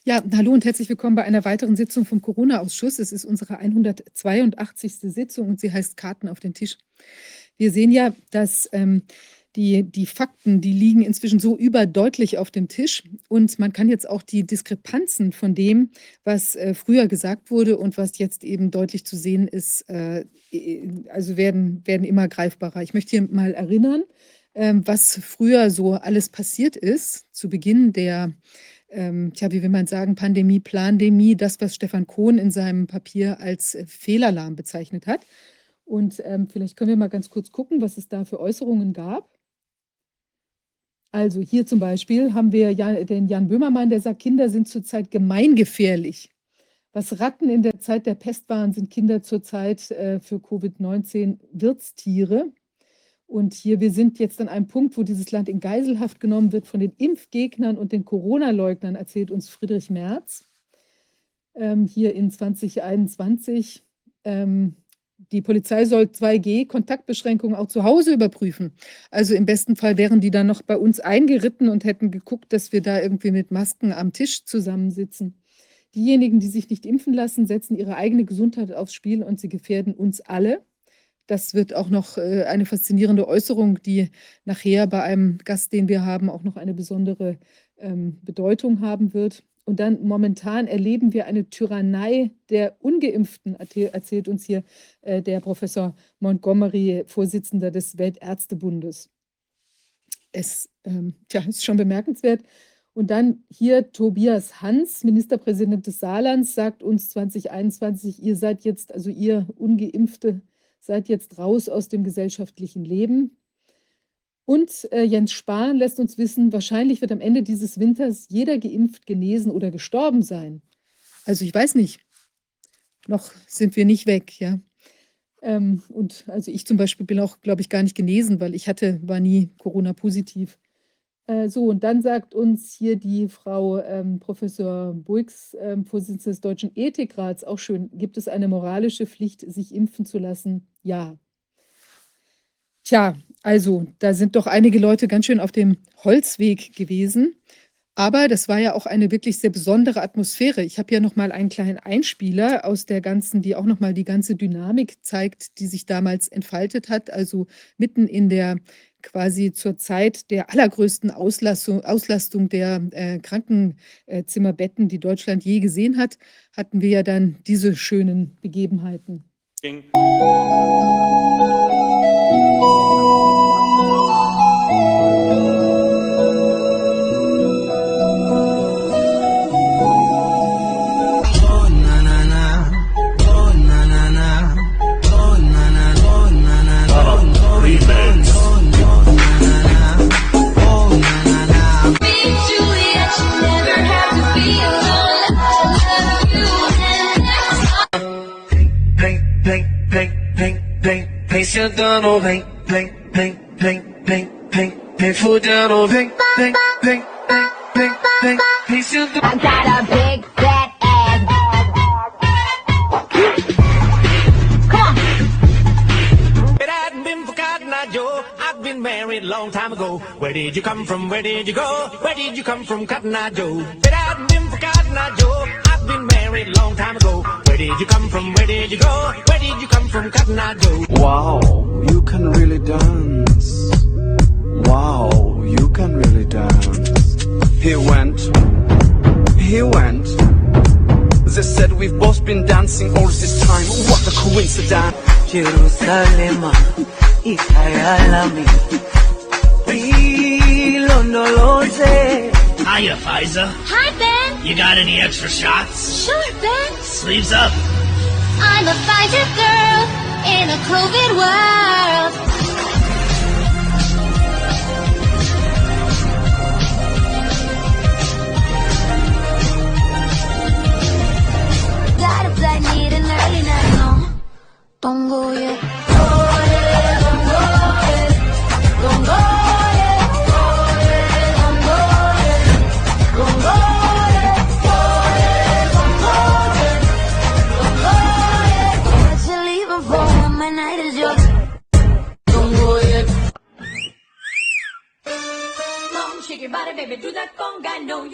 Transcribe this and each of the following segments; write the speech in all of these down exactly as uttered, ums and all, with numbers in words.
Ja, hallo und herzlich willkommen bei einer weiteren Sitzung vom Corona-Ausschuss. Es ist unsere hundertzweiundachtzigste Sitzung und sie heißt Karten auf den Tisch. Wir sehen ja, dass ähm, die, die Fakten, die liegen inzwischen so überdeutlich auf dem Tisch und man kann jetzt auch die Diskrepanzen von dem, was äh, früher gesagt wurde und was jetzt eben deutlich zu sehen ist, äh, also werden, werden immer greifbarer. Ich möchte hier mal erinnern, ähm, was früher so alles passiert ist zu Beginn der ähm, tja, wie will man sagen, Pandemie, Plandemie, das, was Stefan Kohn in seinem Papier als äh, Fehlalarm bezeichnet hat. Und ähm, vielleicht können wir mal ganz kurz gucken, was es da für Äußerungen gab. Also hier zum Beispiel haben wir Jan, den Jan Böhmermann, der sagt, Kinder sind zurzeit gemeingefährlich. Was Ratten in der Zeit der Pest waren, sind Kinder zurzeit äh, für Covid neunzehn Wirtstiere. Und hier, wir sind jetzt an einem Punkt, wo dieses Land in Geiselhaft genommen wird von den Impfgegnern und den Corona-Leugnern, erzählt uns Friedrich Merz. Ähm, hier in zwanzig einundzwanzig. Ähm, die Polizei soll zwei G Kontaktbeschränkungen auch zu Hause überprüfen. Also im besten Fall wären die dann noch bei uns eingeritten und hätten geguckt, dass wir da irgendwie mit Masken am Tisch zusammensitzen. Diejenigen, die sich nicht impfen lassen, setzen ihre eigene Gesundheit aufs Spiel und sie gefährden uns alle. Das wird auch noch äh, eine faszinierende Äußerung, die nachher bei einem Gast, den wir haben, auch noch eine besondere ähm, Bedeutung haben wird. Und dann momentan erleben wir eine Tyrannei der Ungeimpften, erzählt uns hier äh, der Professor Montgomery, Vorsitzender des Weltärztebundes. Es ähm, tja, ist schon bemerkenswert. Und dann hier Tobias Hans, Ministerpräsident des Saarlands, sagt uns zwanzig einundzwanzig, ihr seid jetzt, also ihr Ungeimpfte, seid jetzt raus aus dem gesellschaftlichen Leben. Und äh, Jens Spahn lässt uns wissen, wahrscheinlich wird am Ende dieses Winters jeder geimpft, genesen oder gestorben sein. Also ich weiß nicht, noch sind wir nicht weg, ja. Ähm, und also ich zum Beispiel bin auch, glaube ich, gar nicht genesen, weil ich hatte, war nie Corona-positiv. Äh, so, und dann sagt uns hier die Frau ähm, Professor Buix, ähm, Vorsitzende des Deutschen Ethikrats, auch schön, gibt es eine moralische Pflicht, sich impfen zu lassen? Ja. Tja, also da sind doch einige Leute ganz schön auf dem Holzweg gewesen. Aber das war ja auch eine wirklich sehr besondere Atmosphäre. Ich habe ja noch mal einen kleinen Einspieler aus der ganzen, die auch noch mal die ganze Dynamik zeigt, die sich damals entfaltet hat. Also mitten in der quasi zur Zeit der allergrößten Auslastung, Auslastung der äh, Krankenzimmerbetten, die Deutschland je gesehen hat, hatten wir ja dann diese schönen Begebenheiten. Ding. Sit down, oh, bang, bang, bang, bang, bang, bang, bang, foot down, oh, bang, bang, bang, bang, bang, bang, bang, sit down. I got a big fat ass. Come on. It hadn't been for Cotton Eye Joe, I've been married a long time ago. Where did you come from? Where did you go? Where did you come from, Cotton Eye Joe? It hadn't been for Cotton Eye Joe, I've been married a long time ago. Where did you come from? Where did you go? Where did you come from, Cotton Eye Joe? Wow, you can really dance. Wow, you can really dance. He went, he went. They said we've both been dancing all this time. What a coincidence. Jerusalem, Ikayalami, Pilondoloze. Hiya, Fiza. Hi, Ben. You got any extra shots? Sure, Ben. Sleeves up. I'm a Pfizer girl in a COVID world. Got a flight meeting early night, no. Don't go yet. Don't go yet. Don't go yet. Don't go yet. Don't go yet. Don't go yet. Don't go yet. Don't go yet. Let you leave before my night is yours.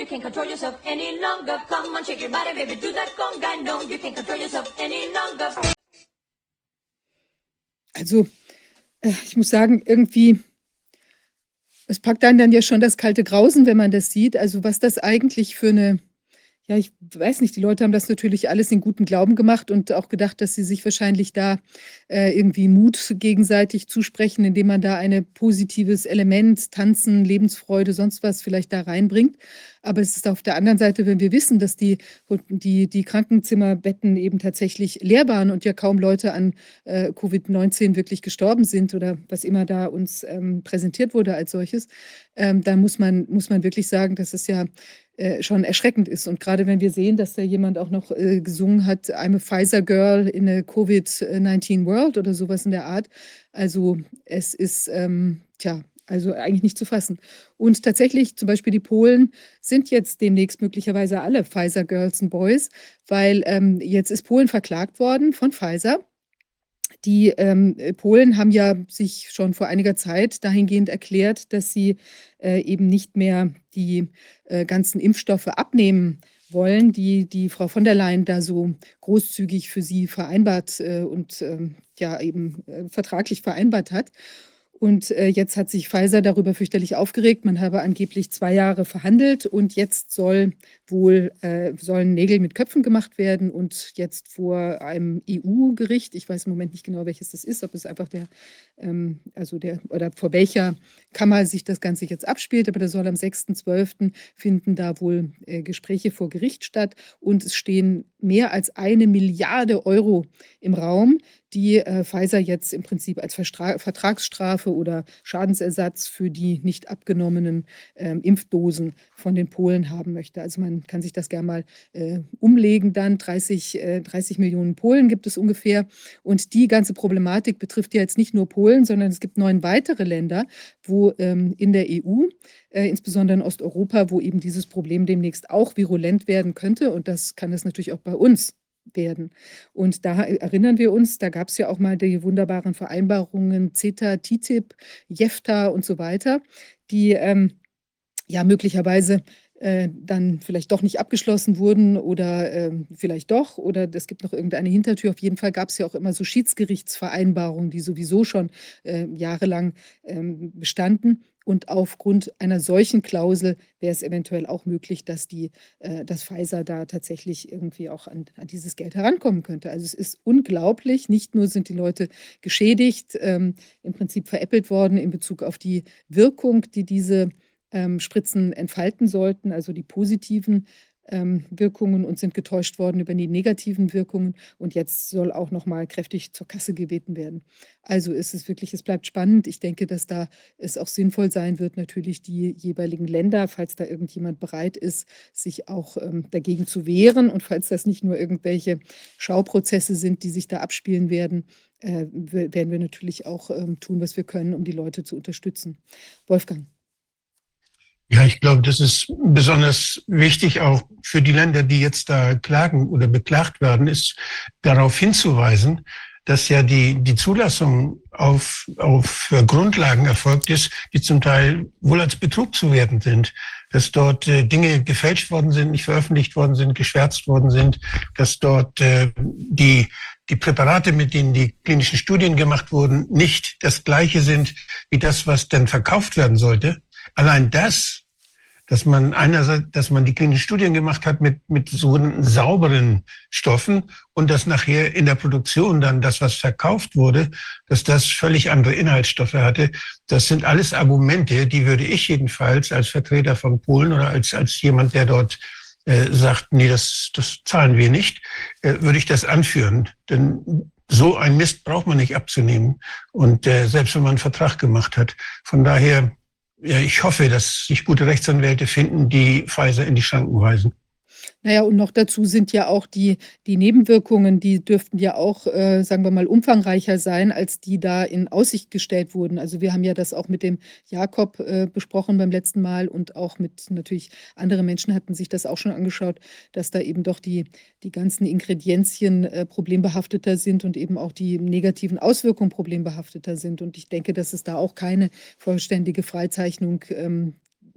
can't control yourself any longer. Come on, shake your body, baby, do that conga. No, you can't control yourself any longer. Also, äh, ich muss sagen, irgendwie, es packt einen dann ja schon das kalte Grausen, wenn man das sieht. Also, was das eigentlich für eine, ja, ich weiß nicht, die Leute haben das natürlich alles in gutem Glauben gemacht und auch gedacht, dass sie sich wahrscheinlich da äh, irgendwie Mut gegenseitig zusprechen, indem man da ein positives Element, Tanzen, Lebensfreude, sonst was vielleicht da reinbringt. Aber es ist auf der anderen Seite, wenn wir wissen, dass die, die, die Krankenzimmerbetten eben tatsächlich leer waren und ja kaum Leute an äh, Covid neunzehn wirklich gestorben sind oder was immer da uns ähm, präsentiert wurde als solches, ähm, dann muss man, muss man wirklich sagen, dass es ja äh, schon erschreckend ist. Und gerade wenn wir sehen, dass da jemand auch noch äh, gesungen hat, I'm a Pfizer Girl in a Covid neunzehn World oder sowas in der Art. Also es ist, ähm, tja, also eigentlich nicht zu fassen. Und tatsächlich, zum Beispiel die Polen sind jetzt demnächst möglicherweise alle Pfizer Girls and Boys, weil ähm, jetzt ist Polen verklagt worden von Pfizer. Die ähm, Polen haben ja sich schon vor einiger Zeit dahingehend erklärt, dass sie äh, eben nicht mehr die äh, ganzen Impfstoffe abnehmen wollen, die die Frau von der Leyen da so großzügig für sie vereinbart äh, und ähm, ja eben äh, vertraglich vereinbart hat. Und äh, jetzt hat sich Pfizer darüber fürchterlich aufgeregt. Man habe angeblich zwei Jahre verhandelt und jetzt soll wohl äh, sollen Nägel mit Köpfen gemacht werden und jetzt vor einem E U-Gericht, ich weiß im Moment nicht genau, welches das ist, ob es einfach der, ähm, also der, oder vor welcher Kammer sich das Ganze jetzt abspielt, aber da soll am sechsten zwölften finden da wohl äh, Gespräche vor Gericht statt und es stehen mehr als eine Milliarde Euro im Raum, die äh, Pfizer jetzt im Prinzip als Verstra Vertragsstrafe oder Schadensersatz für die nicht abgenommenen ähm, Impfdosen von den Polen haben möchte. Also man kann sich das gerne mal äh, umlegen dann. dreißig, äh, dreißig Millionen Polen gibt es ungefähr. Und die ganze Problematik betrifft ja jetzt nicht nur Polen, sondern es gibt neun weitere Länder, wo ähm, in der E U, äh, insbesondere in Osteuropa, wo eben dieses Problem demnächst auch virulent werden könnte. Und das kann es natürlich auch bei uns werden. Und da erinnern wir uns, da gab es ja auch mal die wunderbaren Vereinbarungen CETA, T T I P, JEFTA und so weiter, die ähm, ja möglicherweise äh, dann vielleicht doch nicht abgeschlossen wurden oder ähm, vielleicht doch oder es gibt noch irgendeine Hintertür. Auf jeden Fall gab es ja auch immer so Schiedsgerichtsvereinbarungen, die sowieso schon äh, jahrelang ähm, bestanden. Und aufgrund einer solchen Klausel wäre es eventuell auch möglich, dass, die, äh, dass Pfizer da tatsächlich irgendwie auch an, an dieses Geld herankommen könnte. Also es ist unglaublich. Nicht nur sind die Leute geschädigt, ähm, im Prinzip veräppelt worden in Bezug auf die Wirkung, die diese ähm, Spritzen entfalten sollten, also die positiven ähm, Wirkungen und sind getäuscht worden über die negativen Wirkungen. Und jetzt soll auch noch mal kräftig zur Kasse gebeten werden. Also ist es wirklich, es bleibt spannend. Ich denke, dass da es auch sinnvoll sein wird, natürlich die jeweiligen Länder, falls da irgendjemand bereit ist, sich auch ähm, dagegen zu wehren und falls das nicht nur irgendwelche Schauprozesse sind, die sich da abspielen werden, äh, werden wir natürlich auch ähm, tun, was wir können, um die Leute zu unterstützen. Wolfgang. Ja, ich glaube, das ist besonders wichtig auch für die Länder, die jetzt da klagen oder beklagt werden, ist darauf hinzuweisen, dass ja die, die Zulassung auf, auf Grundlagen erfolgt ist, die zum Teil wohl als Betrug zu werten sind. Dass dort äh, Dinge gefälscht worden sind, nicht veröffentlicht worden sind, geschwärzt worden sind, dass dort äh, die, die Präparate, mit denen die klinischen Studien gemacht wurden, nicht das gleiche sind wie das, was denn verkauft werden sollte. Allein das, dass man einerseits, dass man die klinischen Studien gemacht hat mit, mit sogenannten sauberen Stoffen und dass nachher in der Produktion dann das, was verkauft wurde, dass das völlig andere Inhaltsstoffe hatte. Das sind alles Argumente, die würde ich jedenfalls als Vertreter von Polen oder als, als jemand, der dort äh, sagt, nee, das, das zahlen wir nicht, äh, würde ich das anführen. Denn so ein Mist braucht man nicht abzunehmen. Und äh, selbst wenn man einen Vertrag gemacht hat. Von daher, ja, ich hoffe, dass sich gute Rechtsanwälte finden, die Pfizer in die Schranken weisen. Naja, und noch dazu sind ja auch die, die Nebenwirkungen, die dürften ja auch, äh, sagen wir mal, umfangreicher sein, als die da in Aussicht gestellt wurden. Also wir haben ja das auch mit dem Jakob äh, besprochen beim letzten Mal und auch mit natürlich andere Menschen hatten sich das auch schon angeschaut, dass da eben doch die, die ganzen Ingredienzien äh, problembehafteter sind und eben auch die negativen Auswirkungen problembehafteter sind. Und ich denke, dass es da auch keine vollständige Freizeichnung ähm,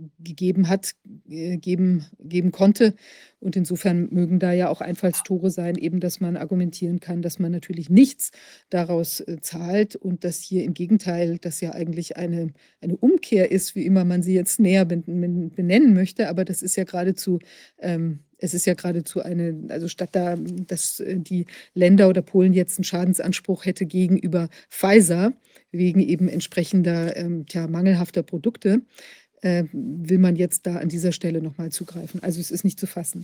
gegeben hat, äh, geben, geben konnte. Und insofern mögen da ja auch Einfallstore sein, eben, dass man argumentieren kann, dass man natürlich nichts daraus äh, zahlt und dass hier im Gegenteil das ja eigentlich eine, eine Umkehr ist, wie immer man sie jetzt näher benennen möchte. Aber das ist ja geradezu, ähm, es ist ja geradezu eine, also statt da, dass äh, die Länder oder Polen jetzt einen Schadensanspruch hätte gegenüber Pfizer, wegen eben entsprechender ähm, tja, mangelhafter Produkte, äh, will man jetzt da an dieser Stelle nochmal zugreifen. Also es ist nicht zu fassen.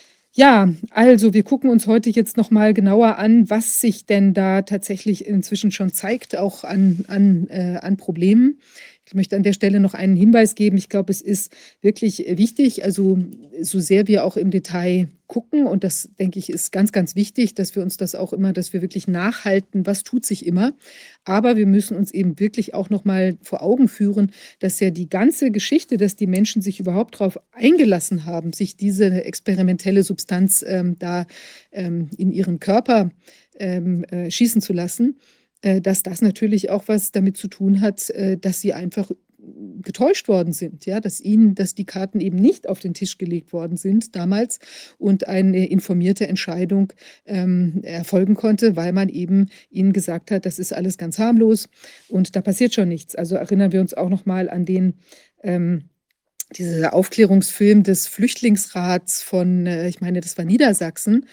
Ja, also wir gucken uns heute jetzt nochmal genauer an, was sich denn da tatsächlich inzwischen schon zeigt, auch an, an, äh, an Problemen. Ich möchte an der Stelle noch einen Hinweis geben. Ich glaube, es ist wirklich wichtig, also so sehr wir auch im Detail gucken, und das, denke ich, ist ganz, ganz wichtig, dass wir uns das auch immer, dass wir wirklich nachhalten, was tut sich immer. Aber wir müssen uns eben wirklich auch noch mal vor Augen führen, dass ja die ganze Geschichte, dass die Menschen sich überhaupt darauf eingelassen haben, sich diese experimentelle Substanz ähm, da ähm, in ihren Körper ähm, äh, schießen zu lassen, äh, dass das natürlich auch was damit zu tun hat, äh, dass sie einfach getäuscht worden sind, ja, dass ihnen, dass die Karten eben nicht auf den Tisch gelegt worden sind damals und eine informierte Entscheidung ähm, erfolgen konnte, weil man eben ihnen gesagt hat, das ist alles ganz harmlos und da passiert schon nichts. Also erinnern wir uns auch noch mal an den ähm, dieser Aufklärungsfilm des Flüchtlingsrats von, äh, ich meine, das war Niedersachsen,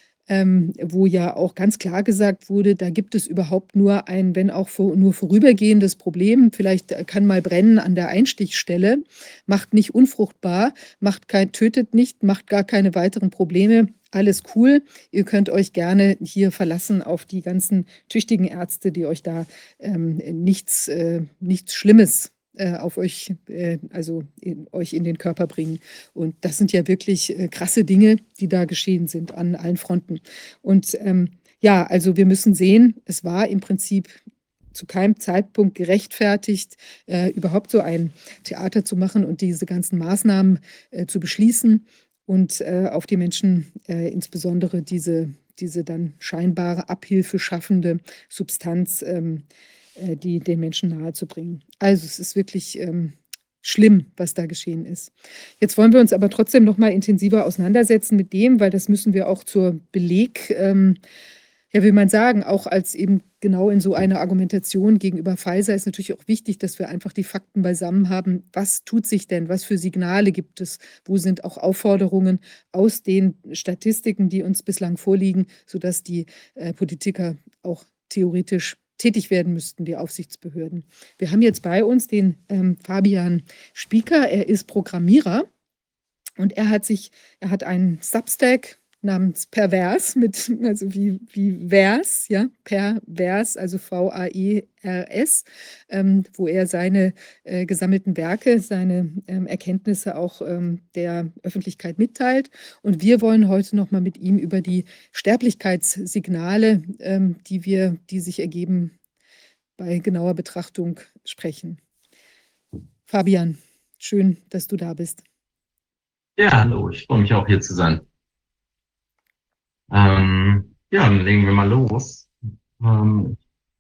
ähm, wo ja auch ganz klar gesagt wurde, da gibt es überhaupt nur ein, wenn auch vor, nur vorübergehendes Problem. Vielleicht kann mal brennen an der Einstichstelle, macht nicht unfruchtbar, macht kein, tötet nicht, macht gar keine weiteren Probleme. Alles cool. Ihr könnt euch gerne hier verlassen auf die ganzen tüchtigen Ärzte, die euch da ähm, nichts, äh, nichts Schlimmes äh, auf euch, äh, also in, euch in den Körper bringen. Und das sind ja wirklich äh, krasse Dinge, die da geschehen sind an allen Fronten. Und ähm, ja, also wir müssen sehen, es war im Prinzip zu keinem Zeitpunkt gerechtfertigt, äh, überhaupt so ein Theater zu machen und diese ganzen Maßnahmen äh, zu beschließen und äh, auf die Menschen, äh, insbesondere diese, diese dann scheinbare Abhilfe schaffende Substanz, ähm, äh, die den Menschen nahezubringen. Also es ist wirklich ähm, schlimm, was da geschehen ist. Jetzt wollen wir uns aber trotzdem noch mal intensiver auseinandersetzen mit dem, weil das müssen wir auch zur Beleg, ähm, ja, will man sagen, auch als eben genau in so einer Argumentation gegenüber Pfizer ist natürlich auch wichtig, dass wir einfach die Fakten beisammen haben. Was tut sich denn? Was für Signale gibt es? Wo sind auch Aufforderungen aus den Statistiken, die uns bislang vorliegen, sodass die äh, Politiker auch theoretisch tätig werden müssten, die Aufsichtsbehörden. Wir haben jetzt bei uns den ähm, Fabian Spieker. Er ist Programmierer und er hat sich, er hat einen Substack namens Pervers, mit, also wie, wie Vers, ja, Pervers, also V A E R S, ähm, wo er seine äh, gesammelten Werke, seine ähm, Erkenntnisse auch ähm, der Öffentlichkeit mitteilt. Und wir wollen heute nochmal mit ihm über die Sterblichkeitssignale, ähm, die wir, die sich ergeben, bei genauer Betrachtung sprechen. Fabian, schön, dass du da bist. Ja, hallo, ich freue mich auch hier zu sein. Ähm, ja, dann legen wir mal los. Ähm,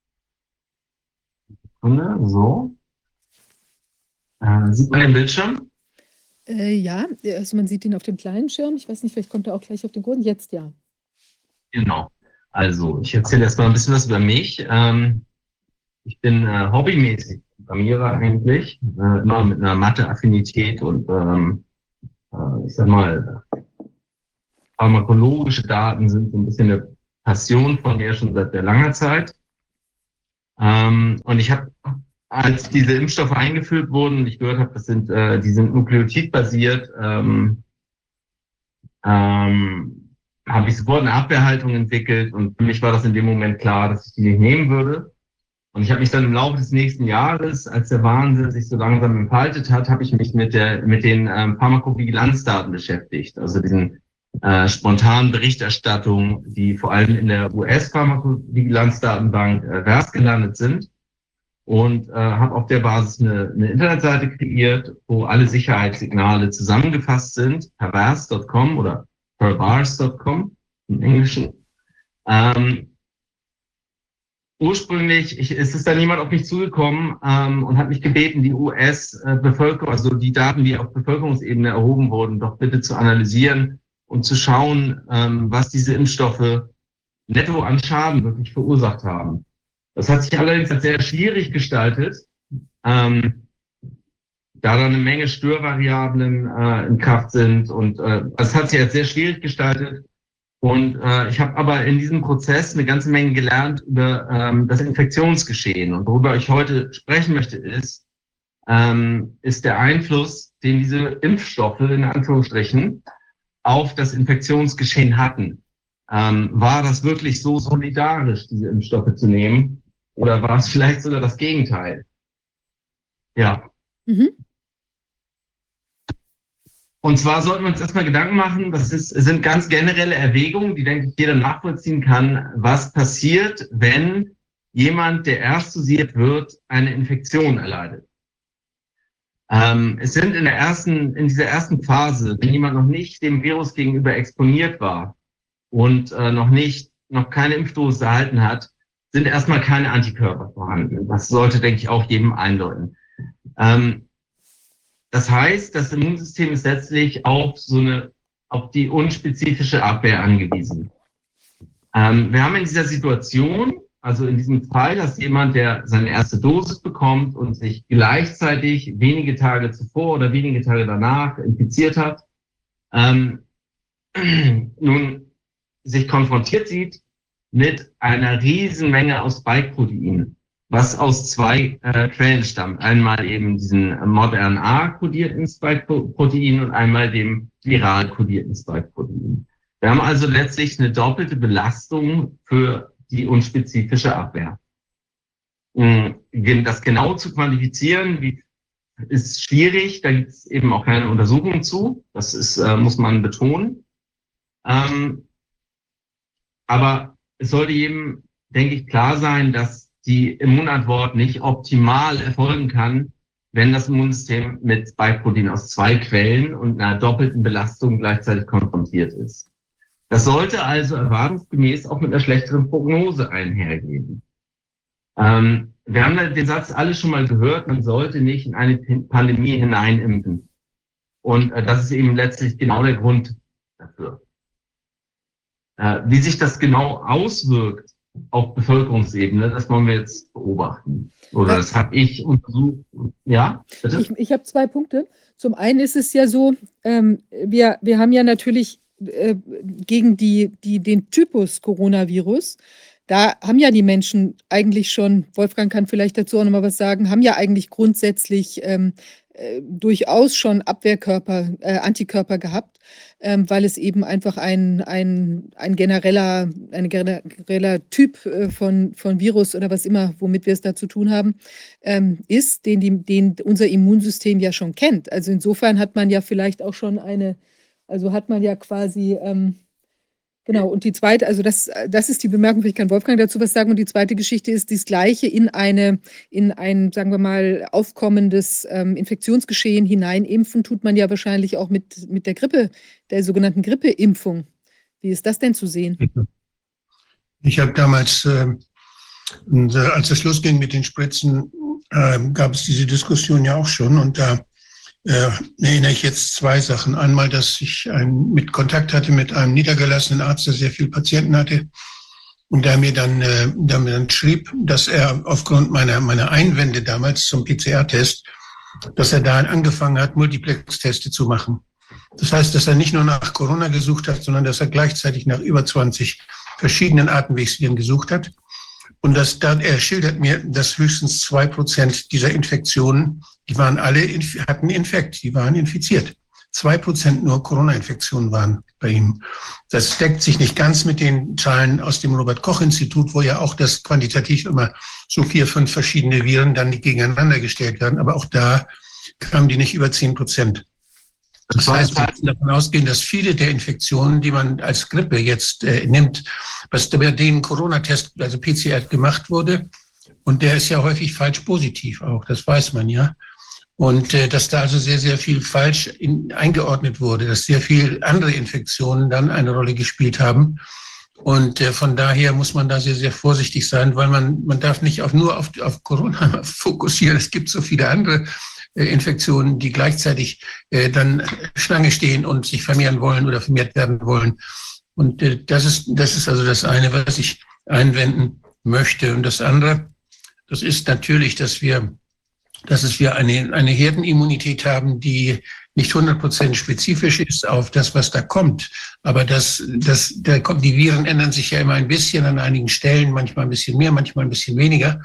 Sekunde, so. Äh, sieht man den Bildschirm? Äh, ja, also man sieht ihn auf dem kleinen Schirm. Ich weiß nicht, vielleicht kommt er auch gleich auf den großen. Jetzt ja. Genau. Also, ich erzähle erstmal ein bisschen was über mich. Ähm, ich bin äh, hobbymäßig Programmierer eigentlich, äh, immer mit einer Mathe-Affinität und ähm, äh, ich sag mal, pharmakologische Daten sind so ein bisschen eine Passion von mir schon seit sehr langer Zeit. Ähm, und ich habe, als diese Impfstoffe eingeführt wurden, und ich gehört habe, das sind, äh, die sind nukleotidbasiert, ähm, ähm, habe ich sofort eine Abwehrhaltung entwickelt und für mich war das in dem Moment klar, dass ich die nicht nehmen würde. Und ich habe mich dann im Laufe des nächsten Jahres, als der Wahnsinn sich so langsam entfaltet hat, habe ich mich mit der mit den ähm, Pharmakovigilanzdaten beschäftigt, also diesen Äh, spontanen Berichterstattung, die vor allem in der U S-Pharmakovigilanzdatenbank äh, Vers gelandet sind und äh, habe auf der Basis eine, eine Internetseite kreiert, wo alle Sicherheitssignale zusammengefasst sind, pervers Punkt com oder pervars Punkt com im Englischen. Ähm, ursprünglich ich, ist es dann jemand auf mich zugekommen ähm, und hat mich gebeten, die U S-Bevölkerung, also die Daten, die auf Bevölkerungsebene erhoben wurden, doch bitte zu analysieren und zu schauen, ähm, was diese Impfstoffe netto an Schaden wirklich verursacht haben. Das hat sich allerdings als sehr schwierig gestaltet, ähm, da da eine Menge Störvariablen äh, in Kraft sind. Und äh, das hat sich als sehr schwierig gestaltet. Und äh, ich habe aber in diesem Prozess eine ganze Menge gelernt über ähm, das Infektionsgeschehen. Und worüber ich heute sprechen möchte, ist, ähm, ist der Einfluss, den diese Impfstoffe in Anführungsstrichen auf das Infektionsgeschehen hatten. Ähm, war das wirklich so solidarisch, diese Impfstoffe zu nehmen? Oder war es vielleicht sogar das Gegenteil? Ja. Mhm. Und zwar sollten wir uns erstmal Gedanken machen, das ist, sind ganz generelle Erwägungen, die, denke ich, jeder nachvollziehen kann, was passiert, wenn jemand, der erst dosiert wird, eine Infektion erleidet. Ähm, es sind in der ersten, in dieser ersten Phase, wenn jemand noch nicht dem Virus gegenüber exponiert war und äh, noch nicht, noch keine Impfdosis erhalten hat, sind erstmal keine Antikörper vorhanden. Das sollte, denke ich, auch jedem eindeuten. Ähm, das heißt, das Immunsystem ist letztlich auf so eine, auf die unspezifische Abwehr angewiesen. Ähm, wir haben in dieser Situation, also in diesem Fall, dass jemand, der seine erste Dosis bekommt und sich gleichzeitig wenige Tage zuvor oder wenige Tage danach infiziert hat, ähm, nun sich konfrontiert sieht mit einer riesen Menge aus Spike-Proteinen, was aus zwei äh, Quellen stammt. Einmal eben diesen Mod-R N A-kodierten Spike-Protein und einmal dem viral kodierten Spike-Protein. Wir haben also letztlich eine doppelte Belastung für die unspezifische Abwehr. Das genau zu quantifizieren, ist schwierig. Da gibt es eben auch keine Untersuchungen zu. Das ist, äh, muss man betonen. Ähm, aber es sollte jedem, denke ich, klar sein, dass die Immunantwort nicht optimal erfolgen kann, wenn das Immunsystem mit Spike-Protein aus zwei Quellen und einer doppelten Belastung gleichzeitig konfrontiert ist. Das sollte also erwartungsgemäß auch mit einer schlechteren Prognose einhergehen. Ähm, wir haben den Satz alle schon mal gehört, man sollte nicht in eine Pandemie hineinimpfen. Und äh, das ist eben letztlich genau der Grund dafür. Äh, wie sich das genau auswirkt auf Bevölkerungsebene, das wollen wir jetzt beobachten. Oder das habe ich untersucht. Ja, bitte? Ich, ich habe zwei Punkte. Zum einen ist es ja so, ähm, wir, wir haben ja natürlich äh, gegen die, die, den Typus Coronavirus, da haben ja die Menschen eigentlich schon, Wolfgang kann vielleicht dazu auch nochmal was sagen, haben ja eigentlich grundsätzlich ähm, äh, durchaus schon Abwehrkörper, äh, Antikörper gehabt, ähm, weil es eben einfach ein, ein, ein genereller, ein genereller Typ äh, von, von Virus oder was immer, womit wir es da zu tun haben, ähm, ist, den, die, den unser Immunsystem ja schon kennt. Also insofern hat man ja vielleicht auch schon eine, also hat man ja quasi... Ähm, Genau, und die zweite, also das, das ist die Bemerkung, vielleicht kann Wolfgang dazu was sagen. Und die zweite Geschichte ist das Gleiche in eine, in ein, sagen wir mal, aufkommendes ähm, Infektionsgeschehen hineinimpfen, tut man ja wahrscheinlich auch mit, mit der Grippe, der sogenannten Grippeimpfung. Wie ist das denn zu sehen? Ich habe damals, äh, und, äh, als es losging mit den Spritzen, äh, gab es diese Diskussion ja auch schon. Und da Äh, erinnere ich jetzt zwei Sachen. Einmal, dass ich ein, mit Kontakt hatte mit einem niedergelassenen Arzt, der sehr viele Patienten hatte und der mir dann, äh, der mir dann schrieb, dass er aufgrund meiner, meiner Einwände damals zum P C R-Test, dass er da angefangen hat, Multiplex-Teste zu machen. Das heißt, dass er nicht nur nach Corona gesucht hat, sondern dass er gleichzeitig nach über zwanzig verschiedenen Atemwegsviren gesucht hat. Und das, da, er schildert mir, dass höchstens zwei Prozent dieser Infektionen, die waren alle, hatten Infekt, die waren infiziert. Zwei Prozent nur Corona-Infektionen waren bei ihm. Das deckt sich nicht ganz mit den Zahlen aus dem Robert-Koch-Institut, wo ja auch das quantitativ immer so vier, fünf verschiedene Viren dann gegeneinander gestellt werden. Aber auch da kamen die nicht über zehn Prozent. Das heißt, wir müssen davon ausgehen, dass viele der Infektionen, die man als Grippe jetzt äh, nimmt, was bei denen Corona-Test, also P C R gemacht wurde, und der ist ja häufig falsch positiv auch, das weiß man ja. Und äh, dass da also sehr, sehr viel falsch in, eingeordnet wurde, dass sehr viel andere Infektionen dann eine Rolle gespielt haben. Und äh, von daher muss man da sehr, sehr vorsichtig sein, weil man, man darf nicht auf, nur auf, auf Corona fokussieren. Es gibt so viele andere äh, Infektionen, die gleichzeitig äh, dann Schlange stehen und sich vermehren wollen oder vermehrt werden wollen. Und äh, das ist, das ist also das eine, was ich einwenden möchte. Und das andere, das ist natürlich, dass wir, dass es wir eine, eine Herdenimmunität haben, die nicht hundert Prozent spezifisch ist auf das, was da kommt. Aber das, das, da kommt, die Viren ändern sich ja immer ein bisschen an einigen Stellen, manchmal ein bisschen mehr, manchmal ein bisschen weniger.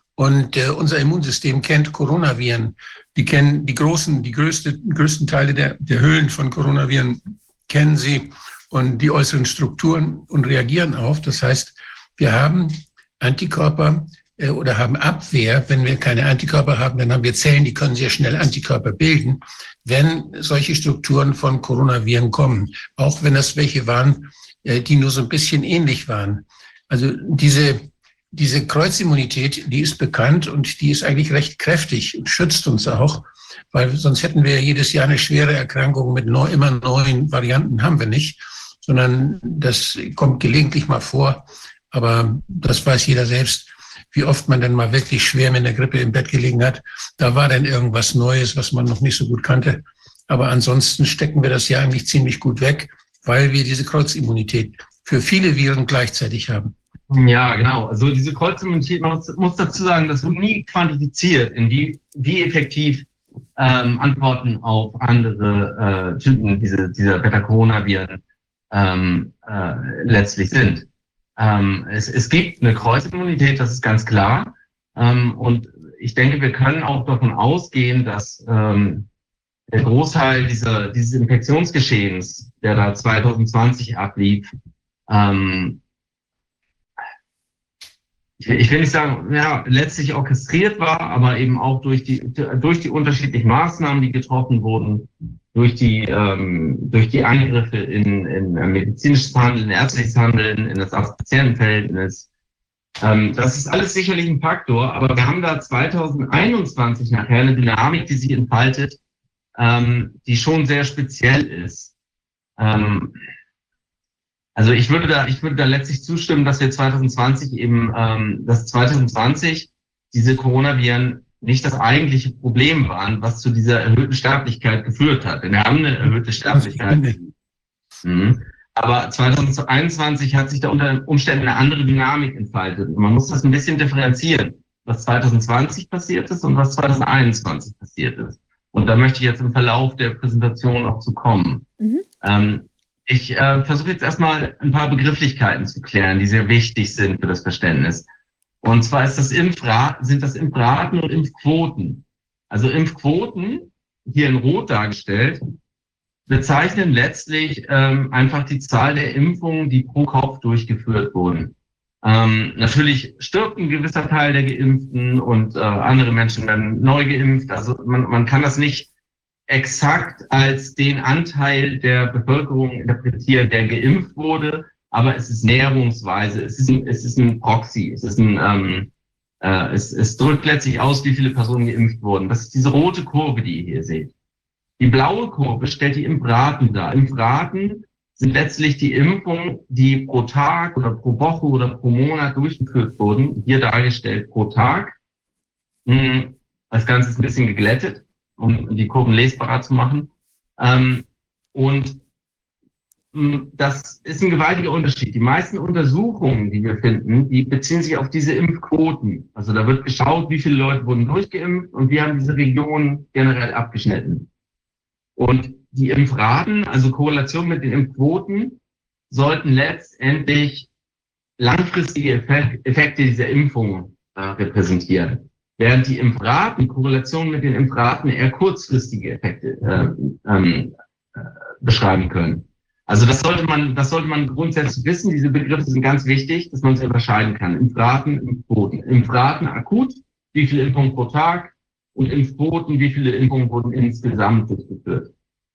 Und äh, unser Immunsystem kennt Coronaviren. Die kennen die großen, die größte, größten Teile der, der Höhlen von Coronaviren kennen sie und die äußeren Strukturen und reagieren auf. Das heißt, wir haben Antikörper äh, oder haben Abwehr. Wenn wir keine Antikörper haben, dann haben wir Zellen, die können sehr schnell Antikörper bilden, wenn solche Strukturen von Coronaviren kommen, auch wenn das welche waren, die nur so ein bisschen ähnlich waren. Also diese, diese Kreuzimmunität, die ist bekannt und die ist eigentlich recht kräftig und schützt uns auch, weil sonst hätten wir jedes Jahr eine schwere Erkrankung mit neu, immer neuen Varianten, haben wir nicht, sondern das kommt gelegentlich mal vor, aber das weiß jeder selbst, wie oft man dann mal wirklich schwer mit der Grippe im Bett gelegen hat. Da war dann irgendwas Neues, was man noch nicht so gut kannte. Aber ansonsten stecken wir das ja eigentlich ziemlich gut weg, weil wir diese Kreuzimmunität für viele Viren gleichzeitig haben. Ja, genau. Also diese Kreuzimmunität, man muss, muss dazu sagen, das wird nie quantifiziert, in wie, wie effektiv ähm, Antworten auf andere äh, Typen diese, dieser Beta-Coronaviren ähm, äh, letztlich sind. Ähm, es, es gibt eine Kreuzimmunität, das ist ganz klar. Ähm, und ich denke, wir können auch davon ausgehen, dass ähm, der Großteil dieser, dieses Infektionsgeschehens, der da zwanzig zwanzig ablief, ähm, ich, ich will nicht sagen, ja, letztlich orchestriert war, aber eben auch durch die, durch die unterschiedlichen Maßnahmen, die getroffen wurden, durch die, ähm, durch die Eingriffe in, in medizinisches Handeln, in ärztliches Handeln, in das Arzt-Patienten-Verhältnis. Ähm, das ist alles sicherlich ein Faktor, aber wir haben da zwanzig einundzwanzig nachher eine Dynamik, die sich entfaltet, ähm, die schon sehr speziell ist. Ähm, also ich würde da, ich würde da letztlich zustimmen, dass wir zwanzig zwanzig eben, ähm, dass zwanzig zwanzig diese Coronaviren nicht das eigentliche Problem waren, was zu dieser erhöhten Sterblichkeit geführt hat. Denn wir haben eine erhöhte Sterblichkeit. Mhm. Aber zwanzig einundzwanzig hat sich da unter Umständen eine andere Dynamik entfaltet. Und man muss das ein bisschen differenzieren, was zwanzig zwanzig passiert ist und was zwanzig einundzwanzig passiert ist. Und da möchte ich jetzt im Verlauf der Präsentation auch zu kommen. Mhm. Ähm, ich äh, versuche jetzt erstmal ein paar Begrifflichkeiten zu klären, die sehr wichtig sind für das Verständnis. Und zwar ist das Impfra- sind das Impfraten und Impfquoten. Also Impfquoten, hier in Rot dargestellt, bezeichnen letztlich ähm, einfach die Zahl der Impfungen, die pro Kopf durchgeführt wurden. Ähm, natürlich stirbt ein gewisser Teil der Geimpften und äh, andere Menschen werden neu geimpft. Also man, man kann das nicht exakt als den Anteil der Bevölkerung interpretieren, der geimpft wurde, aber es ist näherungsweise, es ist ein, es ist ein Proxy, es ist ein, ähm, äh, es, es drückt letztlich aus, wie viele Personen geimpft wurden. Das ist diese rote Kurve, die ihr hier seht. Die blaue Kurve stellt die Impfraten dar. Impfraten sind letztlich die Impfungen, die pro Tag oder pro Woche oder pro Monat durchgeführt wurden. Hier dargestellt pro Tag. Das Ganze ist ein bisschen geglättet, um die Kurven lesbarer zu machen. Und das ist ein gewaltiger Unterschied. Die meisten Untersuchungen, die wir finden, die beziehen sich auf diese Impfquoten. Also da wird geschaut, wie viele Leute wurden durchgeimpft und wie haben diese Regionen generell abgeschnitten. Und die Impfraten, also Korrelation mit den Impfquoten, sollten letztendlich langfristige Effekte dieser Impfung äh, repräsentieren. Während die Impfraten, Korrelation mit den Impfraten eher kurzfristige Effekte äh, ähm, äh, beschreiben können. Also das sollte man, das sollte man grundsätzlich wissen. Diese Begriffe sind ganz wichtig, dass man sie unterscheiden kann. Impfraten, Impfquoten. Impfraten akut, wie viele Impfungen pro Tag, und Impfquoten, wie viele Impfungen wurden insgesamt durchgeführt.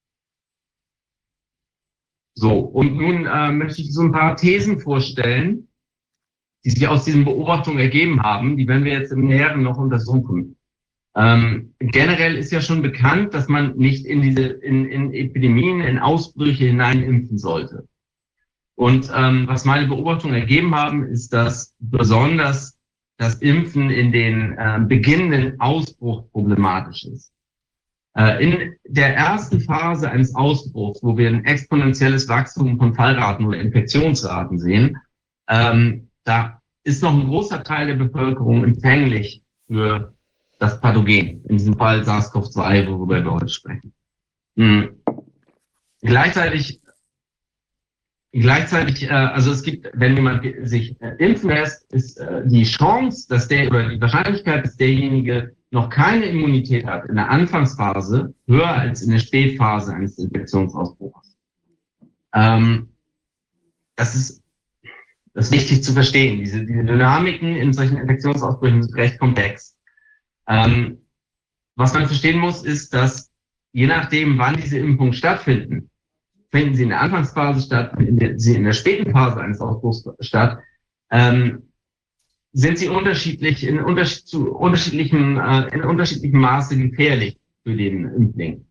So, und nun äh, möchte ich so ein paar Thesen vorstellen, die sich aus diesen Beobachtungen ergeben haben. Die werden wir jetzt im Näheren noch untersuchen. Ähm, generell ist ja schon bekannt, dass man nicht in diese in, in Epidemien, in Ausbrüche hinein impfen sollte. Und ähm, was meine Beobachtungen ergeben haben, ist, dass besonders das Impfen in den äh, beginnenden Ausbruch problematisch ist. Äh, in der ersten Phase eines Ausbruchs, wo wir ein exponentielles Wachstum von Fallraten oder Infektionsraten sehen, ähm, da ist noch ein großer Teil der Bevölkerung empfänglich für das Pathogen, in diesem Fall SARS-C o V zwei, worüber wir heute sprechen. Mhm. Gleichzeitig, gleichzeitig, äh, also es gibt, wenn jemand sich äh, impfen lässt, ist äh, die Chance, dass der oder die Wahrscheinlichkeit, dass derjenige noch keine Immunität hat in der Anfangsphase, höher als in der Spätphase eines Infektionsausbruchs. Ähm, das ist Das ist wichtig zu verstehen. Diese, diese Dynamiken in solchen Infektionsausbrüchen sind recht komplex. Ähm, was man verstehen muss, ist, dass je nachdem, wann diese Impfungen stattfinden, finden sie in der Anfangsphase statt, finden sie in der späten Phase eines Ausbruchs statt, ähm, sind sie unterschiedlich in, unterschied, zu unterschiedlichem, äh, in unterschiedlichem Maße gefährlich für den Impfling.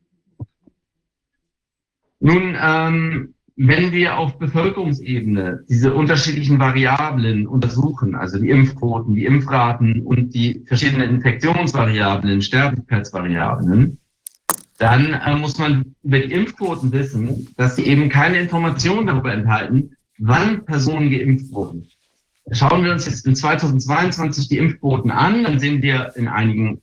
Nun, ähm, wenn wir auf Bevölkerungsebene diese unterschiedlichen Variablen untersuchen, also die Impfquoten, die Impfraten und die verschiedenen Infektionsvariablen, Sterblichkeitsvariablen, dann äh, muss man über die Impfquoten wissen, dass sie eben keine Informationen darüber enthalten, wann Personen geimpft wurden. Schauen wir uns jetzt in zweitausendzweiundzwanzig die Impfquoten an, dann sehen wir in einigen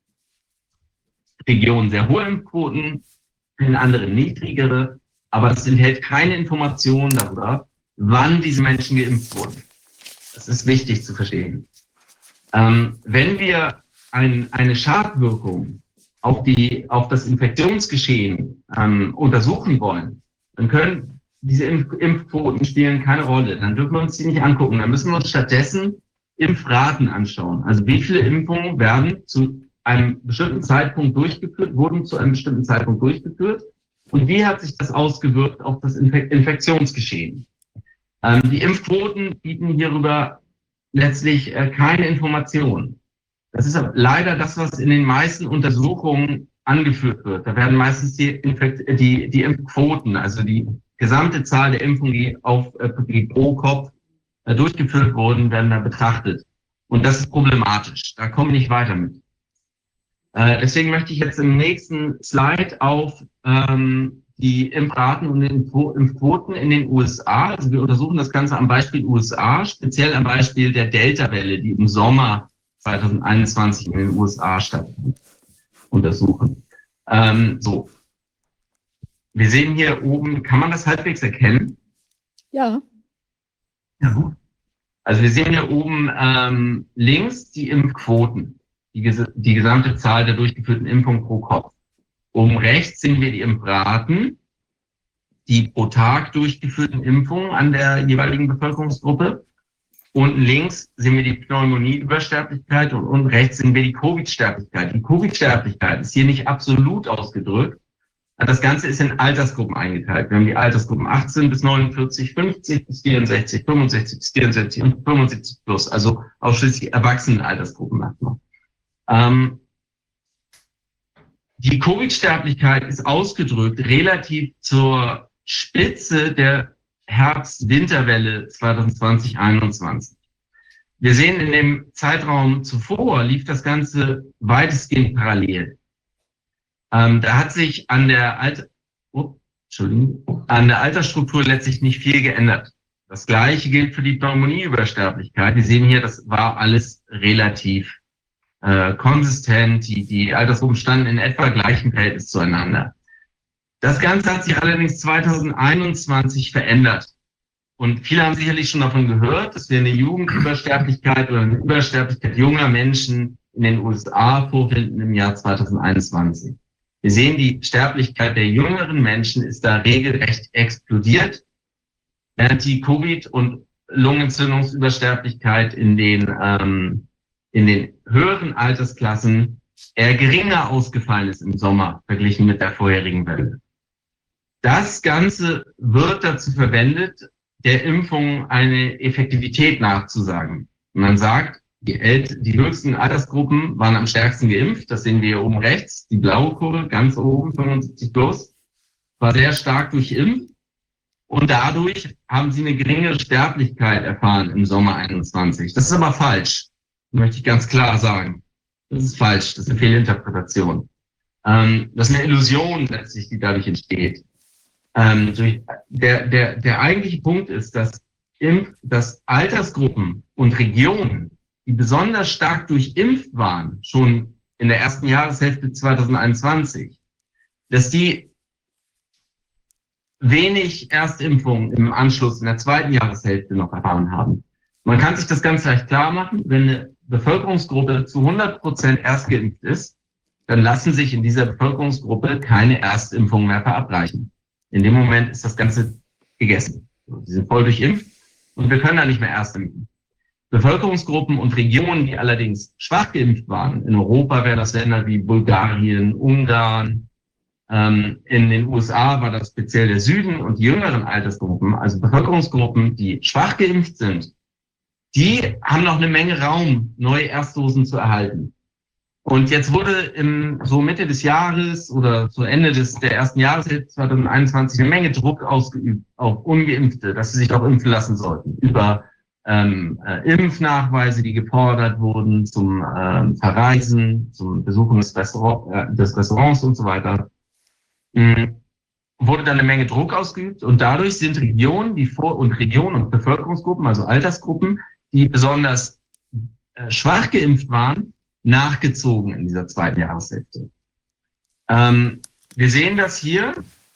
Regionen sehr hohe Impfquoten, in anderen niedrigere. Aber es enthält keine Informationen darüber, wann diese Menschen geimpft wurden. Das ist wichtig zu verstehen. Ähm, wenn wir ein, eine Schadwirkung auf, die, auf das Infektionsgeschehen ähm, untersuchen wollen, dann können diese Impf Impfquoten spielen keine Rolle. Dann dürfen wir uns die nicht angucken. Dann müssen wir uns stattdessen Impfraten anschauen. Also wie viele Impfungen werden zu einem bestimmten Zeitpunkt durchgeführt, wurden zu einem bestimmten Zeitpunkt durchgeführt. Und wie hat sich das ausgewirkt auf das Infek Infektionsgeschehen? Ähm, die Impfquoten bieten hierüber letztlich äh, keine Informationen. Das ist leider das, was in den meisten Untersuchungen angeführt wird. Da werden meistens die, Infekt die, die Impfquoten, also die gesamte Zahl der Impfungen, die, auf, äh, die pro Kopf äh, durchgeführt wurden, werden da betrachtet. Und das ist problematisch. Da kommen wir nicht weiter mit. Deswegen möchte ich jetzt im nächsten Slide auf ähm, die Impfraten und Impfquoten in den U S A, also wir untersuchen das Ganze am Beispiel U S A, speziell am Beispiel der Delta-Welle, die im Sommer zweitausendeinundzwanzig in den U S A stattfand, untersuchen. Ähm, so, wir sehen hier oben, kann man das halbwegs erkennen? Ja. Ja, gut. Also wir sehen hier oben ähm, links die Impfquoten. Die, die gesamte Zahl der durchgeführten Impfungen pro Kopf. Oben rechts sehen wir die Impfraten, die pro Tag durchgeführten Impfungen an der jeweiligen Bevölkerungsgruppe. Unten links sehen wir die Pneumonie-Übersterblichkeit und unten rechts sehen wir die Covid-Sterblichkeit. Die Covid-Sterblichkeit ist hier nicht absolut ausgedrückt. Das Ganze ist in Altersgruppen eingeteilt. Wir haben die Altersgruppen achtzehn bis neunundvierzig, fünfzig bis vierundsechzig, fünfundsechzig bis vierundsiebzig und fünfundsiebzig plus, also ausschließlich Erwachsenen-Altersgruppen macht man. Ähm, die Covid-Sterblichkeit ist ausgedrückt relativ zur Spitze der Herbst-Winterwelle zweitausendzwanzig einundzwanzig. Wir sehen, in dem Zeitraum zuvor lief das Ganze weitestgehend parallel. Ähm, da hat sich an der, Alter, oh, Entschuldigung, an der Altersstruktur letztlich nicht viel geändert. Das Gleiche gilt für die Pneumonie-Übersterblichkeit. Wir sehen hier, das war alles relativ Äh, konsistent, die, die Altersgruppen standen in etwa gleichem Verhältnis zueinander. Das Ganze hat sich allerdings zweitausendeinundzwanzig verändert. Und viele haben sicherlich schon davon gehört, dass wir eine Jugendübersterblichkeit oder eine Übersterblichkeit junger Menschen in den U S A vorfinden im Jahr zweitausendeinundzwanzig. Wir sehen, die Sterblichkeit der jüngeren Menschen ist da regelrecht explodiert, während die Covid- und Lungenentzündungsübersterblichkeit in den ähm, in den höheren Altersklassen eher geringer ausgefallen ist im Sommer, verglichen mit der vorherigen Welle. Das Ganze wird dazu verwendet, der Impfung eine Effektivität nachzusagen. Man sagt, die, ält die höchsten Altersgruppen waren am stärksten geimpft, das sehen wir hier oben rechts, die blaue Kurve, ganz oben, fünfundsiebzig plus, war sehr stark durchimpft. Und dadurch haben sie eine geringere Sterblichkeit erfahren im Sommer einundzwanzig. Das ist aber falsch, möchte ich ganz klar sagen. Das ist falsch, das ist eine Fehlinterpretation. Ähm, das ist eine Illusion letztlich, die dadurch entsteht. Ähm, durch, der, der, der eigentliche Punkt ist, dass, Impf, dass Altersgruppen und Regionen, die besonders stark durchimpft waren, schon in der ersten Jahreshälfte zweitausendeinundzwanzig, dass die wenig Erstimpfungen im Anschluss in der zweiten Jahreshälfte noch erfahren haben. Man kann sich das ganz leicht klar machen, wenn eine Bevölkerungsgruppe zu hundert Prozent erstgeimpft ist, dann lassen sich in dieser Bevölkerungsgruppe keine Erstimpfungen mehr verabreichen. In dem Moment ist das Ganze gegessen. Sie sind voll durchimpft und wir können da nicht mehr erstimpfen. Bevölkerungsgruppen und Regionen, die allerdings schwach geimpft waren, in Europa wären das Länder wie Bulgarien, Ungarn, ähm, in den U S A war das speziell der Süden und die jüngeren Altersgruppen, also Bevölkerungsgruppen, die schwach geimpft sind, die haben noch eine Menge Raum, neue Erstdosen zu erhalten. Und jetzt wurde im, so Mitte des Jahres oder zu Ende des, der ersten Jahreshälfte zweitausendeinundzwanzig eine Menge Druck ausgeübt auf Ungeimpfte, dass sie sich auch impfen lassen sollten, über ähm, äh, Impfnachweise, die gefordert wurden zum ähm, Verreisen, zum Besuchen des, Restaurant, äh, des Restaurants und so weiter. Mhm. Wurde dann eine Menge Druck ausgeübt und dadurch sind Regionen, die vor und Regionen und Bevölkerungsgruppen, also Altersgruppen, die besonders äh, schwach geimpft waren, nachgezogen in dieser zweiten Jahreshälfte. Ähm, wir sehen das hier.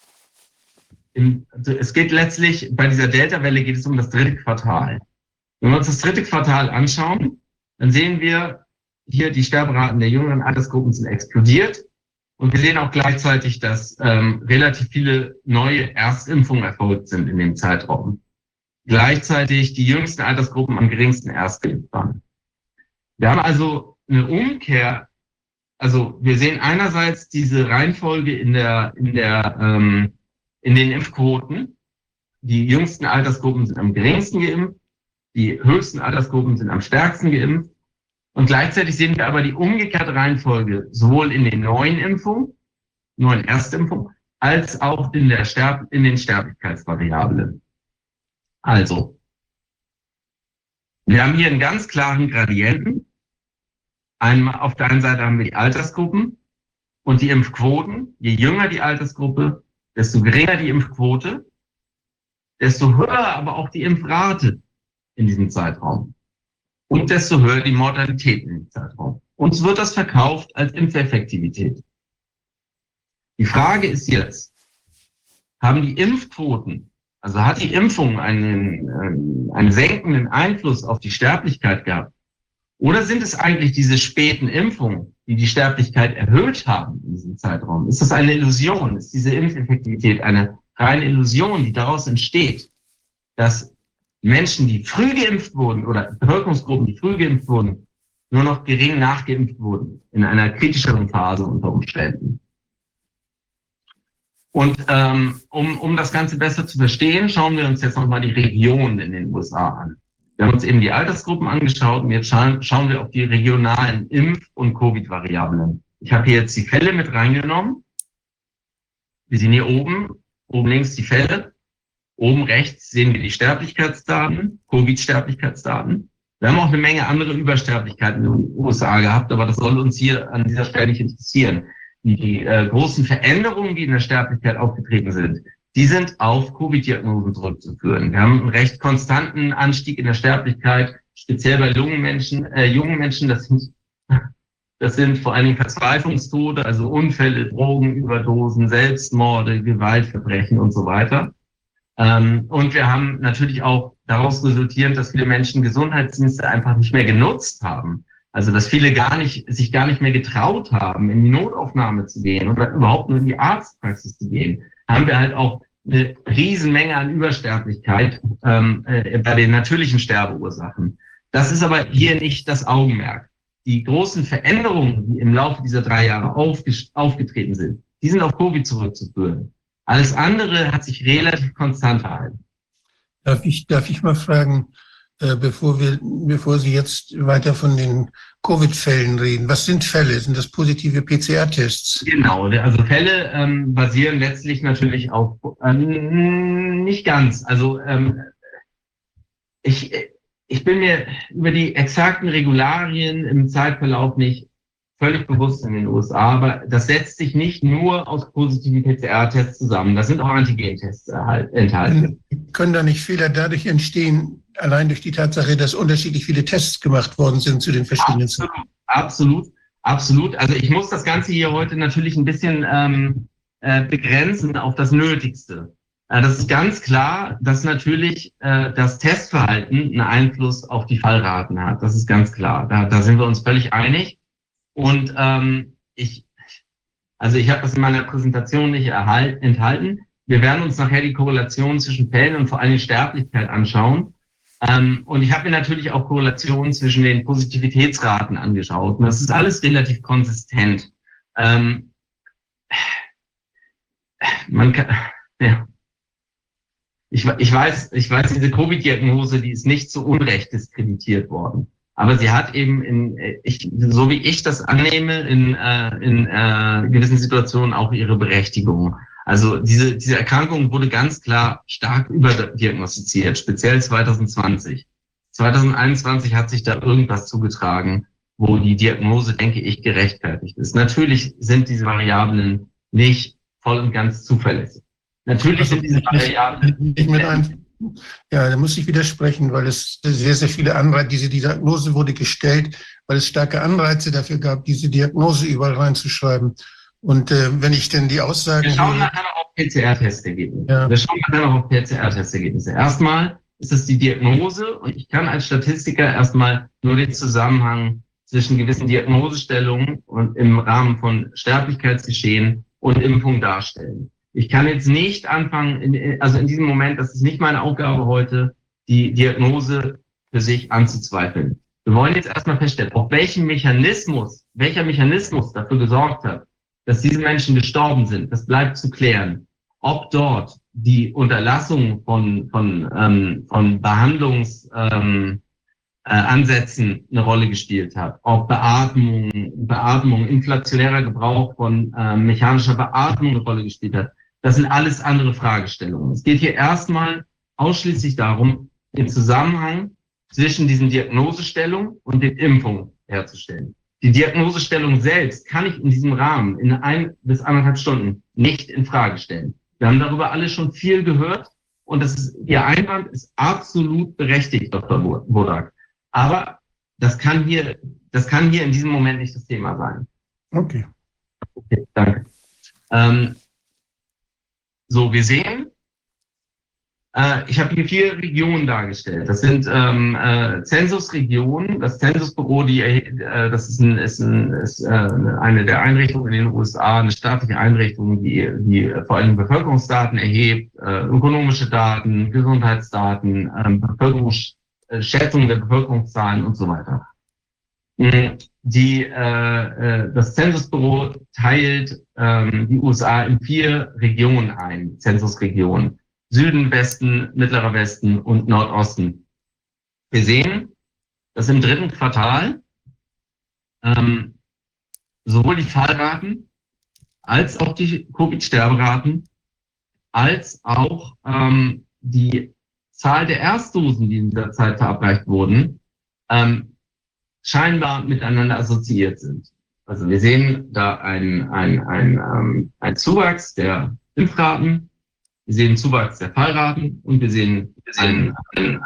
Im, also es geht letztlich, bei dieser Delta-Welle geht es um das dritte Quartal. Wenn wir uns das dritte Quartal anschauen, dann sehen wir hier, die Sterberaten der jüngeren Altersgruppen sind explodiert. Und wir sehen auch gleichzeitig, dass ähm, relativ viele neue Erstimpfungen erfolgt sind in dem Zeitraum. Gleichzeitig die jüngsten Altersgruppen am geringsten erstgeimpft waren. Wir haben also eine Umkehr. Also wir sehen einerseits diese Reihenfolge in der in der ähm, in den Impfquoten. Die jüngsten Altersgruppen sind am geringsten geimpft, die höchsten Altersgruppen sind am stärksten geimpft. Und gleichzeitig sehen wir aber die umgekehrte Reihenfolge sowohl in den neuen Impfungen, neuen Erstimpfungen, als auch in der Sterb in den Sterblichkeitsvariablen. Also, wir haben hier einen ganz klaren Gradienten. Einmal auf der einen Seite haben wir die Altersgruppen und die Impfquoten. Je jünger die Altersgruppe, desto geringer die Impfquote, desto höher aber auch die Impfrate in diesem Zeitraum. Und desto höher die Mortalität in dem Zeitraum. Uns wird das verkauft als Impfeffektivität. Die Frage ist jetzt, haben die Impfquoten, also hat die Impfung einen, einen senkenden Einfluss auf die Sterblichkeit gehabt? Oder sind es eigentlich diese späten Impfungen, die die Sterblichkeit erhöht haben in diesem Zeitraum? Ist das eine Illusion? Ist diese Impfeffektivität eine reine Illusion, die daraus entsteht, dass Menschen, die früh geimpft wurden oder Bevölkerungsgruppen, die früh geimpft wurden, nur noch gering nachgeimpft wurden in einer kritischeren Phase unter Umständen? Und ähm, um, um das Ganze besser zu verstehen, schauen wir uns jetzt nochmal die Regionen in den U S A an. Wir haben uns eben die Altersgruppen angeschaut und jetzt schauen, schauen wir auf die regionalen Impf- und Covid-Variablen. Ich habe hier jetzt die Fälle mit reingenommen. Wir sehen hier oben, oben links die Fälle. Oben rechts sehen wir die Sterblichkeitsdaten, Covid-Sterblichkeitsdaten. Wir haben auch eine Menge andere Übersterblichkeiten in den U S A gehabt, aber das soll uns hier an dieser Stelle nicht interessieren. Die, die äh, großen Veränderungen, die in der Sterblichkeit aufgetreten sind, die sind auf Covid-Diagnosen zurückzuführen. Wir haben einen recht konstanten Anstieg in der Sterblichkeit, speziell bei jungen Menschen. Äh, jungen Menschen, das sind, das sind vor allen Dingen Verzweiflungstode, also Unfälle, Drogenüberdosen, Selbstmorde, Gewaltverbrechen und so weiter. Ähm, und wir haben natürlich auch daraus resultierend, dass viele Menschen Gesundheitsdienste einfach nicht mehr genutzt haben. Also dass viele gar nicht, sich gar nicht mehr getraut haben, in die Notaufnahme zu gehen oder überhaupt nur in die Arztpraxis zu gehen. Haben wir halt auch eine Riesenmenge an Übersterblichkeit ähm, äh, bei den natürlichen Sterbeursachen. Das ist aber hier nicht das Augenmerk. Die großen Veränderungen, die im Laufe dieser drei Jahre aufgetreten sind, die sind auf Covid zurückzuführen. Alles andere hat sich relativ konstant gehalten. Darf ich, darf ich mal fragen, äh, bevor wir, bevor Sie jetzt weiter von den Covid-Fällen reden. Was sind Fälle? Sind das positive P C R-Tests? Genau, also Fälle ähm, basieren letztlich natürlich auf, ähm, nicht ganz, also ähm, ich, ich bin mir über die exakten Regularien im Zeitverlauf nicht völlig bewusst in den U S A, aber das setzt sich nicht nur aus positiven P C R-Tests zusammen, da sind auch Antigen-Tests enthalten. Können da nicht Fehler dadurch entstehen, allein durch die Tatsache, dass unterschiedlich viele Tests gemacht worden sind zu den verschiedenen Zeiten? Absolut, absolut. Also ich muss das Ganze hier heute natürlich ein bisschen ähm, äh, begrenzen auf das Nötigste. Äh, das ist ganz klar, dass natürlich äh, das Testverhalten einen Einfluss auf die Fallraten hat. Das ist ganz klar. Da, da sind wir uns völlig einig. Und ähm, ich, also ich habe das in meiner Präsentation nicht erhalt, enthalten. Wir werden uns nachher die Korrelation zwischen Fällen und vor allem Sterblichkeit anschauen. Ähm, und ich habe mir natürlich auch Korrelationen zwischen den Positivitätsraten angeschaut. Und das ist alles relativ konsistent. Ähm, man kann, ja. Ich, ich weiß, ich weiß, diese Covid-Diagnose, die ist nicht zu Unrecht diskreditiert worden. Aber sie hat eben in, ich, so wie ich das annehme, in, äh, in äh, gewissen Situationen auch ihre Berechtigung. Also diese, diese Erkrankung wurde ganz klar stark überdiagnostiziert, speziell zwanzig zwanzig. zwanzig einundzwanzig hat sich da irgendwas zugetragen, wo die Diagnose, denke ich, gerechtfertigt ist. Natürlich sind diese Variablen nicht voll und ganz zuverlässig. Natürlich sind diese Variablen nicht mit einem. Ja, da muss ich widersprechen, weil es sehr, sehr viele Anreize, diese Diagnose wurde gestellt, weil es starke Anreize dafür gab, diese Diagnose überall reinzuschreiben. Und äh, wenn ich denn die Aussagen... Wir schauen nachher noch auf P C R-Testergebnisse. Ja. Wir schauen nachher noch auf P C R-Testergebnisse. Erstmal ist es die Diagnose und ich kann als Statistiker erstmal nur den Zusammenhang zwischen gewissen Diagnosestellungen und im Rahmen von Sterblichkeitsgeschehen und Impfung darstellen. Ich kann jetzt nicht anfangen, in, also in diesem Moment, das ist nicht meine Aufgabe heute, die Diagnose für sich anzuzweifeln. Wir wollen jetzt erstmal feststellen, auf welchen Mechanismus, welcher Mechanismus dafür gesorgt hat, dass diese Menschen gestorben sind. Das bleibt zu klären. Ob dort die Unterlassung von, von, ähm, von Behandlungs, ähm, äh, Ansätzen eine Rolle gespielt hat, ob Beatmung, Beatmung, inflationärer Gebrauch von äh, mechanischer Beatmung eine Rolle gespielt hat. Das sind alles andere Fragestellungen. Es geht hier erstmal ausschließlich darum, den Zusammenhang zwischen diesen Diagnosestellungen und den Impfungen herzustellen. Die Diagnosestellung selbst kann ich in diesem Rahmen in ein bis anderthalb Stunden nicht in Frage stellen. Wir haben darüber alle schon viel gehört und das ist, Ihr Einwand ist absolut berechtigt, Doktor Wodak. Aber das kann hier, das kann hier in diesem Moment nicht das Thema sein. Okay. Okay, danke. Ähm, so, wir sehen, äh, ich habe hier vier Regionen dargestellt. Das sind ähm, äh, Zensusregionen. Das Zensusbüro, die, äh, das ist, ein, ist, ein, ist äh, eine der Einrichtungen in den U S A, eine staatliche Einrichtung, die, die vor allem Bevölkerungsdaten erhebt, äh, ökonomische Daten, Gesundheitsdaten, äh, Bevölkerungs Schätzung der Bevölkerungszahlen und so weiter. Die, äh, das Zensusbüro teilt ähm, die U S A in vier Regionen ein, Zensusregionen. Süden, Westen, Mittlerer Westen und Nordosten. Wir sehen, dass im dritten Quartal ähm, sowohl die Fallraten als auch die Covid-Sterberaten als auch ähm, die Zahl der Erstdosen, die in dieser Zeit verabreicht wurden, ähm, scheinbar miteinander assoziiert sind. Also wir sehen da einen ein, ein, ähm, ein Zuwachs der Impfraten, wir sehen einen Zuwachs der Fallraten und wir sehen einen, einen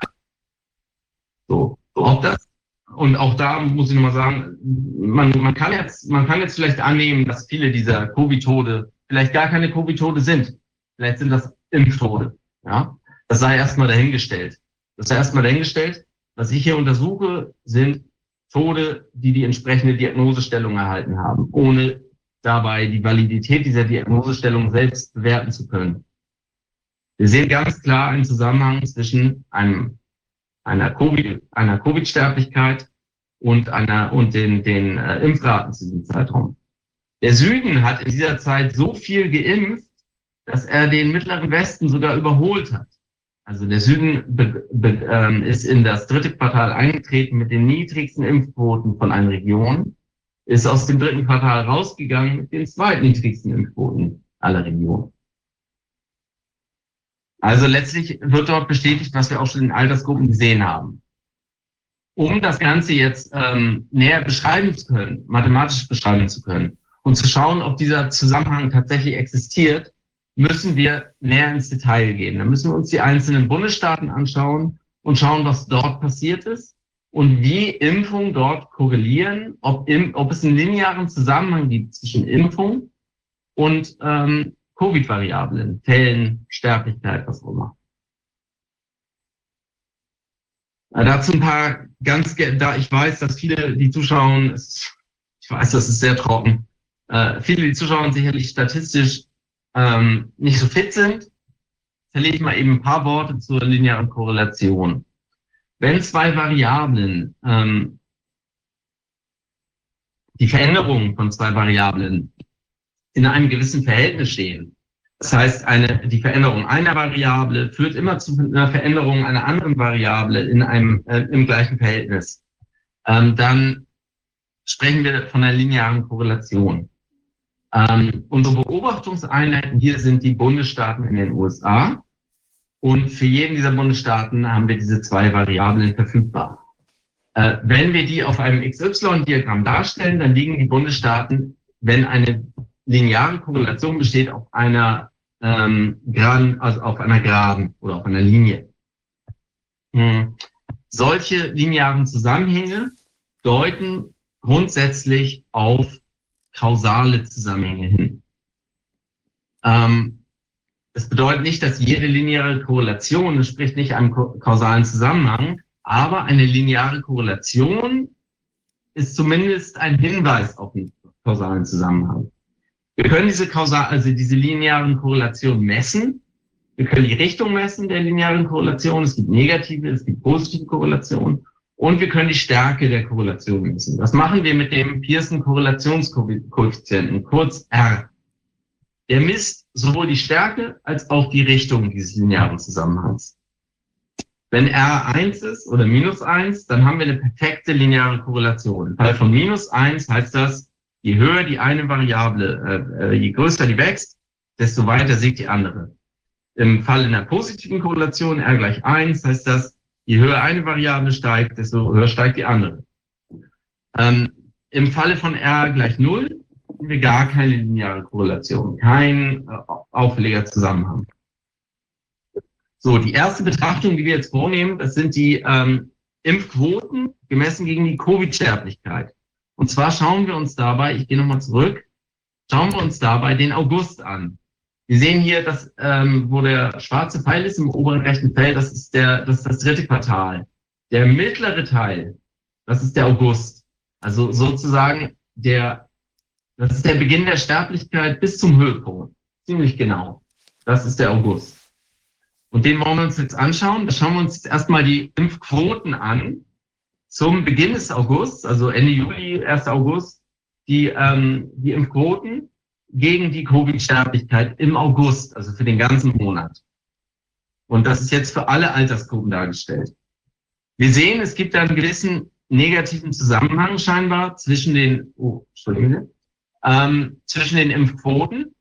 so, auch das. Und auch da muss ich nochmal sagen, man, man kann jetzt, man kann jetzt vielleicht annehmen, dass viele dieser Covid-Tode vielleicht gar keine Covid-Tode sind. Vielleicht sind das Impftode, ja. Das sei erstmal dahingestellt. Das sei erstmal dahingestellt. Was ich hier untersuche, sind Tode, die die entsprechende Diagnosestellung erhalten haben, ohne dabei die Validität dieser Diagnosestellung selbst bewerten zu können. Wir sehen ganz klar einen Zusammenhang zwischen einem, einer Covid, einer Covid-Sterblichkeit und einer, und den, den äh, Impfraten zu diesem Zeitraum. Der Süden hat in dieser Zeit so viel geimpft, dass er den Mittleren Westen sogar überholt hat. also der Süden be, be, ähm, ist in das dritte Quartal eingetreten mit den niedrigsten Impfquoten von einer Region, ist aus dem dritten Quartal rausgegangen mit den zweitniedrigsten Impfquoten aller Regionen. Also letztlich wird dort bestätigt, was wir auch schon in Altersgruppen gesehen haben. Um das Ganze jetzt ähm, näher beschreiben zu können, mathematisch beschreiben zu können und zu schauen, ob dieser Zusammenhang tatsächlich existiert, müssen wir näher ins Detail gehen. Dann müssen wir uns die einzelnen Bundesstaaten anschauen und schauen, was dort passiert ist und wie Impfungen dort korrelieren, ob, im, ob es einen linearen Zusammenhang gibt zwischen Impfung und ähm, Covid-Variablen, Fällen, Sterblichkeit, was auch immer. Äh, dazu ein paar ganz, da ich weiß, dass viele, die zuschauen, ist, ich weiß, das ist sehr trocken, äh, viele, die zuschauen, sicherlich statistisch ähm, nicht so fit sind, verliere ich mal eben ein paar Worte zur linearen Korrelation. Wenn zwei Variablen, ähm, die Veränderungen von zwei Variablen in einem gewissen Verhältnis stehen. Das heißt, eine, die Veränderung einer Variable führt immer zu einer Veränderung einer anderen Variable in einem, äh, im gleichen Verhältnis. Ähm, dann sprechen wir von einer linearen Korrelation. Ähm, unsere Beobachtungseinheiten hier sind die Bundesstaaten in den U S A. Und für jeden dieser Bundesstaaten haben wir diese zwei Variablen verfügbar. Äh, wenn wir die auf einem X Y-Diagramm darstellen, dann liegen die Bundesstaaten, wenn eine lineare Korrelation besteht, auf einer ähm, geraden, also auf einer Geraden oder auf einer Linie. Hm. Solche linearen Zusammenhänge deuten grundsätzlich auf kausale Zusammenhänge hin. Ähm, das bedeutet nicht, dass jede lineare Korrelation entspricht nicht einem kausalen Zusammenhang, aber eine lineare Korrelation ist zumindest ein Hinweis auf einen kausalen Zusammenhang. Wir können diese kausal, also diese linearen Korrelationen messen. Wir können die Richtung messen der linearen Korrelation. Es gibt negative, es gibt positive Korrelationen. Und wir können die Stärke der Korrelation messen. Das machen wir mit dem Pearson-Korrelationskoeffizienten, kurz R. Der misst sowohl die Stärke als auch die Richtung dieses linearen Zusammenhangs. Wenn R eins ist oder minus eins, dann haben wir eine perfekte lineare Korrelation. Im Fall von minus eins heißt das, je höher die eine Variable, äh, je größer die wächst, desto weiter sinkt die andere. Im Fall einer positiven Korrelation, R gleich eins, heißt das, je höher eine Variable steigt, desto höher steigt die andere. Ähm, Im Falle von R gleich null haben wir gar keine lineare Korrelation, kein äh, auffälliger Zusammenhang. So, die erste Betrachtung, die wir jetzt vornehmen, das sind die ähm, Impfquoten gemessen gegen die Covid-Sterblichkeit. Und zwar schauen wir uns dabei, ich gehe nochmal zurück, schauen wir uns dabei den August an. Wir sehen hier, dass, ähm, wo der schwarze Pfeil ist im oberen rechten Feld, das ist, der, das ist das dritte Quartal. Der mittlere Teil, das ist der August. Also sozusagen der, das ist der Beginn der Sterblichkeit bis zum Höhepunkt. Ziemlich genau. Das ist der August. Und den wollen wir uns jetzt anschauen. Da schauen wir uns jetzt erstmal die Impfquoten an. Zum Beginn des Augusts, also Ende Juli, erster August, die, ähm, die Impfquoten gegen die Covid-Sterblichkeit im August, also für den ganzen Monat. Und das ist jetzt für alle Altersgruppen dargestellt. Wir sehen, es gibt einen gewissen negativen Zusammenhang scheinbar zwischen den, oh, Entschuldigung, ähm, zwischen den Impfquoten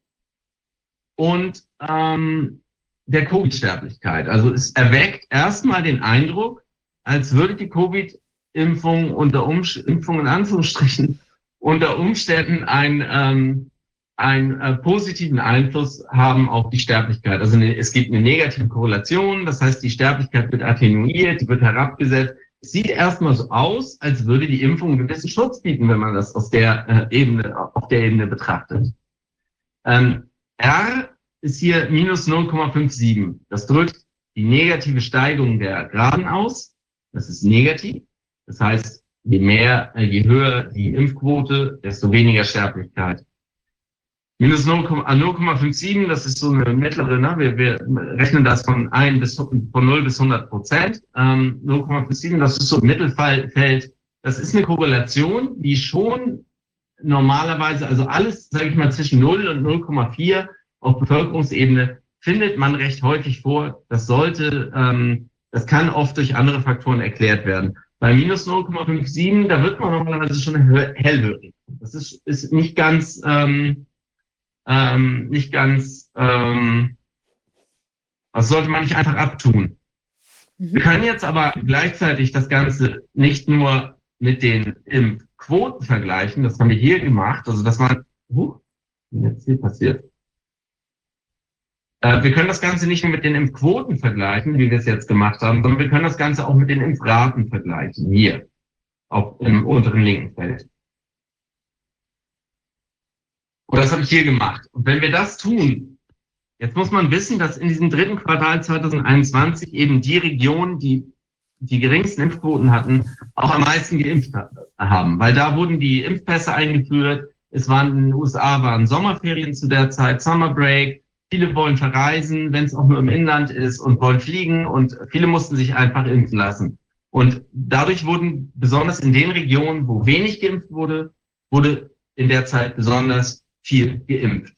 und ähm, der Covid-Sterblichkeit. Also es erweckt erstmal den Eindruck, als würde die Covid Impfung unter Umsch Impfung in Anführungsstrichen unter Umständen einen, ähm, einen äh, positiven Einfluss haben auf die Sterblichkeit. Also eine, es gibt eine negative Korrelation, das heißt, die Sterblichkeit wird attenuiert, die wird herabgesetzt. Es sieht erstmal so aus, als würde die Impfung einen gewissen Schutz bieten, wenn man das aus der äh, Ebene, auf der Ebene betrachtet. Ähm, R ist hier minus null Komma siebenundfünfzig. Das drückt die negative Steigung der Geraden aus. Das ist negativ. Das heißt, je mehr, je höher die Impfquote, desto weniger Sterblichkeit. Minus null Komma siebenundfünfzig, das ist so eine mittlere, ne? wir, wir rechnen das von ein bis, von null bis hundert Prozent. Ähm, null Komma siebenundfünfzig, das ist so ein Mittelfeld. Das ist eine Korrelation, die schon normalerweise, also alles, sage ich mal, zwischen null und null Komma vier auf Bevölkerungsebene findet man recht häufig vor. Das sollte, ähm, das kann oft durch andere Faktoren erklärt werden. Bei minus null Komma siebenundfünfzig, da wird man normalerweise schon hellhörig. Das ist, ist nicht ganz, ähm, ähm, nicht ganz, ähm, das sollte man nicht einfach abtun. Wir können jetzt aber gleichzeitig das Ganze nicht nur mit den Impfquoten vergleichen, das haben wir hier gemacht, also dass man, uh, jetzt hier passiert. Äh, wir können das Ganze nicht nur mit den Impfquoten vergleichen, wie wir es jetzt gemacht haben, sondern wir können das Ganze auch mit den Impfraten vergleichen, hier, auf im unteren linken Feld. Und das habe ich hier gemacht. Und wenn wir das tun, jetzt muss man wissen, dass in diesem dritten Quartal zwanzig einundzwanzig eben die Regionen, die die geringsten Impfquoten hatten, auch am meisten geimpft haben. Weil da wurden die Impfpässe eingeführt. Es waren in den U S A waren Sommerferien zu der Zeit, Summer Break. Viele wollen verreisen, wenn es auch nur im Inland ist, und wollen fliegen. Und viele mussten sich einfach impfen lassen. Und dadurch wurden besonders in den Regionen, wo wenig geimpft wurde, wurde in der Zeit besonders viel geimpft.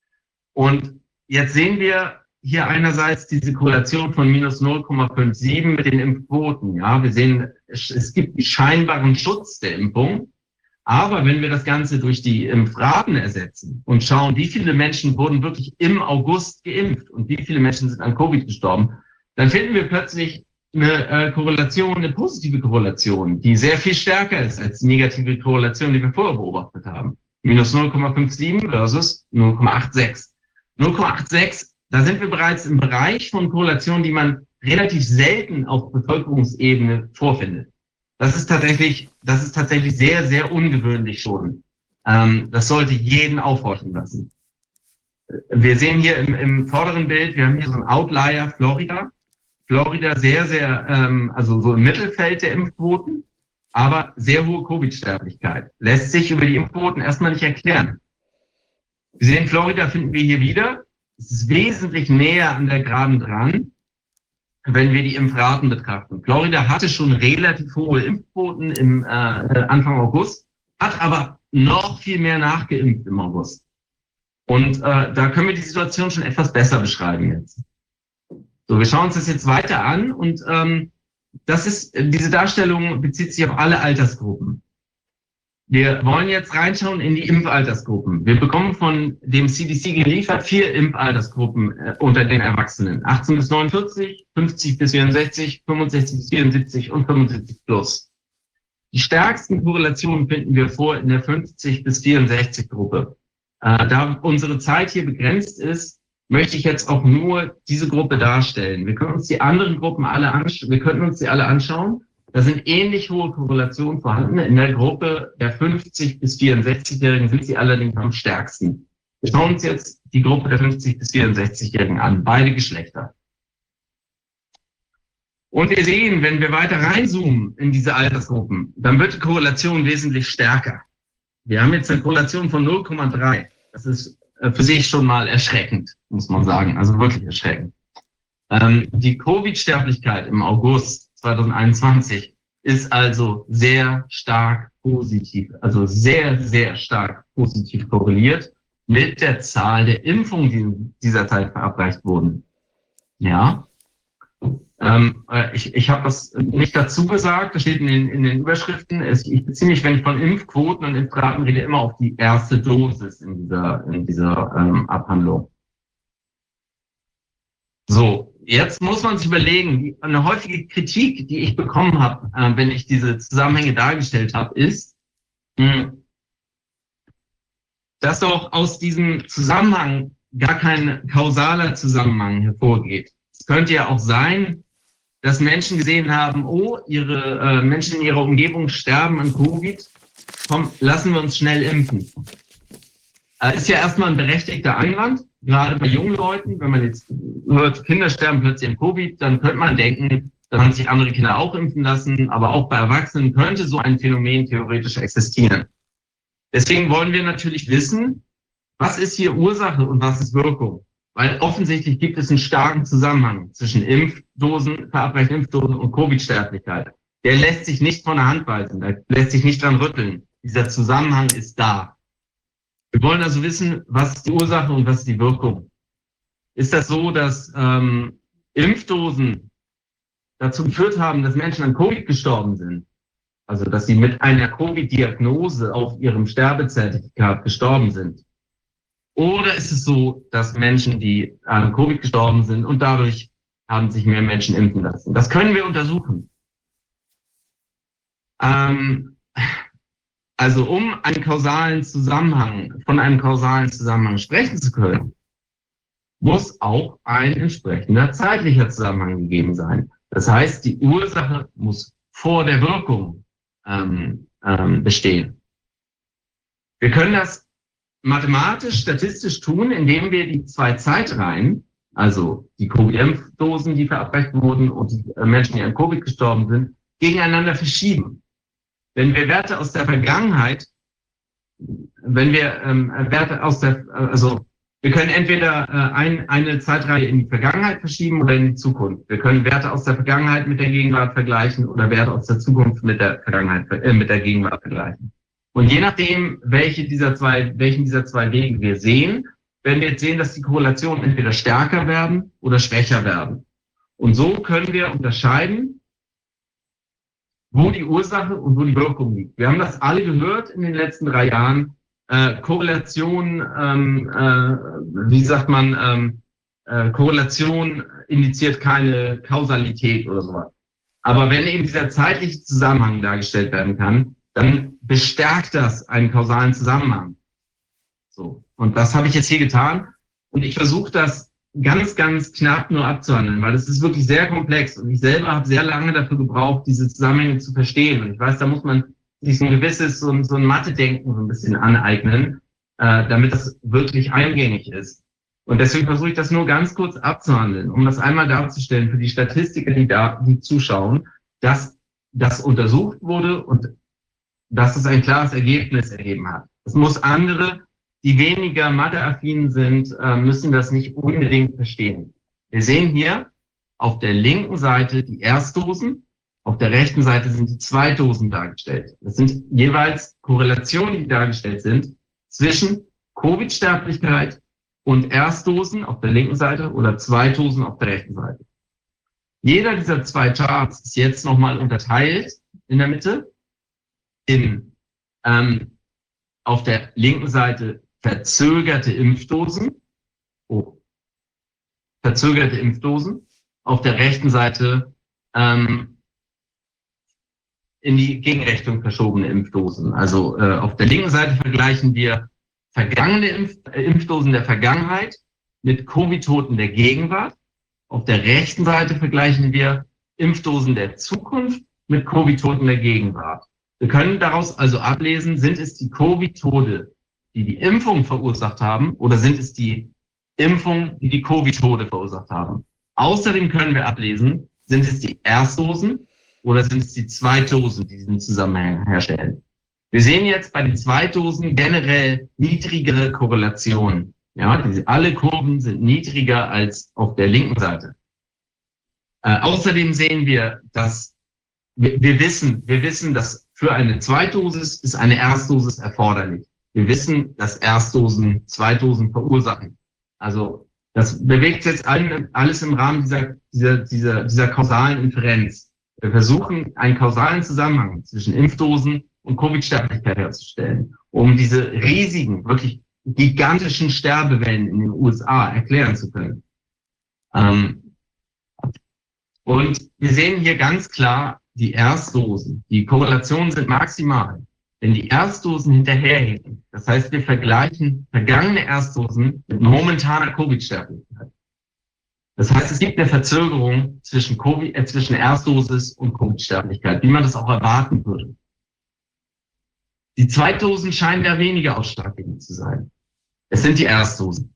Und jetzt sehen wir hier einerseits diese Korrelation von minus null Komma siebenundfünfzig mit den Impfquoten. Ja, wir sehen, es gibt den scheinbaren Schutz der Impfung. Aber wenn wir das Ganze durch die Impfraten ersetzen und schauen, wie viele Menschen wurden wirklich im August geimpft und wie viele Menschen sind an Covid gestorben, dann finden wir plötzlich eine äh, Korrelation, eine positive Korrelation, die sehr viel stärker ist als die negative Korrelation, die wir vorher beobachtet haben. Minus null Komma siebenundfünfzig versus null Komma sechsundachtzig. null Komma sechsundachtzig, da sind wir bereits im Bereich von Korrelationen, die man relativ selten auf Bevölkerungsebene vorfindet. Das ist tatsächlich, das ist tatsächlich sehr, sehr ungewöhnlich schon. Ähm, das sollte jeden aufhorchen lassen. Wir sehen hier im, im vorderen Bild, wir haben hier so einen Outlier, Florida. Florida sehr, sehr, ähm, also so im Mittelfeld der Impfquoten, aber sehr hohe Covid-Sterblichkeit. Lässt sich über die Impfquoten erstmal nicht erklären. Wir sehen, Florida finden wir hier wieder. Es ist wesentlich näher an der Geraden dran, wenn wir die Impfraten betrachten. Florida hatte schon relativ hohe Impfquoten im äh, Anfang August, hat aber noch viel mehr nachgeimpft im August. Und äh, da können wir die Situation schon etwas besser beschreiben jetzt. So, wir schauen uns das jetzt weiter an und ähm, das ist, diese Darstellung bezieht sich auf alle Altersgruppen. Wir wollen jetzt reinschauen in die Impfaltersgruppen. Wir bekommen von dem C D C geliefert vier Impfaltersgruppen äh, unter den Erwachsenen. achtzehn bis neunundvierzig, fünfzig bis vierundsechzig, fünfundsechzig bis vierundsiebzig und fünfundsiebzig plus. Die stärksten Korrelationen finden wir vor in der fünfzig bis vierundsechzig Gruppe. Äh, da unsere Zeit hier begrenzt ist, möchte ich jetzt auch nur diese Gruppe darstellen. Wir können uns die anderen Gruppen alle anschauen, wir könnten uns die alle anschauen. Da sind ähnlich hohe Korrelationen vorhanden. In der Gruppe der fünfzig bis vierundsechzigjährigen sind sie allerdings am stärksten. Wir schauen uns jetzt die Gruppe der fünfzig bis vierundsechzigjährigen an, beide Geschlechter. Und wir sehen, wenn wir weiter reinzoomen in diese Altersgruppen, dann wird die Korrelation wesentlich stärker. Wir haben jetzt eine Korrelation von null Komma drei. Das ist für sich schon mal erschreckend, muss man sagen, also wirklich erschreckend. Ähm, die Covid-Sterblichkeit im August zwanzig einundzwanzig ist also sehr stark positiv, also sehr, sehr stark positiv korreliert mit der Zahl der Impfungen, die in dieser Zeit verabreicht wurden. Ja, ähm, ich, ich habe das nicht dazu gesagt, das steht in den, in den Überschriften. Es, ich beziehe mich, wenn ich von Impfquoten und Impfraten rede, immer auf die erste Dosis in dieser, in dieser ähm, Abhandlung. So, jetzt muss man sich überlegen, eine häufige Kritik, die ich bekommen habe, äh, wenn ich diese Zusammenhänge dargestellt habe, ist, mh, dass doch aus diesem Zusammenhang gar kein kausaler Zusammenhang hervorgeht. Es könnte ja auch sein, dass Menschen gesehen haben, oh, ihre äh, Menschen in ihrer Umgebung sterben an Covid, komm, lassen wir uns schnell impfen. Äh, ist ja erstmal ein berechtigter Einwand. Gerade bei jungen Leuten, wenn man jetzt hört, Kinder sterben plötzlich an Covid, dann könnte man denken, dann haben sich andere Kinder auch impfen lassen, aber auch bei Erwachsenen könnte so ein Phänomen theoretisch existieren. Deswegen wollen wir natürlich wissen, was ist hier Ursache und was ist Wirkung? Weil offensichtlich gibt es einen starken Zusammenhang zwischen Impfdosen, verabreichten Impfdosen und Covid-Sterblichkeit. Der lässt sich nicht von der Hand weisen, der lässt sich nicht dran rütteln. Dieser Zusammenhang ist da. Wir wollen also wissen, was ist die Ursache und was ist die Wirkung. ist das so, dass ähm, Impfdosen dazu geführt haben, dass Menschen an Covid gestorben sind. Also, dass sie mit einer Covid-Diagnose auf ihrem Sterbezertifikat gestorben sind. Oder ist es so, dass Menschen, die an Covid gestorben sind und dadurch haben sich mehr Menschen impfen lassen? Das können wir untersuchen. Ähm, also, um einen kausalen Zusammenhang, von einem kausalen Zusammenhang sprechen zu können, muss auch ein entsprechender zeitlicher Zusammenhang gegeben sein. Das heißt, die Ursache muss vor der Wirkung ähm, ähm, bestehen. Wir können das mathematisch, statistisch tun, indem wir die zwei Zeitreihen, also die Covid-Impfdosen, die verabreicht wurden und die Menschen, die an Covid gestorben sind, gegeneinander verschieben. Wenn wir Werte aus der Vergangenheit, wenn wir ähm, Werte aus der, also wir können entweder äh, ein, eine Zeitreihe in die Vergangenheit verschieben oder in die Zukunft. Wir können Werte aus der Vergangenheit mit der Gegenwart vergleichen oder Werte aus der Zukunft mit der Vergangenheit, äh, mit der Gegenwart vergleichen. Und je nachdem, welche dieser zwei, welchen dieser zwei Wege wir sehen, werden wir jetzt sehen, dass die Korrelationen entweder stärker werden oder schwächer werden. Und so können wir unterscheiden, wo die Ursache und wo die Wirkung liegt. Wir haben das alle gehört in den letzten drei Jahren. Äh, Korrelation, ähm, äh, wie sagt man, ähm, äh, Korrelation indiziert keine Kausalität oder sowas. Aber wenn eben dieser zeitliche Zusammenhang dargestellt werden kann, dann bestärkt das einen kausalen Zusammenhang. So. Und das habe ich jetzt hier getan. Und ich versuche das ganz, ganz knapp nur abzuhandeln, weil das ist wirklich sehr komplex. Und ich selber habe sehr lange dafür gebraucht, diese Zusammenhänge zu verstehen. Und ich weiß, da muss man sich so ein gewisses, so ein, so ein Mathe-Denken so ein bisschen aneignen, äh, damit das wirklich eingängig ist. Und deswegen versuche ich das nur ganz kurz abzuhandeln, um das einmal darzustellen für die Statistiker, die da, die zuschauen, dass das untersucht wurde und dass es ein klares Ergebnis ergeben hat. Es muss andere, die weniger Mathe-affin sind, äh, müssen das nicht unbedingt verstehen. Wir sehen hier auf der linken Seite die Erstdosen, auf der rechten Seite sind die Zweitdosen dargestellt. Das sind jeweils Korrelationen, die dargestellt sind zwischen Covid-Sterblichkeit und Erstdosen auf der linken Seite oder Zweitdosen auf der rechten Seite. Jeder dieser zwei Charts ist jetzt nochmal unterteilt in der Mitte in ähm, auf der linken Seite verzögerte Impfdosen, oh, verzögerte Impfdosen, auf der rechten Seite ähm, in die Gegenrichtung verschobene Impfdosen. Also äh, auf der linken Seite vergleichen wir vergangene Impf äh, Impfdosen der Vergangenheit mit Covid-Toten der Gegenwart. Auf der rechten Seite vergleichen wir Impfdosen der Zukunft mit Covid-Toten der Gegenwart. Wir können daraus also ablesen, sind es die Covid-Tote, die die Impfung verursacht haben, oder sind es die Impfungen, die die Covid-Tote verursacht haben. Außerdem können wir ablesen, sind es die Erstdosen oder sind es die Zweitdosen, die diesen Zusammenhang herstellen. Wir sehen jetzt bei den Zweitdosen generell niedrigere Korrelationen. Ja, diese, alle Kurven sind niedriger als auf der linken Seite. Äh, außerdem sehen wir, dass wir, wir wissen, wir wissen, dass für eine Zweitdosis ist eine Erstdosis erforderlich. Wir wissen, dass Erstdosen Zweitdosen verursachen. Also das bewegt jetzt alles im Rahmen dieser, dieser, dieser, dieser kausalen Inferenz. Wir versuchen, einen kausalen Zusammenhang zwischen Impfdosen und Covid-Sterblichkeit herzustellen, um diese riesigen, wirklich gigantischen Sterbewellen in den U S A erklären zu können. Ähm, und wir sehen hier ganz klar die Erstdosen. Die Korrelationen sind maximal, wenn die Erstdosen hinterherhinken. Das heißt, wir vergleichen vergangene Erstdosen mit momentaner Covid-Sterblichkeit. Das heißt, es gibt eine Verzögerung zwischen, Covid, äh, zwischen Erstdosis und Covid-Sterblichkeit, wie man das auch erwarten würde. Die Zweitdosen scheinen da weniger ausschlaggebend zu sein. Es sind die Erstdosen.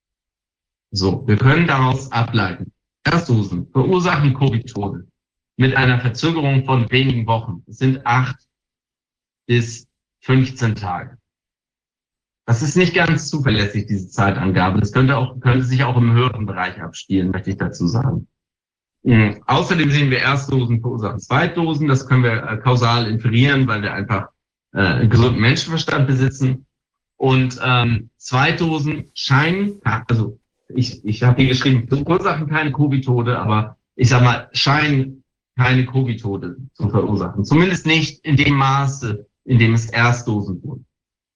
So, wir können daraus ableiten. Erstdosen verursachen Covid-Tote mit einer Verzögerung von wenigen Wochen. Es sind acht bis fünfzehn Tage. Das ist nicht ganz zuverlässig, diese Zeitangabe. Das könnte auch, könnte sich auch im höheren Bereich abspielen, möchte ich dazu sagen. Mhm. Außerdem sehen wir Erstdosen verursachen Zweitdosen. Das können wir äh, kausal inferieren, weil wir einfach äh, einen gesunden Menschenverstand besitzen. Und ähm, Zweitdosen scheinen, also ich, ich habe hier geschrieben, verursachen keine Covid-Tode, aber ich sag mal, scheinen keine Covid-Tode zu verursachen. Zumindest nicht in dem Maße, in dem es Erstdosen wurden.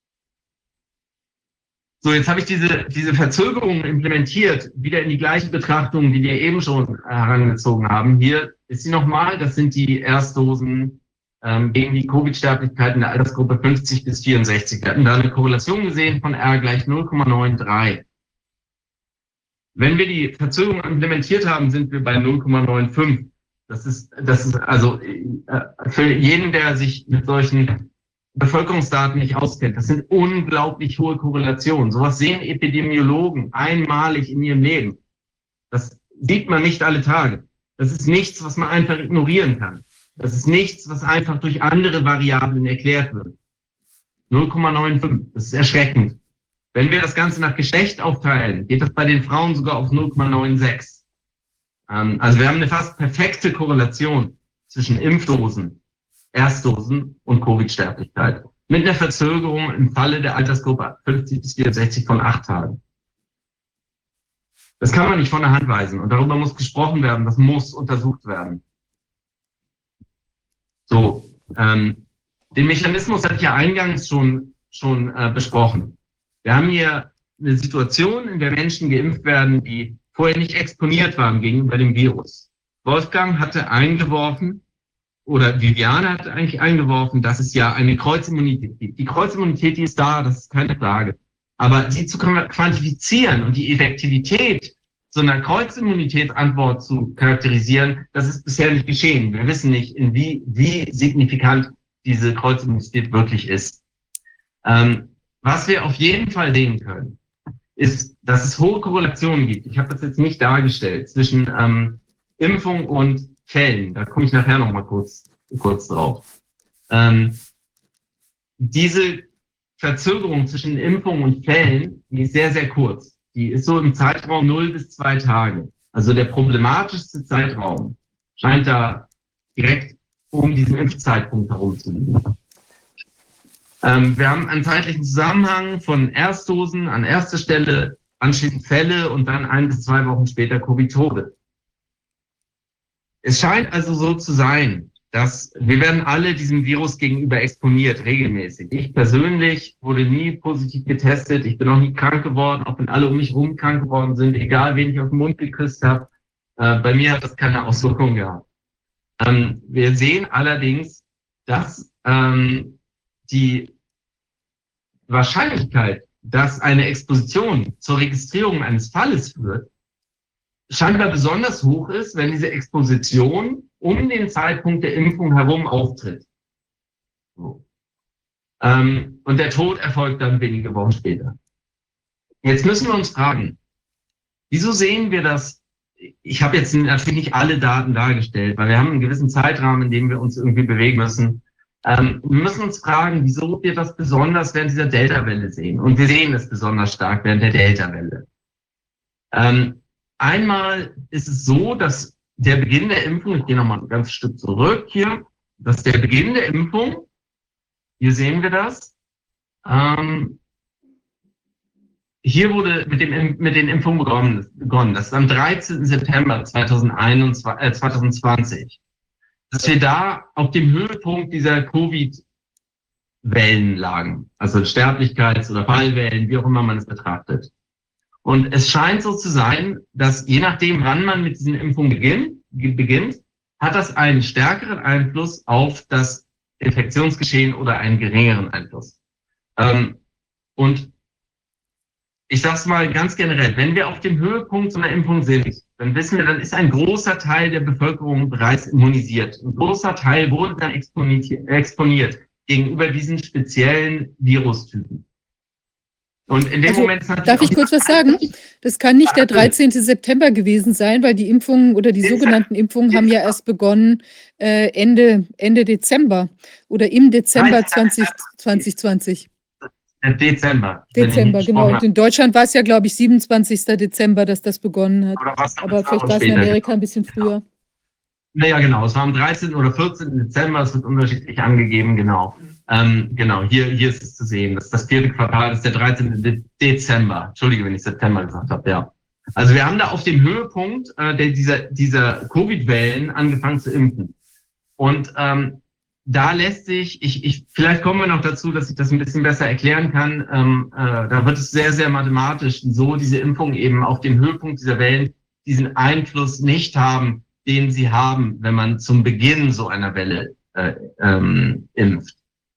So, jetzt habe ich diese, diese Verzögerung implementiert, wieder in die gleiche Betrachtung, die wir eben schon herangezogen haben. Hier ist sie nochmal, das sind die Erstdosen ähm, gegen die Covid-Sterblichkeit in der Altersgruppe fünfzig bis vierundsechzig. Wir hatten da eine Korrelation gesehen von R gleich null Komma neununddreißig. Wenn wir die Verzögerung implementiert haben, sind wir bei null Komma fünfundneunzig. Das ist, das ist also äh, für jeden, der sich mit solchen Bevölkerungsdaten nicht auskennt, das sind unglaublich hohe Korrelationen. Sowas sehen Epidemiologen einmalig in ihrem Leben. Das sieht man nicht alle Tage. Das ist nichts, was man einfach ignorieren kann. Das ist nichts, was einfach durch andere Variablen erklärt wird. null Komma fünfundneunzig, das ist erschreckend. Wenn wir das Ganze nach Geschlecht aufteilen, geht das bei den Frauen sogar auf null Komma sechsundneunzig. Ähm, also wir haben eine fast perfekte Korrelation zwischen Impfdosen, Erstdosen und Covid-Sterblichkeit. Mit einer Verzögerung im Falle der Altersgruppe fünfzig bis vierundsechzig von acht Tagen. Das kann man nicht von der Hand weisen und darüber muss gesprochen werden, das muss untersucht werden. So, ähm, den Mechanismus hatte ich ja eingangs schon, schon äh, besprochen. Wir haben hier eine Situation, in der Menschen geimpft werden, die vorher nicht exponiert waren gegenüber dem Virus. Wolfgang hatte eingeworfen, oder Viviane hat eigentlich eingeworfen, dass es ja eine Kreuzimmunität gibt. Die Kreuzimmunität, die ist da, das ist keine Frage. Aber sie zu quantifizieren und die Effektivität so einer Kreuzimmunitätsantwort zu charakterisieren, das ist bisher nicht geschehen. Wir wissen nicht, in wie, wie signifikant diese Kreuzimmunität wirklich ist. Ähm, was wir auf jeden Fall sehen können, ist, dass es hohe Korrelationen gibt. Ich habe das jetzt nicht dargestellt zwischen ähm, Impfung und Fällen, da komme ich nachher noch mal kurz, kurz drauf. Ähm, diese Verzögerung zwischen Impfung und Fällen, die ist sehr, sehr kurz. Die ist so im Zeitraum null bis zwei Tage. Also der problematischste Zeitraum scheint da direkt um diesen Impfzeitpunkt herum zu liegen. Ähm, wir haben einen zeitlichen Zusammenhang von Erstdosen an erster Stelle, anschließend Fälle und dann ein bis zwei Wochen später Covid-Tode. Es scheint also so zu sein, dass wir werden alle diesem Virus gegenüber exponiert, regelmäßig. Ich persönlich wurde nie positiv getestet, ich bin auch nie krank geworden, auch wenn alle um mich herum krank geworden sind, egal wen ich auf den Mund geküsst habe. Äh, bei mir hat das keine Auswirkung gehabt. Ähm, wir sehen allerdings, dass ähm, die Wahrscheinlichkeit, dass eine Exposition zur Registrierung eines Falles führt, scheinbar besonders hoch ist, wenn diese Exposition um den Zeitpunkt der Impfung herum auftritt. So. Ähm, und der Tod erfolgt dann wenige Wochen später. Jetzt müssen wir uns fragen, wieso sehen wir das? Ich habe jetzt natürlich nicht alle Daten dargestellt, weil wir haben einen gewissen Zeitrahmen, in dem wir uns irgendwie bewegen müssen. Ähm, wir müssen uns fragen, wieso wir das besonders während dieser Delta-Welle sehen. Und wir sehen es besonders stark während der Delta-Welle. Ähm, Einmal ist es so, dass der Beginn der Impfung, ich gehe nochmal ein ganzes Stück zurück hier, dass der Beginn der Impfung, hier sehen wir das, ähm, hier wurde mit, dem, mit den Impfungen begonnen, begonnen. Das ist am dreizehnten September zweitausendzwanzig, dass wir da auf dem Höhepunkt dieser Covid-Wellen lagen, also Sterblichkeits- oder Fallwellen, wie auch immer man es betrachtet. Und es scheint so zu sein, dass je nachdem, wann man mit diesen Impfungen beginnt, beginnt, hat das einen stärkeren Einfluss auf das Infektionsgeschehen oder einen geringeren Einfluss. Ähm, und ich sage es mal ganz generell, wenn wir auf dem Höhepunkt so einer Impfung sind, dann wissen wir, dann ist ein großer Teil der Bevölkerung bereits immunisiert. Ein großer Teil wurde dann exponiert gegenüber diesen speziellen Virustypen. Und in dem Also, Moment ist darf ich kurz was sagen? Das kann nicht der dreizehnte September gewesen sein, weil die Impfungen oder die sogenannten Impfungen haben ja erst begonnen äh, Ende, Ende Dezember oder im Dezember zwanzig zwanzig. Dezember. Dezember, genau. Und in Deutschland war es ja, glaube ich, siebenundzwanzigster Dezember, dass das begonnen hat. Aber vielleicht war es in Amerika ein bisschen früher. Naja, genau. Es war am dreizehnten oder vierzehnten Dezember, es wird unterschiedlich angegeben, genau. Ähm, genau, hier, hier ist es zu sehen. Das ist das vierte Quartal, das ist der dreizehnte Dezember. Entschuldige, wenn ich September gesagt habe, ja. Also wir haben da auf dem Höhepunkt äh, der, dieser, dieser Covid-Wellen angefangen zu impfen. Und ähm, da lässt sich, ich, ich, vielleicht kommen wir noch dazu, dass ich das ein bisschen besser erklären kann. Ähm, äh, da wird es sehr, sehr mathematisch, so diese Impfungen eben auf dem Höhepunkt dieser Wellen diesen Einfluss nicht haben, den sie haben, wenn man zum Beginn so einer Welle äh, ähm, impft.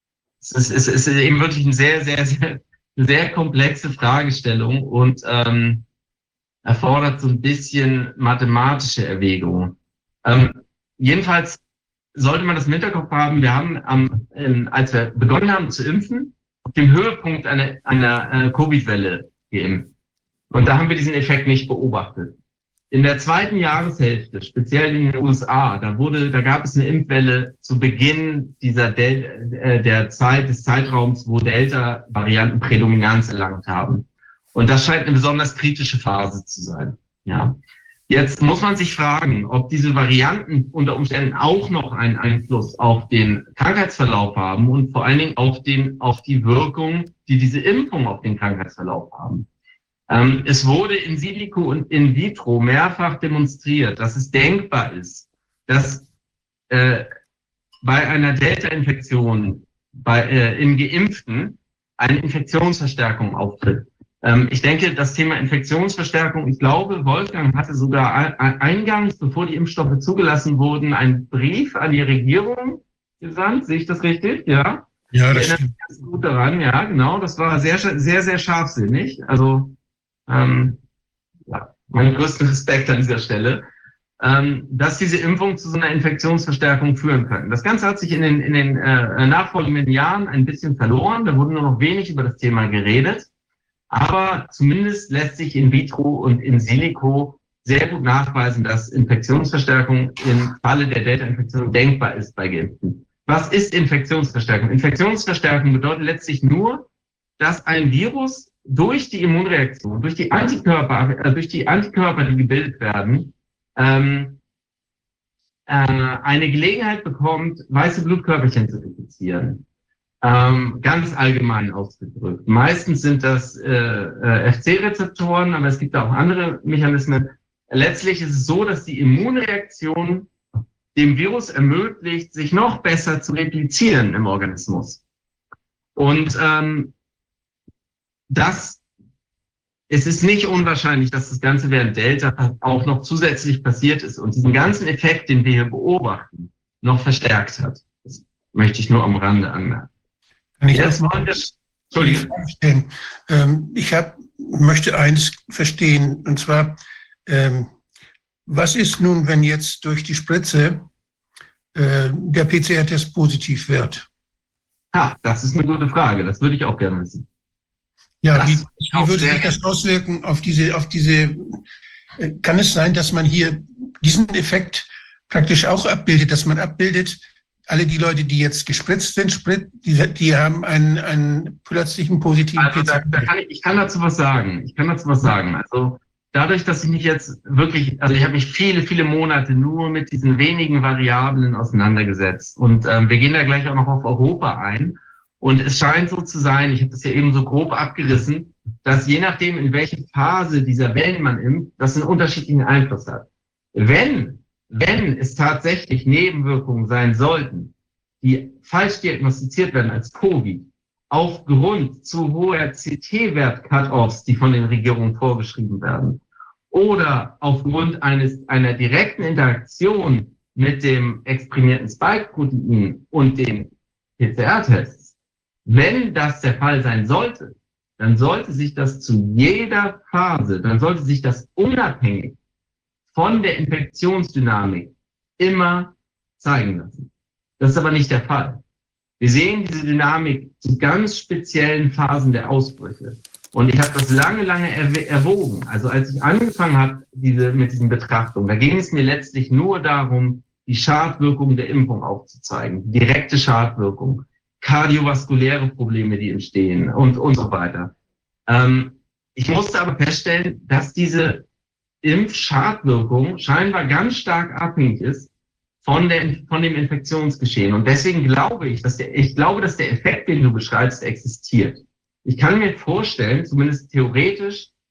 Es ist, es ist eben wirklich eine sehr, sehr, sehr, sehr komplexe Fragestellung und ähm, erfordert so ein bisschen mathematische Erwägungen. Ähm, jedenfalls sollte man das im Hinterkopf haben, wir haben, am, ähm, als wir begonnen haben zu impfen, auf dem Höhepunkt einer, einer äh, Covid-Welle geimpft. Und da haben wir diesen Effekt nicht beobachtet. In der zweiten Jahreshälfte, speziell in den U S A, da wurde, da gab es eine Impfwelle zu Beginn dieser Del äh, der Zeit, des Zeitraums, wo Delta-Varianten Prädominanz erlangt haben. Und das scheint eine besonders kritische Phase zu sein. Ja. Jetzt muss man sich fragen, ob diese Varianten unter Umständen auch noch einen Einfluss auf den Krankheitsverlauf haben und vor allen Dingen auf den, auf die Wirkung, die diese Impfung auf den Krankheitsverlauf haben. Ähm, es wurde in silico und in vitro mehrfach demonstriert, dass es denkbar ist, dass äh, bei einer Delta-Infektion bei, äh, in Geimpften eine Infektionsverstärkung auftritt. Ähm, ich denke, das Thema Infektionsverstärkung, ich glaube, Wolfgang hatte sogar eingangs, bevor die Impfstoffe zugelassen wurden, einen Brief an die Regierung gesandt. Sehe ich das richtig? Ja. Ja, das stimmt. Ganz gut daran, ja, genau. Das war sehr, sehr, sehr scharfsinnig. Also, ähm, ja, meinen größten Respekt an dieser Stelle, ähm, dass diese Impfung zu so einer Infektionsverstärkung führen können. Das Ganze hat sich in den, in den äh, nachfolgenden Jahren ein bisschen verloren. Da wurde nur noch wenig über das Thema geredet. Aber zumindest lässt sich in vitro und in silico sehr gut nachweisen, dass Infektionsverstärkung im Falle der Delta-Infektion denkbar ist bei Geimpften. Was ist Infektionsverstärkung? Infektionsverstärkung bedeutet letztlich nur, dass ein Virus durch die Immunreaktion, durch die Antikörper, äh, durch die Antikörper, die gebildet werden, ähm, äh, eine Gelegenheit bekommt, weiße Blutkörperchen zu infizieren. Ähm, ganz allgemein ausgedrückt. Meistens sind das äh, äh, F C-Rezeptoren, aber es gibt auch andere Mechanismen. Letztlich ist es so, dass die Immunreaktion dem Virus ermöglicht, sich noch besser zu replizieren im Organismus. Und ähm, das, es ist nicht unwahrscheinlich, dass das Ganze während Delta auch noch zusätzlich passiert ist und diesen ganzen Effekt, den wir hier beobachten, noch verstärkt hat. Das möchte ich nur am Rande anmerken. Kann ich Jetzt das wollen wir, Entschuldigung. verstehen? Ähm, ich hab, möchte eins verstehen, und zwar, ähm, was ist nun, wenn jetzt durch die Spritze äh, der P C R-Test positiv wird? Ah, das ist eine gute Frage. Das würde ich auch gerne wissen. Ja, Das wie, ist wie auch würde sehr sich das auswirken auf diese, auf diese, äh, kann es sein, dass man hier diesen Effekt praktisch auch abbildet, dass man abbildet, alle die Leute, die jetzt gespritzt sind, Sprit, die, die haben einen, einen plötzlichen positiven Also da, da kann ich, ich kann dazu was sagen. Ich kann dazu was sagen. Also dadurch, dass ich mich jetzt wirklich, also ich habe mich viele, viele Monate nur mit diesen wenigen Variablen auseinandergesetzt. Und ähm, wir gehen da gleich auch noch auf Europa ein. Und es scheint so zu sein, ich habe das ja eben so grob abgerissen, dass je nachdem, in welche Phase dieser Wellen man impft, das einen unterschiedlichen Einfluss hat. Wenn Wenn es tatsächlich Nebenwirkungen sein sollten, die falsch diagnostiziert werden als Covid, aufgrund zu hoher C T-Wert-Cut-Offs, die von den Regierungen vorgeschrieben werden, oder aufgrund eines einer direkten Interaktion mit dem exprimierten Spike-Protein und den P C R-Tests, wenn das der Fall sein sollte, dann sollte sich das zu jeder Phase, dann sollte sich das unabhängig von der Infektionsdynamik immer zeigen lassen. Das ist aber nicht der Fall. Wir sehen diese Dynamik zu ganz speziellen Phasen der Ausbrüche. Und ich habe das lange, lange erw- erwogen. Also als ich angefangen habe diese, mit diesen Betrachtungen, da ging es mir letztlich nur darum, die Schadwirkung der Impfung aufzuzeigen, direkte Schadwirkung, kardiovaskuläre Probleme, die entstehen und, und so weiter. Ähm, ich musste aber feststellen, dass diese Impfschadwirkung scheinbar ganz stark abhängig ist von der, von dem Infektionsgeschehen. Und deswegen glaube ich, dass der, ich glaube, dass der Effekt, den du beschreibst, existiert. Ich kann mir vorstellen, zumindest theoretisch,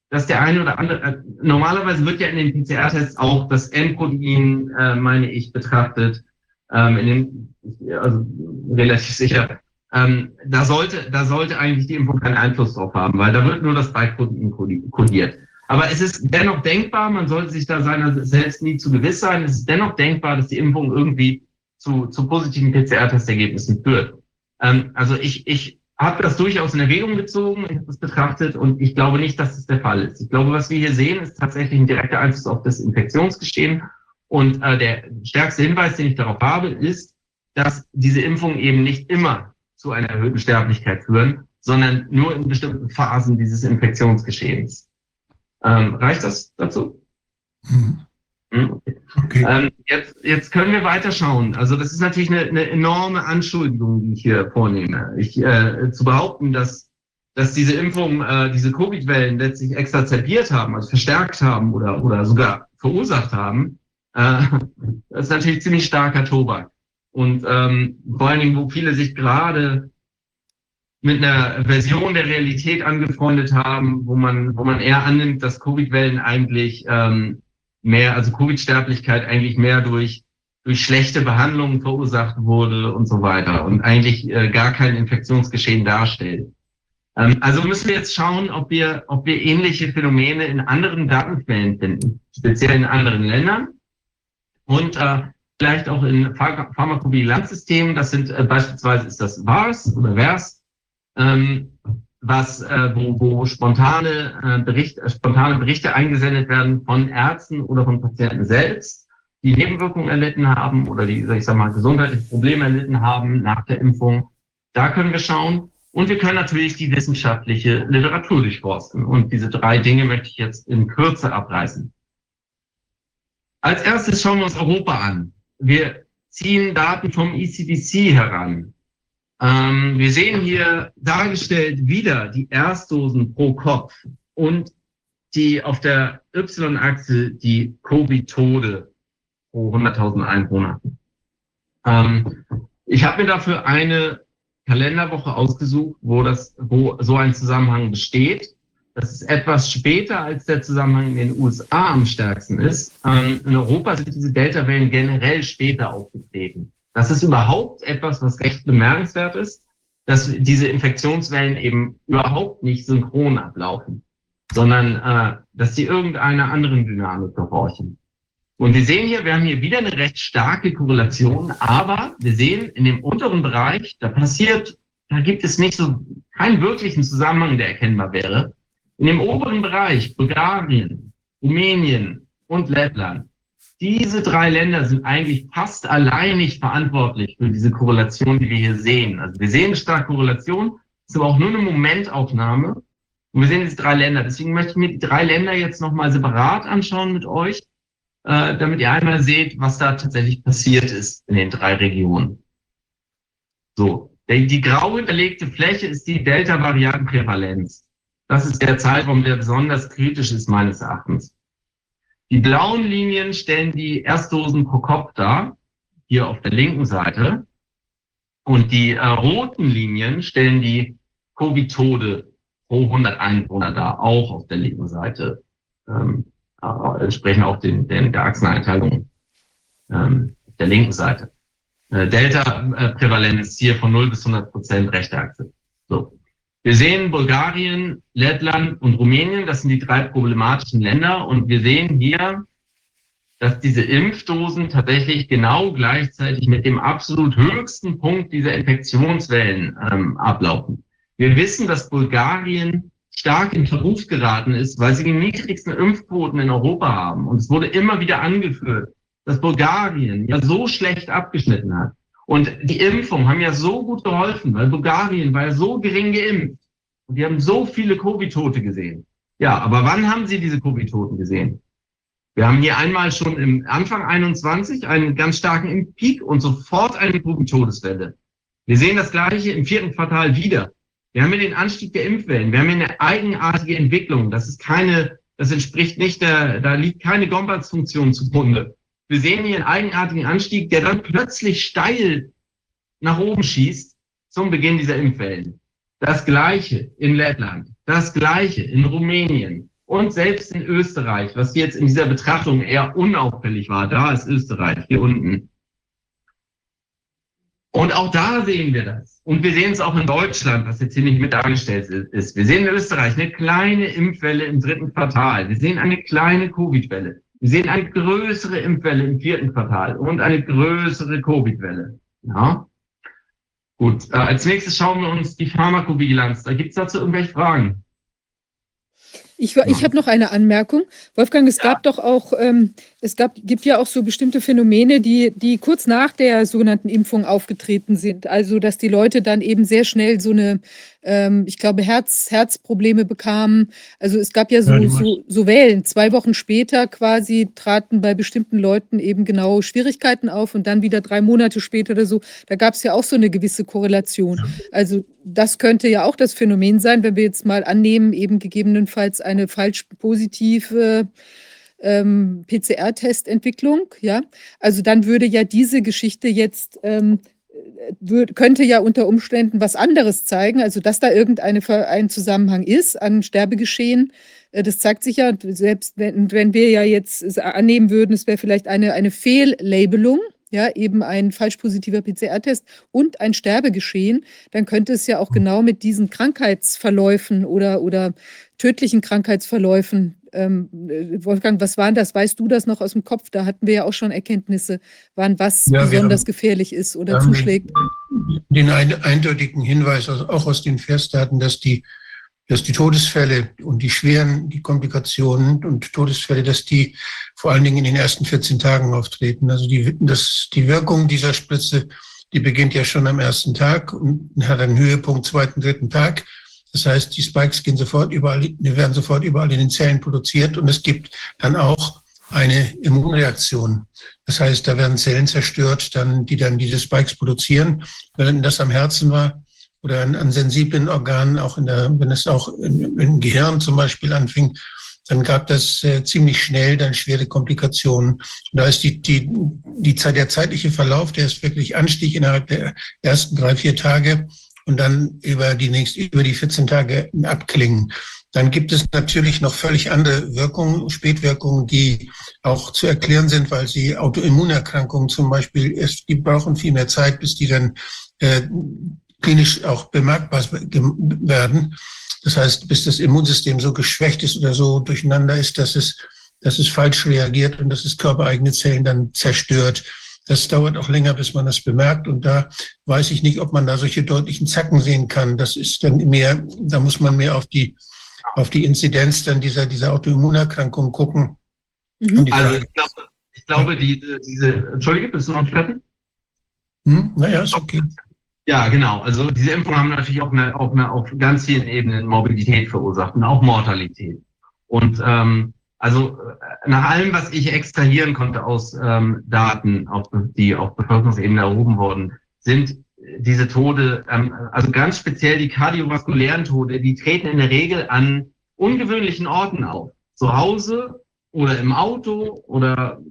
dass der eine oder andere, äh, normalerweise wird ja in den P C R-Tests auch das N-Protein, äh, meine ich, betrachtet, ähm, in den, also relativ sicher. Ähm, da sollte, da sollte eigentlich die Impfung keinen Einfluss drauf haben, weil da wird nur das Spike-Protein kodiert. Aber es ist dennoch denkbar, man sollte sich da seiner selbst nie zu gewiss sein, es ist dennoch denkbar, dass die Impfung irgendwie zu, zu positiven P C R-Testergebnissen führt. Ähm, also ich, ich habe das durchaus in Erwägung gezogen, ich habe das betrachtet und ich glaube nicht, dass das der Fall ist. Ich glaube, was wir hier sehen, ist tatsächlich ein direkter Einfluss auf das Infektionsgeschehen. Und äh, der stärkste Hinweis, den ich darauf habe, ist, dass diese Impfungen eben nicht immer zu einer erhöhten Sterblichkeit führen, sondern nur in bestimmten Phasen dieses Infektionsgeschehens. Ähm, reicht das dazu? Mhm. Okay. Okay. Ähm, jetzt, jetzt können wir weiterschauen. Also das ist natürlich eine, eine enorme Anschuldigung, die ich hier vornehme. Ich, äh, zu behaupten, dass, dass diese Impfungen, äh, diese Covid-Wellen letztlich exacerbiert haben, also verstärkt haben oder, oder sogar verursacht haben, äh, das ist natürlich ziemlich starker Tobak. Und ähm, vor allen Dingen, wo viele sich gerade mit einer Version der Realität angefreundet haben, wo man, wo man eher annimmt, dass Covid-Wellen eigentlich ähm, mehr, also Covid-Sterblichkeit eigentlich mehr durch, durch schlechte Behandlungen verursacht wurde und so weiter und eigentlich äh, gar kein Infektionsgeschehen darstellt. Ähm, also müssen wir jetzt schauen, ob wir, ob wir ähnliche Phänomene in anderen Datenquellen finden, speziell in anderen Ländern und äh, vielleicht auch in Pharm- Pharmakovigilanzsystemen. Das sind äh, beispielsweise ist das VARS oder VERS, ähm, was, äh, wo, wo spontane, äh, Bericht, äh, spontane Berichte eingesendet werden von Ärzten oder von Patienten selbst, die Nebenwirkungen erlitten haben oder die, ich sag mal, gesundheitliche Probleme erlitten haben nach der Impfung. Da können wir schauen. Und wir können natürlich die wissenschaftliche Literatur durchforsten. Und diese drei Dinge möchte ich jetzt in Kürze abreißen. Als erstes schauen wir uns Europa an. Wir ziehen Daten vom E C D C heran. Ähm, wir sehen hier dargestellt wieder die Erstdosen pro Kopf und die auf der Y-Achse die Covid-Tode pro hunderttausend Einwohner. Ähm, ich habe mir dafür eine Kalenderwoche ausgesucht, wo das, wo so ein Zusammenhang besteht. Das ist etwas später, als der Zusammenhang in den U S A am stärksten ist. Ähm, in Europa sind diese Delta-Wellen generell später aufgetreten. Das ist überhaupt etwas, was recht bemerkenswert ist, dass diese Infektionswellen eben überhaupt nicht synchron ablaufen, sondern äh, dass sie irgendeiner anderen Dynamik gehorchen. Und wir sehen hier, wir haben hier wieder eine recht starke Korrelation, aber wir sehen in dem unteren Bereich, da passiert, da gibt es nicht so keinen wirklichen Zusammenhang, der erkennbar wäre. In dem oberen Bereich, Bulgarien, Rumänien und Lettland, diese drei Länder sind eigentlich fast alleinig verantwortlich für diese Korrelation, die wir hier sehen. Also wir sehen eine starke Korrelation, ist aber auch nur eine Momentaufnahme. Und wir sehen diese drei Länder. Deswegen möchte ich mir die drei Länder jetzt nochmal separat anschauen mit euch, äh, damit ihr einmal seht, was da tatsächlich passiert ist in den drei Regionen. So, die, die grau hinterlegte Fläche ist die Delta-Variantenprävalenz. Das ist der Zeitraum, der besonders kritisch ist meines Erachtens. Die blauen Linien stellen die Erstdosen pro Kopf dar, hier auf der linken Seite. Und die äh, roten Linien stellen die Covid-Tode pro hundert Einwohner dar, auch auf der linken Seite. Ähm, äh, entsprechen auch den, den, der Achseneinteilung ähm, auf der linken Seite. Äh, Delta-Prävalenz hier von null bis hundert Prozent rechte Achse. So. Wir sehen Bulgarien, Lettland und Rumänien, das sind die drei problematischen Länder. Und wir sehen hier, dass diese Impfdosen tatsächlich genau gleichzeitig mit dem absolut höchsten Punkt dieser Infektionswellen ähm, ablaufen. Wir wissen, dass Bulgarien stark in Verruf geraten ist, weil sie die niedrigsten Impfquoten in Europa haben. Und es wurde immer wieder angeführt, dass Bulgarien ja so schlecht abgeschnitten hat. Und die Impfungen haben ja so gut geholfen, weil Bulgarien war ja so gering geimpft. Und die haben so viele Covid-Tote gesehen. Ja, aber wann haben sie diese Covid-Toten gesehen? Wir haben hier einmal schon im Anfang einundzwanzig einen ganz starken Impfpeak und sofort eine Covid-Todeswelle. Wir sehen das Gleiche im vierten Quartal wieder. Wir haben hier den Anstieg der Impfwellen. Wir haben hier eine eigenartige Entwicklung. Das ist keine, das entspricht nicht der, da liegt keine Gompertz-Funktion zugrunde. Wir sehen hier einen eigenartigen Anstieg, der dann plötzlich steil nach oben schießt zum Beginn dieser Impfwellen. Das Gleiche in Lettland, das Gleiche in Rumänien Und selbst in Österreich, was jetzt in dieser Betrachtung eher unauffällig war, da ist Österreich, hier unten. Und auch da sehen wir das. Und wir sehen es auch in Deutschland, was jetzt hier nicht mit dargestellt ist. Wir sehen in Österreich eine kleine Impfwelle im dritten Quartal. Wir sehen eine kleine Covid-Welle. Wir sehen eine größere Impfwelle im vierten Quartal und eine größere Covid-Welle. Ja. Gut, äh, als nächstes schauen wir uns die Pharmakovigilanz. Da gibt es dazu irgendwelche Fragen? Ich, ich habe noch eine Anmerkung. Wolfgang, es gab doch auch, ähm, es gab, gibt ja auch so bestimmte Phänomene, die, die kurz nach der sogenannten Impfung aufgetreten sind. Also, dass die Leute dann eben sehr schnell so eine, ähm, ich glaube, Herz, Herzprobleme bekamen. Also es gab ja so, Ja, so, so Wellen. Zwei Wochen später quasi traten bei bestimmten Leuten eben genau Schwierigkeiten auf und dann wieder drei Monate später oder so. Da gab es ja auch so eine gewisse Korrelation. Also das könnte ja auch das Phänomen sein, wenn wir jetzt mal annehmen, eben gegebenenfalls eine falsch positive ähm, P C R-Testentwicklung. Ja? Also dann würde ja diese Geschichte jetzt, ähm, würd, könnte ja unter Umständen was anderes zeigen, also dass da irgendein ein Zusammenhang ist an Sterbegeschehen. Äh, das zeigt sich ja, selbst wenn, wenn wir ja jetzt annehmen würden, es wäre vielleicht eine, eine Fehllabelung, ja, eben ein falsch positiver P C R-Test und ein Sterbegeschehen, dann könnte es ja auch genau mit diesen Krankheitsverläufen oder, oder tödlichen Krankheitsverläufen, ähm, Wolfgang, was waren das? Weißt du das noch aus dem Kopf? Da hatten wir ja auch schon Erkenntnisse, wann was Ja, wir besonders haben- gefährlich ist oder wir haben zuschlägt. Den ein, eindeutigen Hinweis, also auch aus den Festdaten, dass die, dass die Todesfälle und die schweren, die Komplikationen und Todesfälle, dass die vor allen Dingen in den ersten vierzehn Tagen auftreten. Also die, das, die Wirkung dieser Spritze, die beginnt ja schon am ersten Tag und hat einen Höhepunkt zweiten, dritten Tag. Das heißt, die Spikes gehen sofort überall, die werden sofort überall in den Zellen produziert und es gibt dann auch eine Immunreaktion. Das heißt, da werden Zellen zerstört, dann, die dann diese Spikes produzieren. Wenn das am Herzen war oder an, an sensiblen Organen, auch in der, wenn es auch im, im Gehirn zum Beispiel anfing, dann gab das äh, ziemlich schnell dann schwere Komplikationen. Und da ist die, die, die Zeit, der zeitliche Verlauf, der ist wirklich Anstieg innerhalb der ersten drei, vier Tage und dann über die nächsten, über die vierzehn Tage abklingen. Dann gibt es natürlich noch völlig andere Wirkungen, Spätwirkungen, die auch zu erklären sind, weil sie Autoimmunerkrankungen zum Beispiel, erst, die brauchen viel mehr Zeit, bis die dann äh, klinisch auch bemerkbar werden. Das heißt, bis das Immunsystem so geschwächt ist oder so durcheinander ist, dass es, dass es falsch reagiert und dass es körpereigene Zellen dann zerstört. Das dauert auch länger, bis man das bemerkt. Und da weiß ich nicht, ob man da solche deutlichen Zacken sehen kann. Das ist dann mehr, da muss man mehr auf die, auf die Inzidenz dann dieser, dieser Autoimmunerkrankung gucken. Mhm. Und die Also Frage, ich glaube, ich glaube diese, diese, Entschuldige, bist du noch nicht fertig? hm, naja, ist okay. Ja, genau. Also diese Impfungen haben natürlich auch eine, auch eine, auf ganz vielen Ebenen Morbidität verursacht und auch Mortalität. Und ähm, also äh, nach allem, was ich extrahieren konnte aus ähm, Daten, auf, die auf Bevölkerungsebene erhoben wurden, sind diese Tode, ähm, also ganz speziell die kardiovaskulären Tode, die treten in der Regel an ungewöhnlichen Orten auf. Zu Hause oder im Auto oder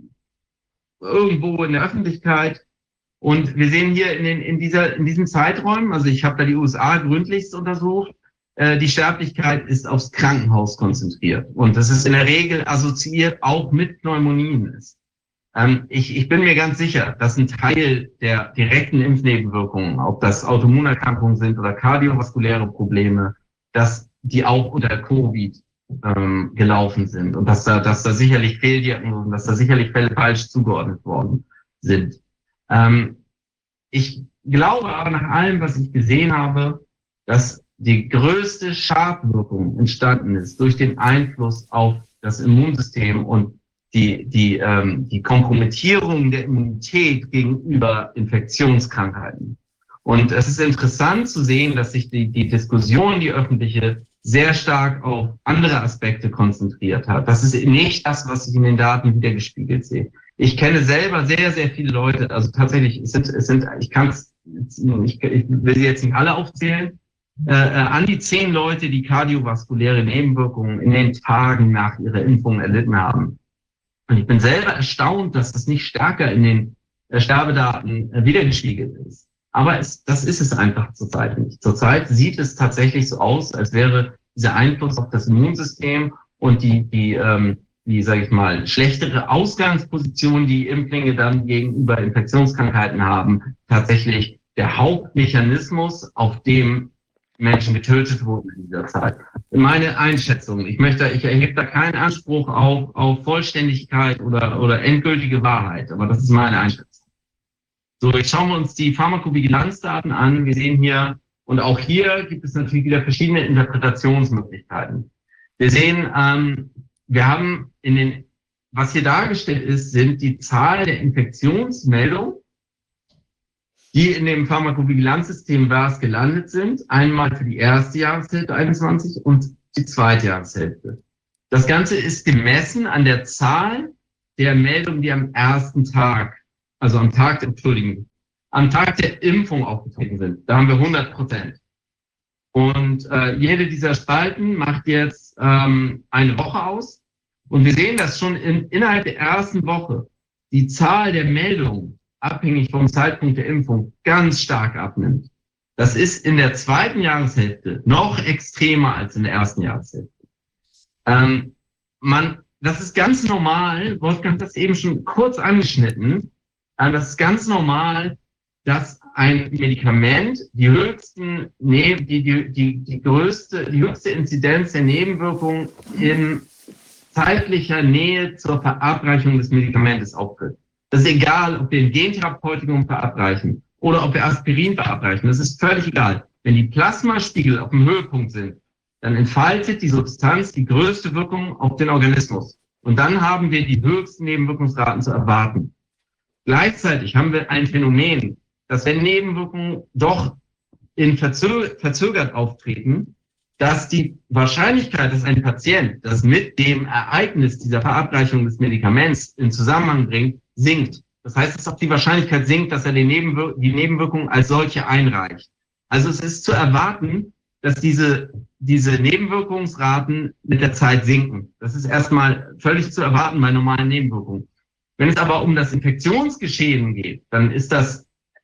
irgendwo in der Öffentlichkeit. Und wir sehen hier in, den, in, dieser, in diesen Zeiträumen, also ich habe da die U S A gründlichst untersucht, äh, die Sterblichkeit ist aufs Krankenhaus konzentriert. Und das ist in der Regel assoziiert auch mit Pneumonien ist. Ähm, ich, ich bin mir ganz sicher, dass ein Teil der direkten Impfnebenwirkungen, ob das Autoimmunerkrankungen sind oder kardiovaskuläre Probleme, dass die auch unter Covid ähm, gelaufen sind und dass da, dass da sicherlich Fehldiagnosen, dass da sicherlich Fälle falsch zugeordnet worden sind. Ähm, ich glaube aber nach allem, was ich gesehen habe, dass die größte Schadwirkung entstanden ist durch den Einfluss auf das Immunsystem und die, die, ähm, die Kompromittierung der Immunität gegenüber Infektionskrankheiten. Und es ist interessant zu sehen, dass sich die, die Diskussion, die öffentliche, sehr stark auf andere Aspekte konzentriert hat. Das ist nicht das, was ich in den Daten wiedergespiegelt sehe. Ich kenne selber sehr, sehr viele Leute, also tatsächlich, es sind, es sind, ich kann es, ich, ich will sie jetzt nicht alle aufzählen, äh, an die zehn Leute, die kardiovaskuläre Nebenwirkungen in den Tagen nach ihrer Impfung erlitten haben. Und ich bin selber erstaunt, dass das nicht stärker in den äh, Sterbedaten äh, wiedergespiegelt ist. Aber es, das ist es einfach zurzeit nicht. Zurzeit sieht es tatsächlich so aus, als wäre dieser Einfluss auf das Immunsystem und die, die, ähm, die, sage ich mal, schlechtere Ausgangsposition, die Impflinge dann gegenüber Infektionskrankheiten haben, tatsächlich der Hauptmechanismus, auf dem Menschen getötet wurden in dieser Zeit. Meine Einschätzung, ich möchte, ich erhebe da keinen Anspruch auf, auf Vollständigkeit oder, oder endgültige Wahrheit, aber das ist meine Einschätzung. So, jetzt schauen wir uns die Pharmakovigilanzdaten an. Wir sehen hier, und auch hier gibt es natürlich wieder verschiedene Interpretationsmöglichkeiten. Wir sehen, ähm, wir haben in den, was hier dargestellt ist, sind die Zahl der Infektionsmeldungen, die in dem Pharmakovigilanzsystem V A R S gelandet sind, einmal für die erste Jahreshälfte einundzwanzig und die zweite Jahreshälfte. Das Ganze ist gemessen an der Zahl der Meldungen, die am ersten Tag, also am Tag, entschuldigen, am Tag der Impfung aufgetreten sind. Da haben wir hundert Prozent. Und äh, jede dieser Spalten macht jetzt ähm, eine Woche aus. Und wir sehen, dass schon in, innerhalb der ersten Woche die Zahl der Meldungen abhängig vom Zeitpunkt der Impfung ganz stark abnimmt. Das ist in der zweiten Jahreshälfte noch extremer als in der ersten Jahreshälfte. Ähm, man, das ist ganz normal, Wolfgang hat das eben schon kurz angeschnitten, äh, das ist ganz normal, dass ein Medikament die höchsten, nee, die, die, die, die größte, die höchste Inzidenz der Nebenwirkungen in zeitlicher Nähe zur Verabreichung des Medikamentes auftritt. Das ist egal, ob wir ein Gentherapeutikum verabreichen oder ob wir Aspirin verabreichen. Das ist völlig egal. Wenn die Plasmaspiegel auf dem Höhepunkt sind, dann entfaltet die Substanz die größte Wirkung auf den Organismus. Und dann haben wir die höchsten Nebenwirkungsraten zu erwarten. Gleichzeitig haben wir ein Phänomen, dass wenn Nebenwirkungen doch in verzö verzögert auftreten, dass die Wahrscheinlichkeit, dass ein Patient das mit dem Ereignis dieser Verabreichung des Medikaments in Zusammenhang bringt, sinkt. Das heißt, dass auch die Wahrscheinlichkeit sinkt, dass er die, Nebenwir die Nebenwirkungen als solche einreicht. Also es ist zu erwarten, dass diese, diese Nebenwirkungsraten mit der Zeit sinken. Das ist erstmal völlig zu erwarten bei normalen Nebenwirkungen. Wenn es aber um das Infektionsgeschehen geht, dann ist das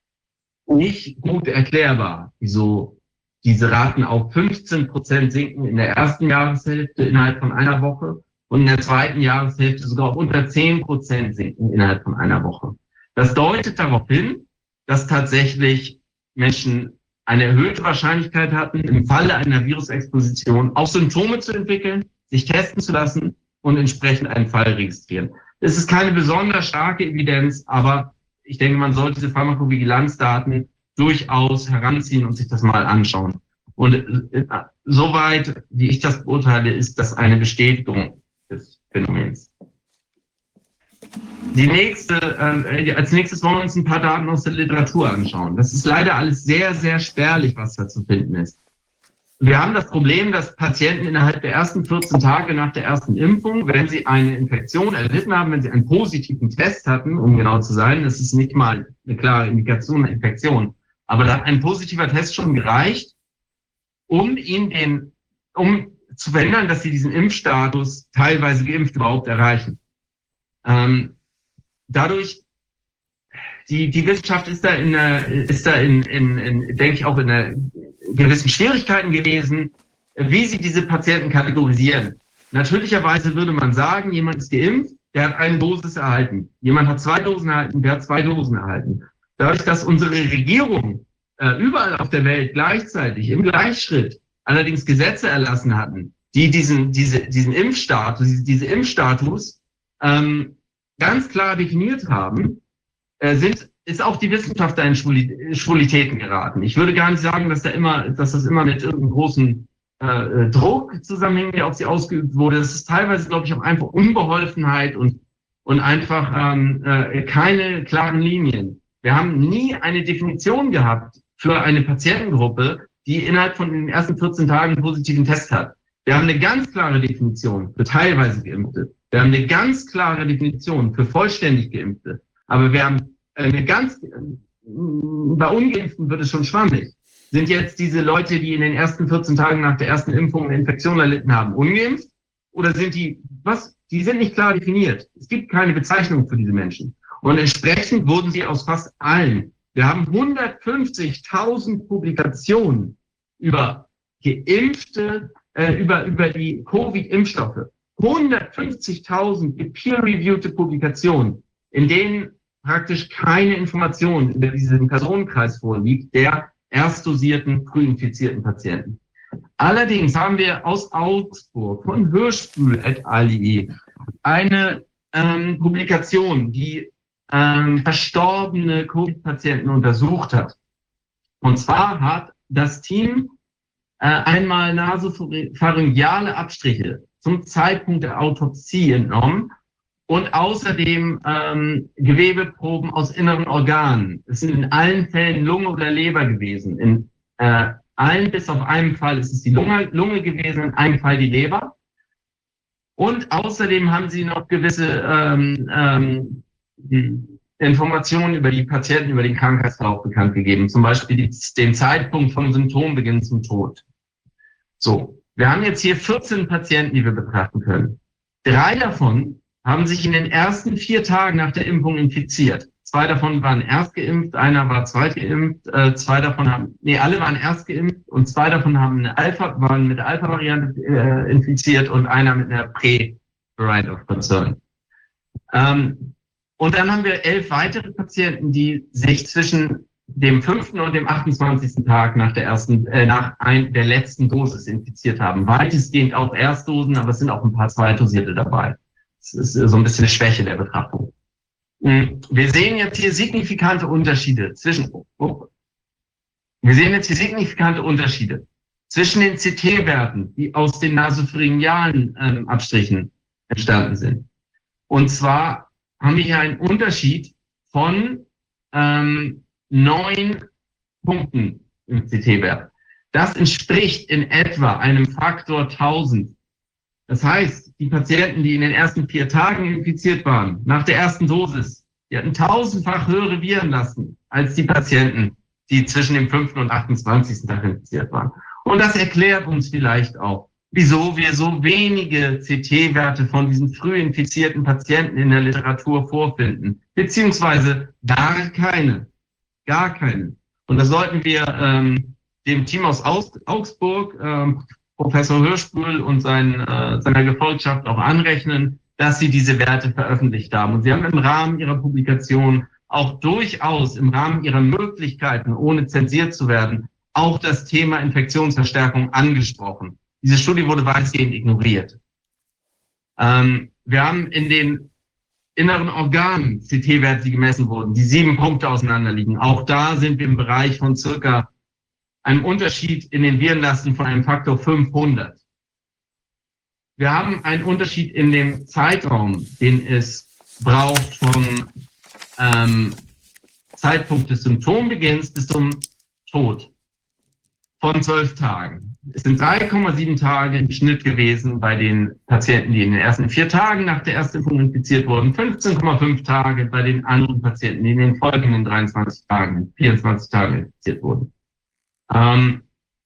nicht gut erklärbar, wieso diese Raten auf fünfzehn Prozent sinken in der ersten Jahreshälfte innerhalb von einer Woche und in der zweiten Jahreshälfte sogar auf unter zehn Prozent sinken innerhalb von einer Woche. Das deutet darauf hin, dass tatsächlich Menschen eine erhöhte Wahrscheinlichkeit hatten, im Falle einer Virusexposition auch Symptome zu entwickeln, sich testen zu lassen und entsprechend einen Fall registrieren. Es ist keine besonders starke Evidenz, aber ich denke, man sollte diese Pharmakovigilanzdaten durchaus heranziehen und sich das mal anschauen. Und äh, soweit, wie ich das beurteile, ist das eine Bestätigung des Phänomens. Die nächste, äh, als nächstes wollen wir uns ein paar Daten aus der Literatur anschauen. Das ist leider alles sehr, sehr spärlich, was da zu finden ist. Wir haben das Problem, dass Patienten innerhalb der ersten vierzehn Tage nach der ersten Impfung, wenn sie eine Infektion erlitten haben, wenn sie einen positiven Test hatten, um genau zu sein, das ist nicht mal eine klare Indikation einer Infektion, aber da hat ein positiver Test schon gereicht, um ihnen den, um zu verhindern, dass sie diesen Impfstatus teilweise geimpft überhaupt erreichen. Ähm, dadurch, die, die Wissenschaft ist da in, ist da in, in, in, denke ich auch in einer gewissen Schwierigkeiten gewesen, wie sie diese Patienten kategorisieren. Natürlicherweise würde man sagen, jemand ist geimpft, der hat eine Dosis erhalten. Jemand hat zwei Dosen erhalten, der hat zwei Dosen erhalten. Dadurch, dass unsere Regierung äh, überall auf der Welt gleichzeitig im Gleichschritt allerdings Gesetze erlassen hatten, die diesen, diese, diesen Impfstatus, diese, diese Impfstatus ähm, ganz klar definiert haben, äh, sind ist auch die Wissenschaft da in Schwulitäten geraten. Ich würde gar nicht sagen, dass da immer, dass das immer mit irgendeinem großen äh, Druck zusammenhängt, der auf sie ausgeübt wurde. Das ist teilweise, glaube ich, auch einfach Unbeholfenheit und und einfach ähm, äh, keine klaren Linien. Wir haben nie eine Definition gehabt für eine Patientengruppe, die innerhalb von den ersten vierzehn Tagen einen positiven Test hat. Wir haben eine ganz klare Definition für teilweise Geimpfte. Wir haben eine ganz klare Definition für vollständig Geimpfte. Aber wir haben eine ganz, bei Ungeimpften wird es schon schwammig. Sind jetzt diese Leute, die in den ersten vierzehn Tagen nach der ersten Impfung eine Infektion erlitten haben, ungeimpft? Oder sind die, was? Die sind nicht klar definiert. Es gibt keine Bezeichnung für diese Menschen. Und entsprechend wurden sie aus fast allen. Wir haben hundertfünfzigtausend Publikationen über Geimpfte, äh, über, über die Covid-Impfstoffe. hundertfünfzigtausend peer-reviewte Publikationen, in denen praktisch keine Information über diesen Personenkreis vorliegt, der erstdosierten, frühinfizierten Patienten. Allerdings haben wir aus Augsburg von Hirschbühl et al. eine ähm, Publikation, die ähm, verstorbene Covid-Patienten untersucht hat. Und zwar hat das Team äh, einmal nasopharyngeale Abstriche zum Zeitpunkt der Autopsie entnommen und außerdem ähm, Gewebeproben aus inneren Organen. Es sind in allen Fällen Lunge oder Leber gewesen. In äh, allen bis auf einen Fall ist es die Lunge, Lunge gewesen, in einem Fall die Leber. Und außerdem haben sie noch gewisse ähm, ähm, Informationen über die Patienten, über den Krankheitsverlauf bekannt gegeben. Zum Beispiel die, den Zeitpunkt vom Symptombeginn zum Tod. So, wir haben jetzt hier vierzehn Patienten, die wir betrachten können. Drei davon haben sich in den ersten vier Tagen nach der Impfung infiziert. Zwei davon waren erst geimpft, einer war zweit geimpft, äh, zwei davon haben, nee, alle waren erst geimpft und zwei davon haben eine Alpha, waren mit der Alpha-Variante äh, infiziert und einer mit einer Pre-Variant of Concern. Ähm, und dann haben wir elf weitere Patienten, die sich zwischen dem fünften und dem achtundzwanzigsten Tag nach der ersten, äh, nach ein, der letzten Dosis infiziert haben. Weitestgehend auch Erstdosen, aber es sind auch ein paar Zweitdosierte dabei. Das ist so ein bisschen eine Schwäche der Betrachtung. Wir sehen jetzt hier signifikante Unterschiede zwischen, oh, wir sehen jetzt hier signifikante Unterschiede zwischen den C T-Werten, die aus den nasopharyngealen ähm, Abstrichen entstanden sind. Und zwar haben wir hier einen Unterschied von ähm, neun Punkten im C T-Wert. Das entspricht in etwa einem Faktor tausend. Das heißt, die Patienten, die in den ersten vier Tagen infiziert waren, nach der ersten Dosis, die hatten tausendfach höhere Virenlasten als die Patienten, die zwischen dem fünften und achtundzwanzigsten Tag infiziert waren. Und das erklärt uns vielleicht auch, wieso wir so wenige C T-Werte von diesen früh infizierten Patienten in der Literatur vorfinden, beziehungsweise gar keine, gar keine. Und das sollten wir ähm, dem Team aus Augsburg, ähm, Professor Hirschbühl und sein, äh, seiner Gefolgschaft auch anrechnen, dass sie diese Werte veröffentlicht haben. Und sie haben im Rahmen ihrer Publikation auch durchaus im Rahmen ihrer Möglichkeiten, ohne zensiert zu werden, auch das Thema Infektionsverstärkung angesprochen. Diese Studie wurde weitgehend ignoriert. Ähm, wir haben in den inneren Organen C T-Werte, die gemessen wurden, die sieben Punkte auseinanderliegen. Auch da sind wir im Bereich von circa einem Unterschied in den Virenlasten von einem Faktor fünfhundert. Wir haben einen Unterschied in dem Zeitraum, den es braucht vom ähm, Zeitpunkt des Symptombeginns bis zum Tod von zwölf Tagen. Es sind drei Komma sieben Tage im Schnitt gewesen bei den Patienten, die in den ersten vier Tagen nach der Erstimpfung infiziert wurden, fünfzehn Komma fünf Tage bei den anderen Patienten, die in den folgenden dreiundzwanzig Tagen, vierundzwanzig Tagen infiziert wurden. Ähm,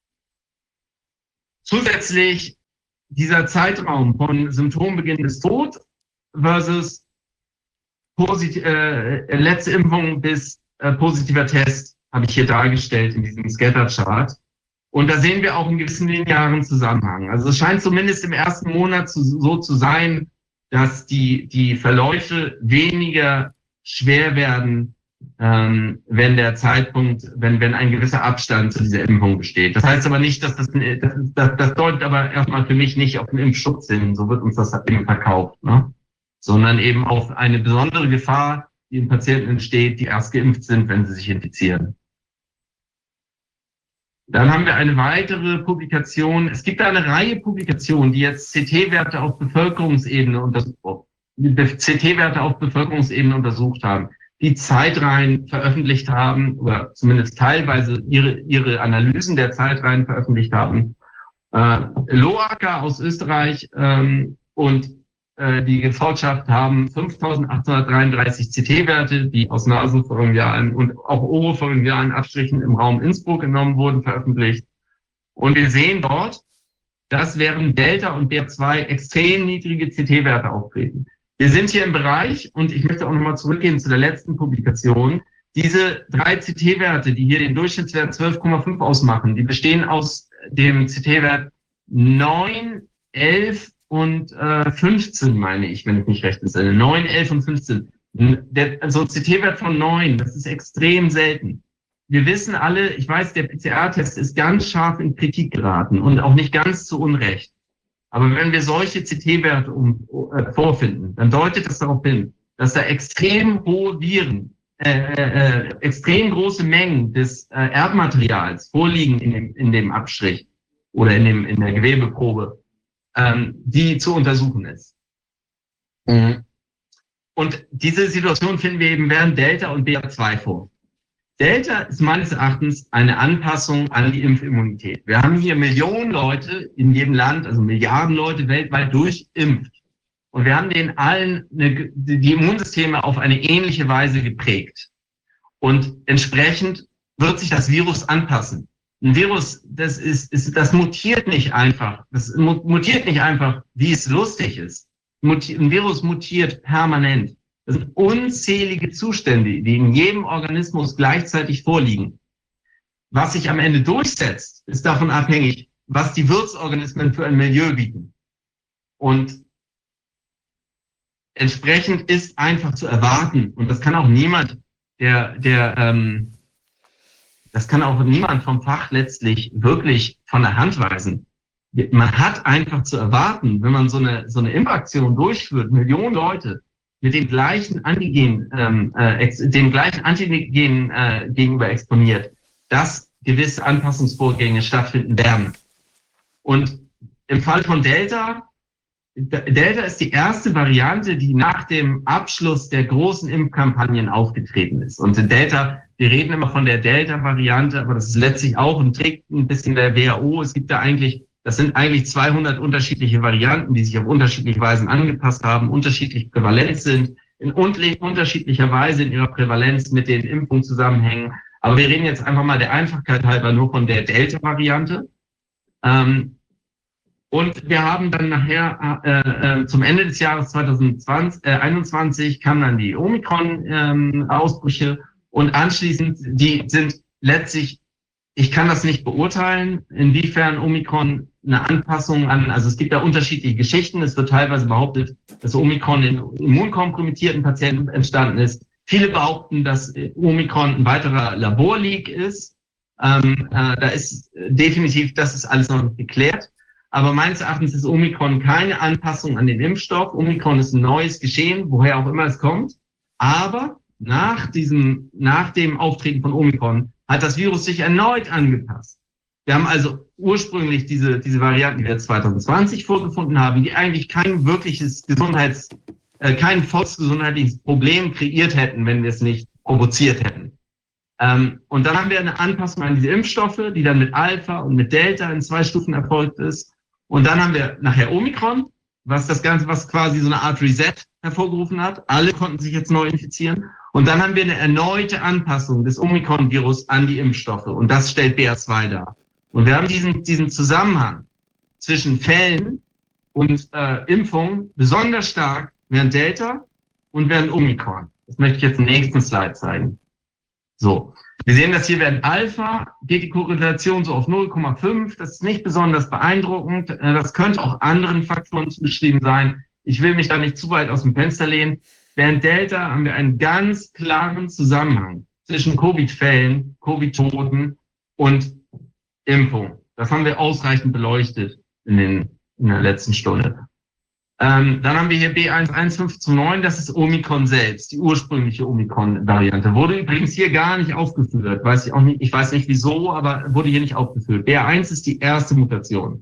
zusätzlich dieser Zeitraum von Symptombeginn bis Tod versus posit- äh, letzte Impfung bis äh, positiver Test habe ich hier dargestellt in diesem Scatter-Chart. Und da sehen wir auch einen gewissen linearen Zusammenhang. Also es scheint zumindest im ersten Monat zu, so zu sein, dass die, die Verläufe weniger schwer werden, ähm, wenn der Zeitpunkt, wenn, wenn ein gewisser Abstand zu dieser Impfung besteht. Das heißt aber nicht, dass das, das, das, das deutet aber erstmal für mich nicht auf den Impfschutz hin, so wird uns das eben verkauft, ne? Sondern eben auf eine besondere Gefahr, die in Patienten entsteht, die erst geimpft sind, wenn sie sich infizieren. Dann haben wir eine weitere Publikation. Es gibt eine Reihe Publikationen, die jetzt C T-Werte auf Bevölkerungsebene untersucht, C T-Werte auf Bevölkerungsebene untersucht haben, die Zeitreihen veröffentlicht haben oder zumindest teilweise ihre, ihre Analysen der Zeitreihen veröffentlicht haben. Äh, Loacker aus Österreich ähm, und äh, die Gefolgschaft haben fünftausendachthundertdreiunddreißig C T-Werte, die aus nasopharyngealen und auch oropharyngealen Abstrichen im Raum Innsbruck genommen wurden, veröffentlicht. Und wir sehen dort, dass während Delta und B A zwei extrem niedrige C T-Werte auftreten. Wir sind hier im Bereich, und ich möchte auch nochmal zurückgehen zu der letzten Publikation, diese drei C T-Werte, die hier den Durchschnittswert zwölf Komma fünf ausmachen, die bestehen aus dem C T-Wert neun, elf und äh, fünfzehn, meine ich, wenn ich mich recht entsinne. neun, elf und fünfzehn. Der, also C T-Wert von neun, das ist extrem selten. Wir wissen alle, ich weiß, der P C R-Test ist ganz scharf in Kritik geraten und auch nicht ganz zu Unrecht. Aber wenn wir solche C T-Werte um, äh, vorfinden, dann deutet das darauf hin, dass da extrem hohe Viren, äh, äh, extrem große Mengen des äh, Erbmaterials vorliegen in dem, in dem Abstrich oder in, dem, in der Gewebeprobe, ähm, die zu untersuchen ist. Mhm. Und diese Situation finden wir eben während Delta und B A zwei vor. Delta ist meines Erachtens eine Anpassung an die Impfimmunität. Wir haben hier Millionen Leute in jedem Land, also Milliarden Leute weltweit durchimpft. Und wir haben denen allen eine, die Immunsysteme auf eine ähnliche Weise geprägt. Und entsprechend wird sich das Virus anpassen. Ein Virus, das ist, ist, das mutiert nicht einfach. Das mutiert nicht einfach, wie es lustig ist. Ein Virus mutiert permanent. Das sind unzählige Zustände, die in jedem Organismus gleichzeitig vorliegen. Was sich am Ende durchsetzt, ist davon abhängig, was die Wirtsorganismen für ein Milieu bieten. Und entsprechend ist einfach zu erwarten, und das kann auch niemand, der, der, ähm, das kann auch niemand vom Fach letztlich wirklich von der Hand weisen. Man hat einfach zu erwarten, wenn man so eine, so eine Impfaktion durchführt, Millionen Leute, mit dem gleichen Antigen, ähm, äh, dem gleichen Antigen äh, gegenüber exponiert, dass gewisse Anpassungsvorgänge stattfinden werden. Und im Fall von Delta, Delta ist die erste Variante, die nach dem Abschluss der großen Impfkampagnen aufgetreten ist. Und in Delta, wir reden immer von der Delta-Variante, aber das ist letztlich auch ein Trick, ein bisschen der W H O. Es gibt da eigentlich Das sind eigentlich zweihundert unterschiedliche Varianten, die sich auf unterschiedliche Weisen angepasst haben, unterschiedlich prävalent sind, in unterschiedlicher Weise in ihrer Prävalenz mit den Impfungen zusammenhängen. Aber wir reden jetzt einfach mal der Einfachkeit halber nur von der Delta-Variante. Ähm, und wir haben dann nachher äh, äh, zum Ende des Jahres zweitausendeinundzwanzig kamen dann die Omikron-Ausbrüche ähm, und anschließend, die sind letztlich, ich kann das nicht beurteilen, inwiefern Omikron eine Anpassung an, also es gibt da unterschiedliche Geschichten. Es wird teilweise behauptet, dass Omikron in immunkompromittierten Patienten entstanden ist. Viele behaupten, dass Omikron ein weiterer Laborleak ist. Ähm, äh, da ist definitiv, das ist alles noch nicht geklärt. Aber meines Erachtens ist Omikron keine Anpassung an den Impfstoff. Omikron ist ein neues Geschehen, woher auch immer es kommt. Aber nach diesem, nach dem Auftreten von Omikron hat das Virus sich erneut angepasst. Wir haben also ursprünglich diese, diese Varianten, die wir zwanzig zwanzig vorgefunden haben, die eigentlich kein wirkliches Gesundheits, äh, kein volksgesundheitliches Problem kreiert hätten, wenn wir es nicht provoziert hätten. Ähm, und dann haben wir eine Anpassung an diese Impfstoffe, die dann mit Alpha und mit Delta in zwei Stufen erfolgt ist. Und dann haben wir nachher Omikron, was das Ganze, was quasi so eine Art Reset hervorgerufen hat. Alle konnten sich jetzt neu infizieren. Und dann haben wir eine erneute Anpassung des Omikron-Virus an die Impfstoffe. Und das stellt B A zwei dar. Und wir haben diesen, diesen Zusammenhang zwischen Fällen und äh, Impfungen besonders stark während Delta und während Omikron. Das möchte ich jetzt im nächsten Slide zeigen. So, wir sehen das hier während Alpha, geht die Korrelation so auf null Komma fünf. Das ist nicht besonders beeindruckend. Das könnte auch anderen Faktoren zugeschrieben sein. Ich will mich da nicht zu weit aus dem Fenster lehnen. Während Delta haben wir einen ganz klaren Zusammenhang zwischen Covid-Fällen, Covid-Toten und Impfung. Das haben wir ausreichend beleuchtet in, den, in der letzten Stunde. Ähm, dann haben wir hier B eins eins fünf zwei neun, das ist Omikron selbst, die ursprüngliche Omikron-Variante. Wurde übrigens hier gar nicht aufgeführt, weiß ich auch nicht, ich weiß nicht wieso, aber wurde hier nicht aufgeführt. B eins ist die erste Mutation.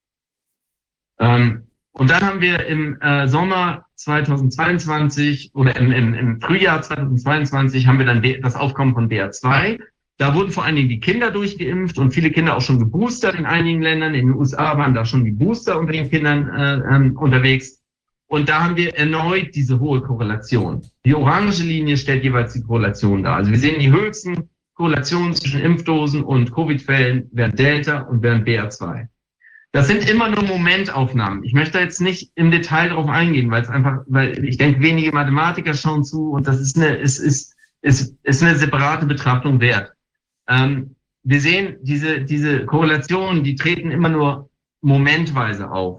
Ähm, und dann haben wir im äh, Sommer zweitausendzweiundzwanzig oder im, im, im Frühjahr zweitausendzweiundzwanzig haben wir dann das Aufkommen von B A zwei. Da wurden vor allen Dingen die Kinder durchgeimpft und viele Kinder auch schon geboostert in einigen Ländern. In den U S A waren da schon die Booster unter den Kindern äh, ähm, unterwegs. Und da haben wir erneut diese hohe Korrelation. Die orange Linie stellt jeweils die Korrelation dar. Also wir sehen die höchsten Korrelationen zwischen Impfdosen und Covid-Fällen während Delta und während B A zwei. Das sind immer nur Momentaufnahmen. Ich möchte jetzt nicht im Detail darauf eingehen, weil es einfach, weil ich denke, wenige Mathematiker schauen zu und das ist eine, ist, ist, ist, ist eine separate Betrachtung wert. Ähm, wir sehen, diese, diese Korrelationen, die treten immer nur momentweise auf.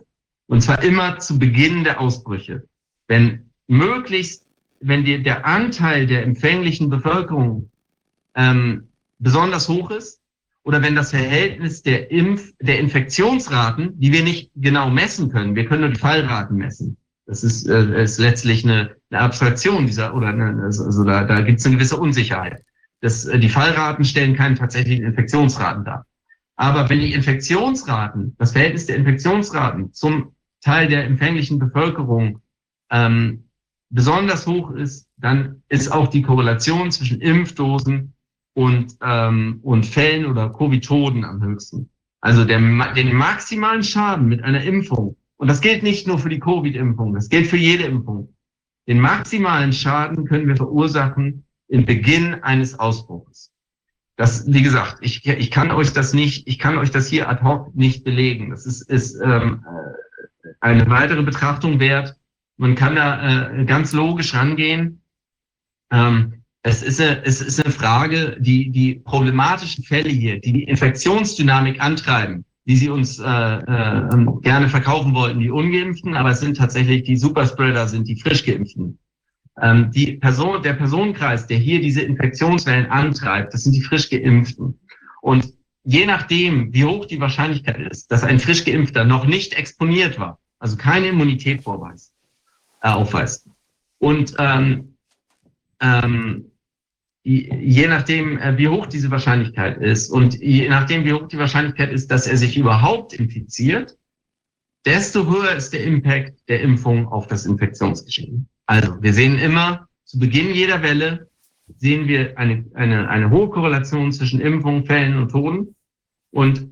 Und zwar immer zu Beginn der Ausbrüche. Wenn möglichst, wenn die, der Anteil der empfänglichen Bevölkerung ähm, besonders hoch ist, oder wenn das Verhältnis der Impf-, der Infektionsraten, die wir nicht genau messen können, wir können nur die Fallraten messen. Das ist, äh, ist letztlich eine, eine Abstraktion dieser, oder eine, also da, da gibt es eine gewisse Unsicherheit. Das, äh, die Fallraten stellen keine tatsächlichen Infektionsraten dar. Aber wenn die Infektionsraten, das Verhältnis der Infektionsraten zum Teil der empfänglichen Bevölkerung ähm, besonders hoch ist, dann ist auch die Korrelation zwischen Impfdosen und, ähm, und Fällen oder Covid-Toten am höchsten. Also der, den maximalen Schaden mit einer Impfung, und das gilt nicht nur für die Covid-Impfung, das gilt für jede Impfung, den maximalen Schaden können wir verursachen im Beginn eines Ausbruchs. Das, wie gesagt, ich, ich kann euch das nicht, ich kann euch das hier ad hoc nicht belegen. Das ist, ist ähm, eine weitere Betrachtung wert. Man kann da äh, ganz logisch rangehen. Ähm, es ist eine, es ist eine Frage, die die problematischen Fälle hier, die die Infektionsdynamik antreiben, die sie uns äh, äh, gerne verkaufen wollten, die Ungeimpften, aber es sind tatsächlich die Superspreader, sind die frisch Geimpften. Ähm, die Person, der Personenkreis, der hier diese Infektionswellen antreibt, das sind die frisch Geimpften. Und je nachdem, wie hoch die Wahrscheinlichkeit ist, dass ein frisch Geimpfter noch nicht exponiert war, also keine Immunität vorweist, äh, aufweist. Und ähm, ähm, je nachdem, äh, wie hoch diese Wahrscheinlichkeit ist und je nachdem, wie hoch die Wahrscheinlichkeit ist, dass er sich überhaupt infiziert, desto höher ist der Impact der Impfung auf das Infektionsgeschehen. Also, wir sehen immer, zu Beginn jeder Welle sehen wir eine, eine, eine hohe Korrelation zwischen Impfungen, Fällen und Toten. Und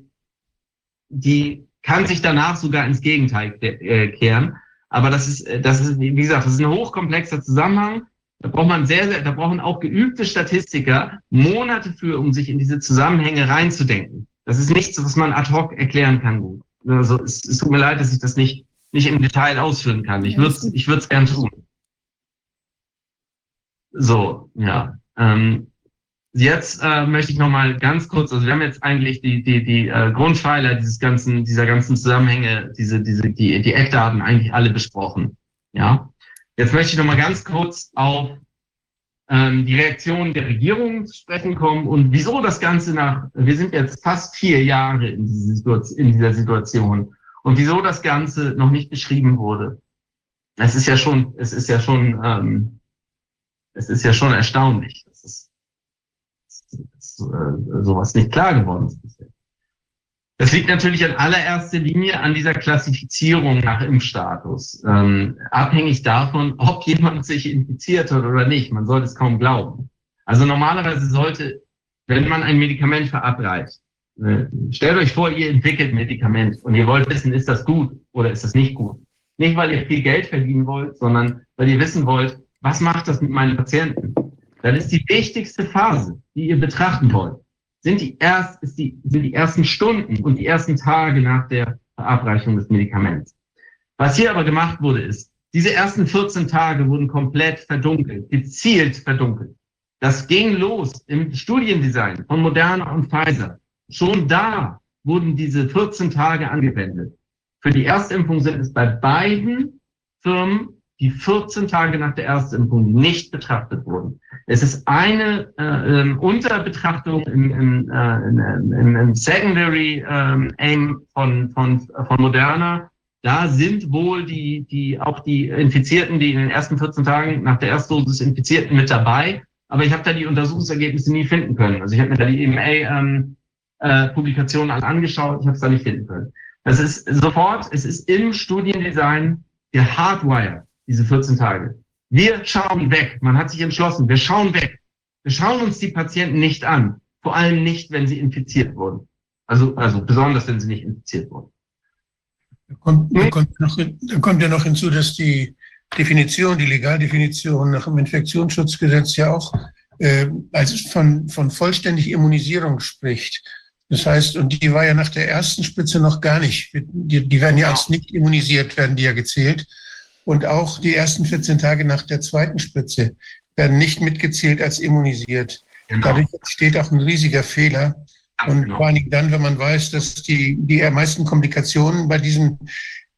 die kann sich danach sogar ins Gegenteil äh, kehren. Aber das ist, das ist, wie gesagt, das ist ein hochkomplexer Zusammenhang. Da braucht man sehr, sehr, da brauchen auch geübte Statistiker Monate für, um sich in diese Zusammenhänge reinzudenken. Das ist nichts, was man ad hoc erklären kann gut. Also, es, es tut mir leid, dass ich das nicht, nicht im Detail ausführen kann. Ich würde es, ich würde es gern tun. So, ja. Ähm, jetzt äh, möchte ich noch mal ganz kurz, also wir haben jetzt eigentlich die die die äh, Grundpfeiler dieses ganzen dieser ganzen Zusammenhänge, diese diese die die Eckdaten eigentlich alle besprochen. Ja. Jetzt möchte ich noch mal ganz kurz auf ähm, die Reaktion der Regierung zu sprechen kommen und wieso das Ganze nach, wir sind jetzt fast vier Jahre in, diese in dieser Situation und wieso das Ganze noch nicht beschrieben wurde. Es ist ja schon, es ist ja schon ähm, Es ist ja schon erstaunlich, dass, es, dass äh, sowas nicht klar geworden ist bisher. Das liegt natürlich in allererster Linie an dieser Klassifizierung nach Impfstatus. Ähm, abhängig davon, ob jemand sich infiziert hat oder nicht. Man sollte es kaum glauben. Also normalerweise sollte, wenn man ein Medikament verabreicht, äh, stellt euch vor, ihr entwickelt ein Medikament und ihr wollt wissen, ist das gut oder ist das nicht gut. Nicht, weil ihr viel Geld verdienen wollt, sondern weil ihr wissen wollt, was macht das mit meinen Patienten? Dann ist die wichtigste Phase, die ihr betrachten wollt, sind die, erst, ist die, sind die ersten Stunden und die ersten Tage nach der Verabreichung des Medikaments. Was hier aber gemacht wurde, ist, diese ersten vierzehn Tage wurden komplett verdunkelt, gezielt verdunkelt. Das ging los im Studiendesign von Moderna und Pfizer. Schon da wurden diese vierzehn Tage angewendet. Für die Erstimpfung sind es bei beiden Firmen die vierzehn Tage nach der Erstimpfung nicht betrachtet wurden. Es ist eine äh, Unterbetrachtung im, im, äh, im, im Secondary ähm, Aim von, von, von Moderna. Da sind wohl die, die, auch die Infizierten, die in den ersten vierzehn Tagen nach der Erstdosis Infizierten mit dabei. Aber ich habe da die Untersuchungsergebnisse nie finden können. Also ich habe mir da die E M A-Publikationen ähm, äh, alle angeschaut, ich habe es da nicht finden können. Das ist sofort, es ist im Studiendesign gehardwired, diese vierzehn Tage. Wir schauen weg. Man hat sich entschlossen, wir schauen weg. Wir schauen uns die Patienten nicht an. Vor allem nicht, wenn sie infiziert wurden. Also, also besonders, wenn sie nicht infiziert wurden. Da kommt, da kommt, noch, da kommt ja noch hinzu, dass die Definition, die Legaldefinition nach dem Infektionsschutzgesetz ja auch äh, als von, von vollständig Immunisierung spricht. Das heißt, und die war ja nach der ersten Spritze noch gar nicht. Die, die werden ja als nicht immunisiert, werden die ja gezählt. Und auch die ersten vierzehn Tage nach der zweiten Spritze werden nicht mitgezählt als immunisiert. Genau. Dadurch entsteht auch ein riesiger Fehler. Und genau. Vor allen Dingen dann, wenn man weiß, dass die, die meisten Komplikationen bei diesen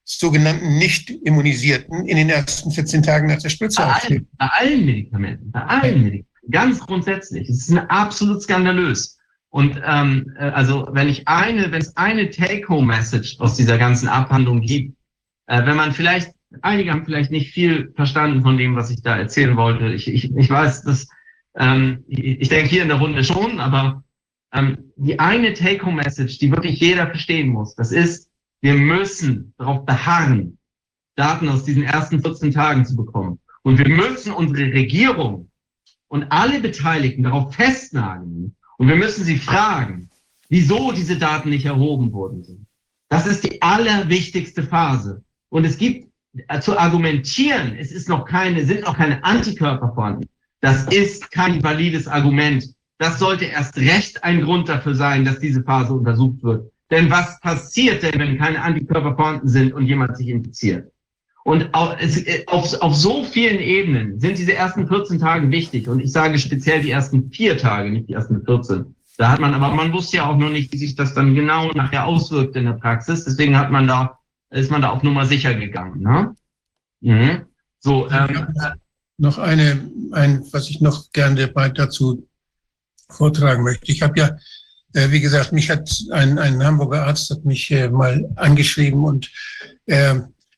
sogenannten Nicht-Immunisierten in den ersten vierzehn Tagen nach der Spritze Bei auftreten. allen, bei allen Medikamenten, bei allen Medikamenten, ganz grundsätzlich. Es ist absolut skandalös. Und ähm, also wenn ich eine, wenn es eine Take-Home-Message aus dieser ganzen Abhandlung gibt, äh, wenn man vielleicht, einige haben vielleicht nicht viel verstanden von dem, was ich da erzählen wollte. Ich, ich, ich weiß, dass ähm, ich, ich denke hier in der Runde schon, aber ähm, die eine Take-Home-Message, die wirklich jeder verstehen muss, das ist, wir müssen darauf beharren, Daten aus diesen ersten vierzehn Tagen zu bekommen. Und wir müssen unsere Regierung und alle Beteiligten darauf festnageln. Und wir müssen sie fragen, wieso diese Daten nicht erhoben worden. Das ist die allerwichtigste Phase. Und es gibt äh, zu argumentieren, es ist noch keine, sind noch keine Antikörper vorhanden. Das ist kein valides Argument. Das sollte erst recht ein Grund dafür sein, dass diese Phase untersucht wird. Denn was passiert denn, wenn keine Antikörper vorhanden sind und jemand sich infiziert? Und auf, auf, auf so vielen Ebenen sind diese ersten vierzehn Tage wichtig. Und ich sage speziell die ersten vier Tage, nicht die ersten vierzehn. Da hat man, aber man wusste ja auch noch nicht, wie sich das dann genau nachher auswirkt in der Praxis. Deswegen hat man da, ist man da auf Nummer sicher gegangen. Ne? Mhm. So, ähm, noch eine, ein, was ich noch gerne dazu vortragen möchte. Ich habe ja, äh, wie gesagt, mich hat ein, ein Hamburger Arzt hat mich äh, mal angeschrieben und äh,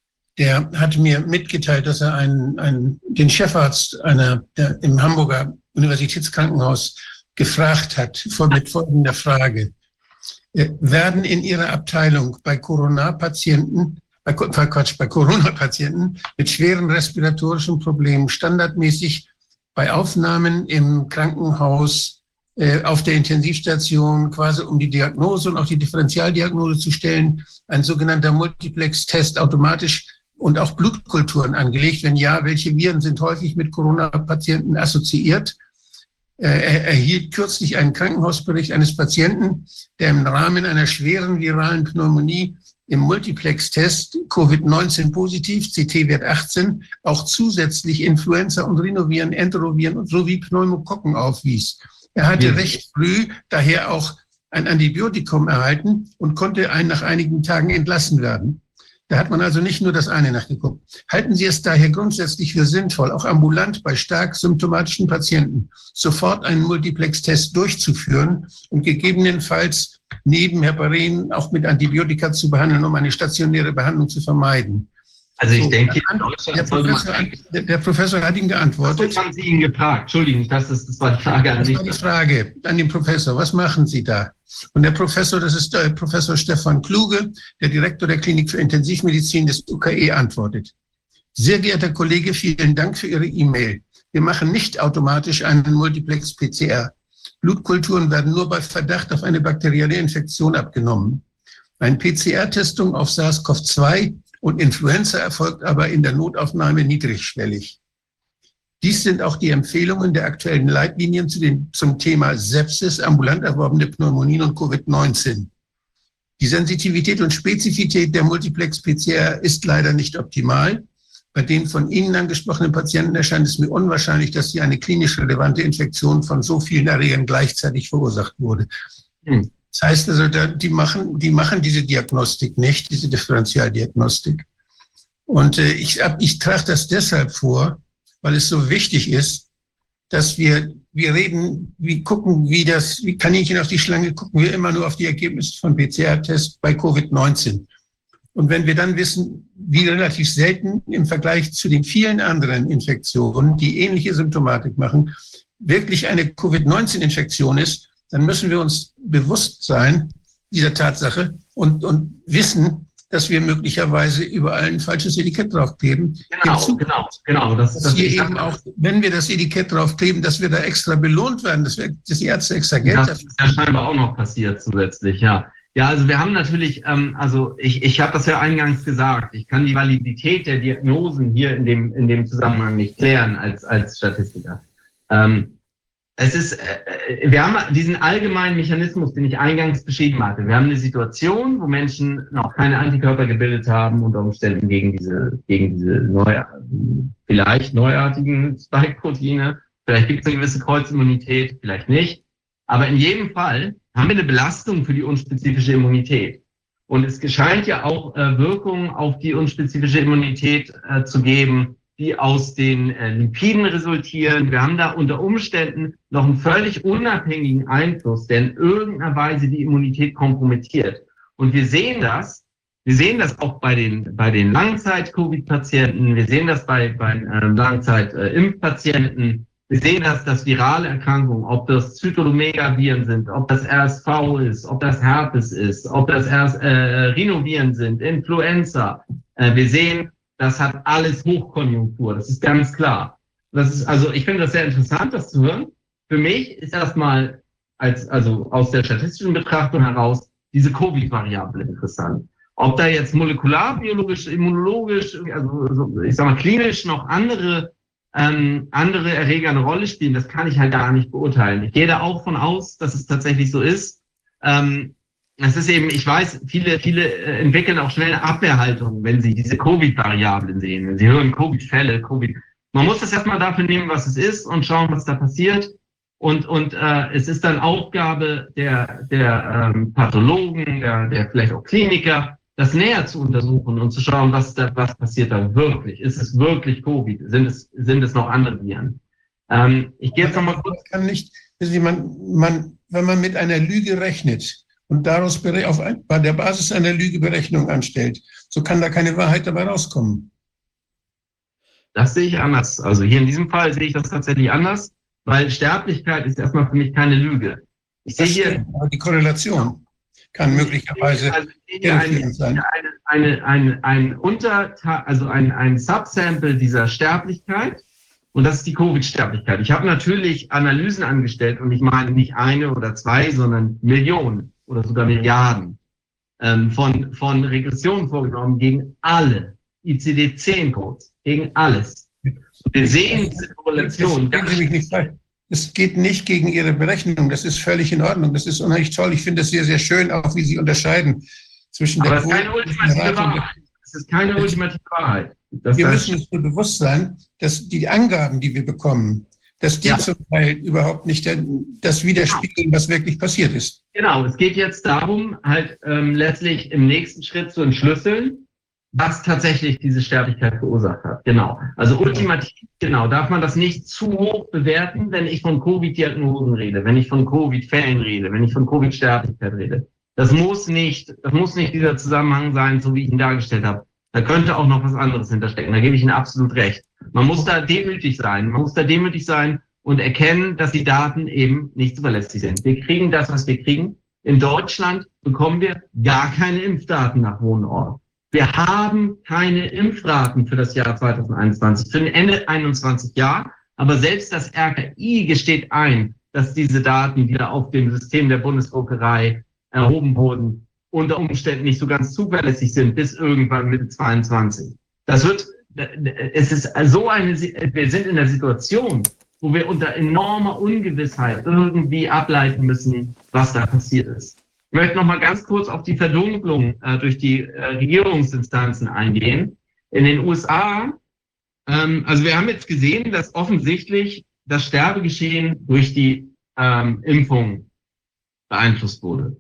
der hat mir mitgeteilt, dass er einen, einen, den Chefarzt einer, der im Hamburger Universitätskrankenhaus gefragt hat, vor, mit folgender Frage. Äh, werden in Ihrer Abteilung bei Corona-Patienten, bei, Quatsch, bei Corona-Patienten mit schweren respiratorischen Problemen standardmäßig bei Aufnahmen im Krankenhaus äh, auf der Intensivstation quasi um die Diagnose und auch die Differentialdiagnose zu stellen, ein sogenannter Multiplex-Test automatisch und auch Blutkulturen angelegt? Wenn ja, welche Viren sind häufig mit Corona-Patienten assoziiert? Er erhielt kürzlich einen Krankenhausbericht eines Patienten, der im Rahmen einer schweren viralen Pneumonie im Multiplex-Test Covid neunzehn positiv, C T-Wert achtzehn, auch zusätzlich Influenza- und Rhinoviren, Enteroviren sowie Pneumokokken aufwies. Er hatte ja recht früh daher auch ein Antibiotikum erhalten und konnte ein, nach einigen Tagen entlassen werden. Da hat man also nicht nur das eine nachgeguckt. Halten Sie es daher grundsätzlich für sinnvoll, auch ambulant bei stark symptomatischen Patienten sofort einen Multiplex-Test durchzuführen und gegebenenfalls neben Heparin auch mit Antibiotika zu behandeln, um eine stationäre Behandlung zu vermeiden? Also ich so, denke, der Professor, der, der Professor hat ihn geantwortet. Was haben Sie ihn gefragt? Entschuldigung, das, ist, das war die Frage an Das mich. war die Frage an den Professor. Was machen Sie da? Und der Professor, das ist der Professor Stefan Kluge, der Direktor der Klinik für Intensivmedizin des U K E, antwortet. Sehr geehrter Kollege, vielen Dank für Ihre E-Mail. Wir machen nicht automatisch einen Multiplex-P C R. Blutkulturen werden nur bei Verdacht auf eine bakterielle Infektion abgenommen. Eine P C R-Testung auf SARS CoV zwei und Influenza erfolgt aber in der Notaufnahme niedrigschwellig. Dies sind auch die Empfehlungen der aktuellen Leitlinien zu den, zum Thema Sepsis, ambulant erworbene Pneumonien und Covid neunzehn. Die Sensitivität und Spezifität der Multiplex-P C R ist leider nicht optimal. Bei den von Ihnen angesprochenen Patienten erscheint es mir unwahrscheinlich, dass hier eine klinisch relevante Infektion von so vielen Erregern gleichzeitig verursacht wurde. Hm. Das heißt also, die machen, die machen diese Diagnostik nicht, diese Differentialdiagnostik. Und äh, ich, ich trage das deshalb vor, weil es so wichtig ist, dass wir, wir reden, wir gucken, wie das, wie Kaninchen auf die Schlange, gucken wir immer nur auf die Ergebnisse von P C R-Tests bei Covid neunzehn. Und wenn wir dann wissen, wie relativ selten im Vergleich zu den vielen anderen Infektionen, die ähnliche Symptomatik machen, wirklich eine Covid neunzehn Infektion ist, dann müssen wir uns bewusst sein dieser Tatsache und, und wissen, dass wir möglicherweise überall ein falsches Etikett draufkleben. Genau, genau, genau. Das, dass das wir eben auch, wenn wir das Etikett draufkleben, dass wir da extra belohnt werden, dass, wir, dass die Ärzte extra Geld das dafür. ist ja scheinbar auch noch passiert zusätzlich, ja. Ja, also wir haben natürlich, ähm, also ich, ich habe das ja eingangs gesagt, ich kann die Validität der Diagnosen hier in dem, in dem Zusammenhang nicht klären als, als Statistiker. Ähm, Es ist, äh, wir haben diesen allgemeinen Mechanismus, den ich eingangs beschrieben hatte. Wir haben eine Situation, wo Menschen noch keine Antikörper gebildet haben, unter Umständen gegen diese, gegen diese neu, vielleicht neuartigen Spike-Proteine. Vielleicht gibt es eine gewisse Kreuzimmunität, vielleicht nicht. Aber in jedem Fall haben wir eine Belastung für die unspezifische Immunität. Und es scheint ja auch äh, Wirkungen auf die unspezifische Immunität äh, zu geben, die aus den äh, Lipiden resultieren. Wir haben da unter Umständen noch einen völlig unabhängigen Einfluss, der in irgendeiner Weise die Immunität kompromittiert. Und wir sehen das, wir sehen das auch bei den, bei den Langzeit-Covid-Patienten, wir sehen das bei, bei äh, Langzeit-Impfpatienten, wir sehen das, dass virale Erkrankungen, ob das Zytomegaloviren sind, ob das R S V ist, ob das Herpes ist, ob das R S, äh, Rhinoviren sind, Influenza. Äh, wir sehen, das hat alles Hochkonjunktur, das ist ganz klar. Das ist, also ich finde das sehr interessant, das zu hören. Für mich ist erstmal als, also aus der statistischen Betrachtung heraus diese Covid-Variable interessant. Ob da jetzt molekular, biologisch, immunologisch, also ich sag mal klinisch noch andere ähm, andere Erreger eine Rolle spielen, das kann ich halt gar nicht beurteilen. Ich gehe da auch von aus, dass es tatsächlich so ist. Ähm, es ist eben, ich weiß, viele viele entwickeln auch schnell eine Abwehrhaltung, wenn sie diese Covid-Variablen sehen, wenn sie hören Covid-Fälle, Covid. Man muss das erstmal dafür nehmen, was es ist und schauen, was da passiert. Und, und äh, es ist dann Aufgabe der, der ähm, Pathologen, der, der vielleicht auch Kliniker, das näher zu untersuchen und zu schauen, was da, was passiert da wirklich. Ist es wirklich Covid? Sind es, sind es noch andere Viren? Ähm, ich gehe jetzt nochmal kurz. Man kann nicht, man, man, wenn man mit einer Lüge rechnet und daraus auf, bei der Basis einer Lüge Berechnung anstellt, so kann da keine Wahrheit dabei rauskommen. Das sehe ich anders. Also hier in diesem Fall sehe ich das tatsächlich anders, weil Sterblichkeit ist erstmal für mich keine Lüge. Ich sehe hier aber die Korrelation kann möglicherweise also hier eine, sein. Eine, eine, eine, ein Unter, also ein, ein Subsample dieser Sterblichkeit, und das ist die Covid-Sterblichkeit. Ich habe natürlich Analysen angestellt, und ich meine nicht eine oder zwei, sondern Millionen oder sogar Milliarden ähm, von, von Regressionen vorgenommen gegen alle I C D zehn Codes, gegen alles. Wir sehen diese Korrelation. Es geht nicht gegen Ihre Berechnung. Das ist völlig in Ordnung. Das ist unheimlich toll. Ich finde es sehr, sehr schön, auch wie Sie unterscheiden zwischen Aber der es ist keine ultimative Wahrheit. Es ist keine ultimative Wahrheit. Das wir heißt, müssen uns nur bewusst sein, dass die Angaben, die wir bekommen, dass die ja. zum Teil überhaupt nicht das widerspiegeln, was wirklich passiert ist. Genau, es geht jetzt darum, halt ähm, letztlich im nächsten Schritt zu entschlüsseln, was tatsächlich diese Sterblichkeit verursacht hat. Genau. Also ultimativ, genau, darf man das nicht zu hoch bewerten, wenn ich von Covid-Diagnosen rede, wenn ich von Covid-Fällen rede, wenn ich von Covid-Sterblichkeit rede. Das muss nicht, das muss nicht dieser Zusammenhang sein, so wie ich ihn dargestellt habe. Da könnte auch noch was anderes hinterstecken. Da gebe ich Ihnen absolut recht. Man muss da demütig sein. Man muss da demütig sein und erkennen, dass die Daten eben nicht zuverlässig sind. Wir kriegen das, was wir kriegen. In Deutschland bekommen wir gar keine Impfdaten nach Wohnort. Wir haben keine Impfraten für das Jahr zweitausendeinundzwanzig, für den Ende einundzwanzig Jahr. Aber selbst das R K I gesteht ein, dass diese Daten, die da auf dem System der Bundesdruckerei erhoben wurden, unter Umständen nicht so ganz zuverlässig sind, bis irgendwann Mitte zweiundzwanzig. Das wird, es ist so eine, wir sind in der Situation, wo wir unter enormer Ungewissheit irgendwie ableiten müssen, was da passiert ist. Ich möchte noch mal ganz kurz auf die Verdunklung äh, durch die äh, Regierungsinstanzen eingehen. In den U S A, ähm, also wir haben jetzt gesehen, dass offensichtlich das Sterbegeschehen durch die ähm, Impfung beeinflusst wurde.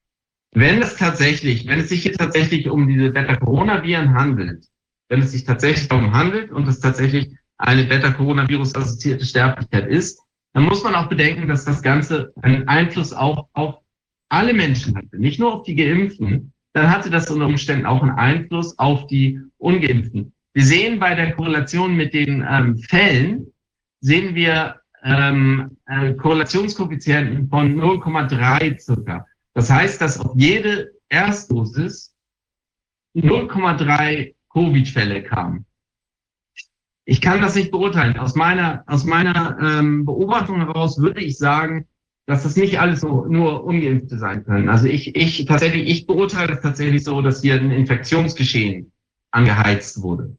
Wenn es tatsächlich, wenn es sich hier tatsächlich um diese Beta-Coronaviren handelt, wenn es sich tatsächlich darum handelt und es tatsächlich eine Beta-Coronavirus-assoziierte Sterblichkeit ist, dann muss man auch bedenken, dass das Ganze einen Einfluss auch auf alle Menschen hatte, nicht nur auf die Geimpften, dann hatte das unter Umständen auch einen Einfluss auf die Ungeimpften. Wir sehen bei der Korrelation mit den ähm, Fällen, sehen wir ähm, äh, Korrelationskoeffizienten von null Komma drei circa. Das heißt, dass auf jede Erstdosis null Komma drei Covid-Fälle kamen. Ich kann das nicht beurteilen. Aus meiner, aus meiner ähm, Beobachtung heraus würde ich sagen, dass das nicht alles so nur Ungeimpfte sein können. Also ich, ich tatsächlich, ich beurteile es tatsächlich so, dass hier ein Infektionsgeschehen angeheizt wurde.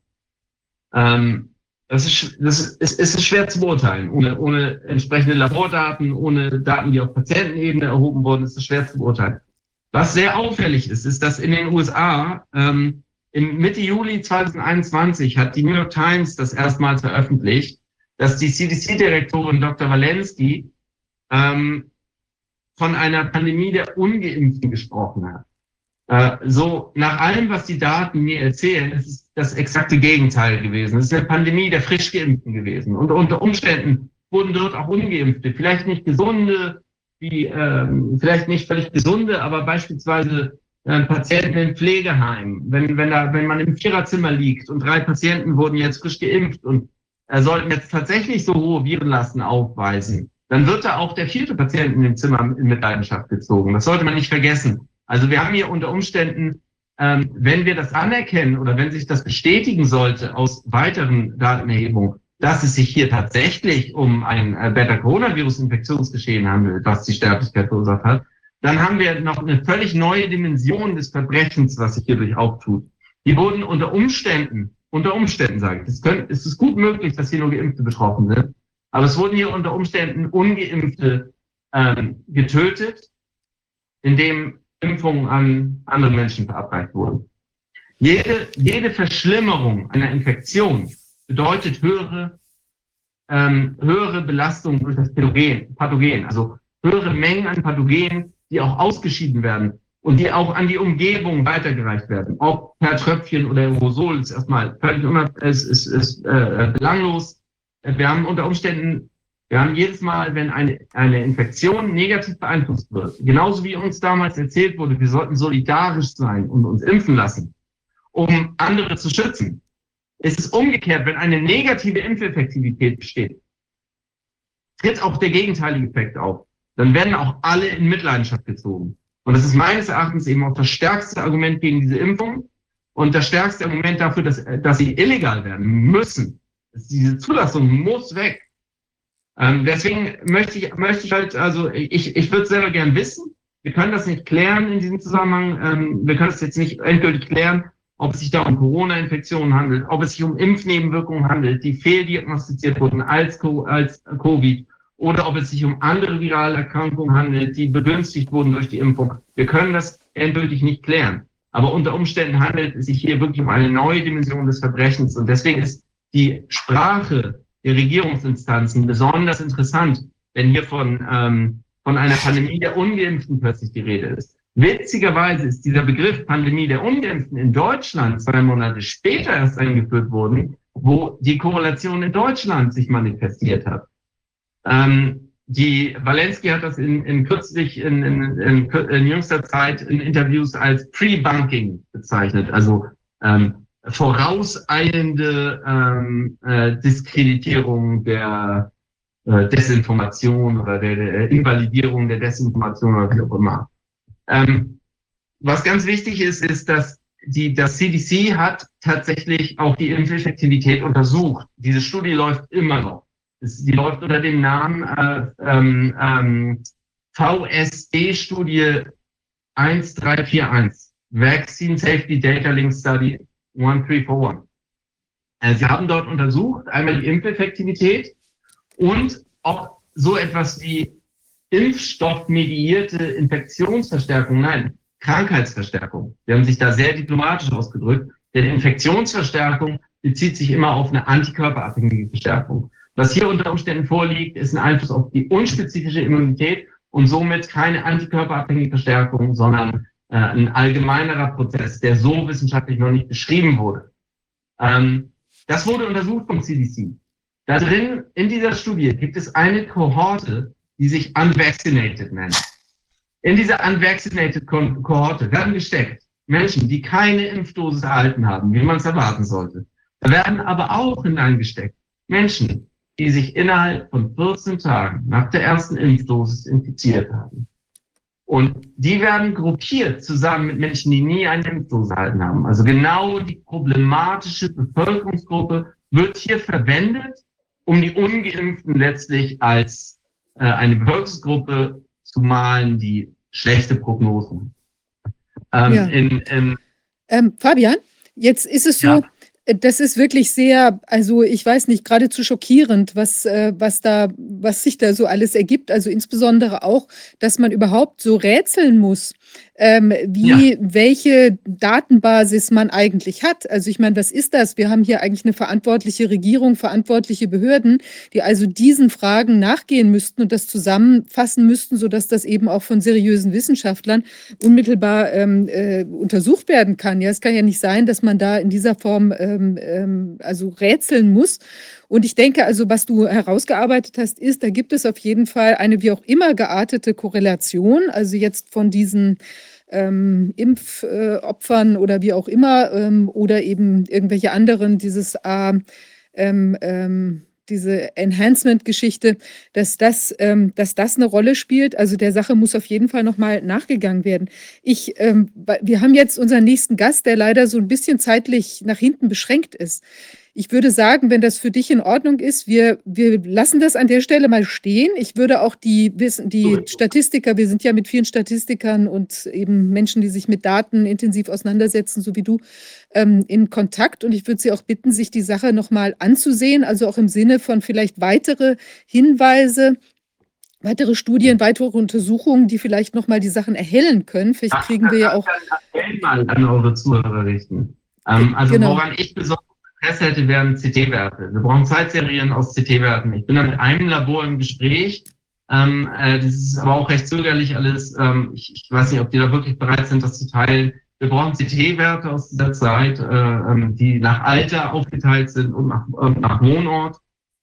Ähm, das ist, das ist, es ist schwer zu beurteilen. Ohne, ohne entsprechende Labordaten, ohne Daten, die auf Patientenebene erhoben wurden, ist es schwer zu beurteilen. Was sehr auffällig ist, ist, dass in den U S A ähm, im Mitte Juli zweitausendeinundzwanzig hat die New York Times das erstmals veröffentlicht, dass die C D C-Direktorin Doktor Walensky ähm, von einer Pandemie der Ungeimpften gesprochen hat. Äh, so, nach allem, was die Daten mir erzählen, ist es das exakte Gegenteil gewesen. Es ist eine Pandemie der frisch Geimpften gewesen. Und unter Umständen wurden dort auch Ungeimpfte, vielleicht nicht gesunde, wie, ähm, vielleicht nicht völlig gesunde, aber beispielsweise äh, Patienten in Pflegeheimen. Wenn, wenn, da, wenn man im Viererzimmer liegt und drei Patienten wurden jetzt frisch geimpft und äh, sollten jetzt tatsächlich so hohe Virenlasten aufweisen, dann wird da auch der vierte Patient in dem Zimmer in Mitleidenschaft gezogen. Das sollte man nicht vergessen. Also wir haben hier unter Umständen, ähm, wenn wir das anerkennen oder wenn sich das bestätigen sollte aus weiteren Datenerhebungen, dass es sich hier tatsächlich um ein äh, Beta-Coronavirus-Infektionsgeschehen handelt, was die Sterblichkeit verursacht hat, dann haben wir noch eine völlig neue Dimension des Verbrechens, was sich hierdurch auftut. Die wurden unter Umständen, unter Umständen sage ich, es, können, es ist gut möglich, dass hier nur Geimpfte betroffen sind, aber es wurden hier unter Umständen Ungeimpfte ähm, getötet, indem Impfungen an andere Menschen verabreicht wurden. Jede, jede Verschlimmerung einer Infektion bedeutet höhere, ähm, höhere Belastung durch das Pathogen, Pathogen, also höhere Mengen an Pathogenen, die auch ausgeschieden werden und die auch an die Umgebung weitergereicht werden. Ob per Tröpfchen oder Aerosol ist erstmal völlig unab, es ist, ist äh, belanglos. Wir haben unter Umständen Wir haben jedes Mal, wenn eine, eine Infektion negativ beeinflusst wird, genauso wie uns damals erzählt wurde, wir sollten solidarisch sein und uns impfen lassen, um andere zu schützen, ist es umgekehrt, wenn eine negative Impfeffektivität besteht, tritt auch der gegenteilige Effekt auf. Dann werden auch alle in Mitleidenschaft gezogen. Und das ist meines Erachtens eben auch das stärkste Argument gegen diese Impfung und das stärkste Argument dafür, dass, dass sie illegal werden müssen. Diese Zulassung muss weg. Ähm, deswegen möchte ich, möchte ich halt, also ich, ich würde selber gern wissen, wir können das nicht klären in diesem Zusammenhang, ähm, wir können es jetzt nicht endgültig klären, ob es sich da um Corona-Infektionen handelt, ob es sich um Impfnebenwirkungen handelt, die fehldiagnostiziert wurden als, als Covid, oder ob es sich um andere virale Erkrankungen handelt, die begünstigt wurden durch die Impfung. Wir können das endgültig nicht klären. Aber unter Umständen handelt es sich hier wirklich um eine neue Dimension des Verbrechens. Und deswegen ist die Sprache der Regierungsinstanzen besonders interessant, wenn hier von, ähm, von einer Pandemie der Ungeimpften plötzlich die Rede ist. Witzigerweise ist dieser Begriff Pandemie der Ungeimpften in Deutschland zwei Monate später erst eingeführt worden, wo die Korrelation in Deutschland sich manifestiert hat. Ähm, die Walensky hat das in, in kürzlich, in, in, in, in jüngster Zeit in Interviews als Pre-Bunking bezeichnet, also ähm, vorauseilende ähm, äh, Diskreditierung der äh, Desinformation oder der, der Invalidierung der Desinformation oder wie auch immer. Ähm, was ganz wichtig ist, ist, dass die, das C D C hat tatsächlich auch die Impfeffektivität untersucht. Diese Studie läuft immer noch. Die läuft unter dem Namen äh, ähm, ähm, V S D-Studie eins drei vier eins, Vaccine Safety Data Link Study eins drei vier eins. Also sie haben dort untersucht, einmal die Impfeffektivität und auch so etwas wie impfstoffmediierte Infektionsverstärkung, nein, Krankheitsverstärkung. Wir haben sich da sehr diplomatisch ausgedrückt, denn Infektionsverstärkung bezieht sich immer auf eine antikörperabhängige Verstärkung. Was hier unter Umständen vorliegt, ist ein Einfluss auf die unspezifische Immunität und somit keine antikörperabhängige Verstärkung, sondern äh, ein allgemeinerer Prozess, der so wissenschaftlich noch nicht beschrieben wurde. Ähm, das wurde untersucht vom C D C. Da drin, in dieser Studie, gibt es eine Kohorte, die sich Unvaccinated nennt. In dieser Unvaccinated Kohorte werden gesteckt Menschen, die keine Impfdosis erhalten haben, wie man es erwarten sollte. Da werden aber auch hineingesteckt Menschen, die sich innerhalb von vierzehn Tagen nach der ersten Impfdosis infiziert haben. Und die werden gruppiert zusammen mit Menschen, die nie eine Impfdosis erhalten haben. Also genau die problematische Bevölkerungsgruppe wird hier verwendet, um die Ungeimpften letztlich als äh, eine Bevölkerungsgruppe zu malen, die schlechte Prognosen. Ähm, Ja. in, in, Ähm, Fabian, jetzt ist es so, Ja. äh, das ist wirklich sehr, also ich weiß nicht, geradezu schockierend, was, äh, was da, was sich da so alles ergibt. Also insbesondere auch, dass man überhaupt so rätseln muss, ähm, wie, Ja. welche Datenbasis man eigentlich hat. Also ich meine, was ist das? Wir haben hier eigentlich eine verantwortliche Regierung, verantwortliche Behörden, die also diesen Fragen nachgehen müssten und das zusammenfassen müssten, sodass das eben auch von seriösen Wissenschaftlern unmittelbar ähm, äh, untersucht werden kann. Ja, es kann ja nicht sein, dass man da in dieser Form ähm, ähm, also rätseln muss. Und ich denke also, was du herausgearbeitet hast, ist, da gibt es auf jeden Fall eine wie auch immer geartete Korrelation, also jetzt von diesen ähm, Impfopfern äh, oder wie auch immer ähm, oder eben irgendwelche anderen, dieses äh, ähm, ähm, diese Enhancement-Geschichte, dass das, ähm, dass das eine Rolle spielt. Also der Sache muss auf jeden Fall nochmal nachgegangen werden. Ich, ähm, wir haben jetzt unseren nächsten Gast, der leider so ein bisschen zeitlich nach hinten beschränkt ist. Ich würde sagen, wenn das für dich in Ordnung ist, wir, wir lassen das an der Stelle mal stehen. Ich würde auch die, die Statistiker, wir sind ja mit vielen Statistikern und eben Menschen, die sich mit Daten intensiv auseinandersetzen, so wie du, ähm, in Kontakt. Und ich würde sie auch bitten, sich die Sache nochmal anzusehen, also auch im Sinne von vielleicht weitere Hinweise, weitere Studien, weitere Untersuchungen, die vielleicht nochmal die Sachen erhellen können. Vielleicht kriegen wir ja auch... mal an eure Zuhörer richten. Ähm, also genau. woran ich besonders Interesse hätte, wären C T-Werte. Wir brauchen Zeitserien aus C T-Werten. Ich bin da mit einem Labor im Gespräch. Ähm, äh, das ist aber auch recht zögerlich alles. Ähm, ich, ich weiß nicht, ob die da wirklich bereit sind, das zu teilen. Wir brauchen C T-Werte aus dieser Zeit, äh, die nach Alter aufgeteilt sind und nach, und nach Wohnort.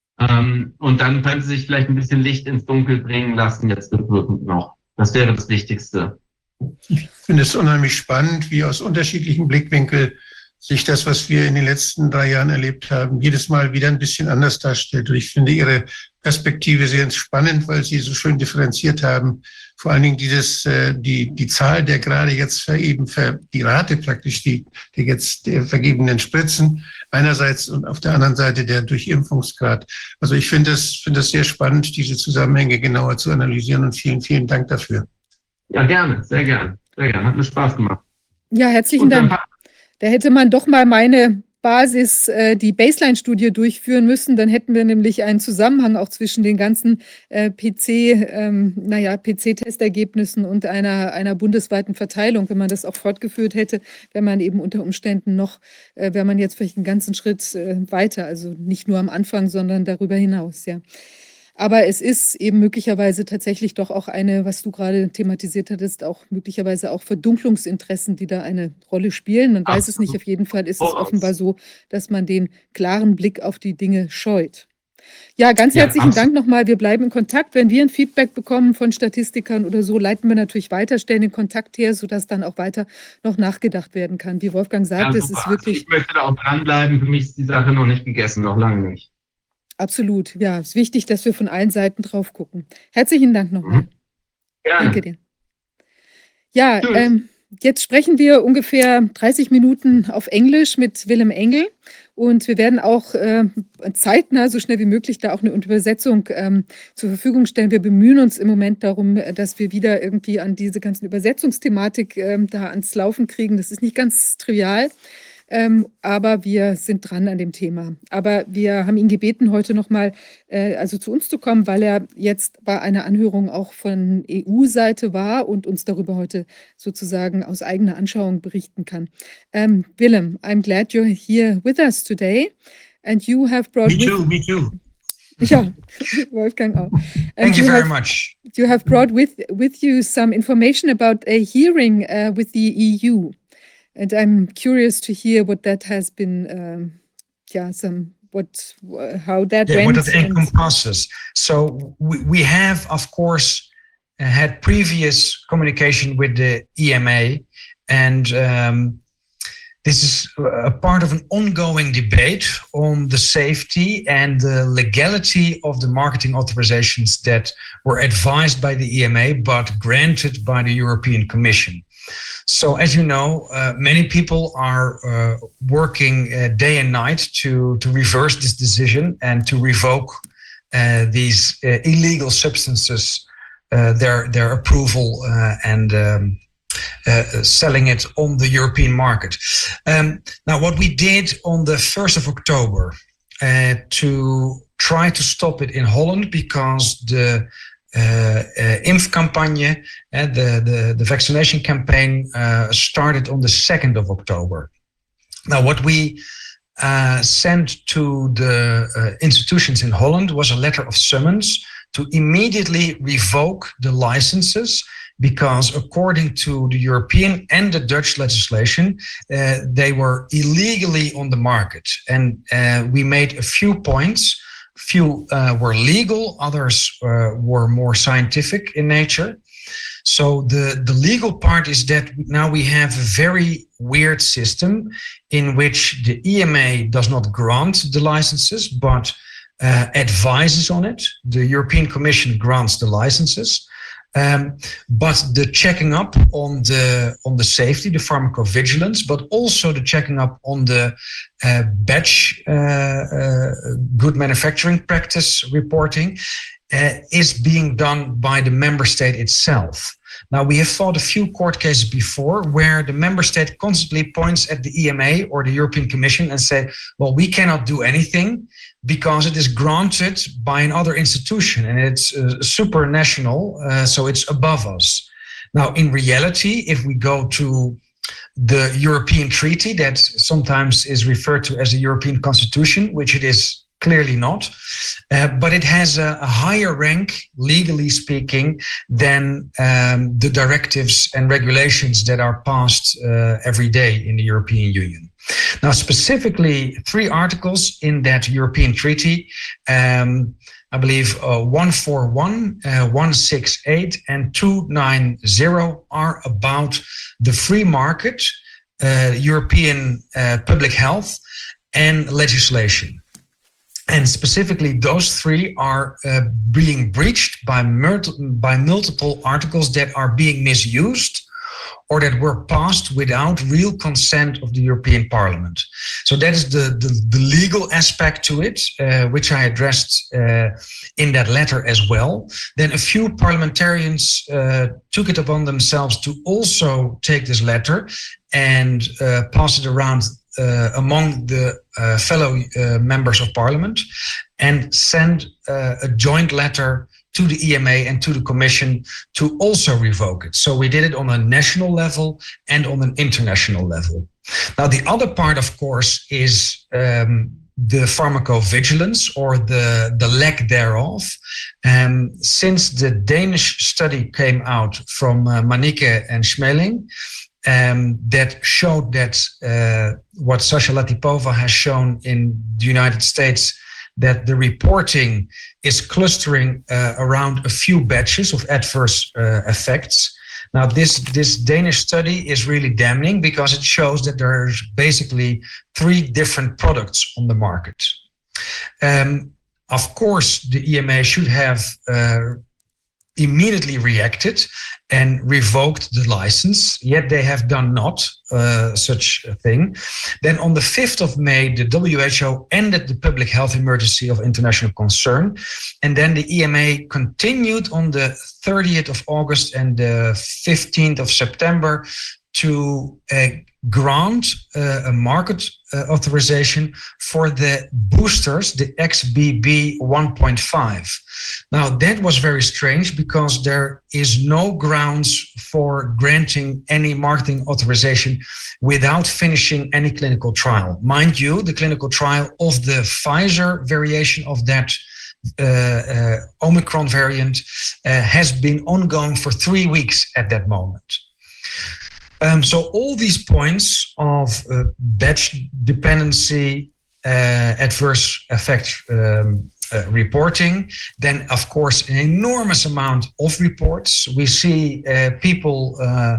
Ähm, und dann können sie sich vielleicht ein bisschen Licht ins Dunkel bringen lassen, jetzt rückwirkend noch. Das wäre das Wichtigste. Ich finde es unheimlich spannend, wie aus unterschiedlichen Blickwinkeln sich das, was wir in den letzten drei Jahren erlebt haben, jedes Mal wieder ein bisschen anders darstellt. Und ich finde Ihre Perspektive sehr spannend, weil Sie so schön differenziert haben. Vor allen Dingen dieses, die, die Zahl der gerade jetzt eben, die Rate praktisch, die, die jetzt der vergebenen Spritzen einerseits und auf der anderen Seite der Durchimpfungsgrad. Also ich finde das, finde das sehr spannend, diese Zusammenhänge genauer zu analysieren und vielen, vielen Dank dafür. Ja, gerne, sehr gerne, sehr gerne. Hat mir Spaß gemacht. Ja, herzlichen Dank. Da hätte man doch mal meine Basis, äh, die Baseline-Studie durchführen müssen. Dann hätten wir nämlich einen Zusammenhang auch zwischen den ganzen äh, P C, ähm, naja, P C-Testergebnissen und einer, einer bundesweiten Verteilung, wenn man das auch fortgeführt hätte, wenn man eben unter Umständen noch, äh, wäre man jetzt vielleicht einen ganzen Schritt äh, weiter, also nicht nur am Anfang, sondern darüber hinaus, ja. Aber es ist eben möglicherweise tatsächlich doch auch eine, was du gerade thematisiert hattest, auch möglicherweise auch Verdunklungsinteressen, die da eine Rolle spielen. Man weiß es nicht. Auf jeden Fall ist es offenbar so, dass man den klaren Blick auf die Dinge scheut. Ja, ganz herzlichen ja, Dank nochmal. Wir bleiben in Kontakt. Wenn wir ein Feedback bekommen von Statistikern oder so, leiten wir natürlich weiter, stellen den Kontakt her, sodass dann auch weiter noch nachgedacht werden kann. Wie Wolfgang sagt, es ist wirklich... Ich möchte da auch dranbleiben. Für mich ist die Sache noch nicht gegessen, noch lange nicht. Absolut, ja. Es ist wichtig, dass wir von allen Seiten drauf gucken. Herzlichen Dank nochmal. Gerne. Danke dir. Ja, ähm, jetzt sprechen wir ungefähr dreißig Minuten auf Englisch mit Willem Engel. Und wir werden auch äh, zeitnah, so schnell wie möglich, da auch eine Übersetzung ähm, zur Verfügung stellen. Wir bemühen uns im Moment darum, dass wir wieder irgendwie an diese ganzen Übersetzungsthematik ähm, da ans Laufen kriegen. Das ist nicht ganz trivial. Ähm, aber wir sind dran an dem Thema. Aber wir haben ihn gebeten, heute nochmal äh, also zu uns zu kommen, weil er jetzt bei einer Anhörung auch von E U-Seite war und uns darüber heute sozusagen aus eigener Anschauung berichten kann. Um, Willem, I'm glad you're here with us today. And you have brought Me too, me too. Ja, Wolfgang auch. Thank you, you very have, much. You have brought with, with you some information about a hearing uh, with the E U. And I'm curious to hear what that has been, um, yeah, some, what, how that yeah, went. What that encompasses. So we, we have, of course, uh, had previous communication with the E M A, and um, this is a part of an ongoing debate on the safety and the legality of the marketing authorizations that were advised by the E M A, but granted by the European Commission. So, as you know, uh, many people are uh, working uh, day and night to, to reverse this decision and to revoke uh, these uh, illegal substances, uh, their, their approval uh, and um, uh, selling it on the European market. Um, now, what we did on the first of October uh, to try to stop it in Holland, because the uh, uh, Impfcampagne, uh, the, the, the vaccination campaign uh, started on the second of October. Now, what we uh, sent to the uh, institutions in Holland was a letter of summons to immediately revoke the licenses, because according to the European and the Dutch legislation, uh, they were illegally on the market. And uh, we made a few points. Few uh, were legal, others uh, were more scientific in nature. So the, the legal part is that now we have a very weird system in which the E M A does not grant the licenses, but uh, advises on it. The European Commission grants the licenses. Um, but the checking up on the on the safety, the pharmacovigilance, but also the checking up on the uh, batch uh, uh, good manufacturing practice reporting uh, is being done by the member state itself. Now, we have fought a few court cases before where the member state constantly points at the E M A or the European Commission and say, well, we cannot do anything because it is granted by another institution and it's uh, supranational, uh, so it's above us. Now, in reality, if we go to the European Treaty that sometimes is referred to as the European Constitution, which it is clearly not, uh, but it has a, a higher rank, legally speaking, than um, the directives and regulations that are passed uh, every day in the European Union. Now, specifically, three articles in that European Treaty, um, I believe uh, one forty-one, uh, one sixty-eight, and two ninety are about the free market, uh, European uh, public health, and legislation. And specifically, those three are uh, being breached by, by multiple articles that are being misused or that were passed without real consent of the European Parliament. So that is the, the, the legal aspect to it, uh, which I addressed uh, in that letter as well. Then a few parliamentarians uh, took it upon themselves to also take this letter and uh, pass it around Uh, among the uh, fellow uh, members of parliament and send uh, a joint letter to the E M A and to the Commission to also revoke it. So we did it on a national level and on an international level. Now, the other part, of course, is um, the pharmacovigilance or the, the lack thereof. Um, since the Danish study came out from uh, Manike and Schmeling, Um, that showed that uh, what Sasha Latipova has shown in the United States, that the reporting is clustering uh, around a few batches of adverse uh, effects. Now, this, this Danish study is really damning because it shows that there's basically three different products on the market. Um, of course, the E M A should have uh, immediately reacted and revoked the license, yet they have done not uh, such a thing. Then on the fifth of May, the W H O ended the public health emergency of international concern. And then the E M A continued on the thirtieth of August and the fifteenth of September to uh, grant uh, a market uh, authorization for the boosters, the X B B one point five. Now, that was very strange because there is no grounds for granting any marketing authorization without finishing any clinical trial. Mind you, the clinical trial of the Pfizer variation of that uh, uh, Omicron variant uh, has been ongoing for three weeks at that moment. Um, so all these points of uh, batch dependency, uh, adverse effect um, uh, reporting, then of course an enormous amount of reports. We see uh, people uh,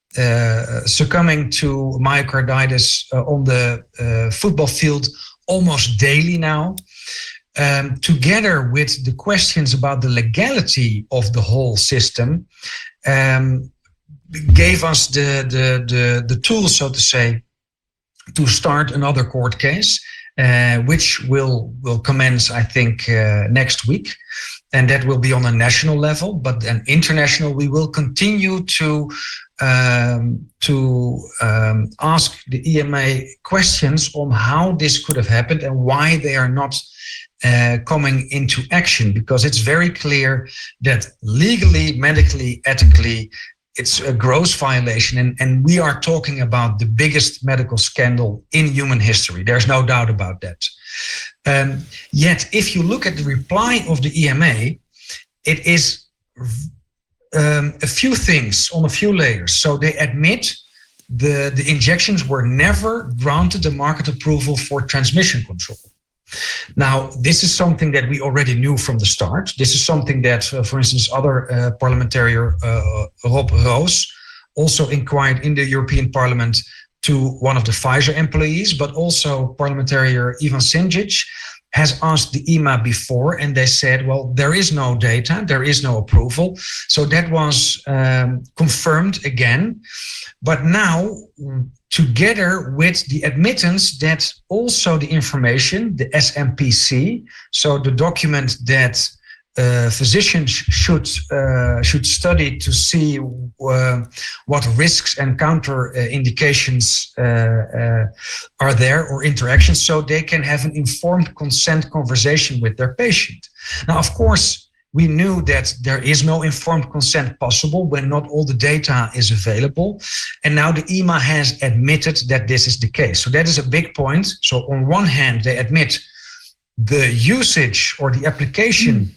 uh, succumbing to myocarditis uh, on the uh, football field almost daily now. Um, together with the questions about the legality of the whole system, um, gave us the, the, the, the tools, so to say, to start another court case, uh, which will, will commence, I think, uh, next week. And that will be on a national level, but then international, we will continue to, um, to um, ask the E M A questions on how this could have happened and why they are not uh, coming into action, because it's very clear that legally, medically, ethically, it's a gross violation. And, and we are talking about the biggest medical scandal in human history. There's no doubt about that. Um, yet, if you look at the reply of the E M A, it is um, a few things on a few layers. So they admit the, the injections were never granted a market approval for transmission control. Now, this is something that we already knew from the start. This is something that, uh, for instance, other uh, parliamentarian uh, Rob Roos also inquired in the European Parliament to one of the Pfizer employees, but also parliamentarian Ivan Sinčić has asked the E M A before, and they said, well, there is no data, there is no approval. So that was um, confirmed again. But now, together with the admittance that also the information, the S M P C, so the document that uh, physicians should uh, should study to see uh, what risks and counter uh, indications uh, uh, are there, or interactions, so they can have an informed consent conversation with their patient. Now, of course, we knew that there is no informed consent possible when not all the data is available. And now the E M A has admitted that this is the case. So that is a big point. So on one hand, they admit the usage or the application mm.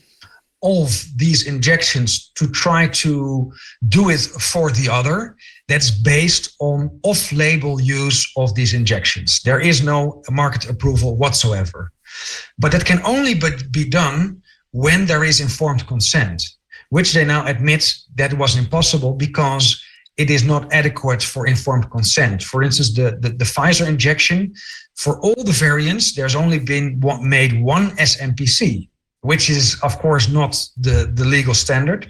of these injections to try to do it for the other, that's based on off-label use of these injections. There is no market approval whatsoever. But that can only be done when there is informed consent, which they now admit that was impossible because it is not adequate for informed consent. For instance, the, the, the Pfizer injection, for all the variants, there's only been one, made one S M P C, which is, of course, not the, the legal standard.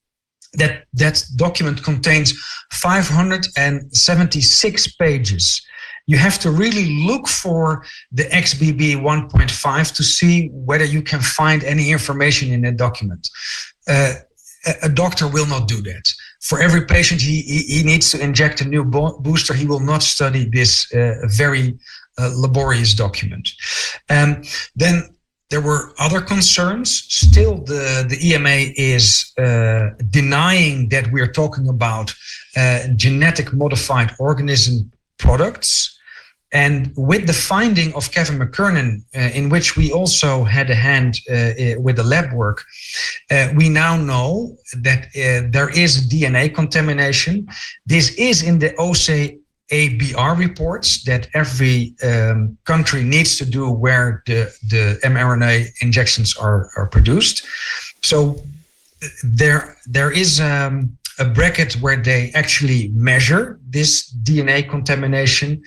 That, that document contains five hundred seventy-six pages. You have to really look for the X B B one point five to see whether you can find any information in that document. Uh, a doctor will not do that. For every patient he, he, he needs to inject a new bo booster, he will not study this uh, very uh, laborious document. Um, then there were other concerns. Still, the, the E M A is uh, denying that we're talking about uh, genetic modified organism products. And with the finding of Kevin McKernan, uh, in which we also had a hand uh, with the lab work, uh, we now know that uh, there is D N A contamination. This is in the O C A B R reports that every um, country needs to do where the, the mRNA injections are, are produced. So there, there is um, a bracket where they actually measure this D N A contamination.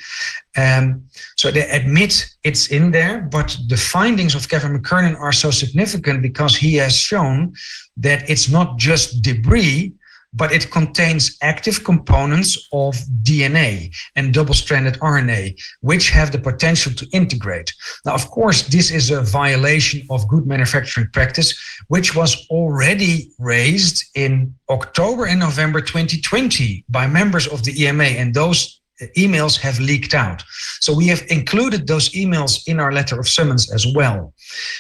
Um, so they admit it's in there, but the findings of Kevin McKernan are so significant because he has shown that it's not just debris, but it contains active components of D N A and double-stranded R N A, which have the potential to integrate. Now, of course, this is a violation of good manufacturing practice, which was already raised in October and November twenty twenty by members of the E M A, and those emails have leaked out. So we have included those emails in our letter of summons as well.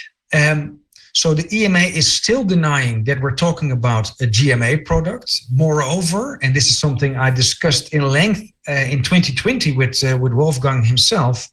Um, So the E M A is still denying that we're talking about a G M A product. Moreover, and this is something I discussed in length uh, in twenty twenty with uh, with Wolfgang himself,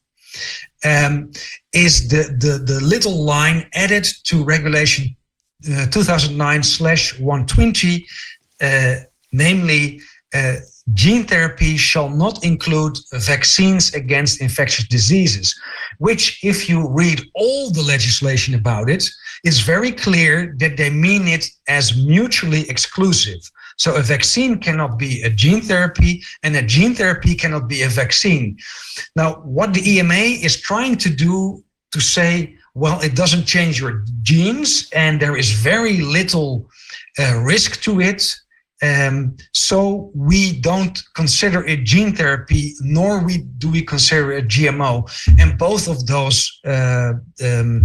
um, is the, the, the little line added to regulation uh, two thousand nine slash one twenty, uh, namely, uh, gene therapy shall not include vaccines against infectious diseases, which, if you read all the legislation about it, it's very clear that they mean it as mutually exclusive. So a vaccine cannot be a gene therapy, and a gene therapy cannot be a vaccine. Now, what the E M A is trying to do to say, well, it doesn't change your genes, and there is very little uh, risk to it. Um, so we don't consider it gene therapy, nor we do we consider it G M O. And both of those uh, um,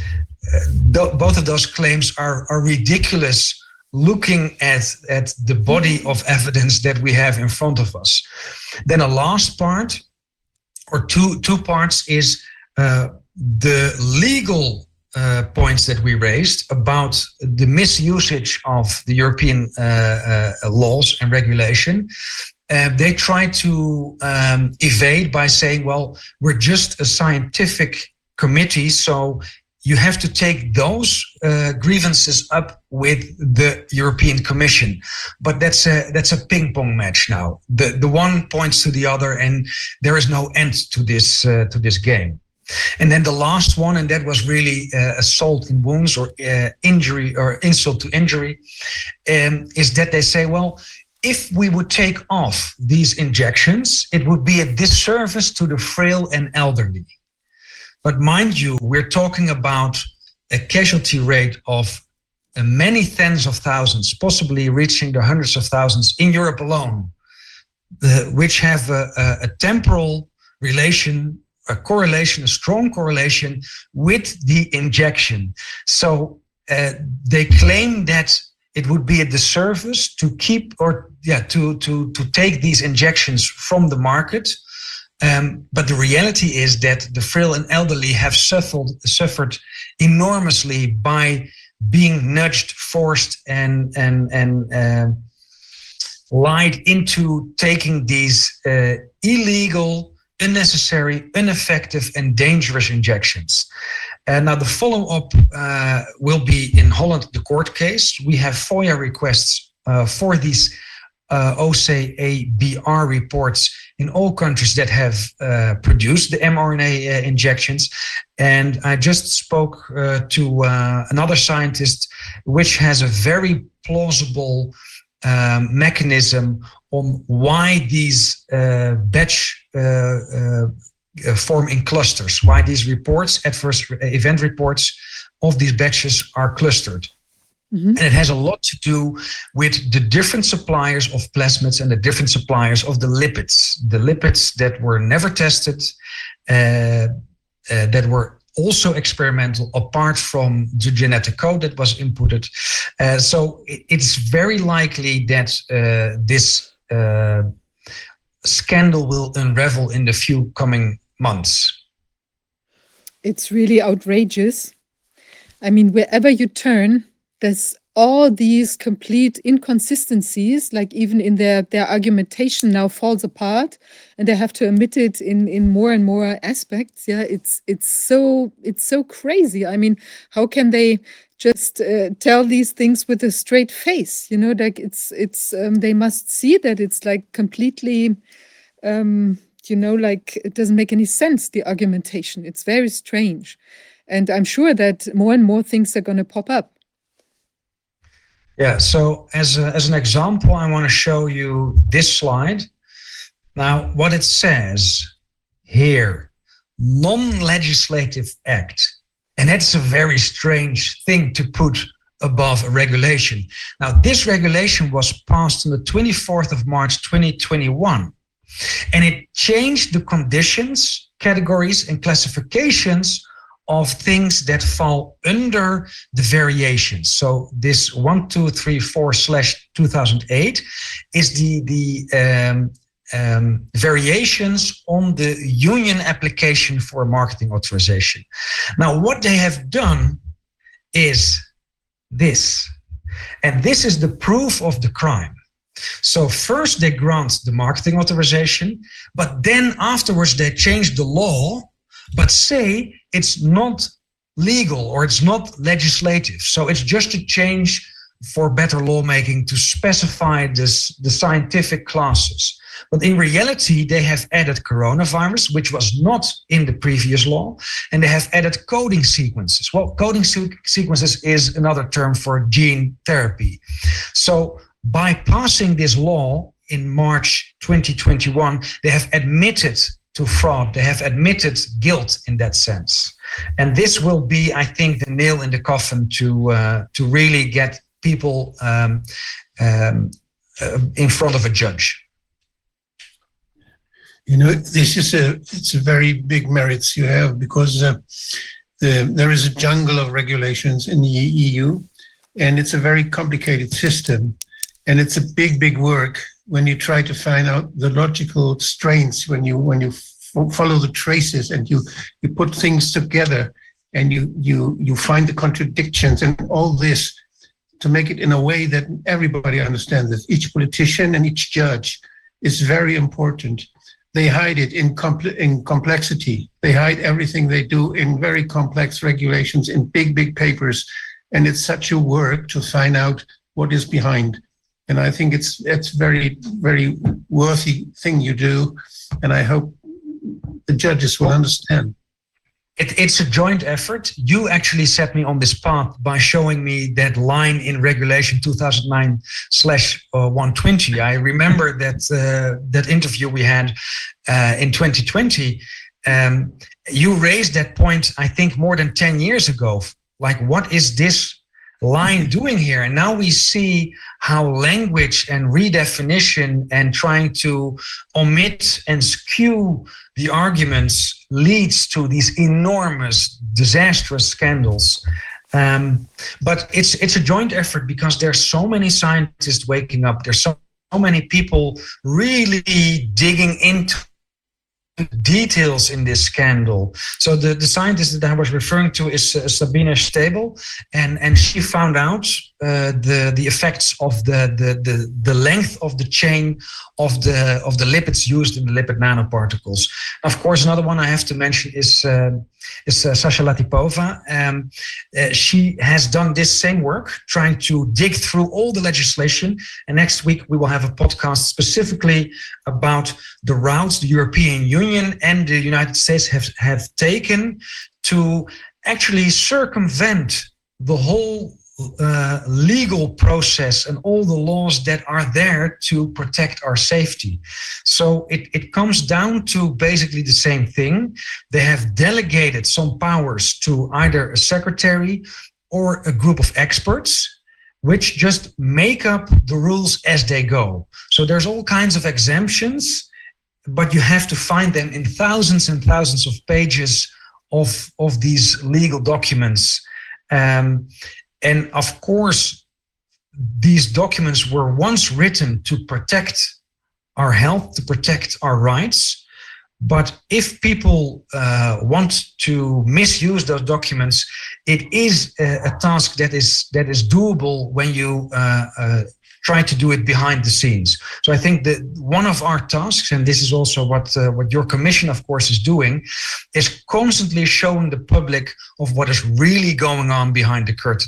uh, both of those claims are, are ridiculous, looking at, at the body of evidence that we have in front of us. Then a last part, or two, two parts, is uh, the legal uh, points that we raised about the misusage of the European uh, uh, laws and regulation. Uh, they try to um, evade by saying, well, we're just a scientific committee, so you have to take those uh, grievances up with the European Commission. But that's a that's a ping pong match now. The the one points to the other, and there is no end to this uh, to this game. And then the last one, and that was really uh, assault in wounds or uh, injury or insult to injury, um, is that they say, well, if we would take off these injections, it would be a disservice to the frail and elderly. But mind you, we're talking about a casualty rate of uh, many tens of thousands, possibly reaching the hundreds of thousands in Europe alone, uh, which have a, a, a temporal relation, a correlation, a strong correlation with the injection. So uh, they claim that it would be a disservice to keep or yeah to to to take these injections from the market. Um, but the reality is that the frail and elderly have suffered suffered enormously by being nudged, forced, and and and uh, lied into taking these uh, illegal, unnecessary, ineffective, and dangerous injections. And now the follow-up uh, will be in Holland, the court case. We have FOIA requests uh, for these uh, O C A B R reports in all countries that have uh, produced the mRNA uh, injections. And I just spoke uh, to uh, another scientist, which has a very plausible um, mechanism on why these uh, batch uh, uh, Uh, form in clusters, why these reports, adverse event reports of these batches are clustered. Mm-hmm. And it has a lot to do with the different suppliers of plasmids and the different suppliers of the lipids. The lipids that were never tested, uh, uh, that were also experimental, apart from the genetic code that was inputted. Uh, so it, it's very likely that uh, this uh, scandal will unravel in the few coming months. It's really outrageous. I mean, wherever you turn, there's all these complete inconsistencies, like even in their, their argumentation now falls apart, and they have to admit it in, in more and more aspects. Yeah, it's it's so it's so crazy. I mean, how can they just uh, tell these things with a straight face? You know, like it's it's um, they must see that it's like completely, um, you know, like it doesn't make any sense, the argumentation. It's very strange, and I'm sure that more and more things are going to pop up. Yeah, so as, a, as an example, I want to show you this slide. Now, what it says here, non-legislative act. And that's a very strange thing to put above a regulation. Now, this regulation was passed on the twenty-fourth of March, twenty twenty-one. And it changed the conditions, categories, and classifications of things that fall under the variations. So this one two three four slash two thousand eight is the, the um, um, variations on the union application for marketing authorization. Now, what they have done is this, and this is the proof of the crime. So first they grant the marketing authorization, but then afterwards they change the law, but say it's not legal or it's not legislative. So it's just a change for better lawmaking to specify this, the scientific classes. But in reality, they have added coronavirus, which was not in the previous law, and they have added coding sequences. Well, coding se- sequences is another term for gene therapy. So by passing this law in March twenty twenty-one, they have admitted to fraud. They have admitted guilt in that sense. And this will be, I think, the nail in the coffin to uh, to really get people um, um, uh, in front of a judge. You know, this is a it's a very big merits you have, because uh, the, there is a jungle of regulations in the E U, and it's a very complicated system, and it's a big, big work when you try to find out the logical strains, when you when you f- follow the traces and you you put things together. and you you you find the contradictions and all this to make it in a way that everybody understands it. Each politician and each judge is very important. They hide it in, compl- in complexity. They hide everything they do in very complex regulations, in big, big papers. And it's such a work to find out what is behind. And I think it's it's very, very worthy thing you do. And I hope the judges will understand. It, it's a joint effort. You actually set me on this path by showing me that line in regulation two thousand nine slash one twenty. I remember that uh, that interview we had uh, in twenty twenty. Um, you raised that point, I think, more than ten years ago. Like, what is this line doing here? And now we see how language and redefinition and trying to omit and skew the arguments leads to these enormous, disastrous scandals. Um, but it's it's a joint effort because there's so many scientists waking up. There's so, so many people really digging into details in this scandal. So the, the scientist that I was referring to is uh, Sabine Stebel, and, and she found out uh, the the effects of the, the the the length of the chain of the of the lipids used in the lipid nanoparticles. Of course, another one I have to mention is uh, is uh, Sasha Latypova. Um, uh, she has done this same work, trying to dig through all the legislation. And next week we will have a podcast specifically about the routes the European Union and the United States have have taken to actually circumvent the whole uh, legal process and all the laws that are there to protect our safety. So it, it comes down to basically the same thing. They have delegated some powers to either a secretary or a group of experts, which just make up the rules as they go. So there's all kinds of exemptions, but you have to find them in thousands and thousands of pages of, of these legal documents. Um, and of course, these documents were once written to protect our health, to protect our rights. But if people uh, want to misuse those documents, it is a, a task that is that is doable when you uh, uh, try to do it behind the scenes. So I think that one of our tasks, and this is also what uh, what your commission, of course, is doing, is constantly showing the public of what is really going on behind the curtain.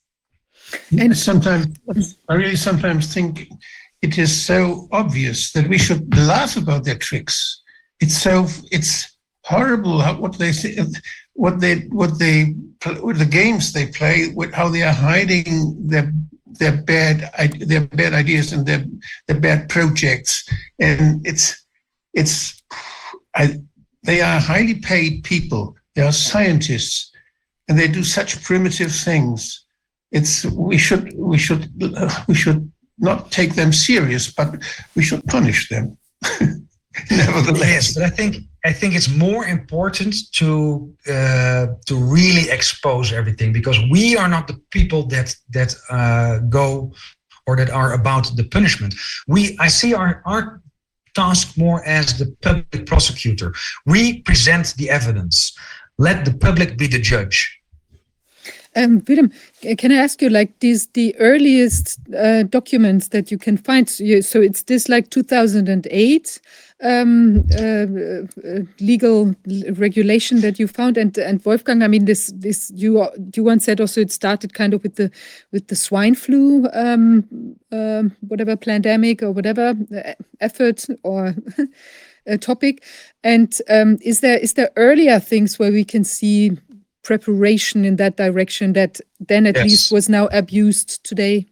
And sometimes, I really sometimes think it is so obvious that we should laugh about their tricks. It's so it's horrible how, what they say, what they what they what the games they play, what, how they are hiding their their bad their bad ideas and their their bad projects, and it's it's I, they are highly paid people. They are scientists, and they do such primitive things. It's we should we should uh, we should not take them serious, but we should punish them. Nevertheless, yes, but I think I think it's more important to uh, to really expose everything, because we are not the people that that uh, go or that are about the punishment. We I see our our task more as the public prosecutor. We present the evidence. Let the public be the judge. Um, Willem, can I ask you, like, these the earliest uh, documents that you can find? So, you, so it's this like two thousand eight um, uh, uh, legal regulation that you found, and and Wolfgang, I mean, this this you you once said also it started kind of with the with the swine flu, um, uh, whatever pandemic or whatever uh, effort or a topic, and um, is there is there earlier things where we can see preparation in that direction that then at Yes. least was now abused today?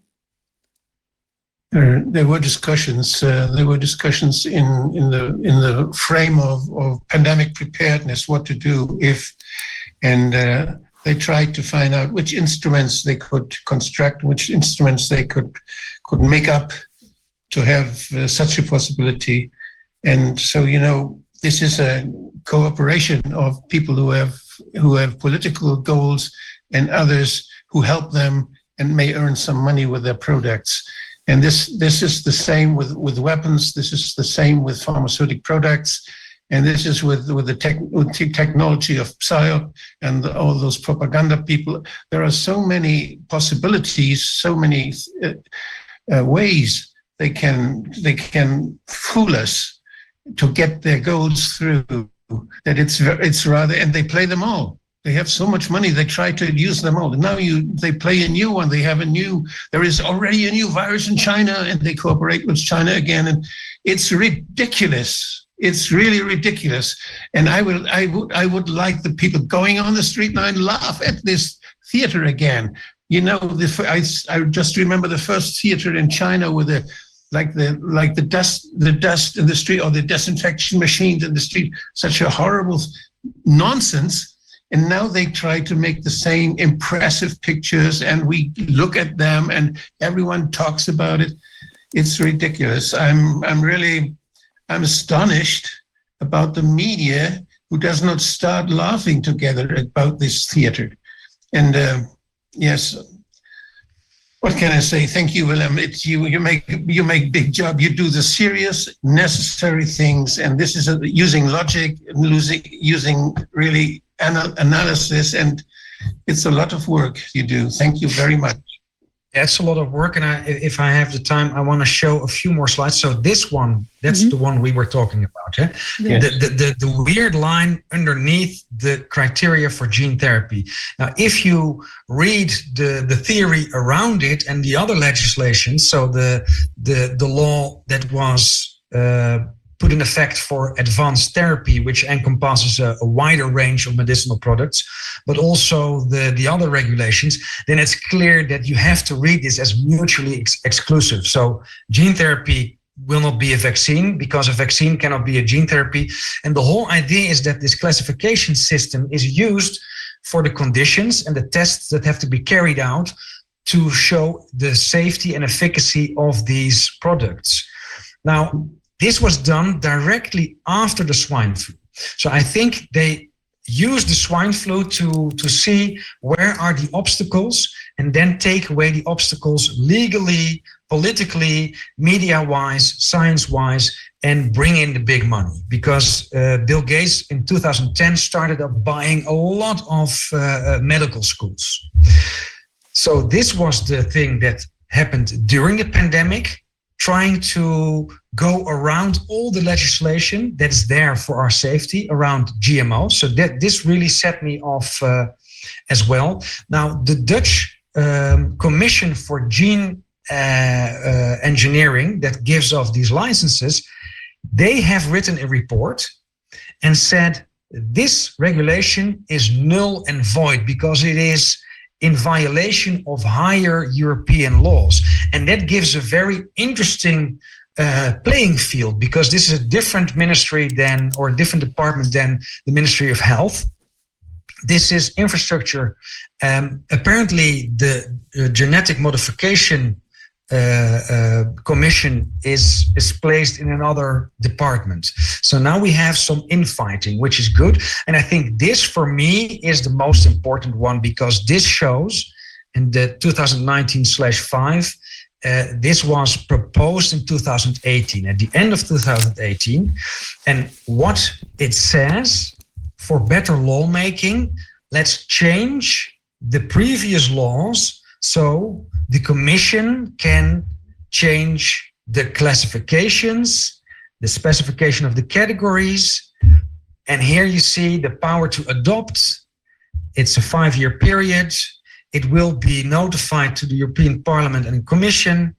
Uh, there were discussions. Uh, there were discussions in in the in the frame of, of pandemic preparedness, what to do if, and uh, they tried to find out which instruments they could construct, which instruments they could could make up to have uh, such a possibility. And so, you know, this is a cooperation of people who have who have political goals and others who help them and may earn some money with their products. And this this is the same with, with weapons. This is the same with pharmaceutical products. And this is with, with the tech, with the technology of PSYOP and the, all those propaganda people. There are so many possibilities, so many uh, uh, ways they can they can fool us to get their goals through. That it's it's rather, and they play them all. They have so much money, they try to use them all. Now you they play a new one. They have a new. There is already a new virus in China, and they cooperate with China again, and it's ridiculous. It's really ridiculous, and I would, I would, I would like the people going on the street now and laugh at this theater again. You know, the, I, I just remember the first theater in China with the, like the, like the dust, the dust in the street, or the disinfection machines in the street. Such a horrible nonsense. And now they try to make the same impressive pictures, and we look at them, and everyone talks about it. It's ridiculous. I'm, I'm really. I'm astonished about the media who does not start laughing together about this theater. And uh, yes, what can I say? Thank you, Willem. It's you. You make you make big job. You do the serious, necessary things, and this is a, using logic, using using really anal analysis, and it's a lot of work you do. Thank you very much. That's a lot of work, and I, if I have the time, I want to show a few more slides. So this one, that's mm-hmm. the one we were talking about. Yeah? Yes. The, the, the, the weird line underneath the criteria for gene therapy. Now, if you read the, the theory around it and the other legislation, so the, the, the law that was uh, put in effect for advanced therapy, which encompasses a, a wider range of medicinal products, but also the, the other regulations, then it's clear that you have to read this as mutually ex exclusive. So gene therapy will not be a vaccine, because a vaccine cannot be a gene therapy. And the whole idea is that this classification system is used for the conditions and the tests that have to be carried out to show the safety and efficacy of these products. Now, this was done directly after the swine flu. So I think they used the swine flu to, to see where are the obstacles, and then take away the obstacles legally, politically, media-wise, science-wise, and bring in the big money. Because uh, Bill Gates in two thousand ten started up buying a lot of uh, medical schools. So this was the thing that happened during the pandemic, trying to go around all the legislation that's there for our safety around G M Os. So that this really set me off uh, as well. Now, the Dutch um, Commission for Gene uh, uh, Engineering that gives off these licenses, they have written a report and said this regulation is null and void because it is in violation of higher European laws. And that gives a very interesting uh, playing field, because this is a different ministry than, or a different department than the Ministry of Health. This is infrastructure. Um, apparently the uh, genetic modification uh, uh, commission is, is placed in another department. So now we have some infighting, which is good. And I think this, for me, is the most important one, because this shows in the two thousand nineteen slash five, uh, this was proposed in two thousand eighteen, at the end of two thousand eighteen. And what it says, for better lawmaking, let's change the previous laws so the Commission can change the classifications, the specification of the categories. And here you see the power to adopt. It's a five-year period. It will be notified to the European Parliament and Commission,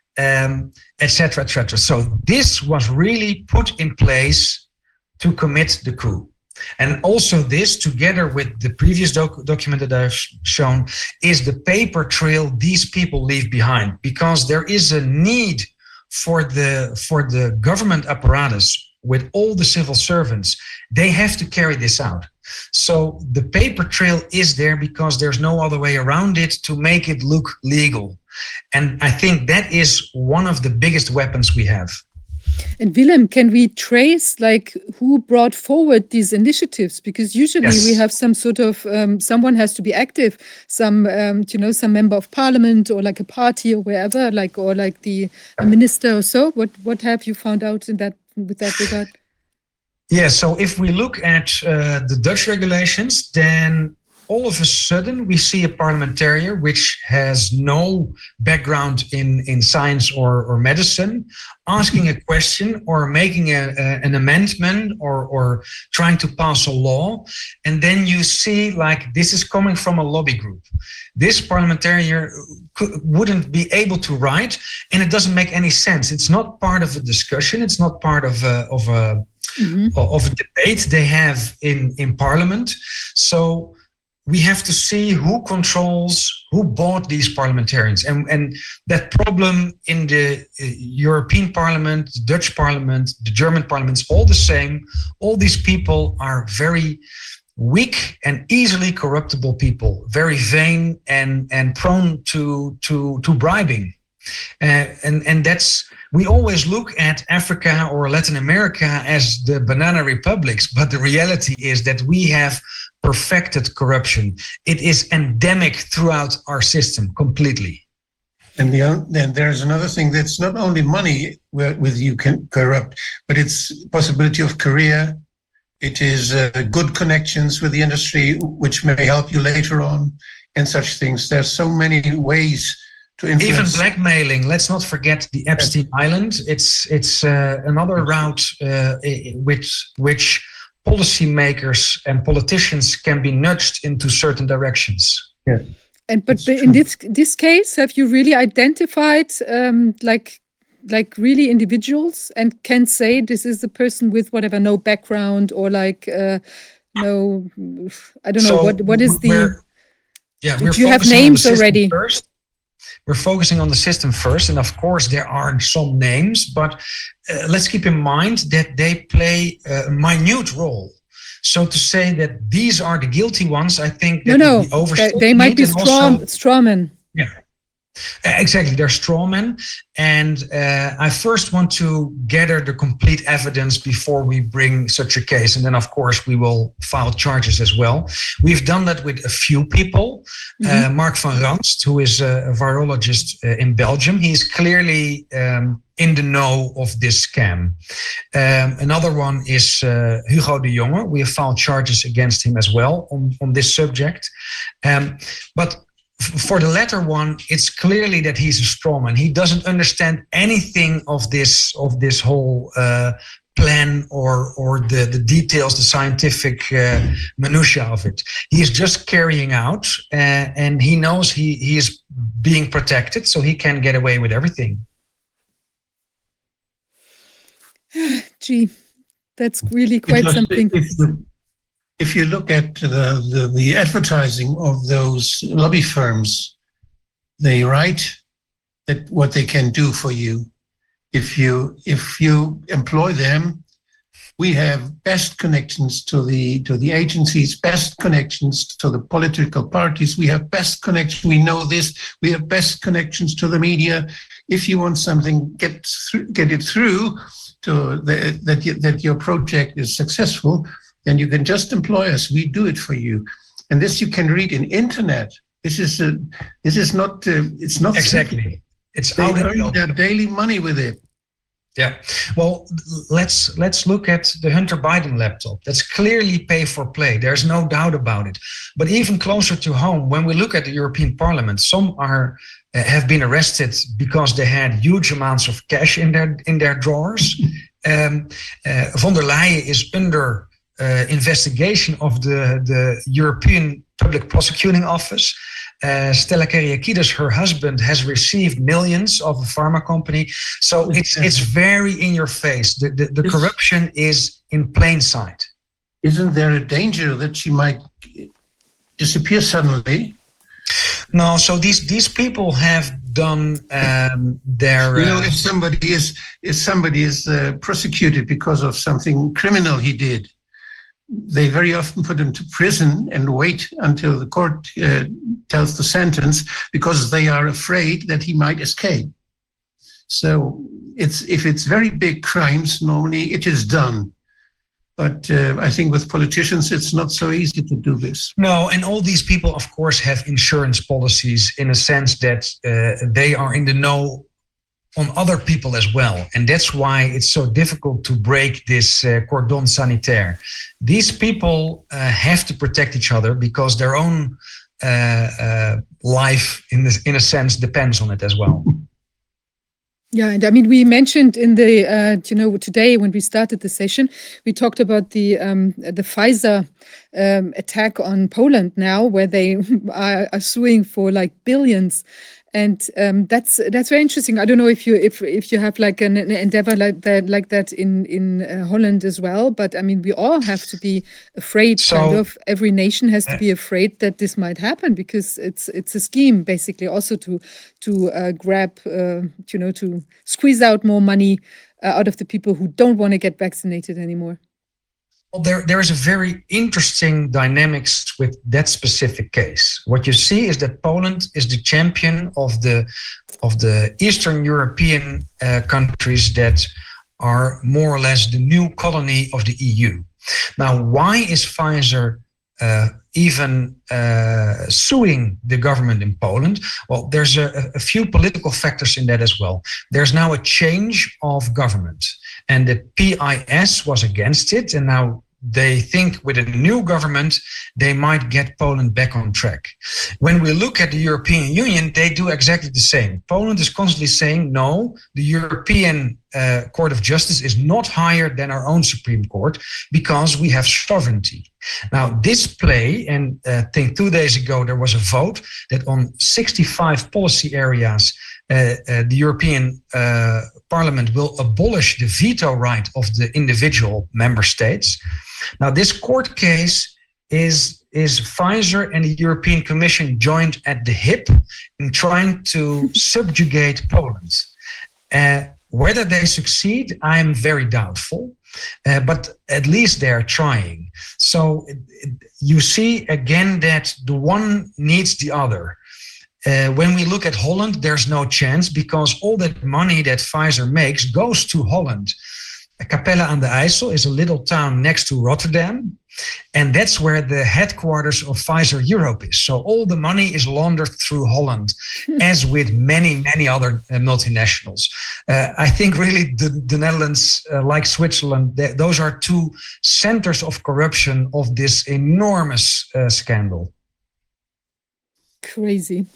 um, et cetera, et cetera. So this was really put in place to commit the coup. And also this, together with the previous doc document that I've shown, is the paper trail these people leave behind, because there is a need for the, for the government apparatus with all the civil servants. They have to carry this out. So the paper trail is there because there's no other way around it to make it look legal. And I think that is one of the biggest weapons we have. And Willem, can we trace like who brought forward these initiatives? Because usually Yes. we have some sort of, um, someone has to be active, some, um, you know, some member of parliament or like a party or wherever, like, or like the a minister or so. What, what have you found out in that, with that regard? Yeah, so if we look at uh, the Dutch regulations, then all of a sudden we see a parliamentarian which has no background in, in science or, or medicine asking a question or making a, a, an amendment or, or trying to pass a law. And then you see like this is coming from a lobby group. This parliamentarian could, wouldn't be able to write, and it doesn't make any sense. It's not part of a discussion. It's not part of a, of a, mm-hmm. of a debate they have in, in parliament. So we have to see who controls, who bought these parliamentarians. And, and that problem in the European Parliament, the Dutch Parliament, the German Parliament is all the same. All these people are very weak and easily corruptible people, very vain and, and prone to, to, to bribing. Uh, and, and that's, we always look at Africa or Latin America as the banana republics, but the reality is that we have perfected corruption. It is endemic throughout our system completely. And the, then there's another thing that's not only money where, with you can corrupt, but it's possibility of career. It is uh, good connections with the industry, which may help you later on, and such things. There's so many ways to influence. Even blackmailing. Let's not forget the Epstein Island. It's it's uh, another route uh, which which policymakers and politicians can be nudged into certain directions. Yeah. And but in this this case, have you really identified um, like like really individuals and can say this is a person with whatever, no background or like uh, no, I don't know, so what what is the? We're, yeah, we're do you have focusing on names the system already? First. We're focusing on the system first, and of course there are some names, but uh, let's keep in mind that they play a minute role. So to say that these are the guilty ones, I think that no, would be no, overstating they might be it, and straw also- strawmen. Yeah. Uh, Exactly, they're strawmen, and uh, I first want to gather the complete evidence before we bring such a case, and then of course we will file charges as well. We've done that with a few people. Mhm. Uh, Mark van Ranst, who is a, a virologist uh, in Belgium, he's clearly um, in the know of this scam. Um, another one is uh, Hugo de Jonge. We have filed charges against him as well on, on this subject. Um, but for the latter one, it's clearly that he's a strawman. He doesn't understand anything of this of this whole uh, plan or or the, the details, the scientific uh, minutiae of it. He is just carrying out, uh, and he knows he, he is being protected, so he can get away with everything. Gee, that's really quite Because something. If, the, if you look at the, the, the advertising of those lobby firms, they write that what they can do for you. If you if you employ them, we have best connections to the to the agencies, best connections to the political parties. We have best connection. We know this. We have best connections to the media. If you want something, get through, get it through to the, that you, that your project is successful, then you can just employ us. We do it for you, and this you can read in internet. This is a, this is not uh, it's not Exactly. It's They out in the earn open. their daily money with it. Yeah, well, let's let's look at the Hunter Biden laptop. That's clearly pay for play. There's no doubt about it. But even closer to home, when we look at the European Parliament, some are uh, have been arrested because they had huge amounts of cash in their in their drawers. Um, uh, von der Leyen is under uh, investigation of the the European Public Prosecuting Office. Uh, Stella Kyriakides, her husband, has received millions of a pharma company. So it's it's very in your face. The, the, the corruption is in plain sight. Isn't there a danger that she might disappear suddenly? No, so these these people have done um, their. You know, uh, if somebody is if somebody is uh, prosecuted because of something criminal he did, they very often put him to prison and wait until the court uh, tells the sentence because they are afraid that he might escape. So it's if it's very big crimes, normally it is done. But uh, I think with politicians, it's not so easy to do this. No, and all these people, of course, have insurance policies in a sense that uh, they are in the know on other people as well. And that's why it's so difficult to break this uh, cordon sanitaire. These people uh, have to protect each other because their own uh, uh, life, in, this, in a sense, depends on it as well. Yeah, and I mean, we mentioned in the, uh, you know, today when we started the session, we talked about the um, the Pfizer um, attack on Poland now, where they are, are suing for like billions. And um, that's that's very interesting. I don't know if you if if you have like an, an endeavor like that like that in in uh, Holland as well. But I mean, we all have to be afraid. So, kind of every nation has to be afraid that this might happen because it's it's a scheme basically also to to uh, grab uh, you know to squeeze out more money uh, out of the people who don't want to get vaccinated anymore. Well, there, there is a very interesting dynamics with that specific case. What you see is that Poland is the champion of the of the Eastern European uh, countries that are more or less the new colony of the E U. Now, why is Pfizer uh, even uh, suing the government in Poland? Well, there's a, a few political factors in that as well. There's now a change of government, and the P I S was against it, and now they think with a new government, they might get Poland back on track. When we look at the European Union, they do exactly the same. Poland is constantly saying, no, the European uh, Court of Justice is not higher than our own Supreme Court because we have sovereignty. Now, this play, and uh, I think two days ago, there was a vote that on sixty-five policy areas, Uh, uh, the European uh, Parliament will abolish the veto right of the individual member states. Now, this court case is, is Pfizer and the European Commission joined at the hip in trying to subjugate Poland. Uh, whether they succeed, I am very doubtful, uh, but at least they're trying. So it, it, you see again that the one needs the other. Uh, when we look at Holland, there's no chance because all that money that Pfizer makes goes to Holland. Capelle aan de IJssel is a little town next to Rotterdam, and that's where the headquarters of Pfizer Europe is. So all the money is laundered through Holland, as with many, many other uh, multinationals. Uh, I think really the, the Netherlands, uh, like Switzerland, th those are two centers of corruption of this enormous uh, scandal. Crazy.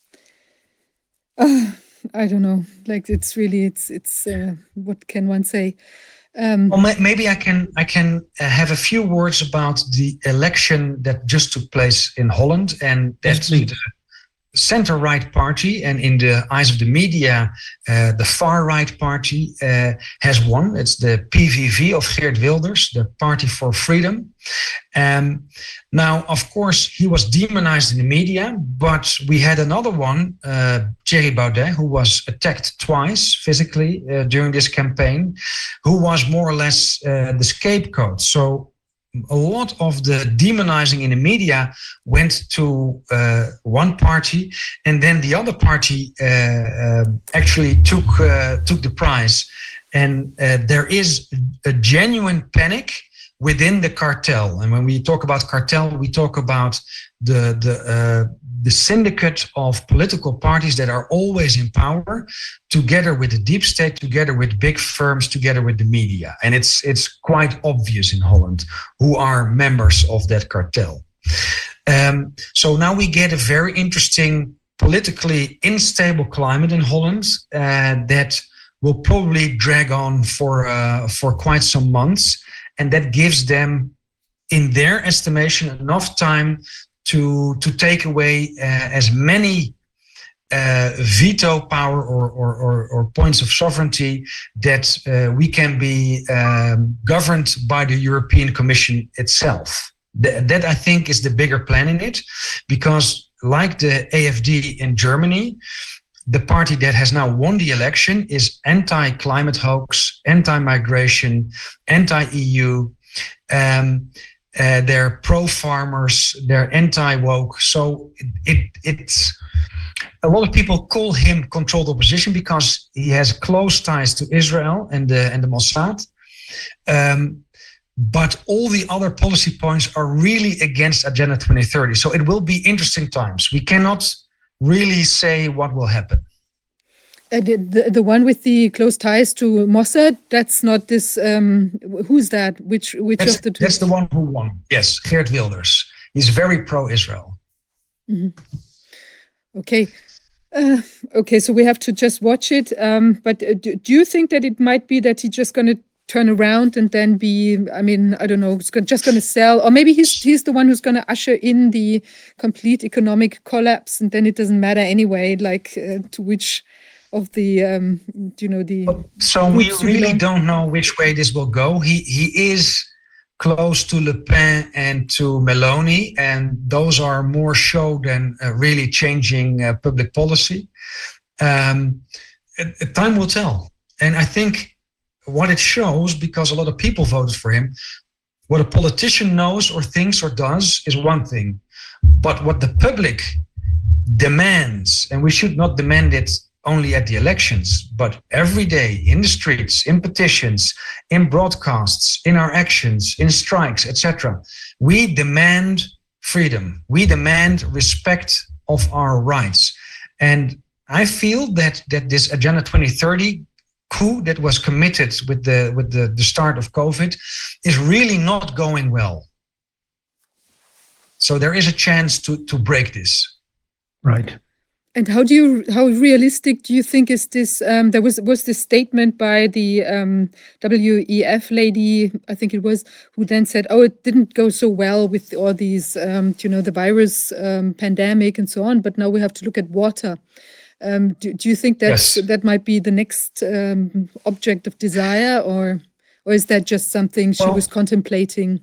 Uh, I don't know. Like it's really, it's it's. Uh, what can one say? Um, well, may maybe I can I can uh, have a few words about the election that just took place in Holland, and that's yes, the center-right party, and in the eyes of the media, uh, the far-right party uh, has won. It's the P V V of Geert Wilders, the Party for Freedom. Um, now, of course, he was demonized in the media, but we had another one, uh, Thierry Baudet, who was attacked twice physically uh, during this campaign, who was more or less uh, the scapegoat. So a lot of the demonizing in the media went to uh, one party, and then the other party uh, uh, actually took uh, took the prize. And uh, there is a genuine panic within the cartel. And when we talk about cartel, we talk about the the uh, the syndicate of political parties that are always in power, together with the deep state, together with big firms, together with the media. And it's it's quite obvious in Holland who are members of that cartel. Um, so now we get a very interesting, politically unstable climate in Holland uh, that will probably drag on for uh, for quite some months. And that gives them, in their estimation, enough time to to take away uh, as many uh, veto power or, or, or, or points of sovereignty that uh, we can be um, governed by the European Commission itself. Th that, I think, is the bigger plan in it, because like the A F D in Germany, the party that has now won the election is anti-climate hoax, anti-migration, anti-E U. Um, Uh, they're pro-farmers, they're anti-woke. So it, it, it's a lot of people call him controlled opposition because he has close ties to Israel and the, and the Mossad. Um, but all the other policy points are really against Agenda twenty thirty. So it will be interesting times. We cannot really say what will happen. Uh, the, the the one with the close ties to Mossad, that's not this. Um, who's that? Which which That's, of the two? that's the one who won. Yes, Geert Wilders. He's very pro-Israel. Okay. Uh, okay, so we have to just watch it. Um, but uh, do, do you think that it might be that he's just going to turn around and then be, I mean, I don't know, it's go- just going to sell, or maybe he's he's the one who's going to usher in the complete economic collapse, and then it doesn't matter anyway, like uh, to which of the, um, you know, the. So we groups you really belong- don't know which way this will go. He he is close to Le Pen and to Meloni, and those are more show than uh, really changing uh, public policy. Um, uh, time will tell. And I think what it shows, because a lot of people voted for him, what a politician knows or thinks or does is one thing. But what the public demands, and we should not demand it only at the elections, but every day in the streets, in petitions, in broadcasts, in our actions, in strikes, et cetera. We demand freedom. We demand respect of our rights. And I feel that that this Agenda twenty thirty coup that was committed with the with the, the start of COVID is really not going well. So there is a chance to to break this. Right. And how do you, how realistic do you think is this? Um, there was was this statement by the um, W E F lady, I think it was, who then said, "Oh, it didn't go so well with all these, um, you know, the virus um, pandemic and so on. But now we have to look at water." Um, do, do you think that's Yes. that might be the next um, object of desire, or or is that just something she Well- was contemplating?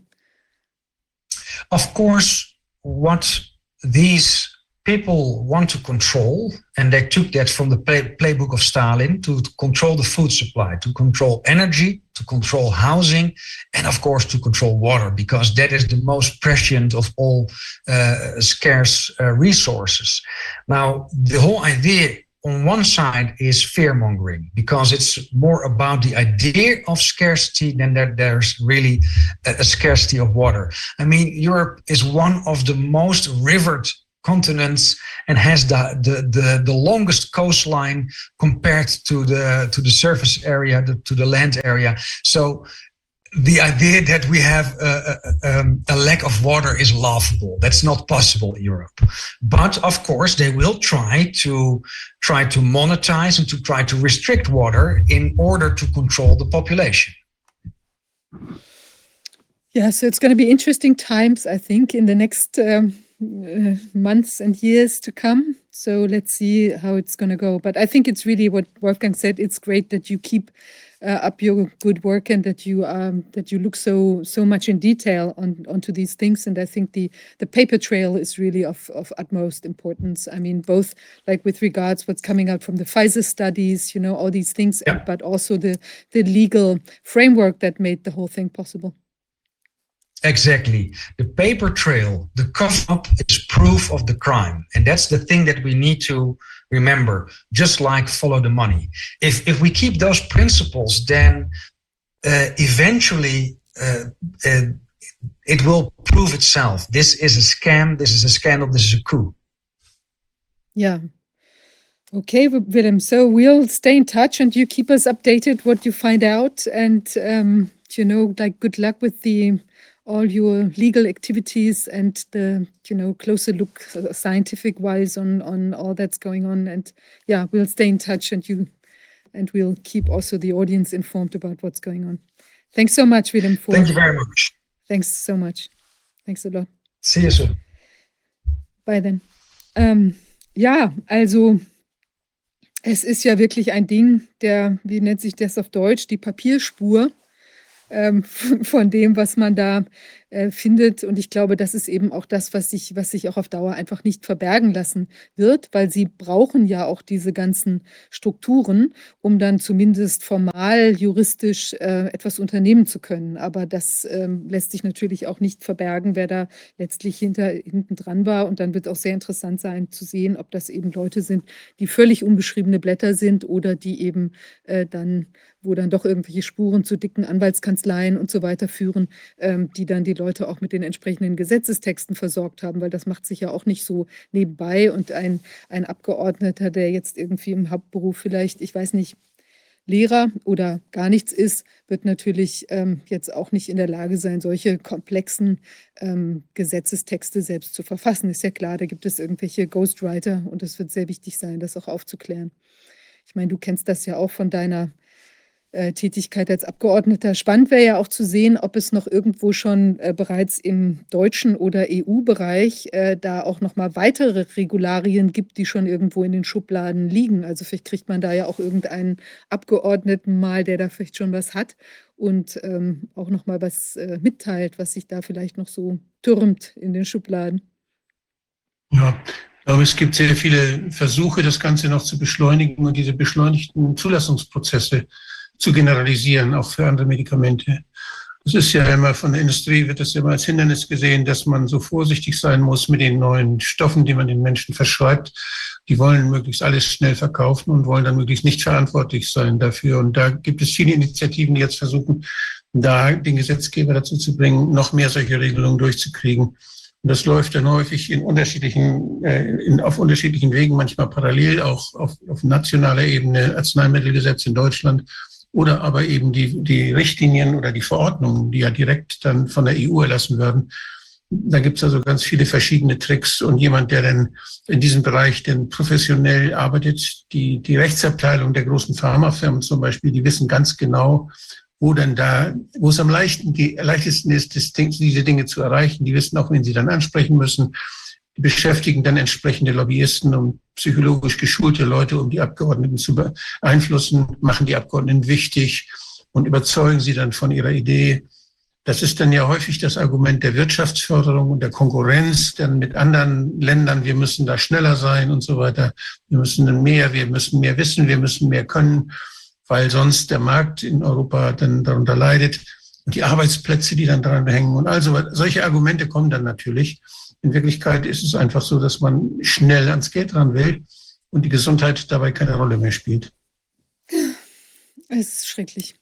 Of course, what these people want to control, and they took that from the play, playbook of Stalin, to control the food supply, to control energy, to control housing, and of course to control water, because that is the most precious of all uh, scarce uh, resources. Now, the whole idea on one side is fear-mongering, because it's more about the idea of scarcity than that there's really a, a scarcity of water. I mean, Europe is one of the most rivered continents and has the, the the the longest coastline compared to the to the surface area, the, to the land area. So the idea that we have a, a, um, a lack of water is laughable. That's not possible in Europe. But of course, they will try to try to monetize and to try to restrict water in order to control the population. Yeah, so it's going to be interesting times, I think, in the next um, uh, months and years to come. So let's see how it's going to go. But I think it's really what Wolfgang said. It's great that you keep uh, up your good work and that you um, that you look so so much in detail on onto these things. And I think the the paper trail is really of of utmost importance. I mean, both like with regards what's coming out from the Pfizer studies, you know, all these things, Yeah. and, but also the the legal framework that made the whole thing possible. Exactly. The paper trail, the cover-up is proof of the crime. And that's the thing that we need to remember, just like follow the money. If if we keep those principles, then uh, eventually uh, uh, it will prove itself. This is a scam, this is a scandal, this is a coup. Yeah. Okay, Wi- Willem. So we'll stay in touch and you keep us updated what you find out. And, um, you know, like good luck with the all your legal activities and the, you know, closer look uh, scientific wise on, on all that's going on. And yeah, we'll stay in touch and you, and we'll keep also the audience informed about what's going on. Thanks so much, Willem. For, Thank you very much. Thanks so much. Thanks a lot. See you soon. Bye then. Ähm, ja, also es ist ja wirklich ein Ding, der, wie nennt sich das auf Deutsch, die Papierspur ähm, von dem, was man da äh, findet. Und ich glaube, das ist eben auch das, was sich, was sich auch auf Dauer einfach nicht verbergen lassen wird, weil sie brauchen ja auch diese ganzen Strukturen, um dann zumindest formal, juristisch äh, etwas unternehmen zu können. Aber das ähm, lässt sich natürlich auch nicht verbergen, wer da letztlich hinter, hinten dran war. Und dann wird auch sehr interessant sein zu sehen, ob das eben Leute sind, die völlig unbeschriebene Blätter sind oder die eben äh, dann wo dann doch irgendwelche Spuren zu dicken Anwaltskanzleien und so weiter führen, ähm, die dann die Leute auch mit den entsprechenden Gesetzestexten versorgt haben, weil das macht sich ja auch nicht so nebenbei. Und ein, ein Abgeordneter, der jetzt irgendwie im Hauptberuf vielleicht, ich weiß nicht, Lehrer oder gar nichts ist, wird natürlich ähm, jetzt auch nicht in der Lage sein, solche komplexen ähm, Gesetzestexte selbst zu verfassen. Ist ja klar, da gibt es irgendwelche Ghostwriter und es wird sehr wichtig sein, das auch aufzuklären. Ich meine, du kennst das ja auch von deiner äh, Tätigkeit als Abgeordneter. Spannend wäre ja auch zu sehen, ob es noch irgendwo schon äh, bereits im deutschen oder E U-Bereich äh, da auch noch mal weitere Regularien gibt, die schon irgendwo in den Schubladen liegen. Also vielleicht kriegt man da ja auch irgendeinen Abgeordneten mal, der da vielleicht schon was hat und ähm, auch noch mal was äh, mitteilt, was sich da vielleicht noch so türmt in den Schubladen. Ja, ich glaube, es gibt sehr viele Versuche, das Ganze noch zu beschleunigen und diese beschleunigten Zulassungsprozesse zu generalisieren, auch für andere Medikamente. Das ist ja immer von der Industrie, wird das ja immer als Hindernis gesehen, dass man so vorsichtig sein muss mit den neuen Stoffen, die man den Menschen verschreibt. Die wollen möglichst alles schnell verkaufen und wollen dann möglichst nicht verantwortlich sein dafür. Und da gibt es viele Initiativen, die jetzt versuchen, da den Gesetzgeber dazu zu bringen, noch mehr solche Regelungen durchzukriegen. Und das läuft dann häufig in unterschiedlichen, äh, in, auf unterschiedlichen Wegen, manchmal parallel, auch auf, auf nationaler Ebene, Arzneimittelgesetz in Deutschland, oder aber eben die, die Richtlinien oder die Verordnungen, die ja direkt dann von der E U erlassen werden. Da gibt es also ganz viele verschiedene Tricks. Und jemand, der dann in diesem Bereich denn professionell arbeitet, die, die Rechtsabteilung der großen Pharmafirmen zum Beispiel, die wissen ganz genau, wo denn da, wo es am leichten, leichtesten ist, das Ding, diese Dinge zu erreichen. Die wissen auch, wen sie dann ansprechen müssen. Die beschäftigen dann entsprechende Lobbyisten und psychologisch geschulte Leute, um die Abgeordneten zu beeinflussen, machen die Abgeordneten wichtig und überzeugen sie dann von ihrer Idee. Das ist dann ja häufig das Argument der Wirtschaftsförderung und der Konkurrenz dann mit anderen Ländern. Wir müssen da schneller sein und so weiter. Wir müssen mehr, wir müssen mehr wissen, wir müssen mehr können, weil sonst der Markt in Europa dann darunter leidet und die Arbeitsplätze, die dann daran hängen und also solche Argumente kommen dann natürlich. In Wirklichkeit ist es einfach so, dass man schnell ans Geld ran will und die Gesundheit dabei keine Rolle mehr spielt. Es ist schrecklich.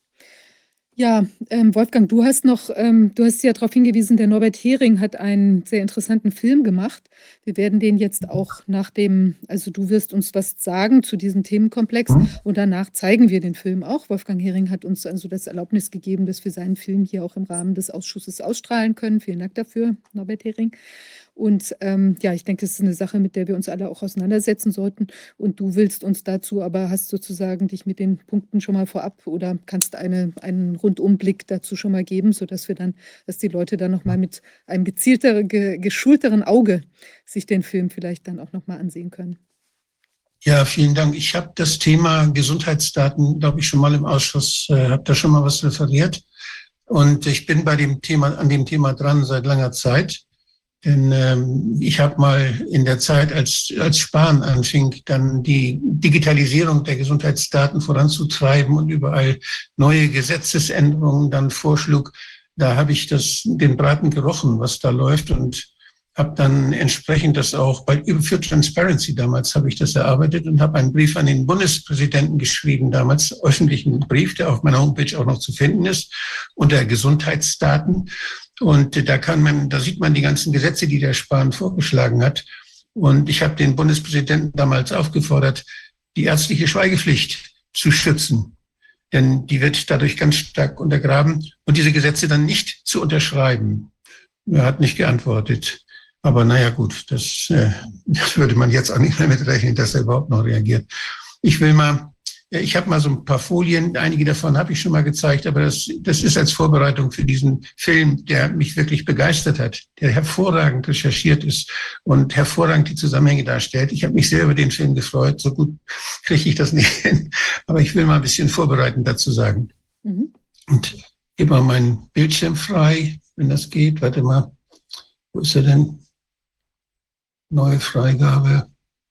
Ja, ähm, Wolfgang, du hast noch, ähm, du hast ja darauf hingewiesen, der Norbert Hering hat einen sehr interessanten Film gemacht. Wir werden den jetzt auch nach dem, also du wirst uns was sagen zu diesem Themenkomplex und danach zeigen wir den Film auch. Wolfgang Hering hat uns also das Erlaubnis gegeben, dass wir seinen Film hier auch im Rahmen des Ausschusses ausstrahlen können. Vielen Dank dafür, Norbert Hering. Und ähm, ja, ich denke, das ist eine Sache, mit der wir uns alle auch auseinandersetzen sollten. Und du willst uns dazu aber, hast sozusagen dich mit den Punkten schon mal vorab oder kannst eine, einen Rundumblick dazu schon mal geben, sodass wir dann, dass die Leute dann nochmal mit einem gezielteren, ge, geschulteren Auge sich den Film vielleicht dann auch nochmal ansehen können. Ja, vielen Dank. Ich habe das Thema Gesundheitsdaten, glaube ich, schon mal im Ausschuss, äh, habe da schon mal was referiert. Und ich bin bei dem Thema, an dem Thema dran seit langer Zeit. Denn ähm, ich habe mal in der Zeit, als, als Spahn anfing, dann die Digitalisierung der Gesundheitsdaten voranzutreiben und überall neue Gesetzesänderungen dann vorschlug, da habe ich das, den Braten gerochen, was da läuft und habe dann entsprechend das auch bei für Transparency damals habe ich das erarbeitet und habe einen Brief an den Bundespräsidenten geschrieben, damals öffentlichen Brief, der auf meiner Homepage auch noch zu finden ist, unter Gesundheitsdaten. Und da kann man, da sieht man die ganzen Gesetze, die der Spahn vorgeschlagen hat. Und ich habe den Bundespräsidenten damals aufgefordert, die ärztliche Schweigepflicht zu schützen. Denn die wird dadurch ganz stark untergraben und diese Gesetze dann nicht zu unterschreiben. Er hat nicht geantwortet. Aber naja, gut, das, äh, das würde man jetzt auch nicht mehr mitrechnen, dass er überhaupt noch reagiert. Ich will mal, ich habe mal so ein paar Folien, einige davon habe ich schon mal gezeigt, aber das, das ist als Vorbereitung für diesen Film, der mich wirklich begeistert hat, der hervorragend recherchiert ist und hervorragend die Zusammenhänge darstellt. Ich habe mich sehr über den Film gefreut, so gut kriege ich das nicht hin, aber ich will mal ein bisschen vorbereitend dazu sagen. Mhm. Und gebe mal meinen Bildschirm frei, wenn das geht. Warte mal, wo ist er denn? Neue Freigabe.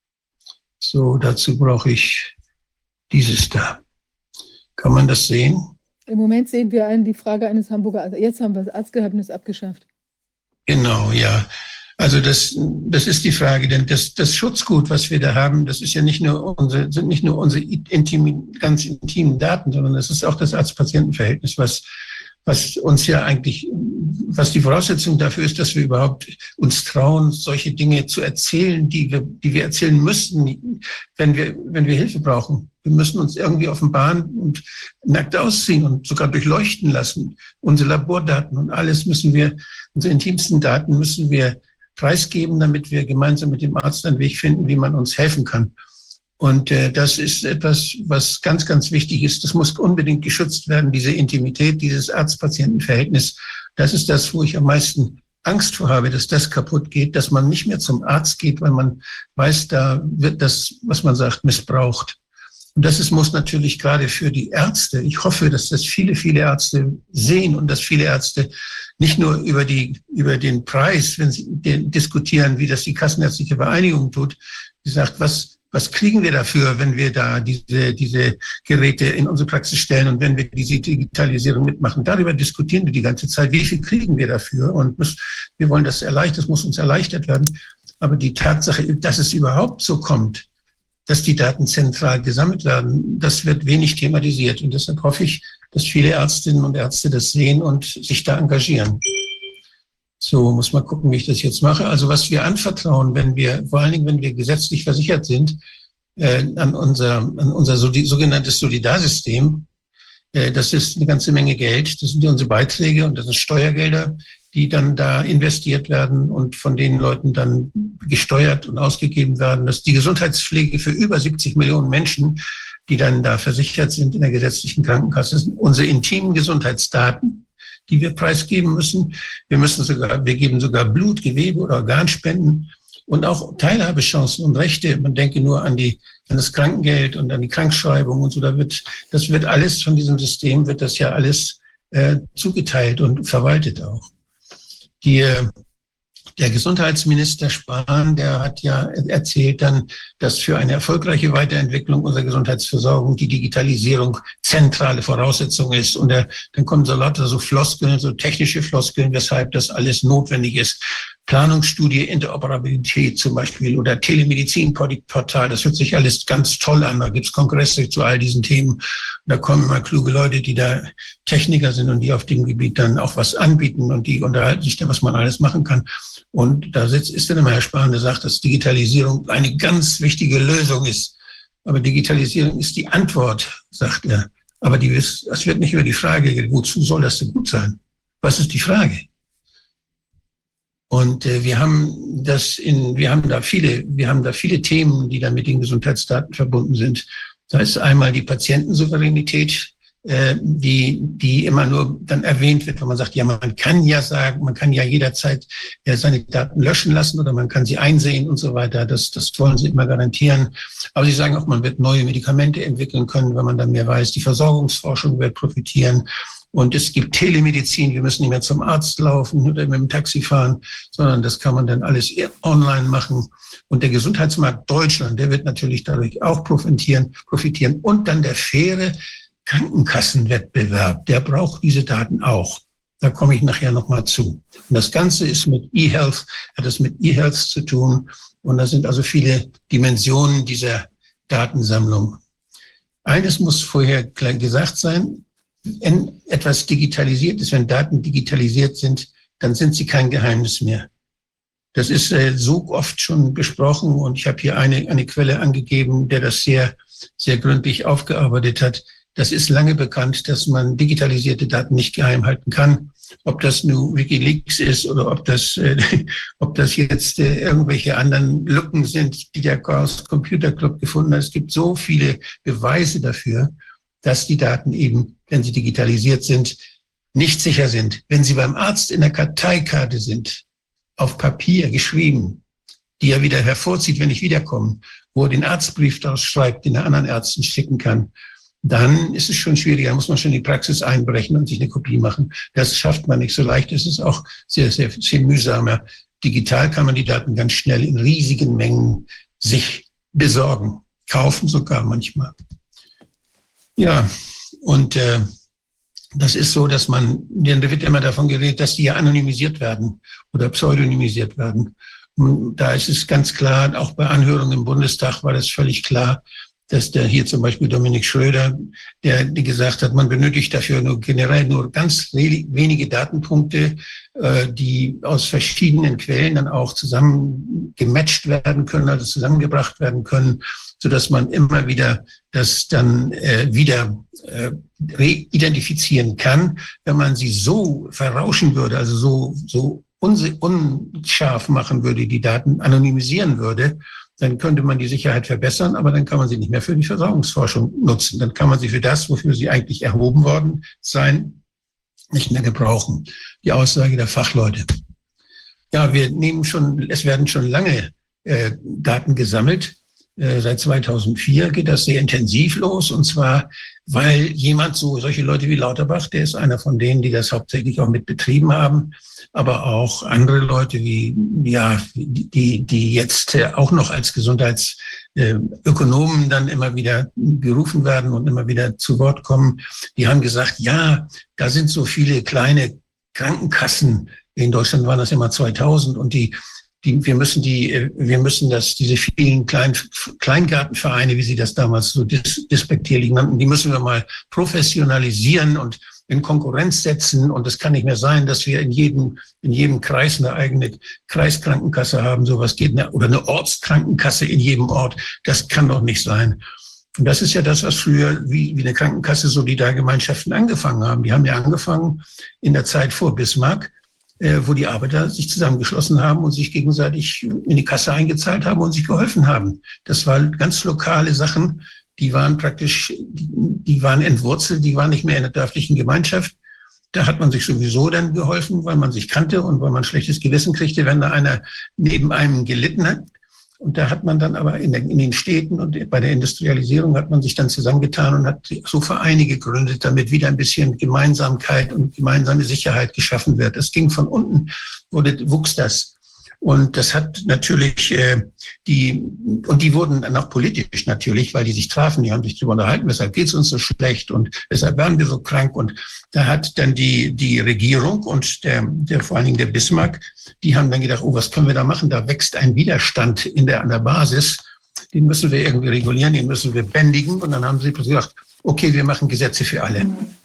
So, dazu brauche ich dieses da. Kann man das sehen? Im Moment sehen wir einen, die Frage eines Hamburger, also jetzt haben wir das Arztgeheimnis abgeschafft. Genau, ja. Also das, das ist die Frage, denn das, das Schutzgut, was wir da haben, das ist ja nicht nur unsere, sind nicht nur unsere intimen, ganz intimen Daten, sondern das ist auch das Arzt-Patienten-Verhältnis, was, was uns ja eigentlich, was die Voraussetzung dafür ist, dass wir überhaupt uns trauen, solche Dinge zu erzählen, die wir, die wir erzählen müssten, wenn wir, wenn wir Hilfe brauchen. Wir müssen uns irgendwie offenbaren und nackt ausziehen und sogar durchleuchten lassen. Unsere Labordaten und alles müssen wir, unsere intimsten Daten müssen wir preisgeben, damit wir gemeinsam mit dem Arzt einen Weg finden, wie man uns helfen kann. Und äh, das ist etwas, was ganz, ganz wichtig ist. Das muss unbedingt geschützt werden, diese Intimität, dieses Arzt-Patienten-Verhältnis. Das ist das, wo ich am meisten Angst vor habe, dass das kaputt geht, dass man nicht mehr zum Arzt geht, weil man weiß, da wird das, was man sagt, missbraucht. Und das ist, muss natürlich gerade für die Ärzte, ich hoffe, dass das viele, viele Ärzte sehen und dass viele Ärzte nicht nur über die, über den Preis, wenn sie den diskutieren, wie das die Kassenärztliche Vereinigung tut, die sagt, was, was kriegen wir dafür, wenn wir da diese, diese Geräte in unsere Praxis stellen und wenn wir diese Digitalisierung mitmachen. Darüber diskutieren wir die ganze Zeit. Wie viel kriegen wir dafür? Und müssen, wir wollen das erleichtern, das muss uns erleichtert werden. Aber die Tatsache, dass es überhaupt so kommt, dass die Daten zentral gesammelt werden, das wird wenig thematisiert. Und deshalb hoffe ich, dass viele Ärztinnen und Ärzte das sehen und sich da engagieren. So, muss man gucken, wie ich das jetzt mache. Also was wir anvertrauen, wenn wir, vor allen Dingen, wenn wir gesetzlich versichert sind, äh, an unser, an unser sogenanntes Solidarsystem, äh, das ist eine ganze Menge Geld. Das sind ja unsere Beiträge und das sind Steuergelder, die dann da investiert werden und von den Leuten dann gesteuert und ausgegeben werden. Das ist die Gesundheitspflege für über siebzig Millionen Menschen, die dann da versichert sind in der gesetzlichen Krankenkasse. Das sind unsere intimen Gesundheitsdaten, die wir preisgeben müssen. Wir müssen sogar, wir geben sogar Blut, Gewebe oder Organspenden und auch Teilhabechancen und Rechte. Man denke nur an die, an das Krankengeld und an die Krankschreibung und so. Da wird, das wird alles von diesem System, wird das ja alles äh, zugeteilt und verwaltet auch. Die, der Gesundheitsminister Spahn, der hat ja erzählt dann, dass für eine erfolgreiche Weiterentwicklung unserer Gesundheitsversorgung die Digitalisierung zentrale Voraussetzung ist. Und er, dann kommen so lauter so Floskeln, so technische Floskeln, weshalb das alles notwendig ist. Planungsstudie, Interoperabilität zum Beispiel oder Telemedizin-Portal, das hört sich alles ganz toll an. Da gibt's Kongresse zu all diesen Themen. Da kommen immer kluge Leute, die da Techniker sind und die auf dem Gebiet dann auch was anbieten und die unterhalten sich da, was man alles machen kann. Und da sitzt, ist dann immer Herr Spahn, der sagt, dass Digitalisierung eine ganz wichtige Lösung ist. Aber Digitalisierung ist die Antwort, sagt er. Aber die, es wird nicht über die Frage, wozu soll das denn gut sein? Was ist die Frage? Und äh, wir haben das in, wir haben da viele, wir haben da viele Themen, die da mit den Gesundheitsdaten verbunden sind. Da ist einmal die Patientensouveränität, äh, die, die immer nur dann erwähnt wird, wenn man sagt, ja, man kann ja sagen, man kann ja jederzeit ja, seine Daten löschen lassen oder man kann sie einsehen und so weiter. Das, das wollen sie immer garantieren. Aber sie sagen auch, man wird neue Medikamente entwickeln können, wenn man dann mehr weiß. Die Versorgungsforschung wird profitieren. Und es gibt Telemedizin, wir müssen nicht mehr zum Arzt laufen oder mit dem Taxi fahren, sondern das kann man dann alles online machen. Und der Gesundheitsmarkt Deutschland, der wird natürlich dadurch auch profitieren, profitieren. Und dann der faire Krankenkassenwettbewerb, der braucht diese Daten auch. Da komme ich nachher nochmal zu. Und das Ganze ist mit eHealth, hat es mit eHealth zu tun. Und da sind also viele Dimensionen dieser Datensammlung. Eines muss vorher gesagt sein. Wenn etwas digitalisiert ist, wenn Daten digitalisiert sind, dann sind sie kein Geheimnis mehr. Das ist äh, so oft schon besprochen und ich habe hier eine, eine Quelle angegeben, der das sehr, sehr gründlich aufgearbeitet hat. Das ist lange bekannt, dass man digitalisierte Daten nicht geheim halten kann. Ob das nun WikiLeaks ist oder ob das, äh, ob das jetzt äh, irgendwelche anderen Lücken sind, die der Chaos Computer Club gefunden hat. Es gibt so viele Beweise dafür, dass die Daten eben, wenn sie digitalisiert sind, nicht sicher sind. Wenn sie beim Arzt in der Karteikarte sind, auf Papier geschrieben, die er wieder hervorzieht, wenn ich wiederkomme, wo er den Arztbrief daraus schreibt, den er anderen Ärzten schicken kann, dann ist es schon schwieriger, muss man schon in die Praxis einbrechen und sich eine Kopie machen. Das schafft man nicht so leicht. Es ist auch sehr, sehr, sehr mühsamer. Digital kann man die Daten ganz schnell in riesigen Mengen sich besorgen, kaufen sogar manchmal. Ja, und äh, das ist so, dass man, denn da wird immer davon geredet, dass die ja anonymisiert werden oder pseudonymisiert werden. Und da ist es ganz klar, auch bei Anhörungen im Bundestag war das völlig klar, dass der hier zum Beispiel Dominik Schröder, der die gesagt hat, man benötigt dafür nur generell nur ganz wenige Datenpunkte, äh, die aus verschiedenen Quellen dann auch zusammen gematcht werden können, also zusammengebracht werden können, so dass man immer wieder das dann äh, wieder äh, reidentifizieren kann. Wenn man sie so verrauschen würde, also so so unscharf machen würde, die Daten anonymisieren würde, dann könnte man die Sicherheit verbessern, aber dann kann man sie nicht mehr für die Versorgungsforschung nutzen. Dann kann man sie für das, wofür sie eigentlich erhoben worden sein, nicht mehr gebrauchen. Die Aussage der Fachleute. Ja, wir nehmen schon, es werden schon lange äh, Daten gesammelt. Äh, seit zweitausendvier geht das sehr intensiv los, und zwar, weil jemand, so solche Leute wie Lauterbach, der ist einer von denen, die das hauptsächlich auch mit betrieben haben, aber auch andere Leute wie, ja, die, die jetzt auch noch als Gesundheitsökonomen dann immer wieder gerufen werden und immer wieder zu Wort kommen, die haben gesagt, ja, da sind so viele kleine Krankenkassen, in Deutschland waren das immer zweitausend, und die, die, wir müssen die, wir müssen das, diese vielen kleinen Kleingartenvereine, wie sie das damals so dis, despektierlich nannten, die müssen wir mal professionalisieren und in Konkurrenz setzen, und es kann nicht mehr sein, dass wir in jedem, in jedem Kreis eine eigene Kreiskrankenkasse haben. Sowas geht nicht. Oder eine Ortskrankenkasse in jedem Ort. Das kann doch nicht sein. Und das ist ja das, was früher wie, wie eine Krankenkasse Solidargemeinschaften angefangen haben. Die haben ja angefangen in der Zeit vor Bismarck, äh, wo die Arbeiter sich zusammengeschlossen haben und sich gegenseitig in die Kasse eingezahlt haben und sich geholfen haben. Das waren ganz lokale Sachen. Die waren praktisch, die waren entwurzelt, die waren nicht mehr in der dörflichen Gemeinschaft. Da hat man sich sowieso dann geholfen, weil man sich kannte und weil man schlechtes Gewissen kriegte, wenn da einer neben einem gelitten hat. Und da hat man dann aber in, der, in den Städten und bei der Industrialisierung hat man sich dann zusammengetan und hat so Vereine gegründet, damit wieder ein bisschen Gemeinsamkeit und gemeinsame Sicherheit geschaffen wird. Es ging von unten, wurde, wuchs das. Und das hat natürlich äh, die, und die wurden dann auch politisch natürlich, weil die sich trafen, die haben sich darüber unterhalten, weshalb geht's uns so schlecht und weshalb werden wir so krank. Und da hat dann die die Regierung und der, der vor allen Dingen der Bismarck, die haben dann gedacht, oh, was können wir da machen? Da wächst ein Widerstand in der, an der Basis, den müssen wir irgendwie regulieren, den müssen wir bändigen. Und dann haben sie gesagt, okay, wir machen Gesetze für alle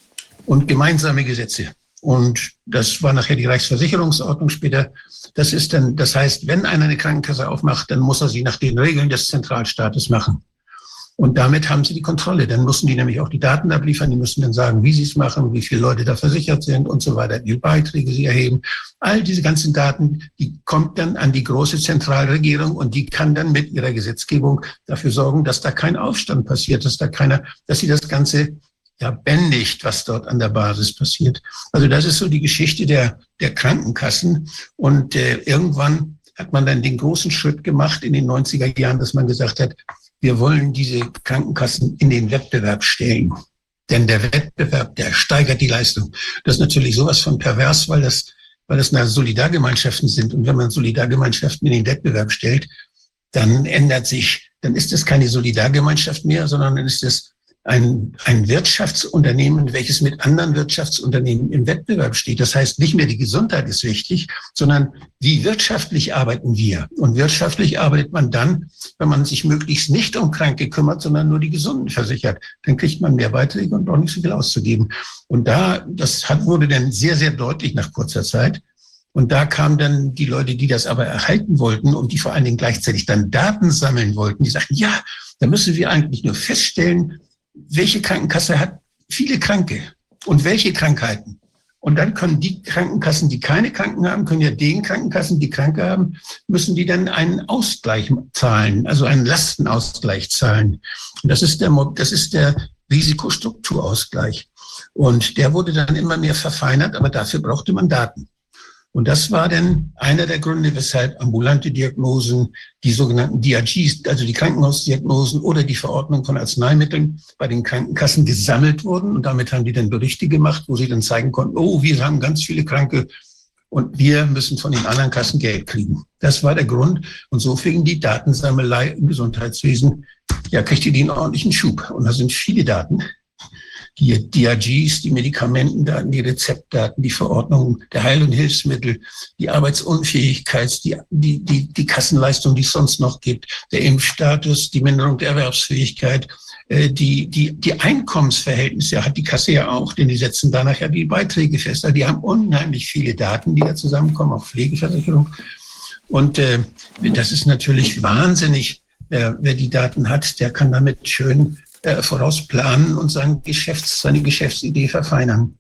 und gemeinsame Gesetze. Und das war nachher die Reichsversicherungsordnung später. Das ist dann, das heißt, wenn einer eine Krankenkasse aufmacht, dann muss er sie nach den Regeln des Zentralstaates machen. Und damit haben sie die Kontrolle. Dann müssen die nämlich auch die Daten abliefern. Die müssen dann sagen, wie sie es machen, wie viele Leute da versichert sind und so weiter, wie viele Beiträge sie erheben. All diese ganzen Daten, die kommt dann an die große Zentralregierung, und die kann dann mit ihrer Gesetzgebung dafür sorgen, dass da kein Aufstand passiert, dass da keiner, dass sie das Ganze ja bändigt, was dort an der Basis passiert. Also das ist so die Geschichte der der Krankenkassen. Und äh, irgendwann hat man dann den großen Schritt gemacht in den neunziger Jahren, dass man gesagt hat, wir wollen diese Krankenkassen in den Wettbewerb stellen. Denn der Wettbewerb, der steigert die Leistung. Das ist natürlich sowas von pervers, weil das, weil das eine Solidargemeinschaften sind. Und wenn man Solidargemeinschaften in den Wettbewerb stellt, dann ändert sich, dann ist es keine Solidargemeinschaft mehr, sondern dann ist es ein, ein Wirtschaftsunternehmen, welches mit anderen Wirtschaftsunternehmen im Wettbewerb steht. Das heißt, nicht mehr die Gesundheit ist wichtig, sondern wie wirtschaftlich arbeiten wir. Und wirtschaftlich arbeitet man dann, wenn man sich möglichst nicht um Kranke kümmert, sondern nur die Gesunden versichert. Dann kriegt man mehr Beiträge und braucht nicht so viel auszugeben. Und da, das hat, wurde dann sehr, sehr deutlich nach kurzer Zeit. Und da kamen dann die Leute, die das aber erhalten wollten und die vor allen Dingen gleichzeitig dann Daten sammeln wollten, die sagten, ja, da müssen wir eigentlich nur feststellen, welche Krankenkasse hat viele Kranke und welche Krankheiten. Und dann können die Krankenkassen, die keine Kranken haben, können ja den Krankenkassen, die Kranke haben, müssen die dann einen Ausgleich zahlen, also einen Lastenausgleich zahlen. Und das ist der, das ist der Risikostrukturausgleich. Und der wurde dann immer mehr verfeinert, aber dafür brauchte man Daten. Und das war dann einer der Gründe, weshalb ambulante Diagnosen, die sogenannten D R Gs, also die Krankenhausdiagnosen oder die Verordnung von Arzneimitteln bei den Krankenkassen gesammelt wurden. Und damit haben die dann Berichte gemacht, wo sie dann zeigen konnten, oh, wir haben ganz viele Kranke und wir müssen von den anderen Kassen Geld kriegen. Das war der Grund. Und so fing die Datensammelei im Gesundheitswesen, ja, kriegte die einen ordentlichen Schub. Und da sind viele Daten. die D R Gs, die Medikamentendaten, die Rezeptdaten, die Verordnungen der Heil- und Hilfsmittel, die Arbeitsunfähigkeits-, die, die, die, die Kassenleistung, die es sonst noch gibt, der Impfstatus, die Minderung der Erwerbsfähigkeit, äh, die, die, die Einkommensverhältnisse hat die Kasse ja auch, denn die setzen danach ja die Beiträge fest. Also die haben unheimlich viele Daten, die da zusammenkommen, auch Pflegeversicherung. Und äh, das ist natürlich wahnsinnig. Wer, wer die Daten hat, der kann damit schön äh, vorausplanen und sein Geschäfts-, seine Geschäftsidee verfeinern.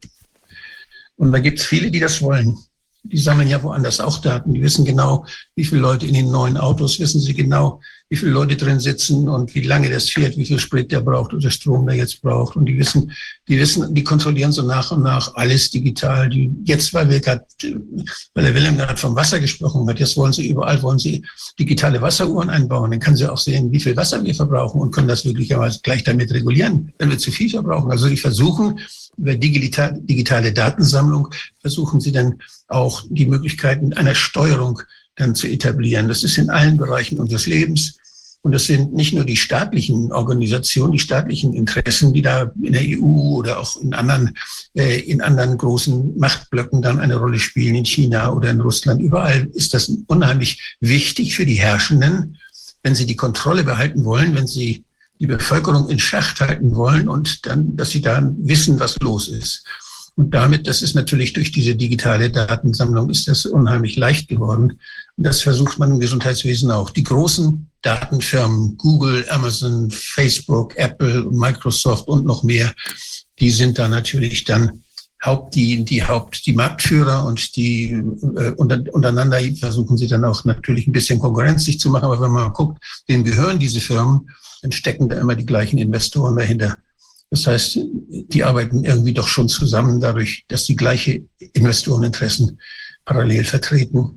Und da gibt es viele, die das wollen. Die sammeln ja woanders auch Daten. Die wissen genau, wie viele Leute in den neuen Autos, wissen sie genau, wie viele Leute drin sitzen und wie lange das fährt, wie viel Sprit der braucht oder Strom der jetzt braucht. Und die wissen, die wissen, die kontrollieren so nach und nach alles digital. Die, jetzt, weil wir gerade, weil der Wilhelm gerade vom Wasser gesprochen hat, jetzt wollen sie überall, wollen sie digitale Wasseruhren einbauen. Dann können sie auch sehen, wie viel Wasser wir verbrauchen und können das möglicherweise gleich damit regulieren, wenn wir zu viel verbrauchen. Also die versuchen, über digital, digitale Datensammlung versuchen sie dann auch die Möglichkeiten einer Steuerung dann zu etablieren. Das ist in allen Bereichen unseres Lebens. Und das sind nicht nur die staatlichen Organisationen, die staatlichen Interessen, die da in der E U oder auch in anderen, äh, in anderen großen Machtblöcken dann eine Rolle spielen, in China oder in Russland. Überall ist das unheimlich wichtig für die Herrschenden, wenn sie die Kontrolle behalten wollen, wenn sie die Bevölkerung in Schach halten wollen und dann, dass sie dann wissen, was los ist. Und damit, das ist natürlich durch diese digitale Datensammlung, ist das unheimlich leicht geworden. Und das versucht man im Gesundheitswesen auch. Die großen Datenfirmen, Google, Amazon, Facebook, Apple, Microsoft und noch mehr, die sind da natürlich dann Haupt, die, die Haupt, die Marktführer und die äh, unter, untereinander versuchen sie dann auch natürlich ein bisschen Konkurrenz sich zu machen. Aber wenn man guckt, denen gehören diese Firmen, dann stecken da immer die gleichen Investoren dahinter. Das heißt, die arbeiten irgendwie doch schon zusammen dadurch, dass die gleiche Investoreninteressen parallel vertreten.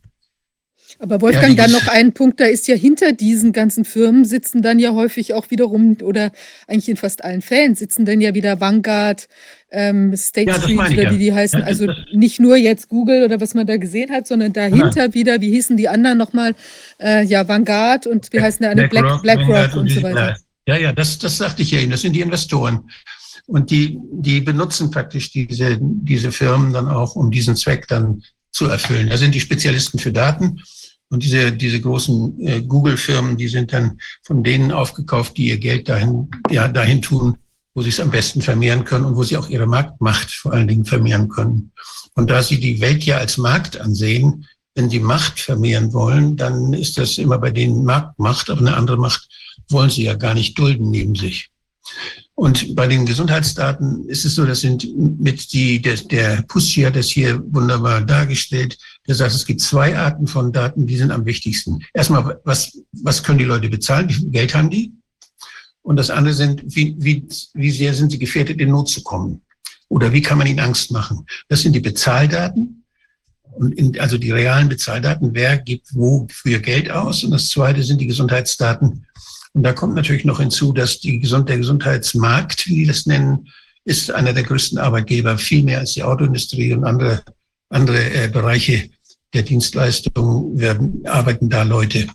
Aber Wolfgang, Ja, dann dieses- noch ein Punkt, da ist ja hinter diesen ganzen Firmen sitzen dann ja häufig auch wiederum, oder eigentlich in fast allen Fällen sitzen dann ja wieder Vanguard, ähm, State Ja, das Street meine ich oder wie ja. die heißen. Ja, das- Also das- nicht nur jetzt Google oder was man da gesehen hat, sondern dahinter wieder, wie hießen die anderen nochmal? Äh, ja, Vanguard und wie heißen der andere? Black, BlackRock Vanguard und so die- weiter. Ja, ja, das, das sagte ich ja Ihnen. Das sind die Investoren. Und die, die benutzen praktisch diese, diese Firmen dann auch, um diesen Zweck dann zu erfüllen. Da sind die Spezialisten für Daten. Und diese, diese großen äh, Google-Firmen, die sind dann von denen aufgekauft, die ihr Geld dahin, ja, dahin tun, wo sie es am besten vermehren können und wo sie auch ihre Marktmacht vor allen Dingen vermehren können. Und da sie die Welt ja als Markt ansehen, wenn sie Macht vermehren wollen, dann ist das immer bei denen Marktmacht, aber eine andere Macht wollen sie ja gar nicht dulden neben sich. Und bei den Gesundheitsdaten ist es so, das sind mit die, der, der Pussy hat das hier wunderbar dargestellt. Der sagt, es gibt zwei Arten von Daten, die sind am wichtigsten. Erstmal, was, was können die Leute bezahlen? Wie viel Geld haben die? Und das andere sind, wie, wie, wie sehr sind sie gefährdet, in Not zu kommen? Oder wie kann man ihnen Angst machen? Das sind die Bezahldaten. Und in, also die realen Bezahldaten, wer gibt wo für Geld aus? Und das zweite sind die Gesundheitsdaten. Und da kommt natürlich noch hinzu, dass die Gesund der Gesundheitsmarkt, wie die das nennen, ist einer der größten Arbeitgeber, viel mehr als die Autoindustrie und andere, andere äh, Bereiche der Dienstleistung werden, arbeiten da Leute.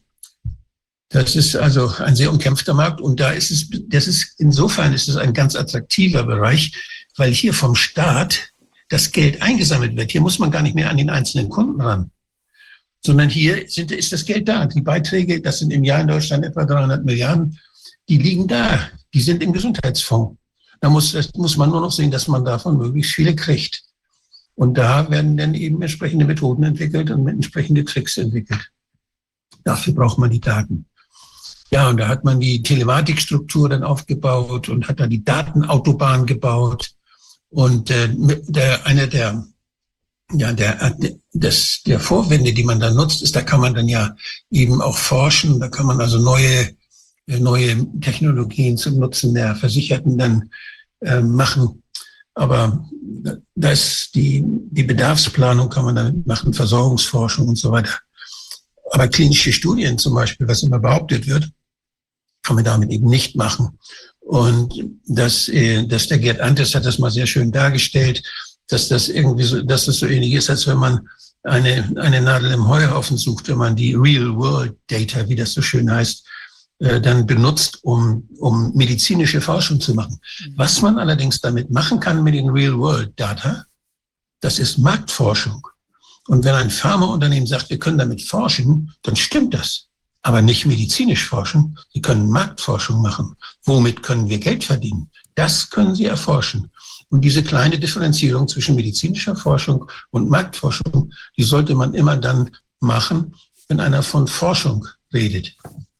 Das ist also ein sehr umkämpfter Markt. Und da ist es, das ist, insofern ist es ein ganz attraktiver Bereich, weil hier vom Staat das Geld eingesammelt wird. Hier muss man gar nicht mehr an den einzelnen Kunden ran, sondern hier sind, ist das Geld da. Die Beiträge, das sind im Jahr in Deutschland etwa dreihundert Milliarden, die liegen da. Die sind im Gesundheitsfonds. Da muss, das muss man nur noch sehen, dass man davon möglichst viele kriegt. Und da werden dann eben entsprechende Methoden entwickelt und entsprechende Tricks entwickelt. Dafür braucht man die Daten. Ja, und da hat man die Telematikstruktur dann aufgebaut und hat da die Datenautobahn gebaut. Und äh, der, einer der Ja, der, das, der Vorwände, die man da nutzt, ist, da kann man dann ja eben auch forschen, da kann man also neue, neue Technologien zum Nutzen der Versicherten dann äh, machen. Aber da ist die, die Bedarfsplanung kann man damit machen, Versorgungsforschung und so weiter. Aber klinische Studien zum Beispiel, was immer behauptet wird, kann man damit eben nicht machen. Und das, äh, das der Gerd Antes hat das mal sehr schön dargestellt, dass das irgendwie so, dass das so ähnlich ist, als wenn man eine, eine Nadel im Heuhaufen sucht, wenn man die Real-World-Data, wie das so schön heißt, äh, dann benutzt, um, um medizinische Forschung zu machen. Was man allerdings damit machen kann mit den Real-World-Data, das ist Marktforschung. Und wenn ein Pharmaunternehmen sagt, wir können damit forschen, dann stimmt das. Aber nicht medizinisch forschen. Sie können Marktforschung machen. Womit können wir Geld verdienen? Das können Sie erforschen. Und diese kleine Differenzierung zwischen medizinischer Forschung und Marktforschung, die sollte man immer dann machen, wenn einer von Forschung redet.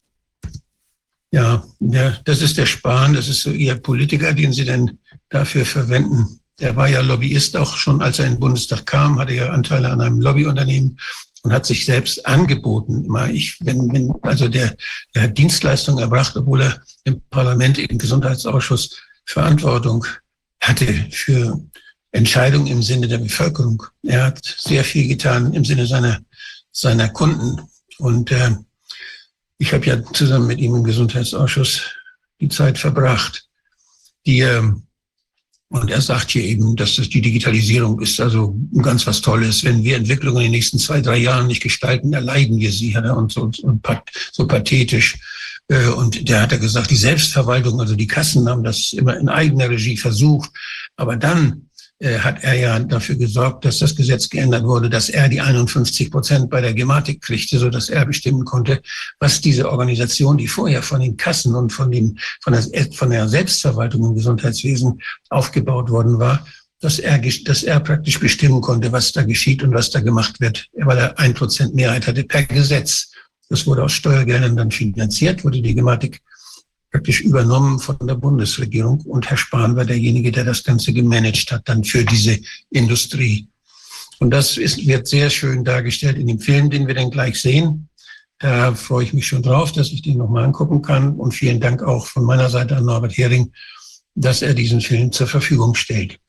Ja, der, das ist der Spahn, das ist so Ihr Politiker, den Sie denn dafür verwenden. Der war ja Lobbyist auch schon, als er in den Bundestag kam, hatte ja Anteile an einem Lobbyunternehmen und hat sich selbst angeboten. Immer ich, wenn, wenn, also der, der hat Dienstleistungen erbracht, obwohl er im Parlament, im Gesundheitsausschuss Verantwortung hatte für Entscheidungen im Sinne der Bevölkerung. Er hat sehr viel getan im Sinne seiner, seiner Kunden. Und äh, ich habe ja zusammen mit ihm im Gesundheitsausschuss die Zeit verbracht. Die, äh, und er sagt hier eben, dass das die Digitalisierung ist also ganz was Tolles. Wenn wir Entwicklungen in den nächsten zwei, drei Jahren nicht gestalten, erleiden wir sie. Hat er und so, und so pathetisch. Und der hat ja gesagt, die Selbstverwaltung, also die Kassen haben das immer in eigener Regie versucht. Aber dann äh, hat er ja dafür gesorgt, dass das Gesetz geändert wurde, dass er die einundfünfzig Prozent bei der Gematik kriegte, so dass er bestimmen konnte, was diese Organisation, die vorher von den Kassen und von, dem, von, der, von der Selbstverwaltung im Gesundheitswesen aufgebaut worden war, dass er, dass er praktisch bestimmen konnte, was da geschieht und was da gemacht wird, weil er ein Prozent Mehrheit hatte per Gesetz. Das wurde aus Steuergeldern dann finanziert, wurde die Gematik praktisch übernommen von der Bundesregierung. Und Herr Spahn war derjenige, der das Ganze gemanagt hat, dann für diese Industrie. Und das ist, wird sehr schön dargestellt in dem Film, den wir dann gleich sehen. Da freue ich mich schon drauf, dass ich den nochmal angucken kann. Und vielen Dank auch von meiner Seite an Norbert Hering, dass er diesen Film zur Verfügung stellt.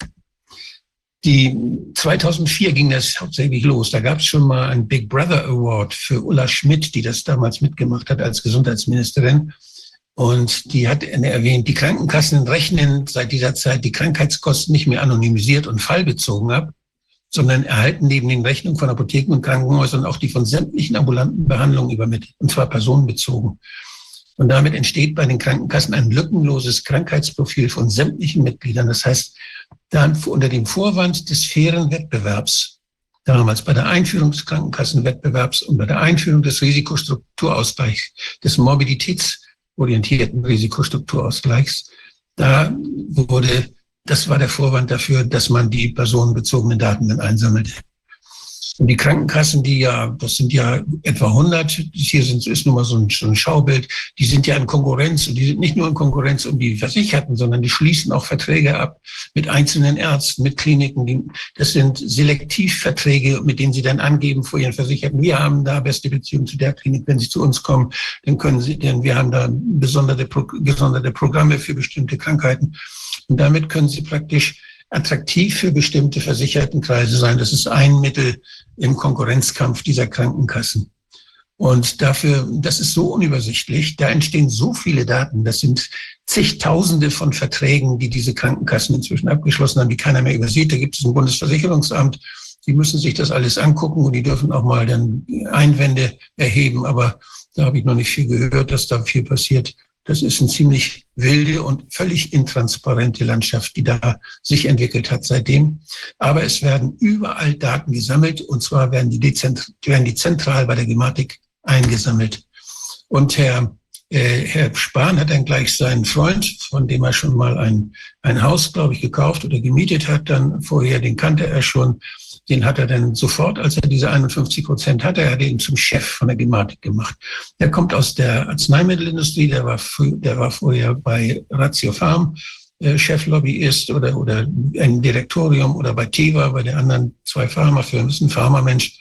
Die zweitausendvier ging das hauptsächlich los. Da gab es schon mal einen Big Brother Award für Ulla Schmidt, die das damals mitgemacht hat als Gesundheitsministerin. Und die hat erwähnt, die Krankenkassen rechnen seit dieser Zeit die Krankheitskosten nicht mehr anonymisiert und fallbezogen ab, sondern erhalten neben den Rechnungen von Apotheken und Krankenhäusern auch die von sämtlichen ambulanten Behandlungen übermittelt, und zwar personenbezogen. Und damit entsteht bei den Krankenkassen ein lückenloses Krankheitsprofil von sämtlichen Mitgliedern. Das heißt, dann unter dem Vorwand des fairen Wettbewerbs, damals bei der Einführung des Krankenkassenwettbewerbs und bei der Einführung des Risikostrukturausgleichs, des morbiditätsorientierten Risikostrukturausgleichs, da wurde, das war der Vorwand dafür, dass man die personenbezogenen Daten dann einsammelte. Und die Krankenkassen, die ja, das sind ja etwa hundert, hier sind, ist nun mal so ein, so ein Schaubild, die sind ja in Konkurrenz, und die sind nicht nur in Konkurrenz um die Versicherten, sondern die schließen auch Verträge ab mit einzelnen Ärzten, mit Kliniken. Die, das sind Selektivverträge, mit denen sie dann angeben vor ihren Versicherten, wir haben da beste Beziehungen zu der Klinik, wenn sie zu uns kommen, dann können sie, denn wir haben da besondere, gesonderte Programme für bestimmte Krankheiten. Und damit können sie praktisch attraktiv für bestimmte Versichertenkreise sein. Das ist ein Mittel im Konkurrenzkampf dieser Krankenkassen. Und dafür, das ist so unübersichtlich, da entstehen so viele Daten. Das sind zigtausende von Verträgen, die diese Krankenkassen inzwischen abgeschlossen haben, die keiner mehr übersieht. Da gibt es ein Bundesversicherungsamt. Die müssen sich das alles angucken und die dürfen auch mal dann Einwände erheben. Aber da habe ich noch nicht viel gehört, dass da viel passiert. Das ist eine ziemlich wilde und völlig intransparente Landschaft, die da sich entwickelt hat seitdem. Aber es werden überall Daten gesammelt, und zwar werden die, dezent- werden die zentral bei der Gematik eingesammelt. Und Herr, äh, Herr Spahn hat dann gleich seinen Freund, von dem er schon mal ein, ein Haus, glaube ich, gekauft oder gemietet hat, dann vorher, den kannte er schon. Den hat er dann sofort, als er diese einundfünfzig Prozent hatte, er hat ihn zum Chef von der Gematik gemacht. Der kommt aus der Arzneimittelindustrie, der war, früh, der war vorher bei Ratiopharm äh, Cheflobbyist oder, oder ein Direktorium oder bei Teva, bei den anderen zwei Pharmafirmen, ist ein Pharmamensch.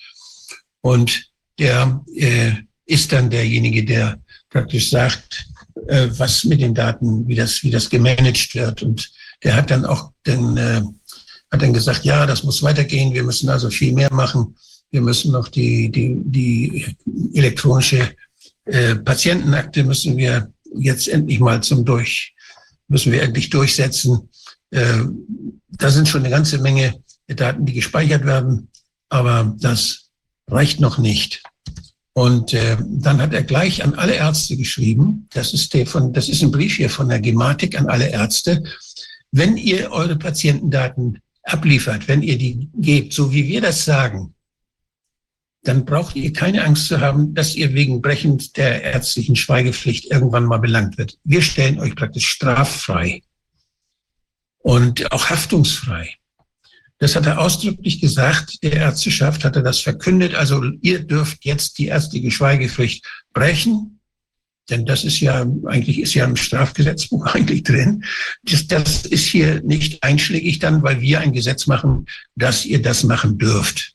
Und der äh, ist dann derjenige, der praktisch sagt, äh, was mit den Daten, wie das, wie das gemanagt wird. Und der hat dann auch den, äh, hat dann gesagt, ja, das muss weitergehen, wir müssen also viel mehr machen. Wir müssen noch die, die, die elektronische äh, Patientenakte müssen wir jetzt endlich mal zum Durch, müssen wir endlich durchsetzen. Äh, da sind schon eine ganze Menge Daten, die gespeichert werden, aber das reicht noch nicht. Und äh, dann hat er gleich an alle Ärzte geschrieben, das ist, der von, das ist ein Brief hier von der Gematik an alle Ärzte, wenn ihr eure Patientendaten abliefert, wenn ihr die gebt, so wie wir das sagen, dann braucht ihr keine Angst zu haben, dass ihr wegen Brechens der ärztlichen Schweigepflicht irgendwann mal belangt wird. Wir stellen euch praktisch straffrei und auch haftungsfrei. Das hat er ausdrücklich gesagt, der Ärzteschaft hat er das verkündet. Also ihr dürft jetzt die ärztliche Schweigepflicht brechen, denn das ist ja, eigentlich ist ja im Strafgesetzbuch eigentlich drin. Das, das ist hier nicht einschlägig dann, weil wir ein Gesetz machen, dass ihr das machen dürft.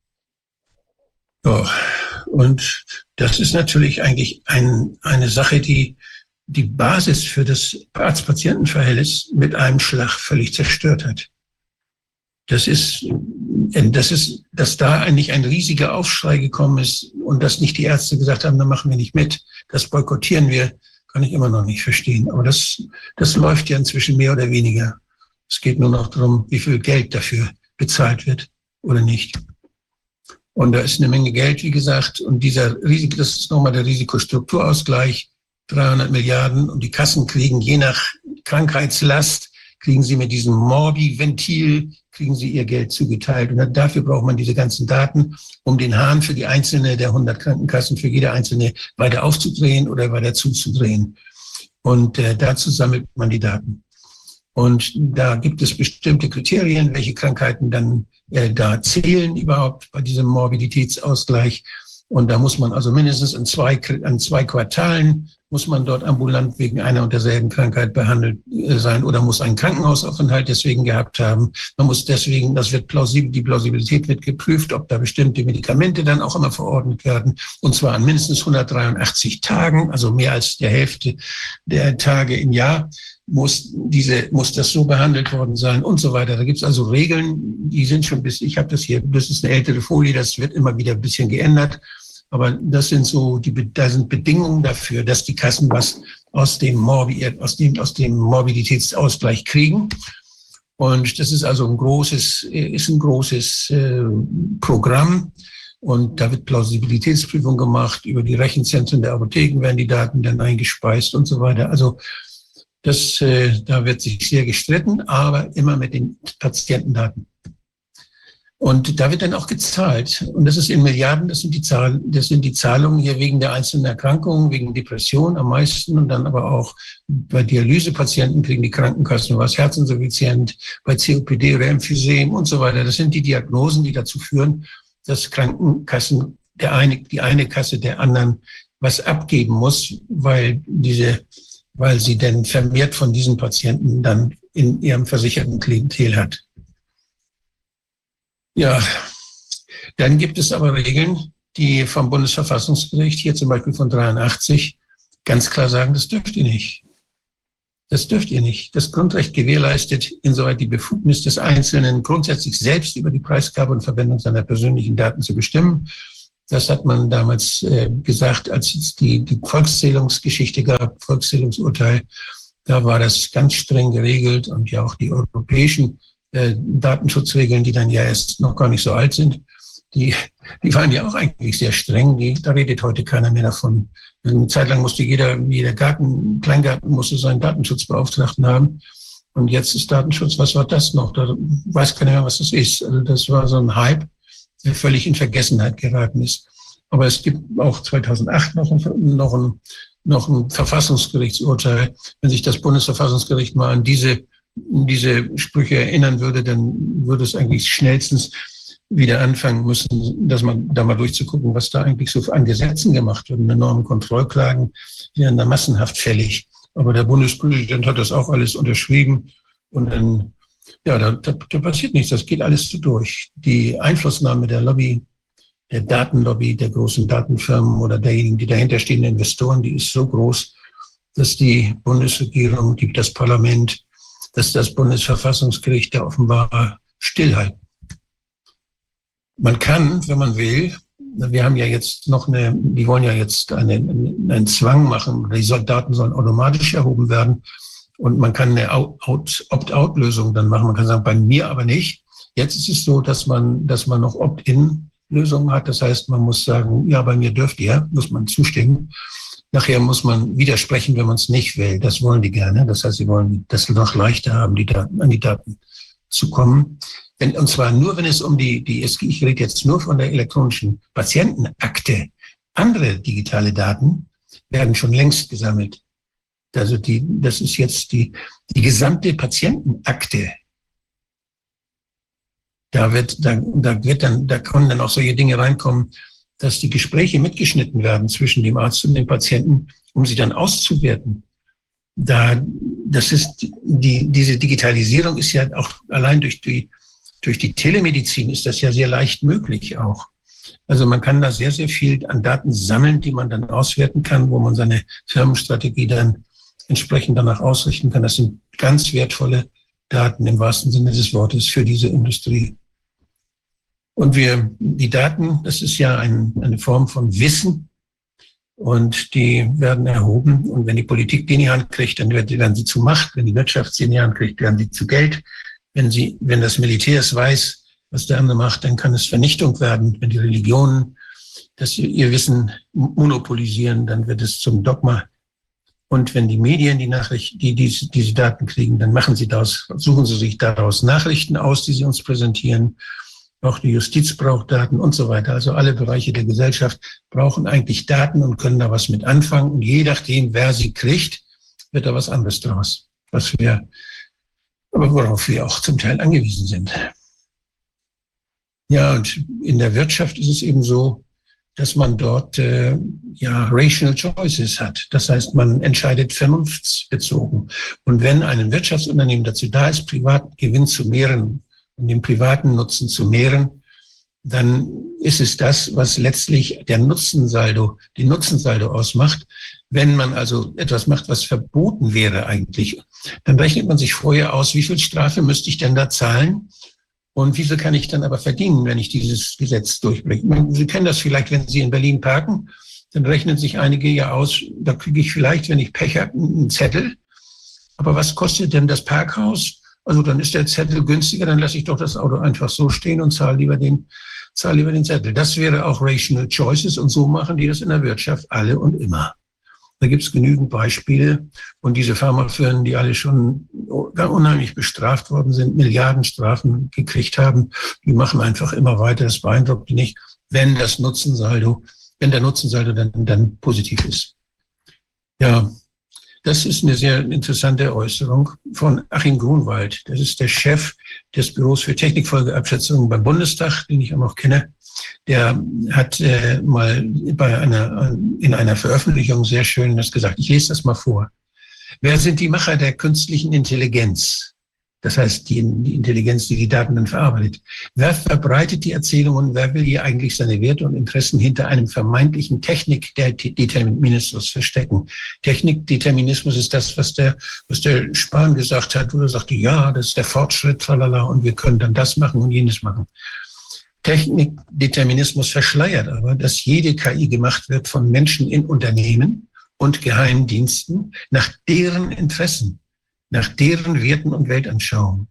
So. Und das ist natürlich eigentlich ein, eine Sache, die die Basis für das Arzt-Patienten-Verhältnis mit einem Schlag völlig zerstört hat. Das ist, das ist, dass da eigentlich ein riesiger Aufschrei gekommen ist und dass nicht die Ärzte gesagt haben, da machen wir nicht mit, das boykottieren wir, kann ich immer noch nicht verstehen. Aber das, das läuft ja inzwischen mehr oder weniger. Es geht nur noch darum, wie viel Geld dafür bezahlt wird oder nicht. Und da ist eine Menge Geld, wie gesagt, und dieser Risiko, das ist nochmal der Risikostrukturausgleich, dreihundert Milliarden, und die Kassen kriegen je nach Krankheitslast, kriegen sie mit diesem Morbi-Ventil, kriegen sie ihr Geld zugeteilt. Und dafür braucht man diese ganzen Daten, um den Hahn für die einzelne der hundert Krankenkassen, für jede einzelne weiter aufzudrehen oder weiter zuzudrehen. Und äh, dazu sammelt man die Daten. Und da gibt es bestimmte Kriterien, welche Krankheiten dann äh, da zählen überhaupt bei diesem Morbiditätsausgleich. Und da muss man also mindestens in zwei, an zwei Quartalen muss man dort ambulant wegen einer und derselben Krankheit behandelt sein oder muss einen Krankenhausaufenthalt deswegen gehabt haben. Man muss deswegen, das wird plausibel, die Plausibilität wird geprüft, ob da bestimmte Medikamente dann auch immer verordnet werden. Und zwar an mindestens hundertdreiundachtzig Tagen, also mehr als der Hälfte der Tage im Jahr, muss diese, muss das so behandelt worden sein und so weiter. Da gibt es also Regeln, die sind schon bis, ich habe das hier, das ist eine ältere Folie, das wird immer wieder ein bisschen geändert. Aber das sind so, die, da sind Bedingungen dafür, dass die Kassen was aus dem, Morbi, aus dem, aus dem Morbiditätsausgleich kriegen. Und das ist also ein großes, ist ein großes äh, Programm. Und da wird Plausibilitätsprüfung gemacht. Über die Rechenzentren der Apotheken werden die Daten dann eingespeist und so weiter. Also das, äh, da wird sich sehr gestritten, aber immer mit den Patientendaten. Und da wird dann auch gezahlt. Und das ist in Milliarden, das sind die Zahlen, das sind die Zahlungen hier wegen der einzelnen Erkrankungen, wegen Depression am meisten und dann aber auch bei Dialysepatienten kriegen die Krankenkassen was, Herzinsuffizient, bei C O P D oder Emphysem und so weiter. Das sind die Diagnosen, die dazu führen, dass Krankenkassen, der eine, die eine Kasse der anderen was abgeben muss, weil diese, weil sie denn vermehrt von diesen Patienten dann in ihrem versicherten Klientel hat. Ja, dann gibt es aber Regeln, die vom Bundesverfassungsgericht, hier zum Beispiel von dreiundachtzig, ganz klar sagen, das dürft ihr nicht. Das dürft ihr nicht. Das Grundrecht gewährleistet insoweit die Befugnis des Einzelnen, grundsätzlich selbst über die Preisgabe und Verwendung seiner persönlichen Daten zu bestimmen. Das hat man damals äh, gesagt, als es die, die Volkszählungsgeschichte gab, Volkszählungsurteil. Da war das ganz streng geregelt und ja auch die europäischen Äh, Datenschutzregeln, die dann ja erst noch gar nicht so alt sind, die, die waren ja auch eigentlich sehr streng. Die, da redet heute keiner mehr davon. Eine Zeit lang musste jeder, jeder Garten, Kleingarten musste seinen Datenschutzbeauftragten haben. Und jetzt ist Datenschutz, was war das noch? Da weiß keiner mehr, was das ist. Also das war so ein Hype, der völlig in Vergessenheit geraten ist. Aber es gibt auch zweitausendacht noch ein, noch ein, noch ein Verfassungsgerichtsurteil. Wenn sich das Bundesverfassungsgericht mal an diese diese Sprüche erinnern würde, dann würde es eigentlich schnellstens wieder anfangen müssen, dass man da mal durchzugucken, was da eigentlich so an Gesetzen gemacht wird. Enorme Kontrollklagen werden da massenhaft fällig. Aber der Bundespräsident hat das auch alles unterschrieben und dann, ja, da, da, da passiert nichts. Das geht alles so durch. Die Einflussnahme der Lobby, der Datenlobby, der großen Datenfirmen oder derjenigen, die dahinter stehen, Investoren, die ist so groß, dass die Bundesregierung, die, das Parlament, dass das Bundesverfassungsgericht da offenbar stillhalten. Man kann, wenn man will, wir haben ja jetzt noch eine, die wollen ja jetzt eine, einen Zwang machen, die Daten sollen automatisch erhoben werden und man kann eine Opt-out-Lösung dann machen. Man kann sagen, bei mir aber nicht. Jetzt ist es so, dass man, dass man noch Opt-in Lösungen hat. Das heißt, man muss sagen, ja, bei mir dürft ihr, muss man zustimmen. Nachher muss man widersprechen, wenn man es nicht will. Das wollen die gerne. Das heißt, sie wollen das noch leichter haben, die Daten, an die Daten zu kommen. Wenn, und zwar nur, wenn es um die, die, ich rede jetzt nur von der elektronischen Patientenakte. Andere digitale Daten werden schon längst gesammelt. Also die, das ist jetzt die, die gesamte Patientenakte. Da wird, da, da wird dann, da können dann auch solche Dinge reinkommen, dass die Gespräche mitgeschnitten werden zwischen dem Arzt und dem Patienten, um sie dann auszuwerten. Da, das ist die, diese Digitalisierung ist ja auch allein durch die, durch die Telemedizin ist das ja sehr leicht möglich auch. Also man kann da sehr, sehr viel an Daten sammeln, die man dann auswerten kann, wo man seine Firmenstrategie dann entsprechend danach ausrichten kann. Das sind ganz wertvolle Daten im wahrsten Sinne des Wortes für diese Industrie. Und wir, die Daten, das ist ja ein, eine Form von Wissen und die werden erhoben. Und wenn die Politik die in die Hand kriegt, dann werden sie zu Macht. Wenn die Wirtschaft sie in die Hand kriegt, werden sie zu Geld. Wenn sie, wenn das Militär es weiß, was der andere macht, dann kann es Vernichtung werden. Wenn die Religionen das ihr Wissen monopolisieren, dann wird es zum Dogma. Und wenn die Medien die Nachricht, die diese, diese Daten kriegen, dann machen sie daraus, suchen sie sich daraus Nachrichten aus, die sie uns präsentieren. Auch die Justiz braucht Daten und so weiter. Also alle Bereiche der Gesellschaft brauchen eigentlich Daten und können da was mit anfangen. Und je nachdem, wer sie kriegt, wird da was anderes draus. Was wir, aber worauf wir auch zum Teil angewiesen sind. Ja, und in der Wirtschaft ist es eben so, dass man dort äh, ja rational choices hat. Das heißt, man entscheidet vernunftsbezogen. Und wenn ein Wirtschaftsunternehmen dazu da ist, privaten Gewinn zu mehren und den privaten Nutzen zu mehren, dann ist es das, was letztlich der Nutzensaldo, den Nutzensaldo ausmacht. Wenn man also etwas macht, was verboten wäre eigentlich, dann rechnet man sich vorher aus, wie viel Strafe müsste ich denn da zahlen? Und wie viel kann ich dann aber verdienen, wenn ich dieses Gesetz durchbringe? Sie kennen das vielleicht, wenn Sie in Berlin parken, dann rechnen sich einige ja aus, da kriege ich vielleicht, wenn ich Pech habe, einen Zettel. Aber was kostet denn das Parkhaus? Also dann ist der Zettel günstiger, dann lasse ich doch das Auto einfach so stehen und zahle lieber den, zahle lieber den Zettel. Das wäre auch rational choices und so machen die das in der Wirtschaft alle und immer. Da gibt es genügend Beispiele und diese Pharmafirmen, die alle schon unheimlich bestraft worden sind, Milliardenstrafen gekriegt haben, die machen einfach immer weiter. Das beeindruckt die nicht, wenn das Nutzensaldo, wenn der Nutzensaldo dann, dann positiv ist. Ja, das ist eine sehr interessante Äußerung von Achim Grunwald. Das ist der Chef des Büros für Technikfolgeabschätzung beim Bundestag, den ich auch noch kenne. Der hat äh, mal bei einer, in einer Veröffentlichung sehr schön das gesagt. Ich lese das mal vor. Wer sind die Macher der künstlichen Intelligenz? Das heißt, die, die Intelligenz, die die Daten dann verarbeitet. Wer verbreitet die Erzählungen? Wer will hier eigentlich seine Werte und Interessen hinter einem vermeintlichen Technikdeterminismus verstecken? Technikdeterminismus ist das, was der, was der Spahn gesagt hat, wo er sagte, ja, das ist der Fortschritt, tralala, und wir können dann das machen und jenes machen. Technikdeterminismus verschleiert aber, dass jede K I gemacht wird von Menschen in Unternehmen und Geheimdiensten nach deren Interessen, nach deren Werten und Weltanschauung.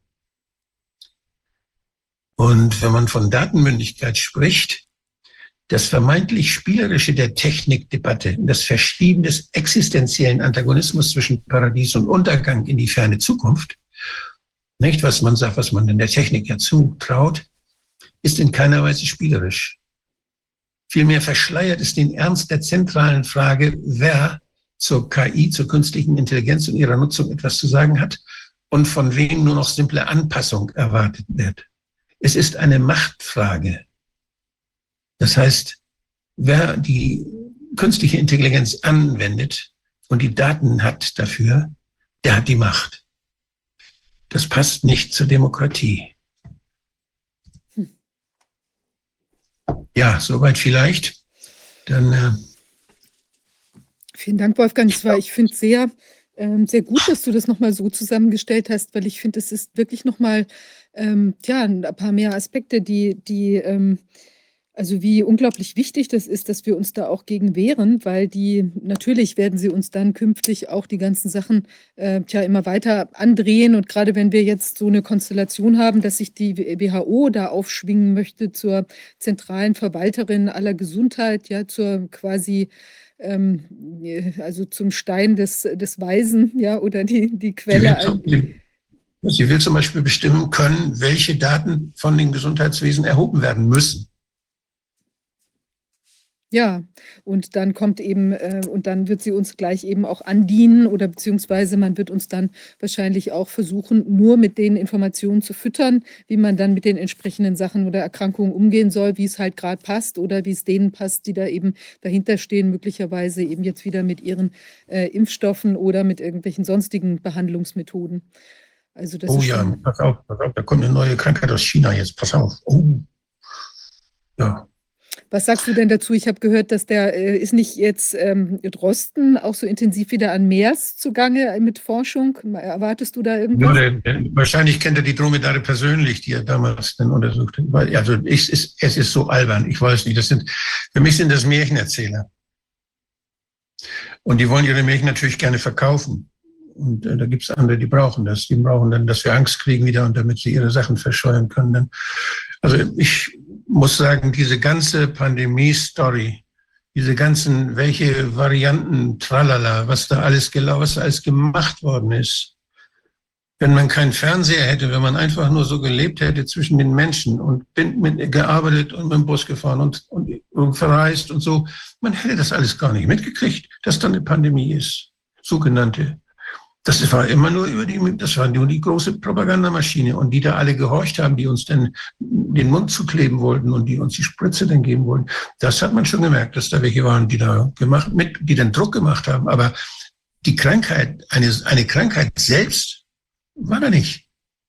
Und wenn man von Datenmündigkeit spricht, das vermeintlich Spielerische der Technikdebatte, das Verschieben des existenziellen Antagonismus zwischen Paradies und Untergang in die ferne Zukunft, nicht was man sagt, was man in der Technik ja zutraut, ist in keiner Weise spielerisch. Vielmehr verschleiert es den Ernst der zentralen Frage, wer zur K I, zur künstlichen Intelligenz und ihrer Nutzung etwas zu sagen hat und von wem nur noch simple Anpassung erwartet wird. Es ist eine Machtfrage. Das heißt, wer die künstliche Intelligenz anwendet und die Daten hat dafür, der hat die Macht. Das passt nicht zur Demokratie. Ja, soweit vielleicht. Dann äh Vielen Dank, Wolfgang. Das war, ich finde, sehr, ähm, sehr gut, dass du das nochmal so zusammengestellt hast, weil ich finde, es ist wirklich nochmal ähm, ja, ein paar mehr Aspekte, die, die ähm, Also wie unglaublich wichtig das ist, dass wir uns da auch gegen wehren, weil die natürlich werden sie uns dann künftig auch die ganzen Sachen äh, tja, immer weiter andrehen. Und gerade wenn wir jetzt so eine Konstellation haben, dass sich die W H O da aufschwingen möchte zur zentralen Verwalterin aller Gesundheit, ja, zur quasi ähm, also zum Stein des, des Weisen, ja, oder die, die Sie Quelle. will, zum, sie, sie will zum Beispiel bestimmen können, welche Daten von den Gesundheitswesen erhoben werden müssen. Ja, und dann kommt eben, äh, und dann wird sie uns gleich eben auch andienen oder beziehungsweise man wird uns dann wahrscheinlich auch versuchen, nur mit den Informationen zu füttern, wie man dann mit den entsprechenden Sachen oder Erkrankungen umgehen soll, wie es halt gerade passt oder wie es denen passt, die da eben dahinter stehen, möglicherweise eben jetzt wieder mit ihren äh, Impfstoffen oder mit irgendwelchen sonstigen Behandlungsmethoden. Also das Oh ist ja, schon, pass auf, pass auf, da kommt eine neue Krankheit aus China jetzt, pass auf. Oh. Ja. was sagst du denn dazu? Ich habe gehört, dass der, äh, ist nicht jetzt ähm, Drosten auch so intensiv wieder an MERS zugange mit Forschung? Erwartest du da Nur irgendwas? der, der, wahrscheinlich kennt er die Dromedare persönlich, die er damals dann untersucht hat. Weil, also ich, es, es ist so albern, ich weiß nicht. Das sind, für mich sind das Märchenerzähler. Und die wollen ihre Märchen natürlich gerne verkaufen. Und äh, da gibt es andere, die brauchen das. Die brauchen dann, dass wir Angst kriegen wieder und damit sie ihre Sachen verscheuern können. Dann. Also ich muss sagen, diese ganze Pandemie-Story, diese ganzen, welche Varianten, tralala, was da alles gelaufen, was da alles gemacht worden ist. Wenn man keinen Fernseher hätte, wenn man einfach nur so gelebt hätte zwischen den Menschen und bin mit, gearbeitet und mit dem Bus gefahren und, und, und verreist und so, man hätte das alles gar nicht mitgekriegt, dass da eine Pandemie ist, sogenannte. Das war immer nur über die, das war nur die große Propagandamaschine und die da alle gehorcht haben, die uns dann den Mund zukleben wollten und die uns die Spritze dann geben wollten. Das hat man schon gemerkt, dass da welche waren, die da gemacht, mit, die dann Druck gemacht haben. Aber die Krankheit, eine, eine Krankheit selbst war da nicht.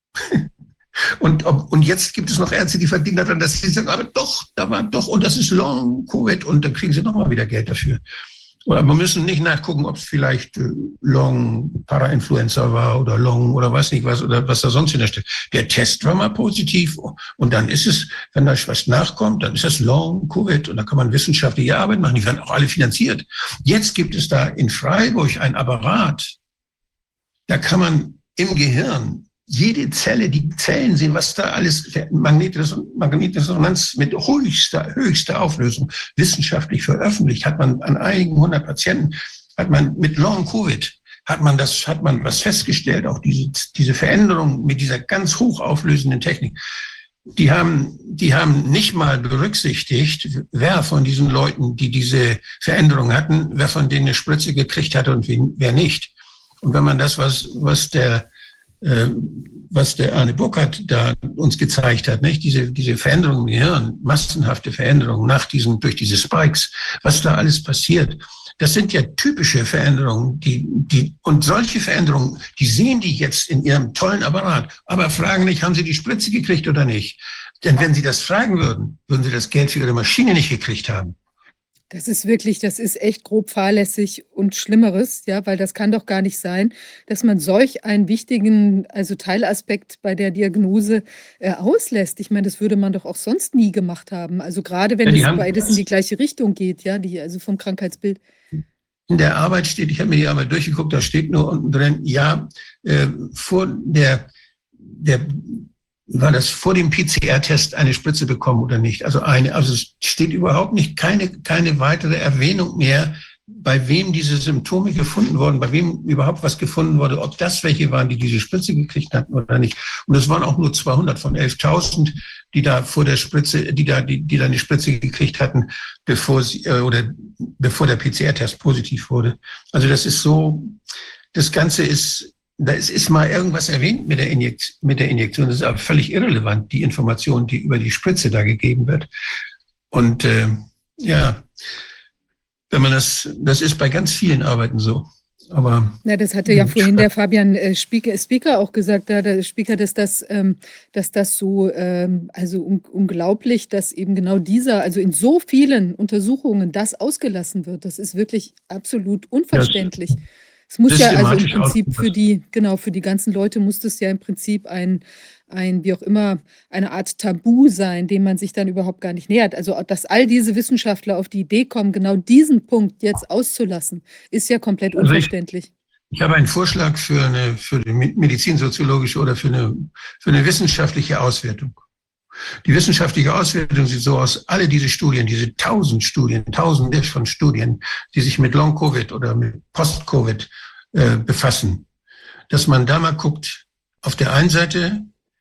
Und, ob, und jetzt gibt es noch Ärzte, die verdienen daran, dass sie sagen, aber doch, da war doch, und das ist Long Covid und dann kriegen sie nochmal wieder Geld dafür. Aber wir müssen nicht nachgucken, ob es vielleicht äh, Long Parainfluenza war oder Long oder weiß nicht was oder was da sonst hintersteht. Der Test war mal positiv und dann ist es, wenn da was nachkommt, dann ist das Long Covid und da kann man wissenschaftliche Arbeit machen. Die werden auch alle finanziert. Jetzt gibt es da in Freiburg ein Apparat, da kann man im Gehirn jede Zelle, die Zellen sehen, was da alles, Magnetresonanz mit höchster, höchster Auflösung wissenschaftlich veröffentlicht, hat man an einigen hundert Patienten, hat man mit Long Covid, hat man das, hat man was festgestellt, auch diese, diese Veränderung mit dieser ganz hochauflösenden Technik. Die haben, die haben nicht mal berücksichtigt, wer von diesen Leuten, die diese Veränderung hatten, wer von denen eine Spritze gekriegt hatte und wer nicht. Und wenn man das, was, was der, was der Arne Burkhardt da uns gezeigt hat, nicht? Diese, diese Veränderungen im Gehirn, massenhafte Veränderungen nach diesen, durch diese Spikes, was da alles passiert. Das sind ja typische Veränderungen, die, die, und solche Veränderungen, die sehen die jetzt in ihrem tollen Apparat, aber fragen nicht, haben sie die Spritze gekriegt oder nicht? Denn wenn sie das fragen würden, würden sie das Geld für ihre Maschine nicht gekriegt haben. Das ist wirklich, das ist echt grob fahrlässig und Schlimmeres, ja, weil das kann doch gar nicht sein, dass man solch einen wichtigen, also Teilaspekt bei der Diagnose äh, auslässt. Ich meine, das würde man doch auch sonst nie gemacht haben. Also gerade wenn Ja, es beides in die gleiche Richtung geht, ja, die, also vom Krankheitsbild. In der Arbeit steht, ich habe mir die Arbeit durchgeguckt, da steht nur unten drin, ja, äh, vor der, der war das vor dem P C R-Test eine Spritze bekommen oder nicht? Also eine, also es steht überhaupt nicht keine, keine weitere Erwähnung mehr, bei wem diese Symptome gefunden wurden, bei wem überhaupt was gefunden wurde, ob das welche waren, die diese Spritze gekriegt hatten oder nicht. Und es waren auch nur zweihundert von elftausend, die da vor der Spritze, die da, die, die da eine Spritze gekriegt hatten, bevor sie, äh, oder bevor der P C R-Test positiv wurde. Also das ist so, das Ganze ist, da ist, ist mal irgendwas erwähnt mit der, Injekt, mit der Injektion. Das ist aber völlig irrelevant, die Information, die über die Spritze da gegeben wird. Und äh, ja, wenn man das, das ist bei ganz vielen Arbeiten so. Aber ja, das hatte ja vorhin der Fabian äh, Spieker, Speaker auch gesagt, da, der Speaker, dass das, ähm, dass das so, ähm, also un unglaublich, dass eben genau dieser, also in so vielen Untersuchungen das ausgelassen wird. Das ist wirklich absolut unverständlich. Ja, es muss ja also im Prinzip für die, genau, für die ganzen Leute muss das ja im Prinzip ein, ein, wie auch immer, eine Art Tabu sein, dem man sich dann überhaupt gar nicht nähert. Also, dass all diese Wissenschaftler auf die Idee kommen, genau diesen Punkt jetzt auszulassen, ist ja komplett Also ich- unverständlich. Ich habe einen Vorschlag für eine, für die medizinsoziologische oder für eine, für eine wissenschaftliche Auswertung. Die wissenschaftliche Auswertung sieht so aus, alle diese Studien, diese tausend Studien, tausende von Studien, die sich mit Long-Covid oder mit Post-Covid äh, befassen, dass man da mal guckt, auf der einen Seite,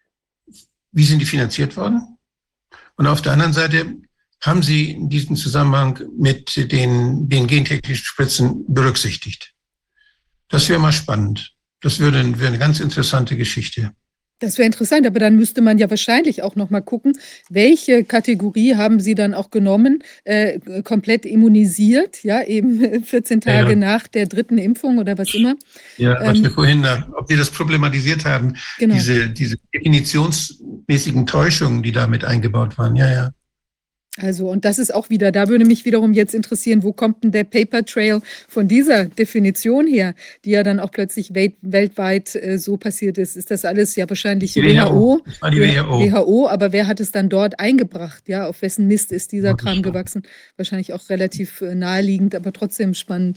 wie sind die finanziert worden? Und auf der anderen Seite, haben sie diesen Zusammenhang mit den, den gentechnischen Spritzen berücksichtigt? Das wäre mal spannend. Das würde, wäre eine ganz interessante Geschichte. Das wäre interessant, aber dann müsste man ja wahrscheinlich auch noch mal gucken, welche Kategorie haben Sie dann auch genommen, äh, komplett immunisiert, ja, eben vierzehn Tage Ja. nach der dritten Impfung oder was immer. Ja, was Ähm, wir vorhin, da- ob wir das problematisiert haben, Genau. diese, diese definitionsmäßigen Täuschungen, die da mit eingebaut waren. Ja, ja. Also, und das ist auch wieder, da würde mich wiederum jetzt interessieren, wo kommt denn der Paper Trail von dieser Definition her, die ja dann auch plötzlich welt, weltweit äh, so passiert ist. Ist das alles ja wahrscheinlich Die W H O? Das war die W H O. W H O, aber wer hat es dann dort eingebracht? Ja, auf wessen Mist ist dieser Ja, das Kram stimmt. gewachsen? Wahrscheinlich auch relativ äh, naheliegend, aber trotzdem spannend.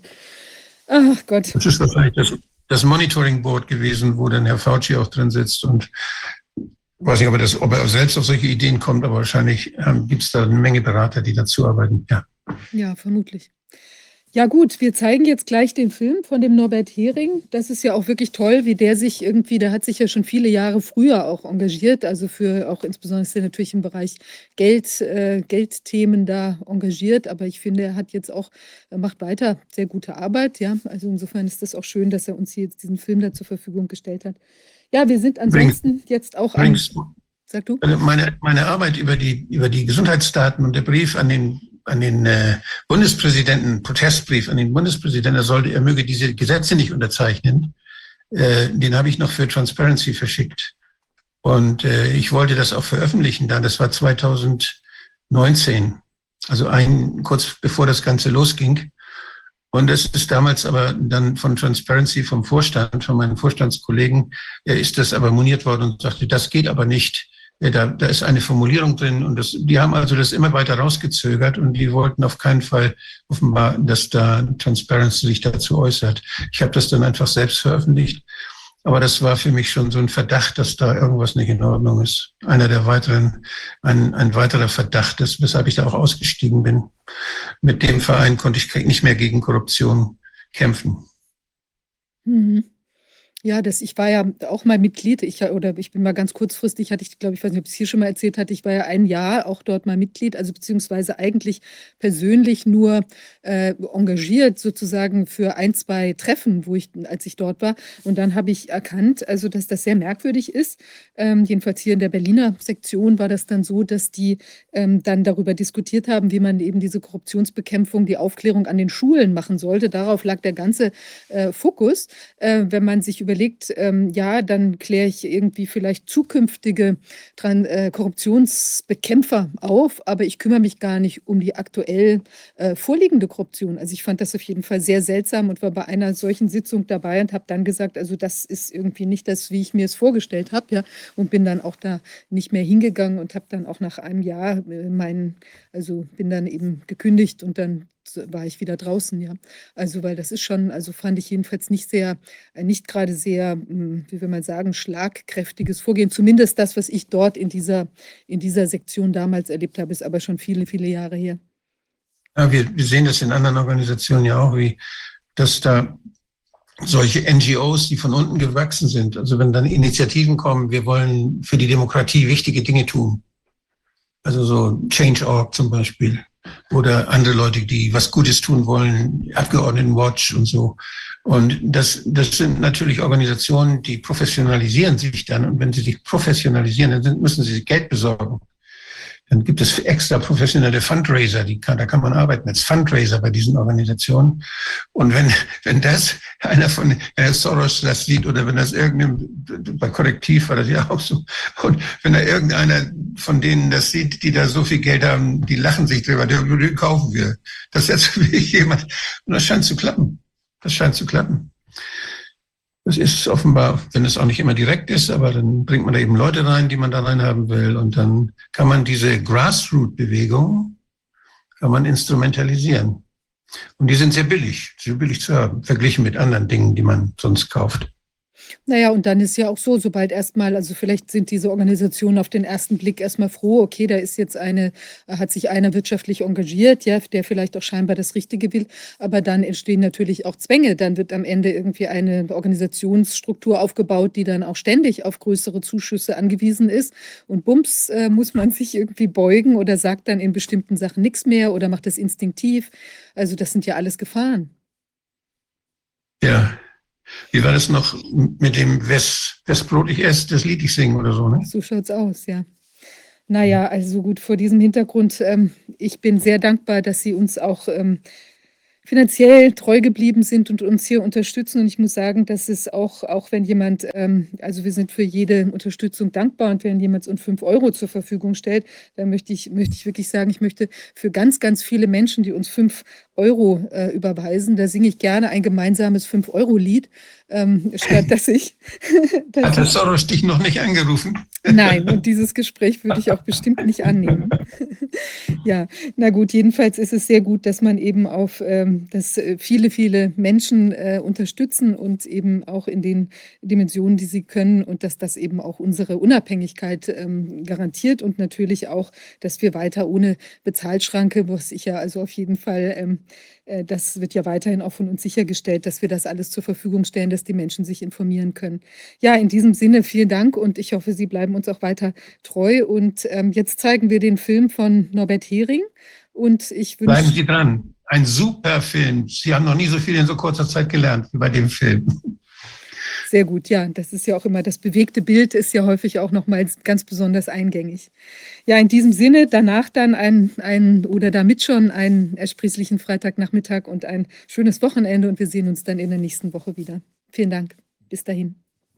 Ach Gott. Das ist wahrscheinlich das, das Monitoring Board gewesen, wo dann Herr Fauci auch drin sitzt und ich weiß nicht, ob er, das, ob er selbst auf solche Ideen kommt, aber wahrscheinlich ähm, gibt es da eine Menge Berater, die dazu arbeiten. Ja. Ja, vermutlich. Ja gut, wir zeigen jetzt gleich den Film von dem Norbert Hering. Das ist ja auch wirklich toll, wie der sich irgendwie, der hat sich ja schon viele Jahre früher auch engagiert, also für auch insbesondere ist er natürlich im Bereich Geld, äh, Geldthemen da engagiert, aber ich finde, er hat jetzt auch, er macht weiter sehr gute Arbeit, ja. Also insofern ist das auch schön, dass er uns hier jetzt diesen Film da zur Verfügung gestellt hat. Ja, wir sind ansonsten jetzt auch an, Übrigens, sag du? Also meine, meine Arbeit über die, über die Gesundheitsdaten und der Brief an den, an den äh, Bundespräsidenten, Protestbrief an den Bundespräsidenten, er sollte, er möge diese Gesetze nicht unterzeichnen, äh, den habe ich noch für Transparency verschickt. Und äh, ich wollte das auch veröffentlichen dann, das war zweitausendneunzehn, also ein, kurz bevor das Ganze losging. Und das ist damals aber dann von Transparency, vom Vorstand, von meinen Vorstandskollegen, äh, ist das aber moniert worden und sagte, das geht aber nicht. Äh, da, da ist eine Formulierung drin und das, die haben also das immer weiter rausgezögert und die wollten auf keinen Fall offenbar, dass da Transparency sich dazu äußert. Ich habe das dann einfach selbst veröffentlicht. Aber das war für mich schon so ein Verdacht, dass da irgendwas nicht in Ordnung ist. Einer der weiteren, ein, ein weiterer Verdacht ist, weshalb ich da auch ausgestiegen bin. Mit dem Verein konnte ich nicht mehr gegen Korruption kämpfen. Mhm. Ja, das, ich war ja auch mal Mitglied, ich, oder ich bin mal ganz kurzfristig, hatte ich, glaube ich, weiß nicht, ob ich es hier schon mal erzählt hatte, ich war ja ein Jahr auch dort mal Mitglied, also beziehungsweise eigentlich persönlich nur äh, engagiert sozusagen für ein, zwei Treffen, wo ich, als ich dort war. Und dann habe ich erkannt, also dass das sehr merkwürdig ist. Ähm, jedenfalls hier in der Berliner Sektion war das dann so, dass die ähm, dann darüber diskutiert haben, wie man eben diese Korruptionsbekämpfung, die Aufklärung an den Schulen machen sollte. Darauf lag der ganze äh, Fokus. Äh, wenn man sich überlegt, ähm, ja, dann kläre ich irgendwie vielleicht zukünftige dran, äh, Korruptionsbekämpfer auf, aber ich kümmere mich gar nicht um die aktuell äh, vorliegende Korruption. Also ich fand das auf jeden Fall sehr seltsam und war bei einer solchen Sitzung dabei und habe dann gesagt, also das ist irgendwie nicht das, wie ich mir es vorgestellt habe, ja, und bin dann auch da nicht mehr hingegangen und habe dann auch nach einem Jahr äh, meinen, also bin dann eben gekündigt und dann war ich wieder draußen, ja. Also, weil das ist schon, also fand ich jedenfalls nicht sehr, äh, nicht gerade sehr, mh, wie will man sagen, schlagkräftiges Vorgehen. Zumindest das, was ich dort in dieser, in dieser Sektion damals erlebt habe, ist aber schon viele, viele Jahre her. Ja, wir, wir sehen das in anderen Organisationen ja auch, wie dass da solche N G Os, die von unten gewachsen sind, also wenn dann Initiativen kommen, wir wollen für die Demokratie wichtige Dinge tun. Also so Change Punkt org zum Beispiel. Oder andere Leute, die was Gutes tun wollen, Abgeordnetenwatch und so. Und das, das sind natürlich Organisationen, die professionalisieren sich dann. Und wenn sie sich professionalisieren, dann müssen sie sich Geld besorgen. Dann gibt es extra professionelle Fundraiser, die kann, da kann man arbeiten als Fundraiser bei diesen Organisationen. Und wenn, wenn das einer von Herr Soros das sieht oder wenn das irgendein, bei Korrektiv war das ja auch so, und wenn da irgendeiner von denen das sieht, die da so viel Geld haben, die lachen sich drüber, den kaufen wir. Das ist jetzt wirklich jemand, und das scheint zu klappen. Das scheint zu klappen. Das ist offenbar, wenn es auch nicht immer direkt ist, aber dann bringt man da eben Leute rein, die man da rein haben will. Und dann kann man diese Grassroot-Bewegung kann man instrumentalisieren. Und die sind sehr billig, sehr billig zu haben, verglichen mit anderen Dingen, die man sonst kauft. Naja, und dann ist ja auch so, sobald erstmal, also vielleicht sind diese Organisationen auf den ersten Blick erstmal froh, okay, da ist jetzt eine, hat sich einer wirtschaftlich engagiert, ja, der vielleicht auch scheinbar das Richtige will, aber dann entstehen natürlich auch Zwänge, dann wird am Ende irgendwie eine Organisationsstruktur aufgebaut, die dann auch ständig auf größere Zuschüsse angewiesen ist und bums, äh, muss man sich irgendwie beugen oder sagt dann in bestimmten Sachen nichts mehr oder macht das instinktiv, also das sind ja alles Gefahren. Ja. Wie war das noch mit dem Wes, Wes Brot ich esse, das Lied ich singe oder so, ne? So schaut's aus, ja. Naja, also gut, vor diesem Hintergrund, ähm, ich bin sehr dankbar, dass Sie uns auch ähm, finanziell treu geblieben sind und uns hier unterstützen. Und ich muss sagen, dass es auch, auch wenn jemand, ähm, also wir sind für jede Unterstützung dankbar und wenn jemand uns fünf Euro zur Verfügung stellt, dann möchte ich, möchte ich wirklich sagen, ich möchte für ganz, ganz viele Menschen, die uns fünf Euro äh, überweisen, da singe ich gerne ein gemeinsames fünf Euro Lied, ähm, statt dass ich... dass Hat der Soros dich noch nicht angerufen? Nein, und dieses Gespräch würde ich auch bestimmt nicht annehmen. Ja, na gut, jedenfalls ist es sehr gut, dass man eben auf, ähm, dass viele, viele Menschen äh, unterstützen und eben auch in den Dimensionen, die sie können und dass das eben auch unsere Unabhängigkeit ähm, garantiert und natürlich auch, dass wir weiter ohne Bezahlschranke, was ich ja also auf jeden Fall, ähm, äh, das wird ja weiterhin auch von uns sichergestellt, dass wir das alles zur Verfügung stellen, dass die Menschen sich informieren können. Ja, in diesem Sinne vielen Dank und ich hoffe, Sie bleiben uns auch weiter treu und ähm, jetzt zeigen wir den Film von Norbert Hering und ich wünsche... Bleiben Sie dran. Ein super Film. Sie haben noch nie so viel in so kurzer Zeit gelernt wie bei dem Film. Sehr gut, ja. Das ist ja auch immer, das bewegte Bild ist ja häufig auch nochmal ganz besonders eingängig. Ja, in diesem Sinne, danach dann ein, ein oder damit schon einen ersprießlichen Freitagnachmittag und ein schönes Wochenende und wir sehen uns dann in der nächsten Woche wieder. Vielen Dank. Bis dahin.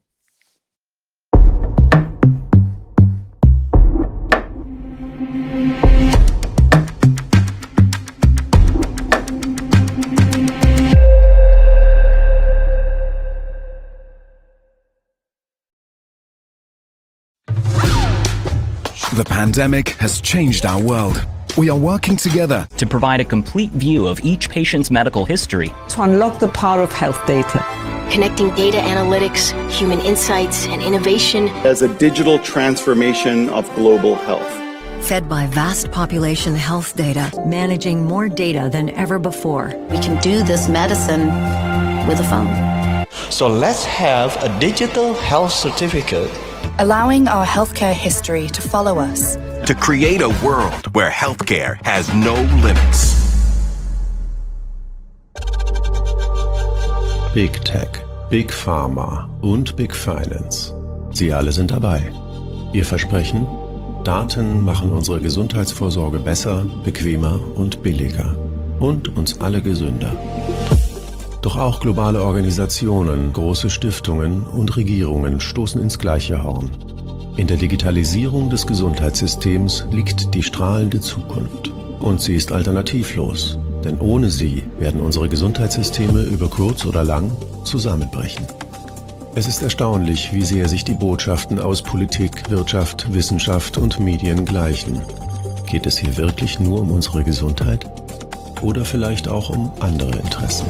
The pandemic has changed our world. We are working together to provide a complete view of each patient's medical history, to unlock the power of health data, connecting data analytics, human insights, and innovation as a digital transformation of global health. Fed by vast population health data, managing more data than ever before. We can do this medicine with a phone. So let's have a digital health certificate, allowing our healthcare history to follow us. To create a world where healthcare has no limits. Big Tech, Big Pharma und Big Finance. Sie alle sind dabei. Ihr Versprechen? Daten machen unsere Gesundheitsvorsorge besser, bequemer und billiger. Und uns alle gesünder. Doch auch globale Organisationen, große Stiftungen und Regierungen stoßen ins gleiche Horn. In der Digitalisierung des Gesundheitssystems liegt die strahlende Zukunft. Und sie ist alternativlos, denn ohne sie werden unsere Gesundheitssysteme über kurz oder lang zusammenbrechen. Es ist erstaunlich, wie sehr sich die Botschaften aus Politik, Wirtschaft, Wissenschaft und Medien gleichen. Geht es hier wirklich nur um unsere Gesundheit? Oder vielleicht auch um andere Interessen?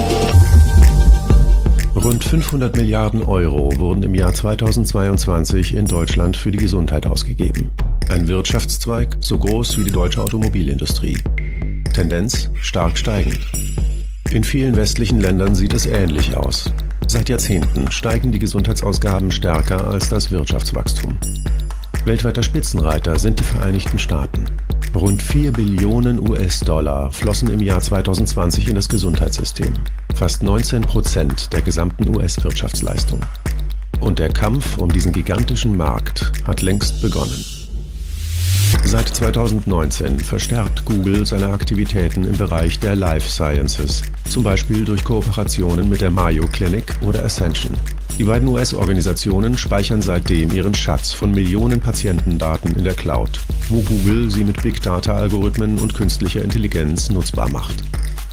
Rund fünfhundert Milliarden Euro wurden im Jahr zweitausendzweiundzwanzig in Deutschland für die Gesundheit ausgegeben. Ein Wirtschaftszweig so groß wie die deutsche Automobilindustrie. Tendenz stark steigend. In vielen westlichen Ländern sieht es ähnlich aus. Seit Jahrzehnten steigen die Gesundheitsausgaben stärker als das Wirtschaftswachstum. Weltweiter Spitzenreiter sind die Vereinigten Staaten. Rund vier Billionen U S-Dollar flossen im Jahr zweitausendzwanzig in das Gesundheitssystem. Fast neunzehn Prozent der gesamten U S-Wirtschaftsleistung. Und der Kampf um diesen gigantischen Markt hat längst begonnen. Seit zweitausendneunzehn verstärkt Google seine Aktivitäten im Bereich der Life Sciences, zum Beispiel durch Kooperationen mit der Mayo Clinic oder Ascension. Die beiden U S-Organisationen speichern seitdem ihren Schatz von Millionen Patientendaten in der Cloud, wo Google sie mit Big Data-Algorithmen und künstlicher Intelligenz nutzbar macht.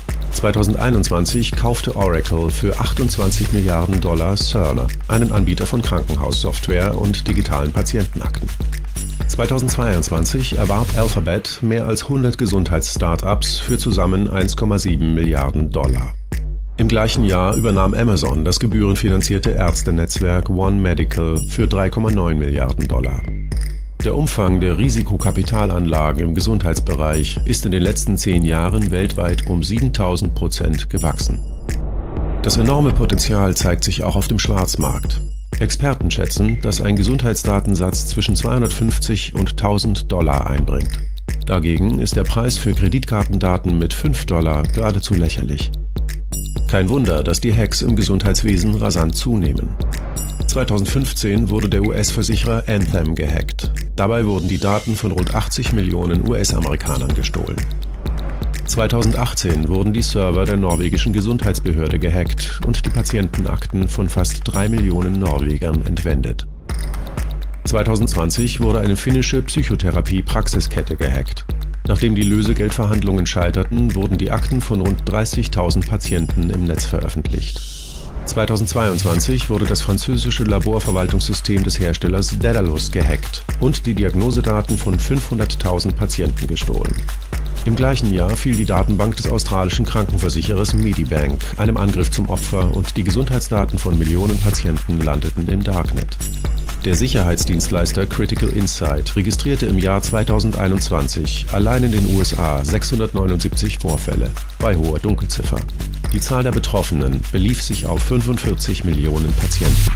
zweitausendeinundzwanzig kaufte Oracle für achtundzwanzig Milliarden Dollar Cerner, einen Anbieter von Krankenhaussoftware und digitalen Patientenakten. zweitausendzweiundzwanzig erwarb Alphabet mehr als hundert Gesundheits-Startups für zusammen eins Komma sieben Milliarden Dollar. Im gleichen Jahr übernahm Amazon das gebührenfinanzierte Ärztenetzwerk One Medical für drei Komma neun Milliarden Dollar. Der Umfang der Risikokapitalanlagen im Gesundheitsbereich ist in den letzten zehn Jahren weltweit um siebentausend Prozent gewachsen. Das enorme Potenzial zeigt sich auch auf dem Schwarzmarkt. Experten schätzen, dass ein Gesundheitsdatensatz zwischen zweihundertfünfzig und tausend Dollar einbringt. Dagegen ist der Preis für Kreditkartendaten mit fünf Dollar geradezu lächerlich. Kein Wunder, dass die Hacks im Gesundheitswesen rasant zunehmen. zweitausendfünfzehn wurde der U S-Versicherer Anthem gehackt. Dabei wurden die Daten von rund achtzig Millionen U S-Amerikanern gestohlen. zweitausendachtzehn wurden die Server der norwegischen Gesundheitsbehörde gehackt und die Patientenakten von fast drei Millionen Norwegern entwendet. zweitausendzwanzig wurde eine finnische Psychotherapie-Praxiskette gehackt. Nachdem die Lösegeldverhandlungen scheiterten, wurden die Akten von rund dreißigtausend Patienten im Netz veröffentlicht. zweitausendzweiundzwanzig wurde das französische Laborverwaltungssystem des Herstellers Daedalus gehackt und die Diagnosedaten von fünfhunderttausend Patienten gestohlen. Im gleichen Jahr fiel die Datenbank des australischen Krankenversicherers Medibank einem Angriff zum Opfer und die Gesundheitsdaten von Millionen Patienten landeten im Darknet. Der Sicherheitsdienstleister Critical Insight registrierte im Jahr zweitausendeinundzwanzig allein in den U S A sechshundertneunundsiebzig Vorfälle bei hoher Dunkelziffer. Die Zahl der Betroffenen belief sich auf fünfundvierzig Millionen Patienten.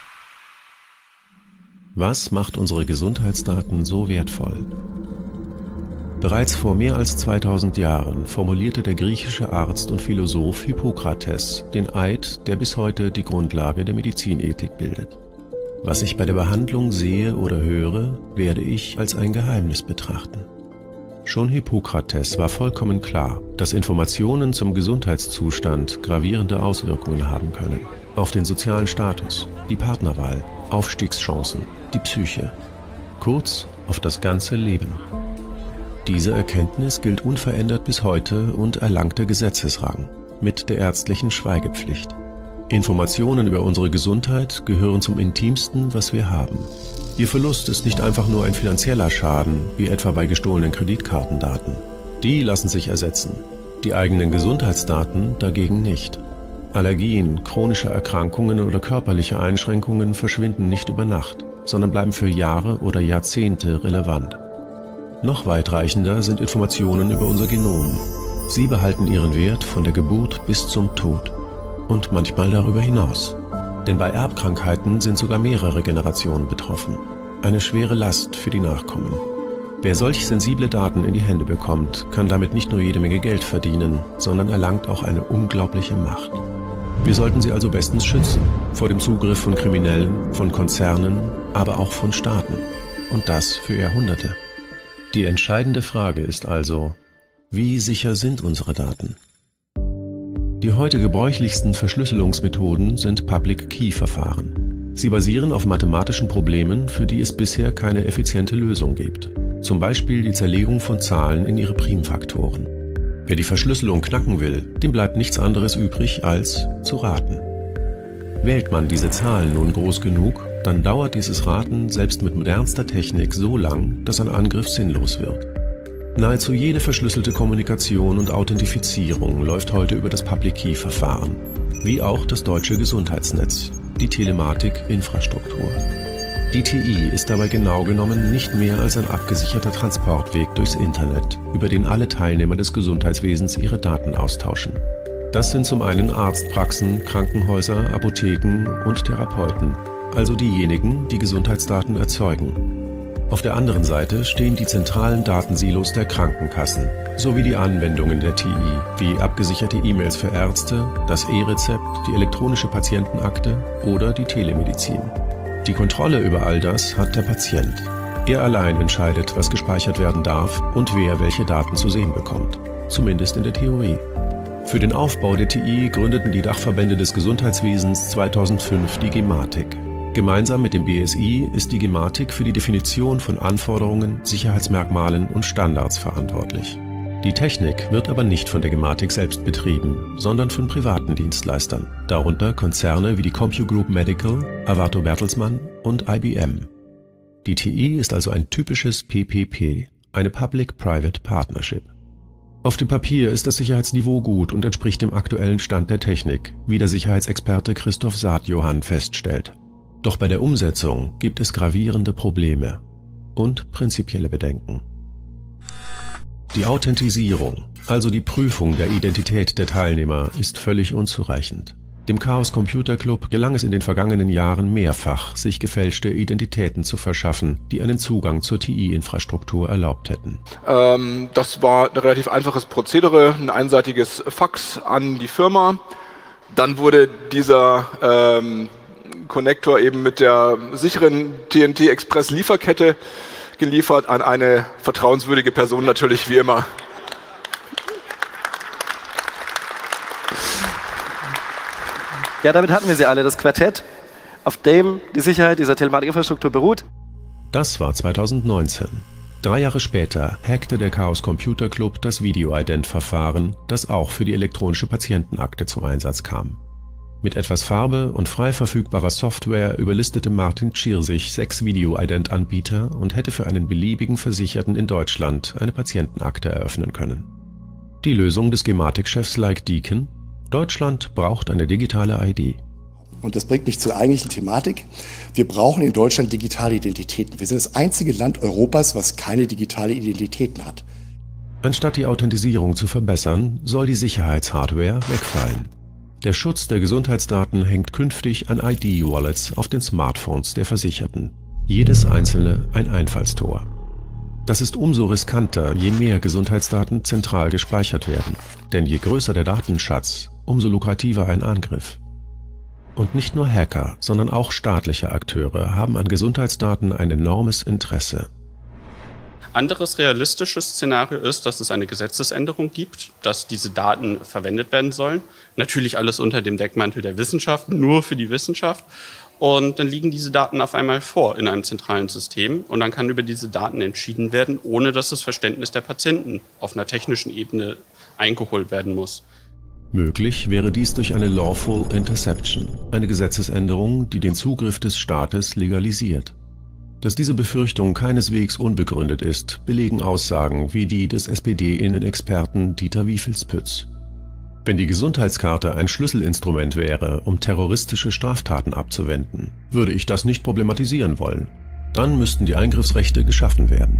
Was macht unsere Gesundheitsdaten so wertvoll? Bereits vor mehr als zweitausend Jahren formulierte der griechische Arzt und Philosoph Hippokrates den Eid, der bis heute die Grundlage der Medizinethik bildet. Was ich bei der Behandlung sehe oder höre, werde ich als ein Geheimnis betrachten. Schon Hippokrates war vollkommen klar, dass Informationen zum Gesundheitszustand gravierende Auswirkungen haben können. Auf den sozialen Status, die Partnerwahl, Aufstiegschancen, die Psyche. Kurz, auf das ganze Leben. Diese Erkenntnis gilt unverändert bis heute und erlangte Gesetzesrang mit der ärztlichen Schweigepflicht. Informationen über unsere Gesundheit gehören zum Intimsten, was wir haben. Ihr Verlust ist nicht einfach nur ein finanzieller Schaden, wie etwa bei gestohlenen Kreditkartendaten. Die lassen sich ersetzen. Die eigenen Gesundheitsdaten dagegen nicht. Allergien, chronische Erkrankungen oder körperliche Einschränkungen verschwinden nicht über Nacht, sondern bleiben für Jahre oder Jahrzehnte relevant. Noch weitreichender sind Informationen über unser Genom. Sie behalten ihren Wert von der Geburt bis zum Tod. Und manchmal darüber hinaus. Denn bei Erbkrankheiten sind sogar mehrere Generationen betroffen. Eine schwere Last für die Nachkommen. Wer solch sensible Daten in die Hände bekommt, kann damit nicht nur jede Menge Geld verdienen, sondern erlangt auch eine unglaubliche Macht. Wir sollten sie also bestens schützen. Vor dem Zugriff von Kriminellen, von Konzernen, aber auch von Staaten. Und das für Jahrhunderte. Die entscheidende Frage ist also, wie sicher sind unsere Daten? Die heute gebräuchlichsten Verschlüsselungsmethoden sind Public-Key-Verfahren. Sie basieren auf mathematischen Problemen, für die es bisher keine effiziente Lösung gibt. Zum Beispiel die Zerlegung von Zahlen in ihre Primfaktoren. Wer die Verschlüsselung knacken will, dem bleibt nichts anderes übrig, als zu raten. Wählt man diese Zahlen nun groß genug, dann dauert dieses Raten selbst mit modernster Technik so lang, dass ein Angriff sinnlos wird. Nahezu jede verschlüsselte Kommunikation und Authentifizierung läuft heute über das Public-Key-Verfahren, wie auch das deutsche Gesundheitsnetz, die Telematik-Infrastruktur. Die T I ist dabei genau genommen nicht mehr als ein abgesicherter Transportweg durchs Internet, über den alle Teilnehmer des Gesundheitswesens ihre Daten austauschen. Das sind zum einen Arztpraxen, Krankenhäuser, Apotheken und Therapeuten, also diejenigen, die Gesundheitsdaten erzeugen. Auf der anderen Seite stehen die zentralen Datensilos der Krankenkassen, sowie die Anwendungen der T I, wie abgesicherte E-Mails für Ärzte, das E-Rezept, die elektronische Patientenakte oder die Telemedizin. Die Kontrolle über all das hat der Patient. Er allein entscheidet, was gespeichert werden darf und wer welche Daten zu sehen bekommt, zumindest in der Theorie. Für den Aufbau der T I gründeten die Dachverbände des Gesundheitswesens zweitausendfünf die Gematik. Gemeinsam mit dem B S I ist die Gematik für die Definition von Anforderungen, Sicherheitsmerkmalen und Standards verantwortlich. Die Technik wird aber nicht von der Gematik selbst betrieben, sondern von privaten Dienstleistern, darunter Konzerne wie die CompuGroup Medical, Arvato Bertelsmann und I B M. Die T I ist also ein typisches P P P, eine Public-Private Partnership. Auf dem Papier ist das Sicherheitsniveau gut und entspricht dem aktuellen Stand der Technik, wie der Sicherheitsexperte Christoph Saatjohann feststellt. Doch bei der Umsetzung gibt es gravierende Probleme und prinzipielle Bedenken. Die Authentisierung, also die Prüfung der Identität der Teilnehmer, ist völlig unzureichend. Dem Chaos Computer Club gelang es in den vergangenen Jahren mehrfach, sich gefälschte Identitäten zu verschaffen, die einen Zugang zur T I-Infrastruktur erlaubt hätten. Ähm, das war ein relativ einfaches Prozedere, ein einseitiges Fax an die Firma. Dann wurde dieser ähm, Konnektor eben mit der sicheren T N T-Express-Lieferkette geliefert an eine vertrauenswürdige Person, natürlich wie immer. Ja, damit hatten wir sie alle, das Quartett, auf dem die Sicherheit dieser Telematikinfrastruktur beruht. Das war zweitausendneunzehn. Drei Jahre später hackte der Chaos Computer Club das Video-Ident-Verfahren, das auch für die elektronische Patientenakte zum Einsatz kam. Mit etwas Farbe und frei verfügbarer Software überlistete Martin Tschir-sich sechs Video-Ident-Anbieter und hätte für einen beliebigen Versicherten in Deutschland eine Patientenakte eröffnen können. Die Lösung des Gematik-Chefs Like Deacon: Deutschland braucht eine digitale I D. Und das bringt mich zur eigentlichen Thematik. Wir brauchen in Deutschland digitale Identitäten. Wir sind das einzige Land Europas, was keine digitale Identitäten hat. Anstatt die Authentisierung zu verbessern, soll die Sicherheitshardware wegfallen. Der Schutz der Gesundheitsdaten hängt künftig an I D-Wallets auf den Smartphones der Versicherten. Jedes einzelne ein Einfallstor. Das ist umso riskanter, je mehr Gesundheitsdaten zentral gespeichert werden. Denn je größer der Datenschatz, umso lukrativer ein Angriff. Und nicht nur Hacker, sondern auch staatliche Akteure haben an Gesundheitsdaten ein enormes Interesse. Anderes realistisches Szenario ist, dass es eine Gesetzesänderung gibt, dass diese Daten verwendet werden sollen. Natürlich alles unter dem Deckmantel der Wissenschaft, nur für die Wissenschaft. Und dann liegen diese Daten auf einmal vor in einem zentralen System und dann kann über diese Daten entschieden werden, ohne dass das Verständnis der Patienten auf einer technischen Ebene eingeholt werden muss. Möglich wäre dies durch eine Lawful Interception, eine Gesetzesänderung, die den Zugriff des Staates legalisiert. Dass diese Befürchtung keineswegs unbegründet ist, belegen Aussagen wie die des S P D-Innenexperten Dieter Wiefelspütz. Wenn die Gesundheitskarte ein Schlüsselinstrument wäre, um terroristische Straftaten abzuwenden, würde ich das nicht problematisieren wollen. Dann müssten die Eingriffsrechte geschaffen werden.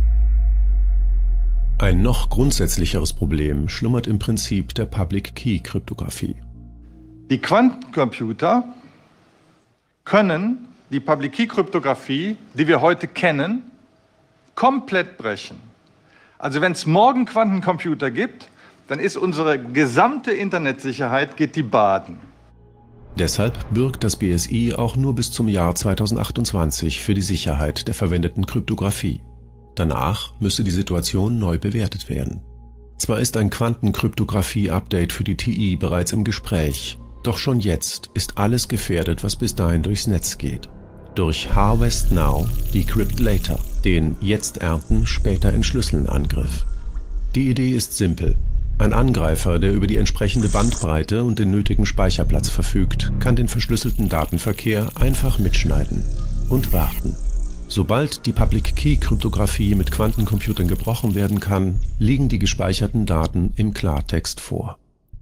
Ein noch grundsätzlicheres Problem schlummert im Prinzip der Public-Key-Kryptographie. Die Quantencomputer können die Public-Key-Kryptographie, die wir heute kennen, komplett brechen. Also wenn es morgen Quantencomputer gibt, dann ist unsere gesamte Internetsicherheit geht die baden. Deshalb bürgt das B S I auch nur bis zum Jahr zweitausendachtundzwanzig für die Sicherheit der verwendeten Kryptographie. Danach müsse die Situation neu bewertet werden. Zwar ist ein Quantenkryptographie-Update für die T I bereits im Gespräch, doch schon jetzt ist alles gefährdet, was bis dahin durchs Netz geht. Durch Harvest Now, Decrypt Later, den Jetzt ernten, später entschlüsseln Angriff. Die Idee ist simpel. Ein Angreifer, der über die entsprechende Bandbreite und den nötigen Speicherplatz verfügt, kann den verschlüsselten Datenverkehr einfach mitschneiden und warten. Sobald die Public-Key-Kryptographie mit Quantencomputern gebrochen werden kann, liegen die gespeicherten Daten im Klartext vor.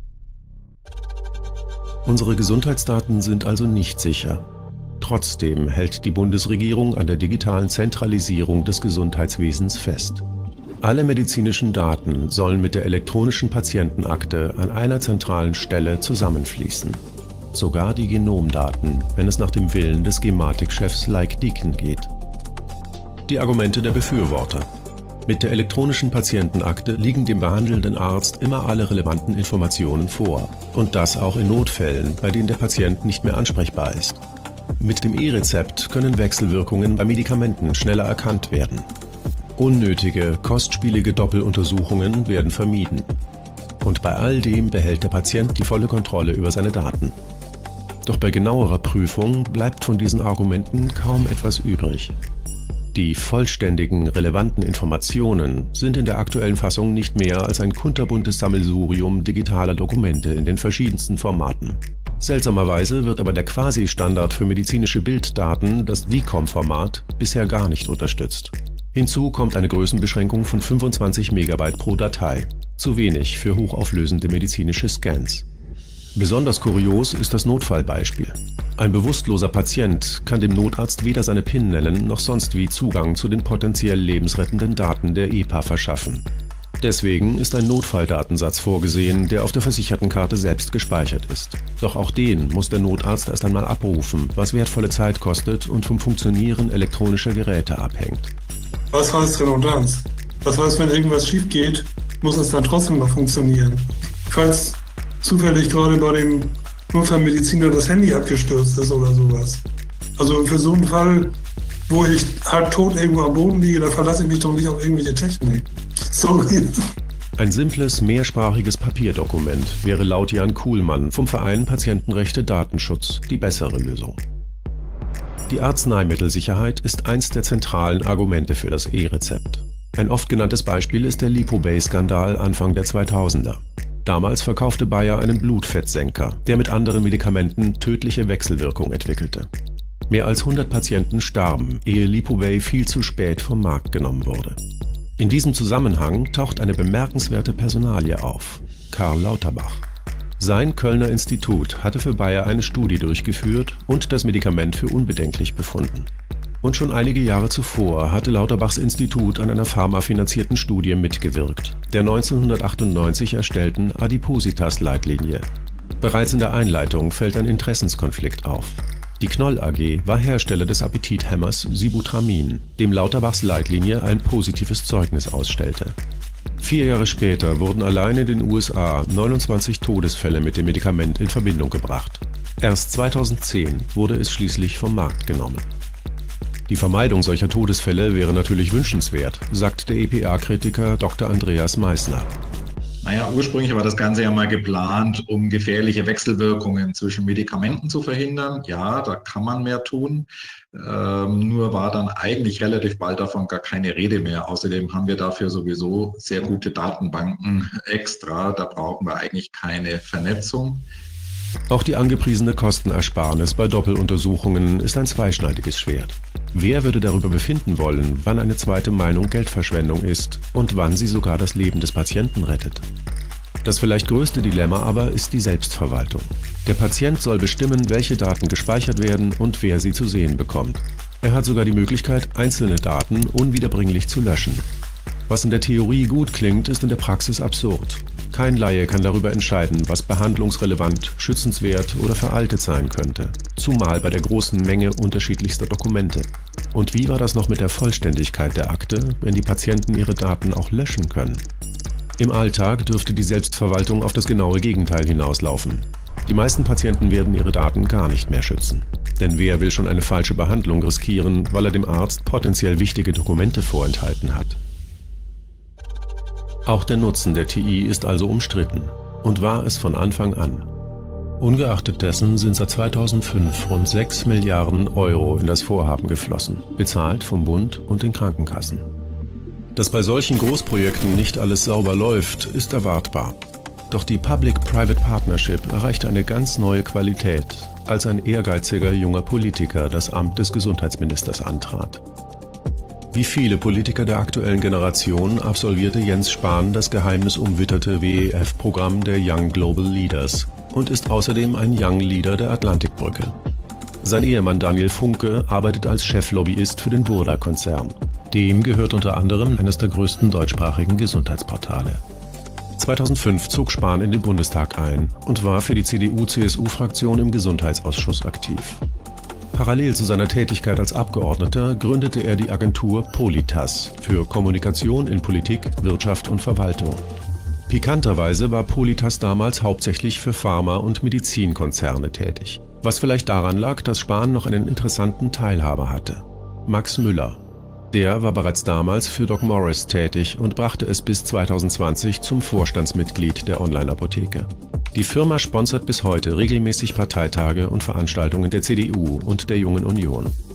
Unsere Gesundheitsdaten sind also nicht sicher. Trotzdem hält die Bundesregierung an der digitalen Zentralisierung des Gesundheitswesens fest. Alle medizinischen Daten sollen mit der elektronischen Patientenakte an einer zentralen Stelle zusammenfließen. Sogar die Genomdaten, wenn es nach dem Willen des Gematik-Chefs Like Deacon geht. Die Argumente der Befürworter. Mit der elektronischen Patientenakte liegen dem behandelnden Arzt immer alle relevanten Informationen vor. Und das auch in Notfällen, bei denen der Patient nicht mehr ansprechbar ist. Mit dem E-Rezept können Wechselwirkungen bei Medikamenten schneller erkannt werden. Unnötige, kostspielige Doppeluntersuchungen werden vermieden. Und bei all dem behält der Patient die volle Kontrolle über seine Daten. Doch bei genauerer Prüfung bleibt von diesen Argumenten kaum etwas übrig. Die vollständigen, relevanten Informationen sind in der aktuellen Fassung nicht mehr als ein kunterbuntes Sammelsurium digitaler Dokumente in den verschiedensten Formaten. Seltsamerweise wird aber der Quasi-Standard für medizinische Bilddaten, das D COM-Format, bisher gar nicht unterstützt. Hinzu kommt eine Größenbeschränkung von fünfundzwanzig Megabyte pro Datei. Zu wenig für hochauflösende medizinische Scans. Besonders kurios ist das Notfallbeispiel. Ein bewusstloser Patient kann dem Notarzt weder seine PIN nennen noch sonst wie Zugang zu den potenziell lebensrettenden Daten der E P A verschaffen. Deswegen ist ein Notfalldatensatz vorgesehen, der auf der Versichertenkarte selbst gespeichert ist. Doch auch den muss der Notarzt erst einmal abrufen, was wertvolle Zeit kostet und vom Funktionieren elektronischer Geräte abhängt. Was heißt Redundanz? Das heißt, wenn irgendwas schief geht, muss es dann trotzdem noch funktionieren. Falls zufällig gerade bei dem Notfallmediziner das Handy abgestürzt ist oder sowas. Also für so einen Fall, wo ich halb tot irgendwo am Boden liege, da verlasse ich mich doch nicht auf irgendwelche Technik. Sorry. Ein simples, mehrsprachiges Papierdokument wäre laut Jan Kuhlmann vom Verein Patientenrechte Datenschutz die bessere Lösung. Die Arzneimittelsicherheit ist eins der zentralen Argumente für das E-Rezept. Ein oft genanntes Beispiel ist der Lipobay-Skandal Anfang der zweitausender. Damals verkaufte Bayer einen Blutfettsenker, der mit anderen Medikamenten tödliche Wechselwirkung entwickelte. Mehr als hundert Patienten starben, ehe Lipobay viel zu spät vom Markt genommen wurde. In diesem Zusammenhang taucht eine bemerkenswerte Personalie auf: Karl Lauterbach. Sein Kölner Institut hatte für Bayer eine Studie durchgeführt und das Medikament für unbedenklich befunden. Und schon einige Jahre zuvor hatte Lauterbachs Institut an einer pharmafinanzierten Studie mitgewirkt, der neunzehnhundertachtundneunzig erstellten Adipositas-Leitlinie. Bereits in der Einleitung fällt ein Interessenskonflikt auf. Die Knoll A G war Hersteller des Appetithämmers Sibutramine, dem Lauterbachs Leitlinie ein positives Zeugnis ausstellte. Vier Jahre später wurden allein in den U S A neunundzwanzig Todesfälle mit dem Medikament in Verbindung gebracht. Erst zweitausendzehn wurde es schließlich vom Markt genommen. Die Vermeidung solcher Todesfälle wäre natürlich wünschenswert, sagt der E P A-Kritiker Doktor Andreas Meissner. Naja, ursprünglich war das Ganze ja mal geplant, um gefährliche Wechselwirkungen zwischen Medikamenten zu verhindern. Ja, da kann man mehr tun. Ähm, nur war dann eigentlich relativ bald davon gar keine Rede mehr. Außerdem haben wir dafür sowieso sehr gute Datenbanken extra. Da brauchen wir eigentlich keine Vernetzung. Auch die angepriesene Kostenersparnis bei Doppeluntersuchungen ist ein zweischneidiges Schwert. Wer würde darüber befinden wollen, wann eine zweite Meinung Geldverschwendung ist und wann sie sogar das Leben des Patienten rettet? Das vielleicht größte Dilemma aber ist die Selbstverwaltung. Der Patient soll bestimmen, welche Daten gespeichert werden und wer sie zu sehen bekommt. Er hat sogar die Möglichkeit, einzelne Daten unwiederbringlich zu löschen. Was in der Theorie gut klingt, ist in der Praxis absurd. Kein Laie kann darüber entscheiden, was behandlungsrelevant, schützenswert oder veraltet sein könnte, zumal bei der großen Menge unterschiedlichster Dokumente. Und wie war das noch mit der Vollständigkeit der Akte, wenn die Patienten ihre Daten auch löschen können? Im Alltag dürfte die Selbstverwaltung auf das genaue Gegenteil hinauslaufen. Die meisten Patienten werden ihre Daten gar nicht mehr schützen. Denn wer will schon eine falsche Behandlung riskieren, weil er dem Arzt potenziell wichtige Dokumente vorenthalten hat? Auch der Nutzen der T I ist also umstritten und war es von Anfang an. Ungeachtet dessen sind seit zweitausendfünf rund sechs Milliarden Euro in das Vorhaben geflossen, bezahlt vom Bund und den Krankenkassen. Dass bei solchen Großprojekten nicht alles sauber läuft, ist erwartbar. Doch die Public-Private Partnership erreichte eine ganz neue Qualität, als ein ehrgeiziger junger Politiker das Amt des Gesundheitsministers antrat. Wie viele Politiker der aktuellen Generation absolvierte Jens Spahn das geheimnisumwitterte W E F-Programm der Young Global Leaders und ist außerdem ein Young Leader der Atlantikbrücke. Sein Ehemann Daniel Funke arbeitet als Cheflobbyist für den Burda-Konzern. Dem gehört unter anderem eines der größten deutschsprachigen Gesundheitsportale. zweitausendfünf zog Spahn in den Bundestag ein und war für die C D U C S U-Fraktion im Gesundheitsausschuss aktiv. Parallel zu seiner Tätigkeit als Abgeordneter gründete er die Agentur Politas für Kommunikation in Politik, Wirtschaft und Verwaltung. Pikanterweise war Politas damals hauptsächlich für Pharma- und Medizinkonzerne tätig. Was vielleicht daran lag, dass Spahn noch einen interessanten Teilhaber hatte: Max Müller. Der war bereits damals für Doc Morris tätig und brachte es bis zweitausendzwanzig zum Vorstandsmitglied der Online-Apotheke. Die Firma sponsert bis heute regelmäßig Parteitage und Veranstaltungen der C D U und der Jungen Union.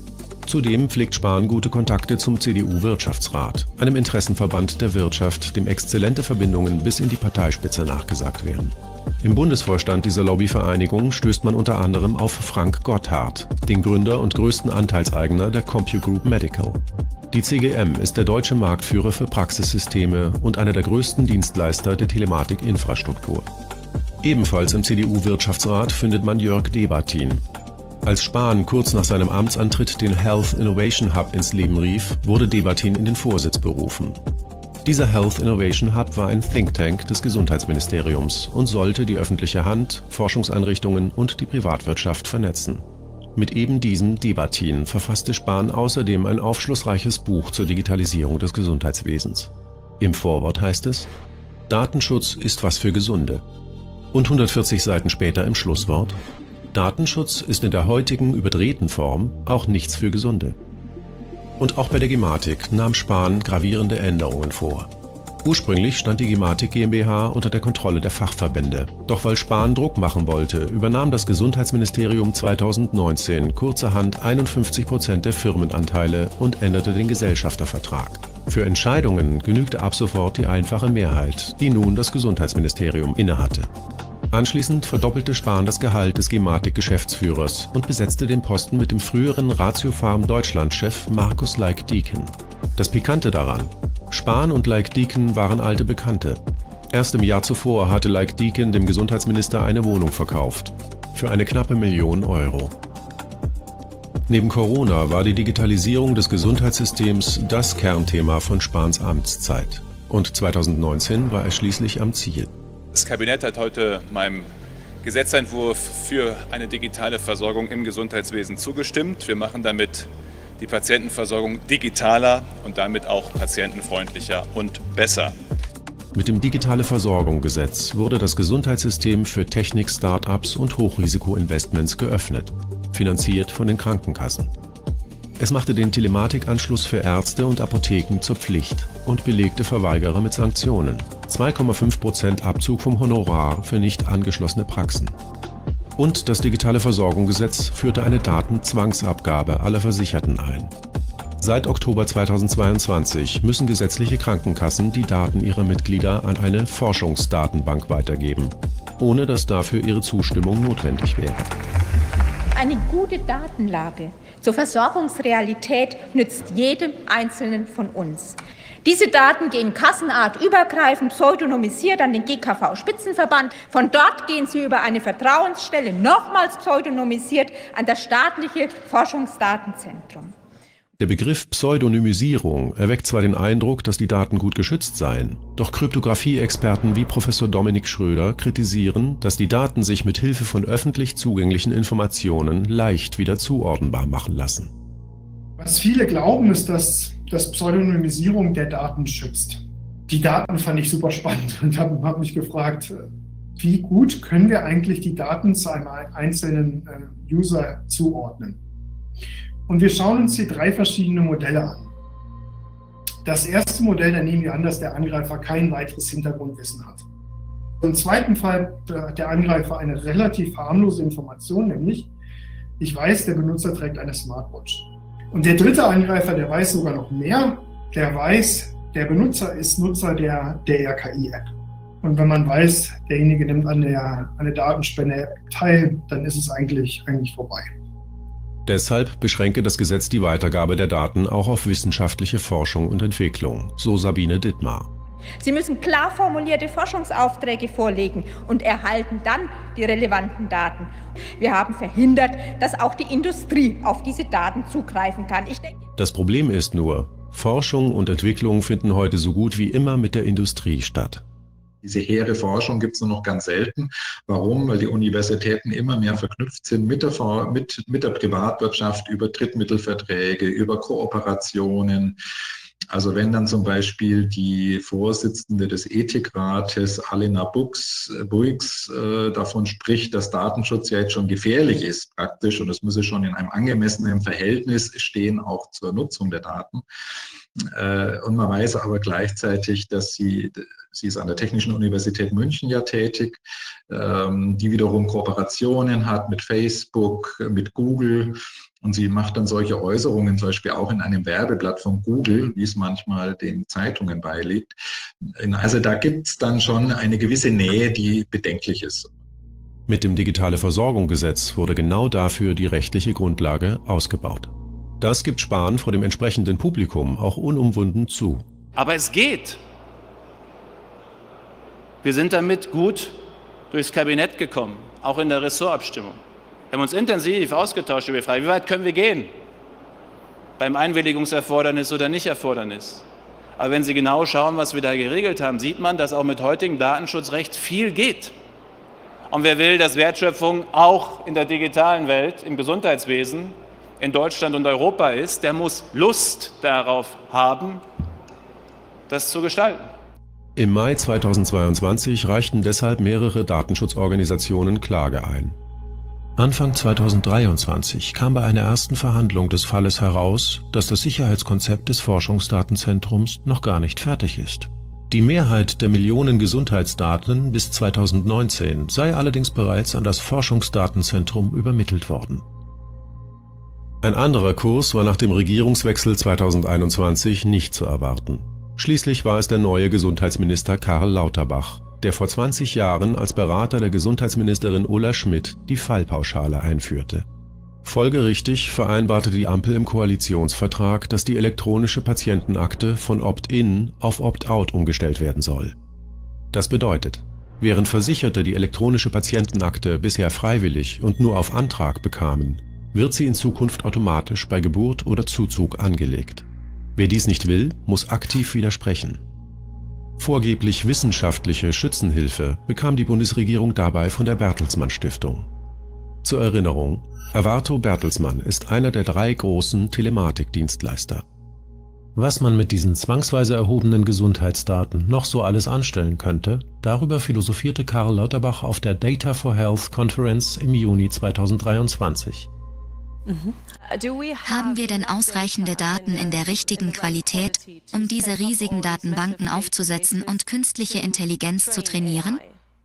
Zudem pflegt Spahn gute Kontakte zum C D U-Wirtschaftsrat, einem Interessenverband der Wirtschaft, dem exzellente Verbindungen bis in die Parteispitze nachgesagt werden. Im Bundesvorstand dieser Lobbyvereinigung stößt man unter anderem auf Frank Gotthard, den Gründer und größten Anteilseigner der CompuGroup Medical. Die C G M ist der deutsche Marktführer für Praxissysteme und einer der größten Dienstleister der Telematikinfrastruktur. Ebenfalls im C D U-Wirtschaftsrat findet man Jörg Debatin. Als Spahn kurz nach seinem Amtsantritt den Health Innovation Hub ins Leben rief, wurde Debatin in den Vorsitz berufen. Dieser Health Innovation Hub war ein Think Tank des Gesundheitsministeriums und sollte die öffentliche Hand, Forschungseinrichtungen und die Privatwirtschaft vernetzen. Mit eben diesem Debatin verfasste Spahn außerdem ein aufschlussreiches Buch zur Digitalisierung des Gesundheitswesens. Im Vorwort heißt es: Datenschutz ist was für Gesunde. Und hundertvierzig Seiten später im Schlusswort: Datenschutz ist in der heutigen überdrehten Form auch nichts für Gesunde. Und auch bei der Gematik nahm Spahn gravierende Änderungen vor. Ursprünglich stand die Gematik GmbH unter der Kontrolle der Fachverbände. Doch weil Spahn Druck machen wollte, übernahm das Gesundheitsministerium zweitausendneunzehn kurzerhand einundfünfzig Prozent der Firmenanteile und änderte den Gesellschaftervertrag. Für Entscheidungen genügte ab sofort die einfache Mehrheit, die nun das Gesundheitsministerium innehatte. Anschließend verdoppelte Spahn das Gehalt des Gematik-Geschäftsführers und besetzte den Posten mit dem früheren Ratiopharm Deutschland-Chef Markus Laik-Dieken. Das Pikante daran: Spahn und Laik-Dieken waren alte Bekannte. Erst im Jahr zuvor hatte Laik-Dieken dem Gesundheitsminister eine Wohnung verkauft. Für eine knappe Million Euro. Neben Corona war die Digitalisierung des Gesundheitssystems das Kernthema von Spahns Amtszeit. Und zweitausendneunzehn war er schließlich am Ziel. Das Kabinett hat heute meinem Gesetzentwurf für eine digitale Versorgung im Gesundheitswesen zugestimmt. Wir machen damit die Patientenversorgung digitaler und damit auch patientenfreundlicher und besser. Mit dem Digitale-Versorgung-Gesetz wurde das Gesundheitssystem für Technik-Startups und Hochrisiko-Investments geöffnet, finanziert von den Krankenkassen. Es machte den Telematikanschluss für Ärzte und Apotheken zur Pflicht und belegte Verweigerer mit Sanktionen. zwei Komma fünf Prozent Abzug vom Honorar für nicht angeschlossene Praxen. Und das Digitale Versorgungsgesetz führte eine Datenzwangsabgabe aller Versicherten ein. Seit Oktober zweitausendzweiundzwanzig müssen gesetzliche Krankenkassen die Daten ihrer Mitglieder an eine Forschungsdatenbank weitergeben, ohne dass dafür ihre Zustimmung notwendig wäre. Eine gute Datenlage zur Versorgungsrealität nützt jedem Einzelnen von uns. Diese Daten gehen kassenartübergreifend pseudonymisiert an den G K V-Spitzenverband. Von dort gehen sie über eine Vertrauensstelle nochmals pseudonymisiert an das staatliche Forschungsdatenzentrum. Der Begriff Pseudonymisierung erweckt zwar den Eindruck, dass die Daten gut geschützt seien, doch Kryptographie-Experten wie Professor Dominik Schröder kritisieren, dass die Daten sich mit Hilfe von öffentlich zugänglichen Informationen leicht wieder zuordnenbar machen lassen. Was viele glauben, ist, dass, dass Pseudonymisierung der Daten schützt. Die Daten fand ich super spannend und habe hab mich gefragt, wie gut können wir eigentlich die Daten zu einem einzelnen äh, User zuordnen? Und wir schauen uns die drei verschiedenen Modelle an. Das erste Modell, da nehmen wir an, dass der Angreifer kein weiteres Hintergrundwissen hat. Im zweiten Fall hat der Angreifer eine relativ harmlose Information, nämlich, ich weiß, der Benutzer trägt eine Smartwatch. Und der dritte Angreifer, der weiß sogar noch mehr, der weiß, der Benutzer ist Nutzer der, der R K I-App. Und wenn man weiß, derjenige nimmt an der, an der Datenspende teil, dann ist es eigentlich, eigentlich vorbei. Deshalb beschränke das Gesetz die Weitergabe der Daten auch auf wissenschaftliche Forschung und Entwicklung, so Sabine Dittmar. Sie müssen klar formulierte Forschungsaufträge vorlegen und erhalten dann die relevanten Daten. Wir haben verhindert, dass auch die Industrie auf diese Daten zugreifen kann. Ich denke, das Problem ist nur, Forschung und Entwicklung finden heute so gut wie immer mit der Industrie statt. Diese hehre Forschung gibt es nur noch ganz selten. Warum? Weil die Universitäten immer mehr verknüpft sind mit der, mit, mit der Privatwirtschaft über Drittmittelverträge, über Kooperationen. Also wenn dann zum Beispiel die Vorsitzende des Ethikrates, Alena Bux, Buix, äh, davon spricht, dass Datenschutz ja jetzt schon gefährlich ist praktisch und es müsse schon in einem angemessenen Verhältnis stehen, auch zur Nutzung der Daten. Äh, und man weiß aber gleichzeitig, dass sie, sie ist an der Technischen Universität München ja tätig, ähm, die wiederum Kooperationen hat mit Facebook, mit Google. und sie macht dann solche Äußerungen, zum Beispiel auch in einem Werbeblatt von Google, wie es manchmal den Zeitungen beiliegt. Also da gibt es dann schon eine gewisse Nähe, die bedenklich ist. Mit dem Digitale Versorgung Gesetz wurde genau dafür die rechtliche Grundlage ausgebaut. Das gibt Spahn vor dem entsprechenden Publikum auch unumwunden zu. Aber es geht. Wir sind damit gut durchs Kabinett gekommen, auch in der Ressortabstimmung. Wir haben uns intensiv ausgetauscht über die Frage, wie weit können wir gehen beim Einwilligungserfordernis oder Nichterfordernis. Aber wenn Sie genau schauen, was wir da geregelt haben, sieht man, dass auch mit heutigem Datenschutzrecht viel geht. Und wer will, dass Wertschöpfung auch in der digitalen Welt, im Gesundheitswesen, in Deutschland und Europa ist, der muss Lust darauf haben, das zu gestalten. Im Mai zweitausendzweiundzwanzig reichten deshalb mehrere Datenschutzorganisationen Klage ein. Anfang zweitausenddreiundzwanzig kam bei einer ersten Verhandlung des Falles heraus, dass das Sicherheitskonzept des Forschungsdatenzentrums noch gar nicht fertig ist. Die Mehrheit der Millionen Gesundheitsdaten bis zweitausendneunzehn sei allerdings bereits an das Forschungsdatenzentrum übermittelt worden. Ein anderer Kurs war nach dem Regierungswechsel zweitausendeinundzwanzig nicht zu erwarten. Schließlich war es der neue Gesundheitsminister Karl Lauterbach, der vor zwanzig Jahren als Berater der Gesundheitsministerin Ulla Schmidt die Fallpauschale einführte. Folgerichtig vereinbarte die Ampel im Koalitionsvertrag, dass die elektronische Patientenakte von Opt-in auf Opt-out umgestellt werden soll. Das bedeutet, während Versicherte die elektronische Patientenakte bisher freiwillig und nur auf Antrag bekamen, wird sie in Zukunft automatisch bei Geburt oder Zuzug angelegt. Wer dies nicht will, muss aktiv widersprechen. Vorgeblich wissenschaftliche Schützenhilfe bekam die Bundesregierung dabei von der Bertelsmann Stiftung. Zur Erinnerung, Arvato Bertelsmann ist einer der drei großen Telematikdienstleister. Was man mit diesen zwangsweise erhobenen Gesundheitsdaten noch so alles anstellen könnte, darüber philosophierte Karl Lauterbach auf der Data for Health Conference im Juni zweitausenddreiundzwanzig. Haben wir denn ausreichende Daten in der richtigen Qualität, um diese riesigen Datenbanken aufzusetzen und künstliche Intelligenz zu trainieren?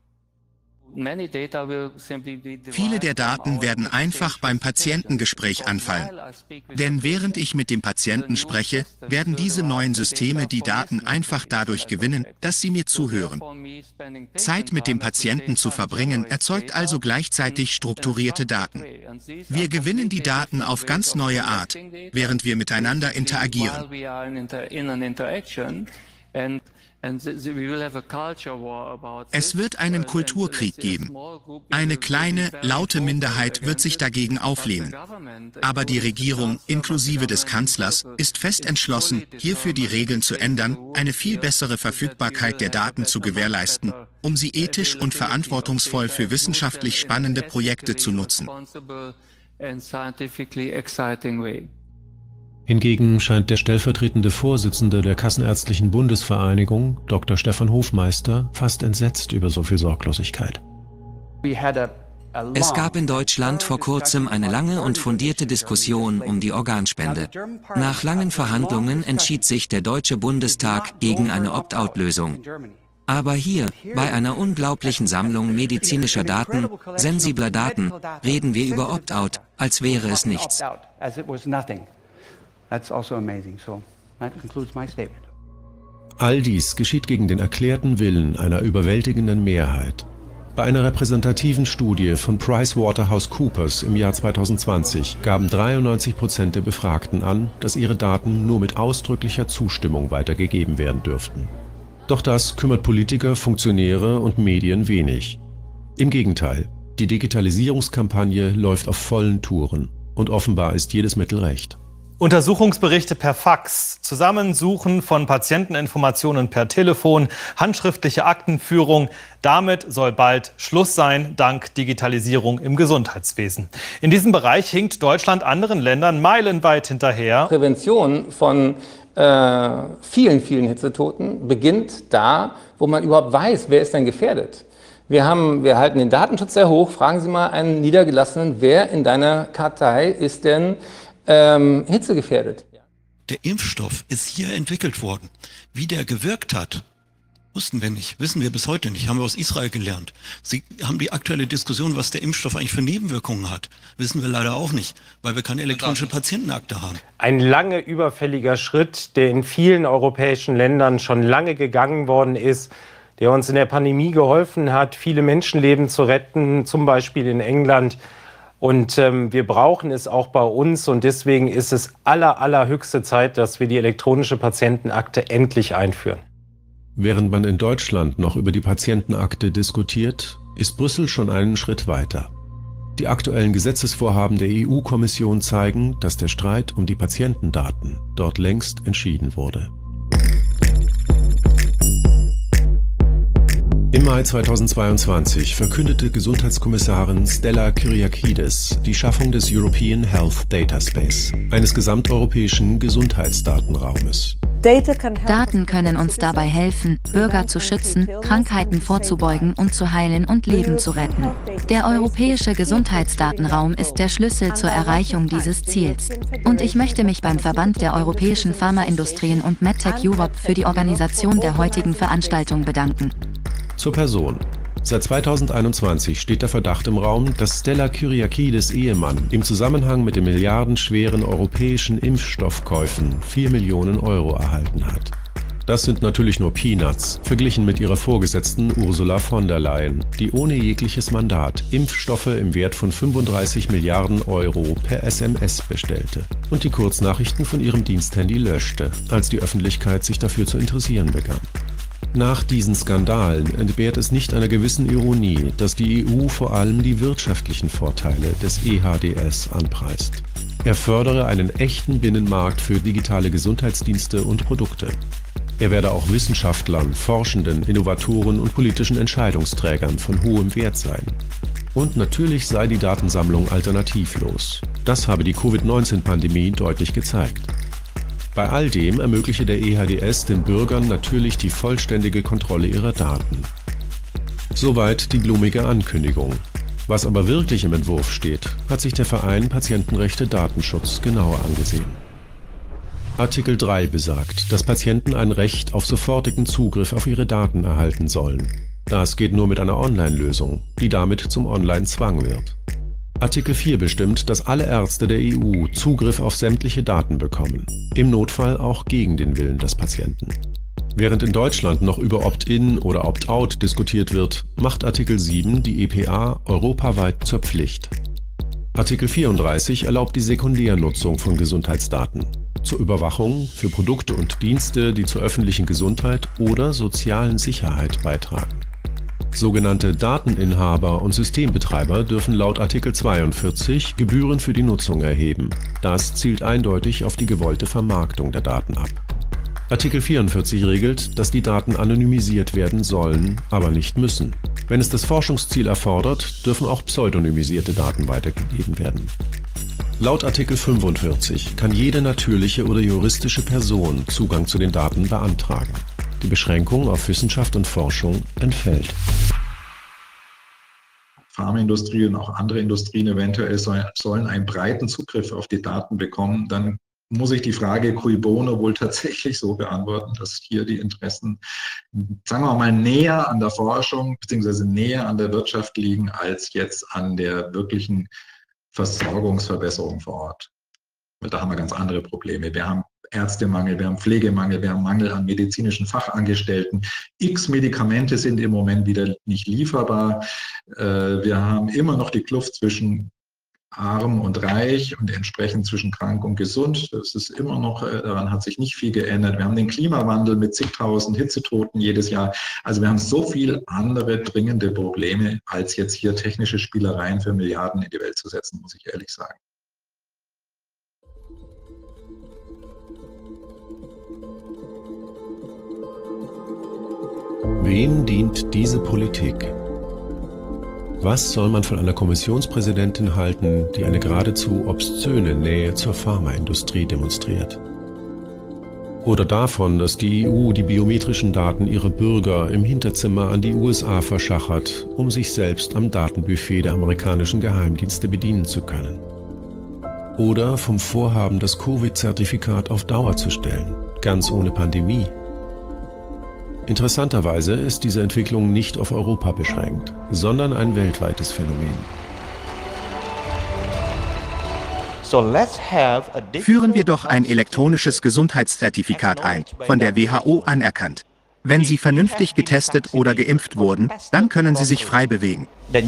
Viele der Daten werden einfach beim Patientengespräch anfallen. Denn während ich mit dem Patienten spreche, werden diese neuen Systeme die Daten einfach dadurch gewinnen, dass sie mir zuhören. Zeit mit dem Patienten zu verbringen, erzeugt also gleichzeitig strukturierte Daten. Wir gewinnen die Daten auf ganz neue Art, während wir miteinander interagieren. Es wird einen Kulturkrieg geben. Eine kleine, laute Minderheit wird sich dagegen auflehnen. Aber die Regierung, inklusive des Kanzlers, ist fest entschlossen, hierfür die Regeln zu ändern, eine viel bessere Verfügbarkeit der Daten zu gewährleisten, um sie ethisch und verantwortungsvoll für wissenschaftlich spannende Projekte zu nutzen. Hingegen scheint der stellvertretende Vorsitzende der Kassenärztlichen Bundesvereinigung, Doktor Stefan Hofmeister, fast entsetzt über so viel Sorglosigkeit. Es gab in Deutschland vor kurzem eine lange und fundierte Diskussion um die Organspende. Nach langen Verhandlungen entschied sich der Deutsche Bundestag gegen eine Opt-out-Lösung. Aber hier, bei einer unglaublichen Sammlung medizinischer Daten, sensibler Daten, reden wir über Opt-out, als wäre es nichts. All dies geschieht gegen den erklärten Willen einer überwältigenden Mehrheit. Bei einer repräsentativen Studie von PricewaterhouseCoopers im Jahr zweitausendzwanzig gaben dreiundneunzig Prozent der Befragten an, dass ihre Daten nur mit ausdrücklicher Zustimmung weitergegeben werden dürften. Doch das kümmert Politiker, Funktionäre und Medien wenig. Im Gegenteil, die Digitalisierungskampagne läuft auf vollen Touren und offenbar ist jedes Mittel recht. Untersuchungsberichte per Fax, Zusammensuchen von Patienteninformationen per Telefon, handschriftliche Aktenführung. Damit soll bald Schluss sein, dank Digitalisierung im Gesundheitswesen. In diesem Bereich hinkt Deutschland anderen Ländern meilenweit hinterher. Prävention von äh, vielen, vielen Hitzetoten beginnt da, wo man überhaupt weiß, wer ist denn gefährdet. Wir, haben, wir halten den Datenschutz sehr hoch. Fragen Sie mal einen Niedergelassenen, wer in deiner Kartei ist denn Ähm, hitzegefährdet. Der Impfstoff ist hier entwickelt worden. Wie der gewirkt hat, Wussten wir nicht, wissen wir bis heute nicht, haben wir aus Israel gelernt. Sie haben die aktuelle Diskussion, was der Impfstoff eigentlich für Nebenwirkungen hat, wissen wir leider auch nicht, weil wir keine elektronische Patientenakte haben. Ein lange überfälliger Schritt, der in vielen europäischen Ländern schon lange gegangen worden ist, der uns in der Pandemie geholfen hat, viele Menschenleben zu retten, zum Beispiel in England. Und ähm, wir brauchen es auch bei uns und deswegen ist es aller, allerhöchste Zeit, dass wir die elektronische Patientenakte endlich einführen. Während man in Deutschland noch über die Patientenakte diskutiert, ist Brüssel schon einen Schritt weiter. Die aktuellen Gesetzesvorhaben der E U-Kommission zeigen, dass der Streit um die Patientendaten dort längst entschieden wurde. Im Mai zweitausendzweiundzwanzig verkündete Gesundheitskommissarin Stella Kyriakides die Schaffung des European Health Data Space, eines gesamteuropäischen Gesundheitsdatenraumes. Daten können uns dabei helfen, Bürger zu schützen, Krankheiten vorzubeugen und zu heilen und Leben zu retten. Der europäische Gesundheitsdatenraum ist der Schlüssel zur Erreichung dieses Ziels. Und ich möchte mich beim Verband der europäischen Pharmaindustrien und MedTech Europe für die Organisation der heutigen Veranstaltung bedanken. Zur Person. Seit zweitausendeinundzwanzig steht der Verdacht im Raum, dass Stella Kyriakides Ehemann im Zusammenhang mit den milliardenschweren europäischen Impfstoffkäufen vier Millionen Euro erhalten hat. Das sind natürlich nur Peanuts, verglichen mit ihrer Vorgesetzten Ursula von der Leyen, die ohne jegliches Mandat Impfstoffe im Wert von fünfunddreißig Milliarden Euro per S M S bestellte und die Kurznachrichten von ihrem Diensthandy löschte, als die Öffentlichkeit sich dafür zu interessieren begann. Nach diesen Skandalen entbehrt es nicht einer gewissen Ironie, dass die E U vor allem die wirtschaftlichen Vorteile des E H D S anpreist. Er fördere einen echten Binnenmarkt für digitale Gesundheitsdienste und Produkte. Er werde auch Wissenschaftlern, Forschenden, Innovatoren und politischen Entscheidungsträgern von hohem Wert sein. Und natürlich sei die Datensammlung alternativlos. Das habe die Covid neunzehn Pandemie deutlich gezeigt. Bei all dem ermögliche der E H D S den Bürgern natürlich die vollständige Kontrolle ihrer Daten. Soweit die blumige Ankündigung. Was aber wirklich im Entwurf steht, hat sich der Verein Patientenrechte Datenschutz genauer angesehen. Artikel drei besagt, dass Patienten ein Recht auf sofortigen Zugriff auf ihre Daten erhalten sollen. Das geht nur mit einer Online-Lösung, die damit zum Online-Zwang wird. Artikel vier bestimmt, dass alle Ärzte der E U Zugriff auf sämtliche Daten bekommen, im Notfall auch gegen den Willen des Patienten. Während in Deutschland noch über Opt-in oder Opt-out diskutiert wird, macht Artikel sieben die E P A europaweit zur Pflicht. Artikel vierunddreißig erlaubt die Sekundärnutzung von Gesundheitsdaten zur Überwachung für Produkte und Dienste, die zur öffentlichen Gesundheit oder sozialen Sicherheit beitragen. Sogenannte Dateninhaber und Systembetreiber dürfen laut Artikel zweiundvierzig Gebühren für die Nutzung erheben. Das zielt eindeutig auf die gewollte Vermarktung der Daten ab. Artikel vierundvierzig regelt, dass die Daten anonymisiert werden sollen, aber nicht müssen. Wenn es das Forschungsziel erfordert, dürfen auch pseudonymisierte Daten weitergegeben werden. Laut Artikel fünfundvierzig kann jede natürliche oder juristische Person Zugang zu den Daten beantragen. Die Beschränkung auf Wissenschaft und Forschung entfällt. Pharmaindustrie und auch andere Industrien eventuell sollen einen breiten Zugriff auf die Daten bekommen, dann muss ich die Frage cui bono wohl tatsächlich so beantworten, dass hier die Interessen, sagen wir mal, näher an der Forschung bzw. näher an der Wirtschaft liegen, als jetzt an der wirklichen Versorgungsverbesserung vor Ort. Weil da haben wir ganz andere Probleme. Wir haben Ärztemangel, wir haben Pflegemangel, wir haben Mangel an medizinischen Fachangestellten. X Medikamente sind im Moment wieder nicht lieferbar. Wir haben immer noch die Kluft zwischen arm und reich und entsprechend zwischen krank und gesund. Das ist immer noch, daran hat sich nicht viel geändert. Wir haben den Klimawandel mit zigtausend Hitzetoten jedes Jahr. Also wir haben so viele andere dringende Probleme, als jetzt hier technische Spielereien für Milliarden in die Welt zu setzen, muss ich ehrlich sagen. Wem dient diese Politik? Was soll man von einer Kommissionspräsidentin halten, die eine geradezu obszöne Nähe zur Pharmaindustrie demonstriert? Oder davon, dass die E U die biometrischen Daten ihrer Bürger im Hinterzimmer an die U S A verschachert, um sich selbst am Datenbuffet der amerikanischen Geheimdienste bedienen zu können? Oder vom Vorhaben, das Covid-Zertifikat auf Dauer zu stellen, ganz ohne Pandemie? Interessanterweise ist diese Entwicklung nicht auf Europa beschränkt, sondern ein weltweites Phänomen. Führen wir doch ein elektronisches Gesundheitszertifikat ein, von der W H O anerkannt. Wenn Sie vernünftig getestet oder geimpft wurden, dann können Sie sich frei bewegen.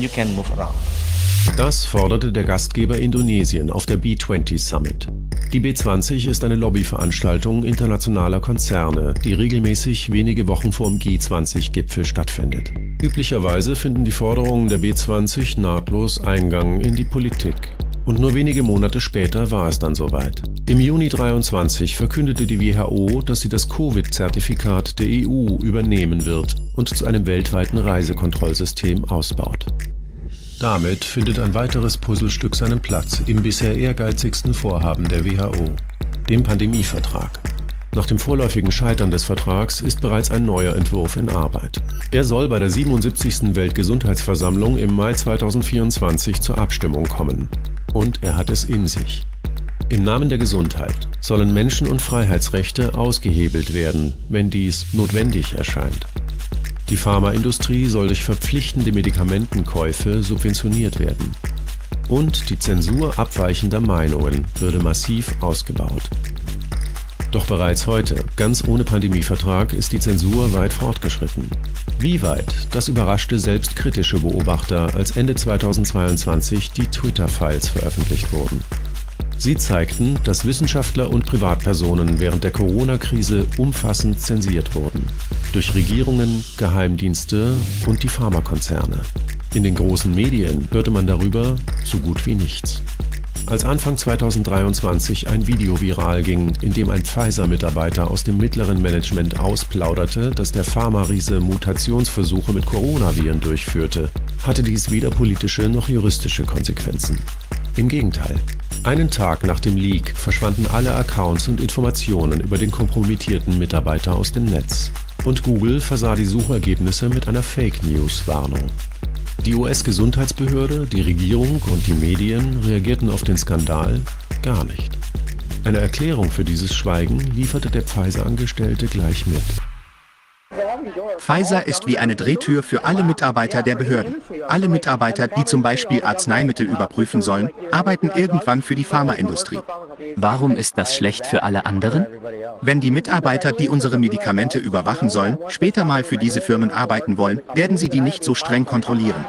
Das forderte der Gastgeber Indonesien auf der B zwanzig Summit. Die B zwanzig ist eine Lobbyveranstaltung internationaler Konzerne, die regelmäßig wenige Wochen vor dem G zwanzig Gipfel stattfindet. Üblicherweise finden die Forderungen der B zwanzig nahtlos Eingang in die Politik. Und nur wenige Monate später war es dann soweit. Im Juni dreiundzwanzig verkündete die W H O, dass sie das Covid-Zertifikat der E U übernehmen wird und zu einem weltweiten Reisekontrollsystem ausbaut. Damit findet ein weiteres Puzzlestück seinen Platz im bisher ehrgeizigsten Vorhaben der W H O, dem Pandemievertrag. Nach dem vorläufigen Scheitern des Vertrags ist bereits ein neuer Entwurf in Arbeit. Er soll bei der siebenundsiebzigsten Weltgesundheitsversammlung im Mai zweitausendvierundzwanzig zur Abstimmung kommen. Und er hat es in sich. Im Namen der Gesundheit sollen Menschen- und Freiheitsrechte ausgehebelt werden, wenn dies notwendig erscheint. Die Pharmaindustrie soll durch verpflichtende Medikamentenkäufe subventioniert werden. Und die Zensur abweichender Meinungen würde massiv ausgebaut. Doch bereits heute, ganz ohne Pandemievertrag, ist die Zensur weit fortgeschritten. Wie weit, das überraschte selbst kritische Beobachter, als Ende zweitausendzweiundzwanzig die Twitter-Files veröffentlicht wurden. Sie zeigten, dass Wissenschaftler und Privatpersonen während der Corona-Krise umfassend zensiert wurden. Durch Regierungen, Geheimdienste und die Pharmakonzerne. In den großen Medien hörte man darüber so gut wie nichts. Als Anfang zweitausenddreiundzwanzig ein Video viral ging, in dem ein Pfizer-Mitarbeiter aus dem mittleren Management ausplauderte, dass der Pharma-Riese Mutationsversuche mit Coronaviren durchführte, hatte dies weder politische noch juristische Konsequenzen. Im Gegenteil. Einen Tag nach dem Leak verschwanden alle Accounts und Informationen über den kompromittierten Mitarbeiter aus dem Netz. Und Google versah die Suchergebnisse mit einer Fake-News-Warnung. Die U S-Gesundheitsbehörde, die Regierung und die Medien reagierten auf den Skandal gar nicht. Eine Erklärung für dieses Schweigen lieferte der Pfizer-Angestellte gleich mit. Pfizer ist wie eine Drehtür für alle Mitarbeiter der Behörden. Alle Mitarbeiter, die zum Beispiel Arzneimittel überprüfen sollen, arbeiten irgendwann für die Pharmaindustrie. Warum ist das schlecht für alle anderen? Wenn die Mitarbeiter, die unsere Medikamente überwachen sollen, später mal für diese Firmen arbeiten wollen, werden sie die nicht so streng kontrollieren.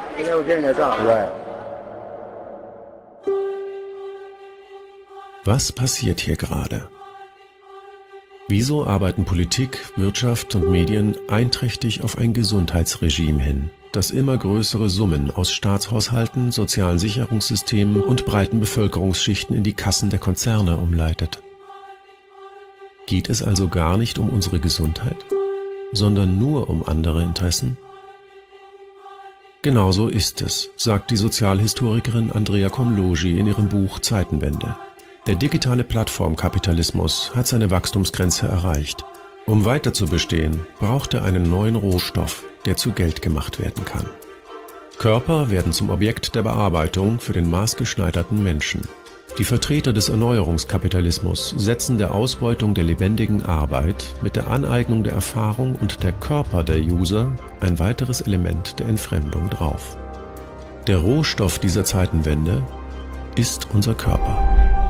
Was passiert hier gerade? Wieso arbeiten Politik, Wirtschaft und Medien einträchtig auf ein Gesundheitsregime hin, das immer größere Summen aus Staatshaushalten, sozialen Sicherungssystemen und breiten Bevölkerungsschichten in die Kassen der Konzerne umleitet? Geht es also gar nicht um unsere Gesundheit, sondern nur um andere Interessen? Genauso ist es, sagt die Sozialhistorikerin Andrea Komlosy in ihrem Buch Zeitenwende. Der digitale Plattformkapitalismus hat seine Wachstumsgrenze erreicht. Um weiter zu bestehen, braucht er einen neuen Rohstoff, der zu Geld gemacht werden kann. Körper werden zum Objekt der Bearbeitung für den maßgeschneiderten Menschen. Die Vertreter des Erneuerungskapitalismus setzen der Ausbeutung der lebendigen Arbeit mit der Aneignung der Erfahrung und der Körper der User ein weiteres Element der Entfremdung drauf. Der Rohstoff dieser Zeitenwende ist unser Körper.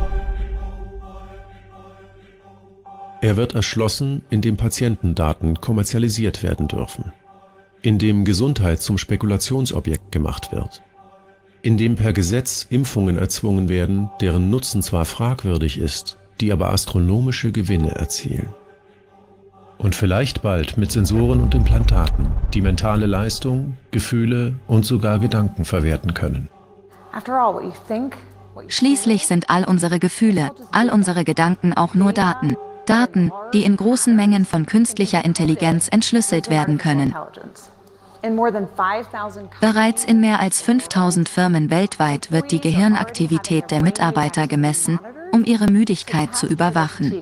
Er wird erschlossen, indem Patientendaten kommerzialisiert werden dürfen, indem Gesundheit zum Spekulationsobjekt gemacht wird, indem per Gesetz Impfungen erzwungen werden, deren Nutzen zwar fragwürdig ist, die aber astronomische Gewinne erzielen. Und vielleicht bald mit Sensoren und Implantaten, die mentale Leistung, Gefühle und sogar Gedanken verwerten können. Schließlich sind all unsere Gefühle, all unsere Gedanken auch nur Daten. Daten, die in großen Mengen von künstlicher Intelligenz entschlüsselt werden können. Bereits in mehr als fünftausend Firmen weltweit wird die Gehirnaktivität der Mitarbeiter gemessen, um ihre Müdigkeit zu überwachen.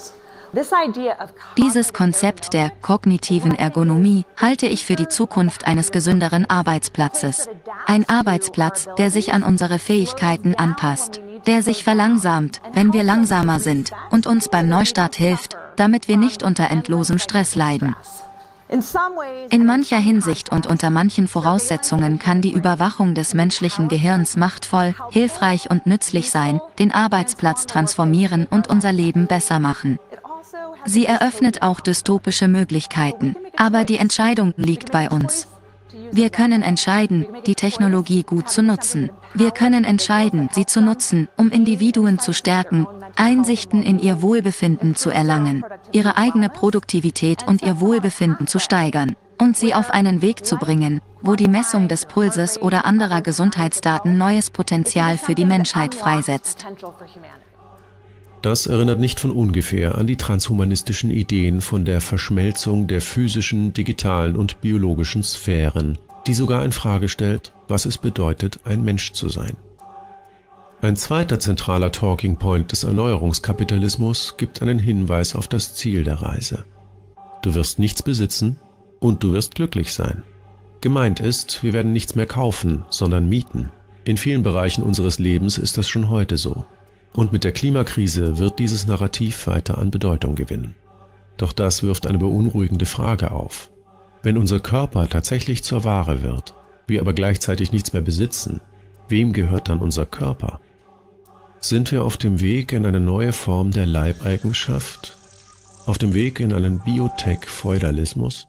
Dieses Konzept der kognitiven Ergonomie halte ich für die Zukunft eines gesünderen Arbeitsplatzes. Ein Arbeitsplatz, der sich an unsere Fähigkeiten anpasst, der sich verlangsamt, wenn wir langsamer sind, und uns beim Neustart hilft, damit wir nicht unter endlosem Stress leiden. In mancher Hinsicht und unter manchen Voraussetzungen kann die Überwachung des menschlichen Gehirns machtvoll, hilfreich und nützlich sein, den Arbeitsplatz transformieren und unser Leben besser machen. Sie eröffnet auch dystopische Möglichkeiten, aber die Entscheidung liegt bei uns. Wir können entscheiden, die Technologie gut zu nutzen. Wir können entscheiden, sie zu nutzen, um Individuen zu stärken, Einsichten in ihr Wohlbefinden zu erlangen, ihre eigene Produktivität und ihr Wohlbefinden zu steigern und sie auf einen Weg zu bringen, wo die Messung des Pulses oder anderer Gesundheitsdaten neues Potenzial für die Menschheit freisetzt. Das erinnert nicht von ungefähr an die transhumanistischen Ideen von der Verschmelzung der physischen, digitalen und biologischen Sphären, die sogar in Frage stellt, was es bedeutet, ein Mensch zu sein. Ein zweiter zentraler Talking Point des Erneuerungskapitalismus gibt einen Hinweis auf das Ziel der Reise. Du wirst nichts besitzen und du wirst glücklich sein. Gemeint ist, wir werden nichts mehr kaufen, sondern mieten. In vielen Bereichen unseres Lebens ist das schon heute so. Und mit der Klimakrise wird dieses Narrativ weiter an Bedeutung gewinnen. Doch das wirft eine beunruhigende Frage auf. Wenn unser Körper tatsächlich zur Ware wird, wir aber gleichzeitig nichts mehr besitzen, wem gehört dann unser Körper? Sind wir auf dem Weg in eine neue Form der Leibeigenschaft? Auf dem Weg in einen Biotech-Feudalismus?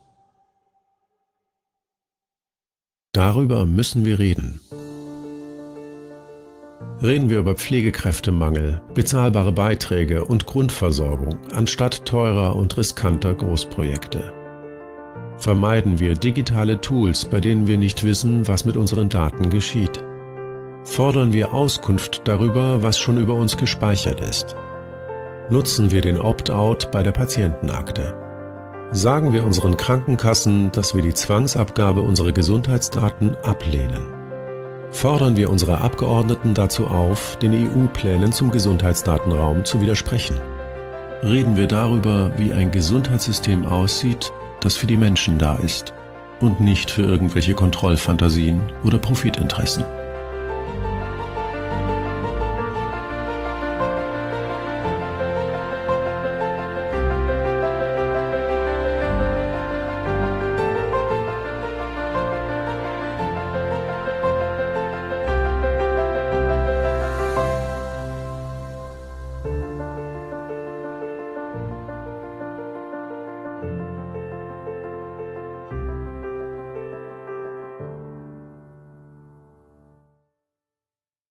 Darüber müssen wir reden. Reden wir über Pflegekräftemangel, bezahlbare Beiträge und Grundversorgung anstatt teurer und riskanter Großprojekte. Vermeiden wir digitale Tools, bei denen wir nicht wissen, was mit unseren Daten geschieht. Fordern wir Auskunft darüber, was schon über uns gespeichert ist. Nutzen wir den Opt-out bei der Patientenakte. Sagen wir unseren Krankenkassen, dass wir die Zwangsabgabe unserer Gesundheitsdaten ablehnen. Fordern wir unsere Abgeordneten dazu auf, den E U-Plänen zum Gesundheitsdatenraum zu widersprechen. Reden wir darüber, wie ein Gesundheitssystem aussieht, das für die Menschen da ist und nicht für irgendwelche Kontrollfantasien oder Profitinteressen.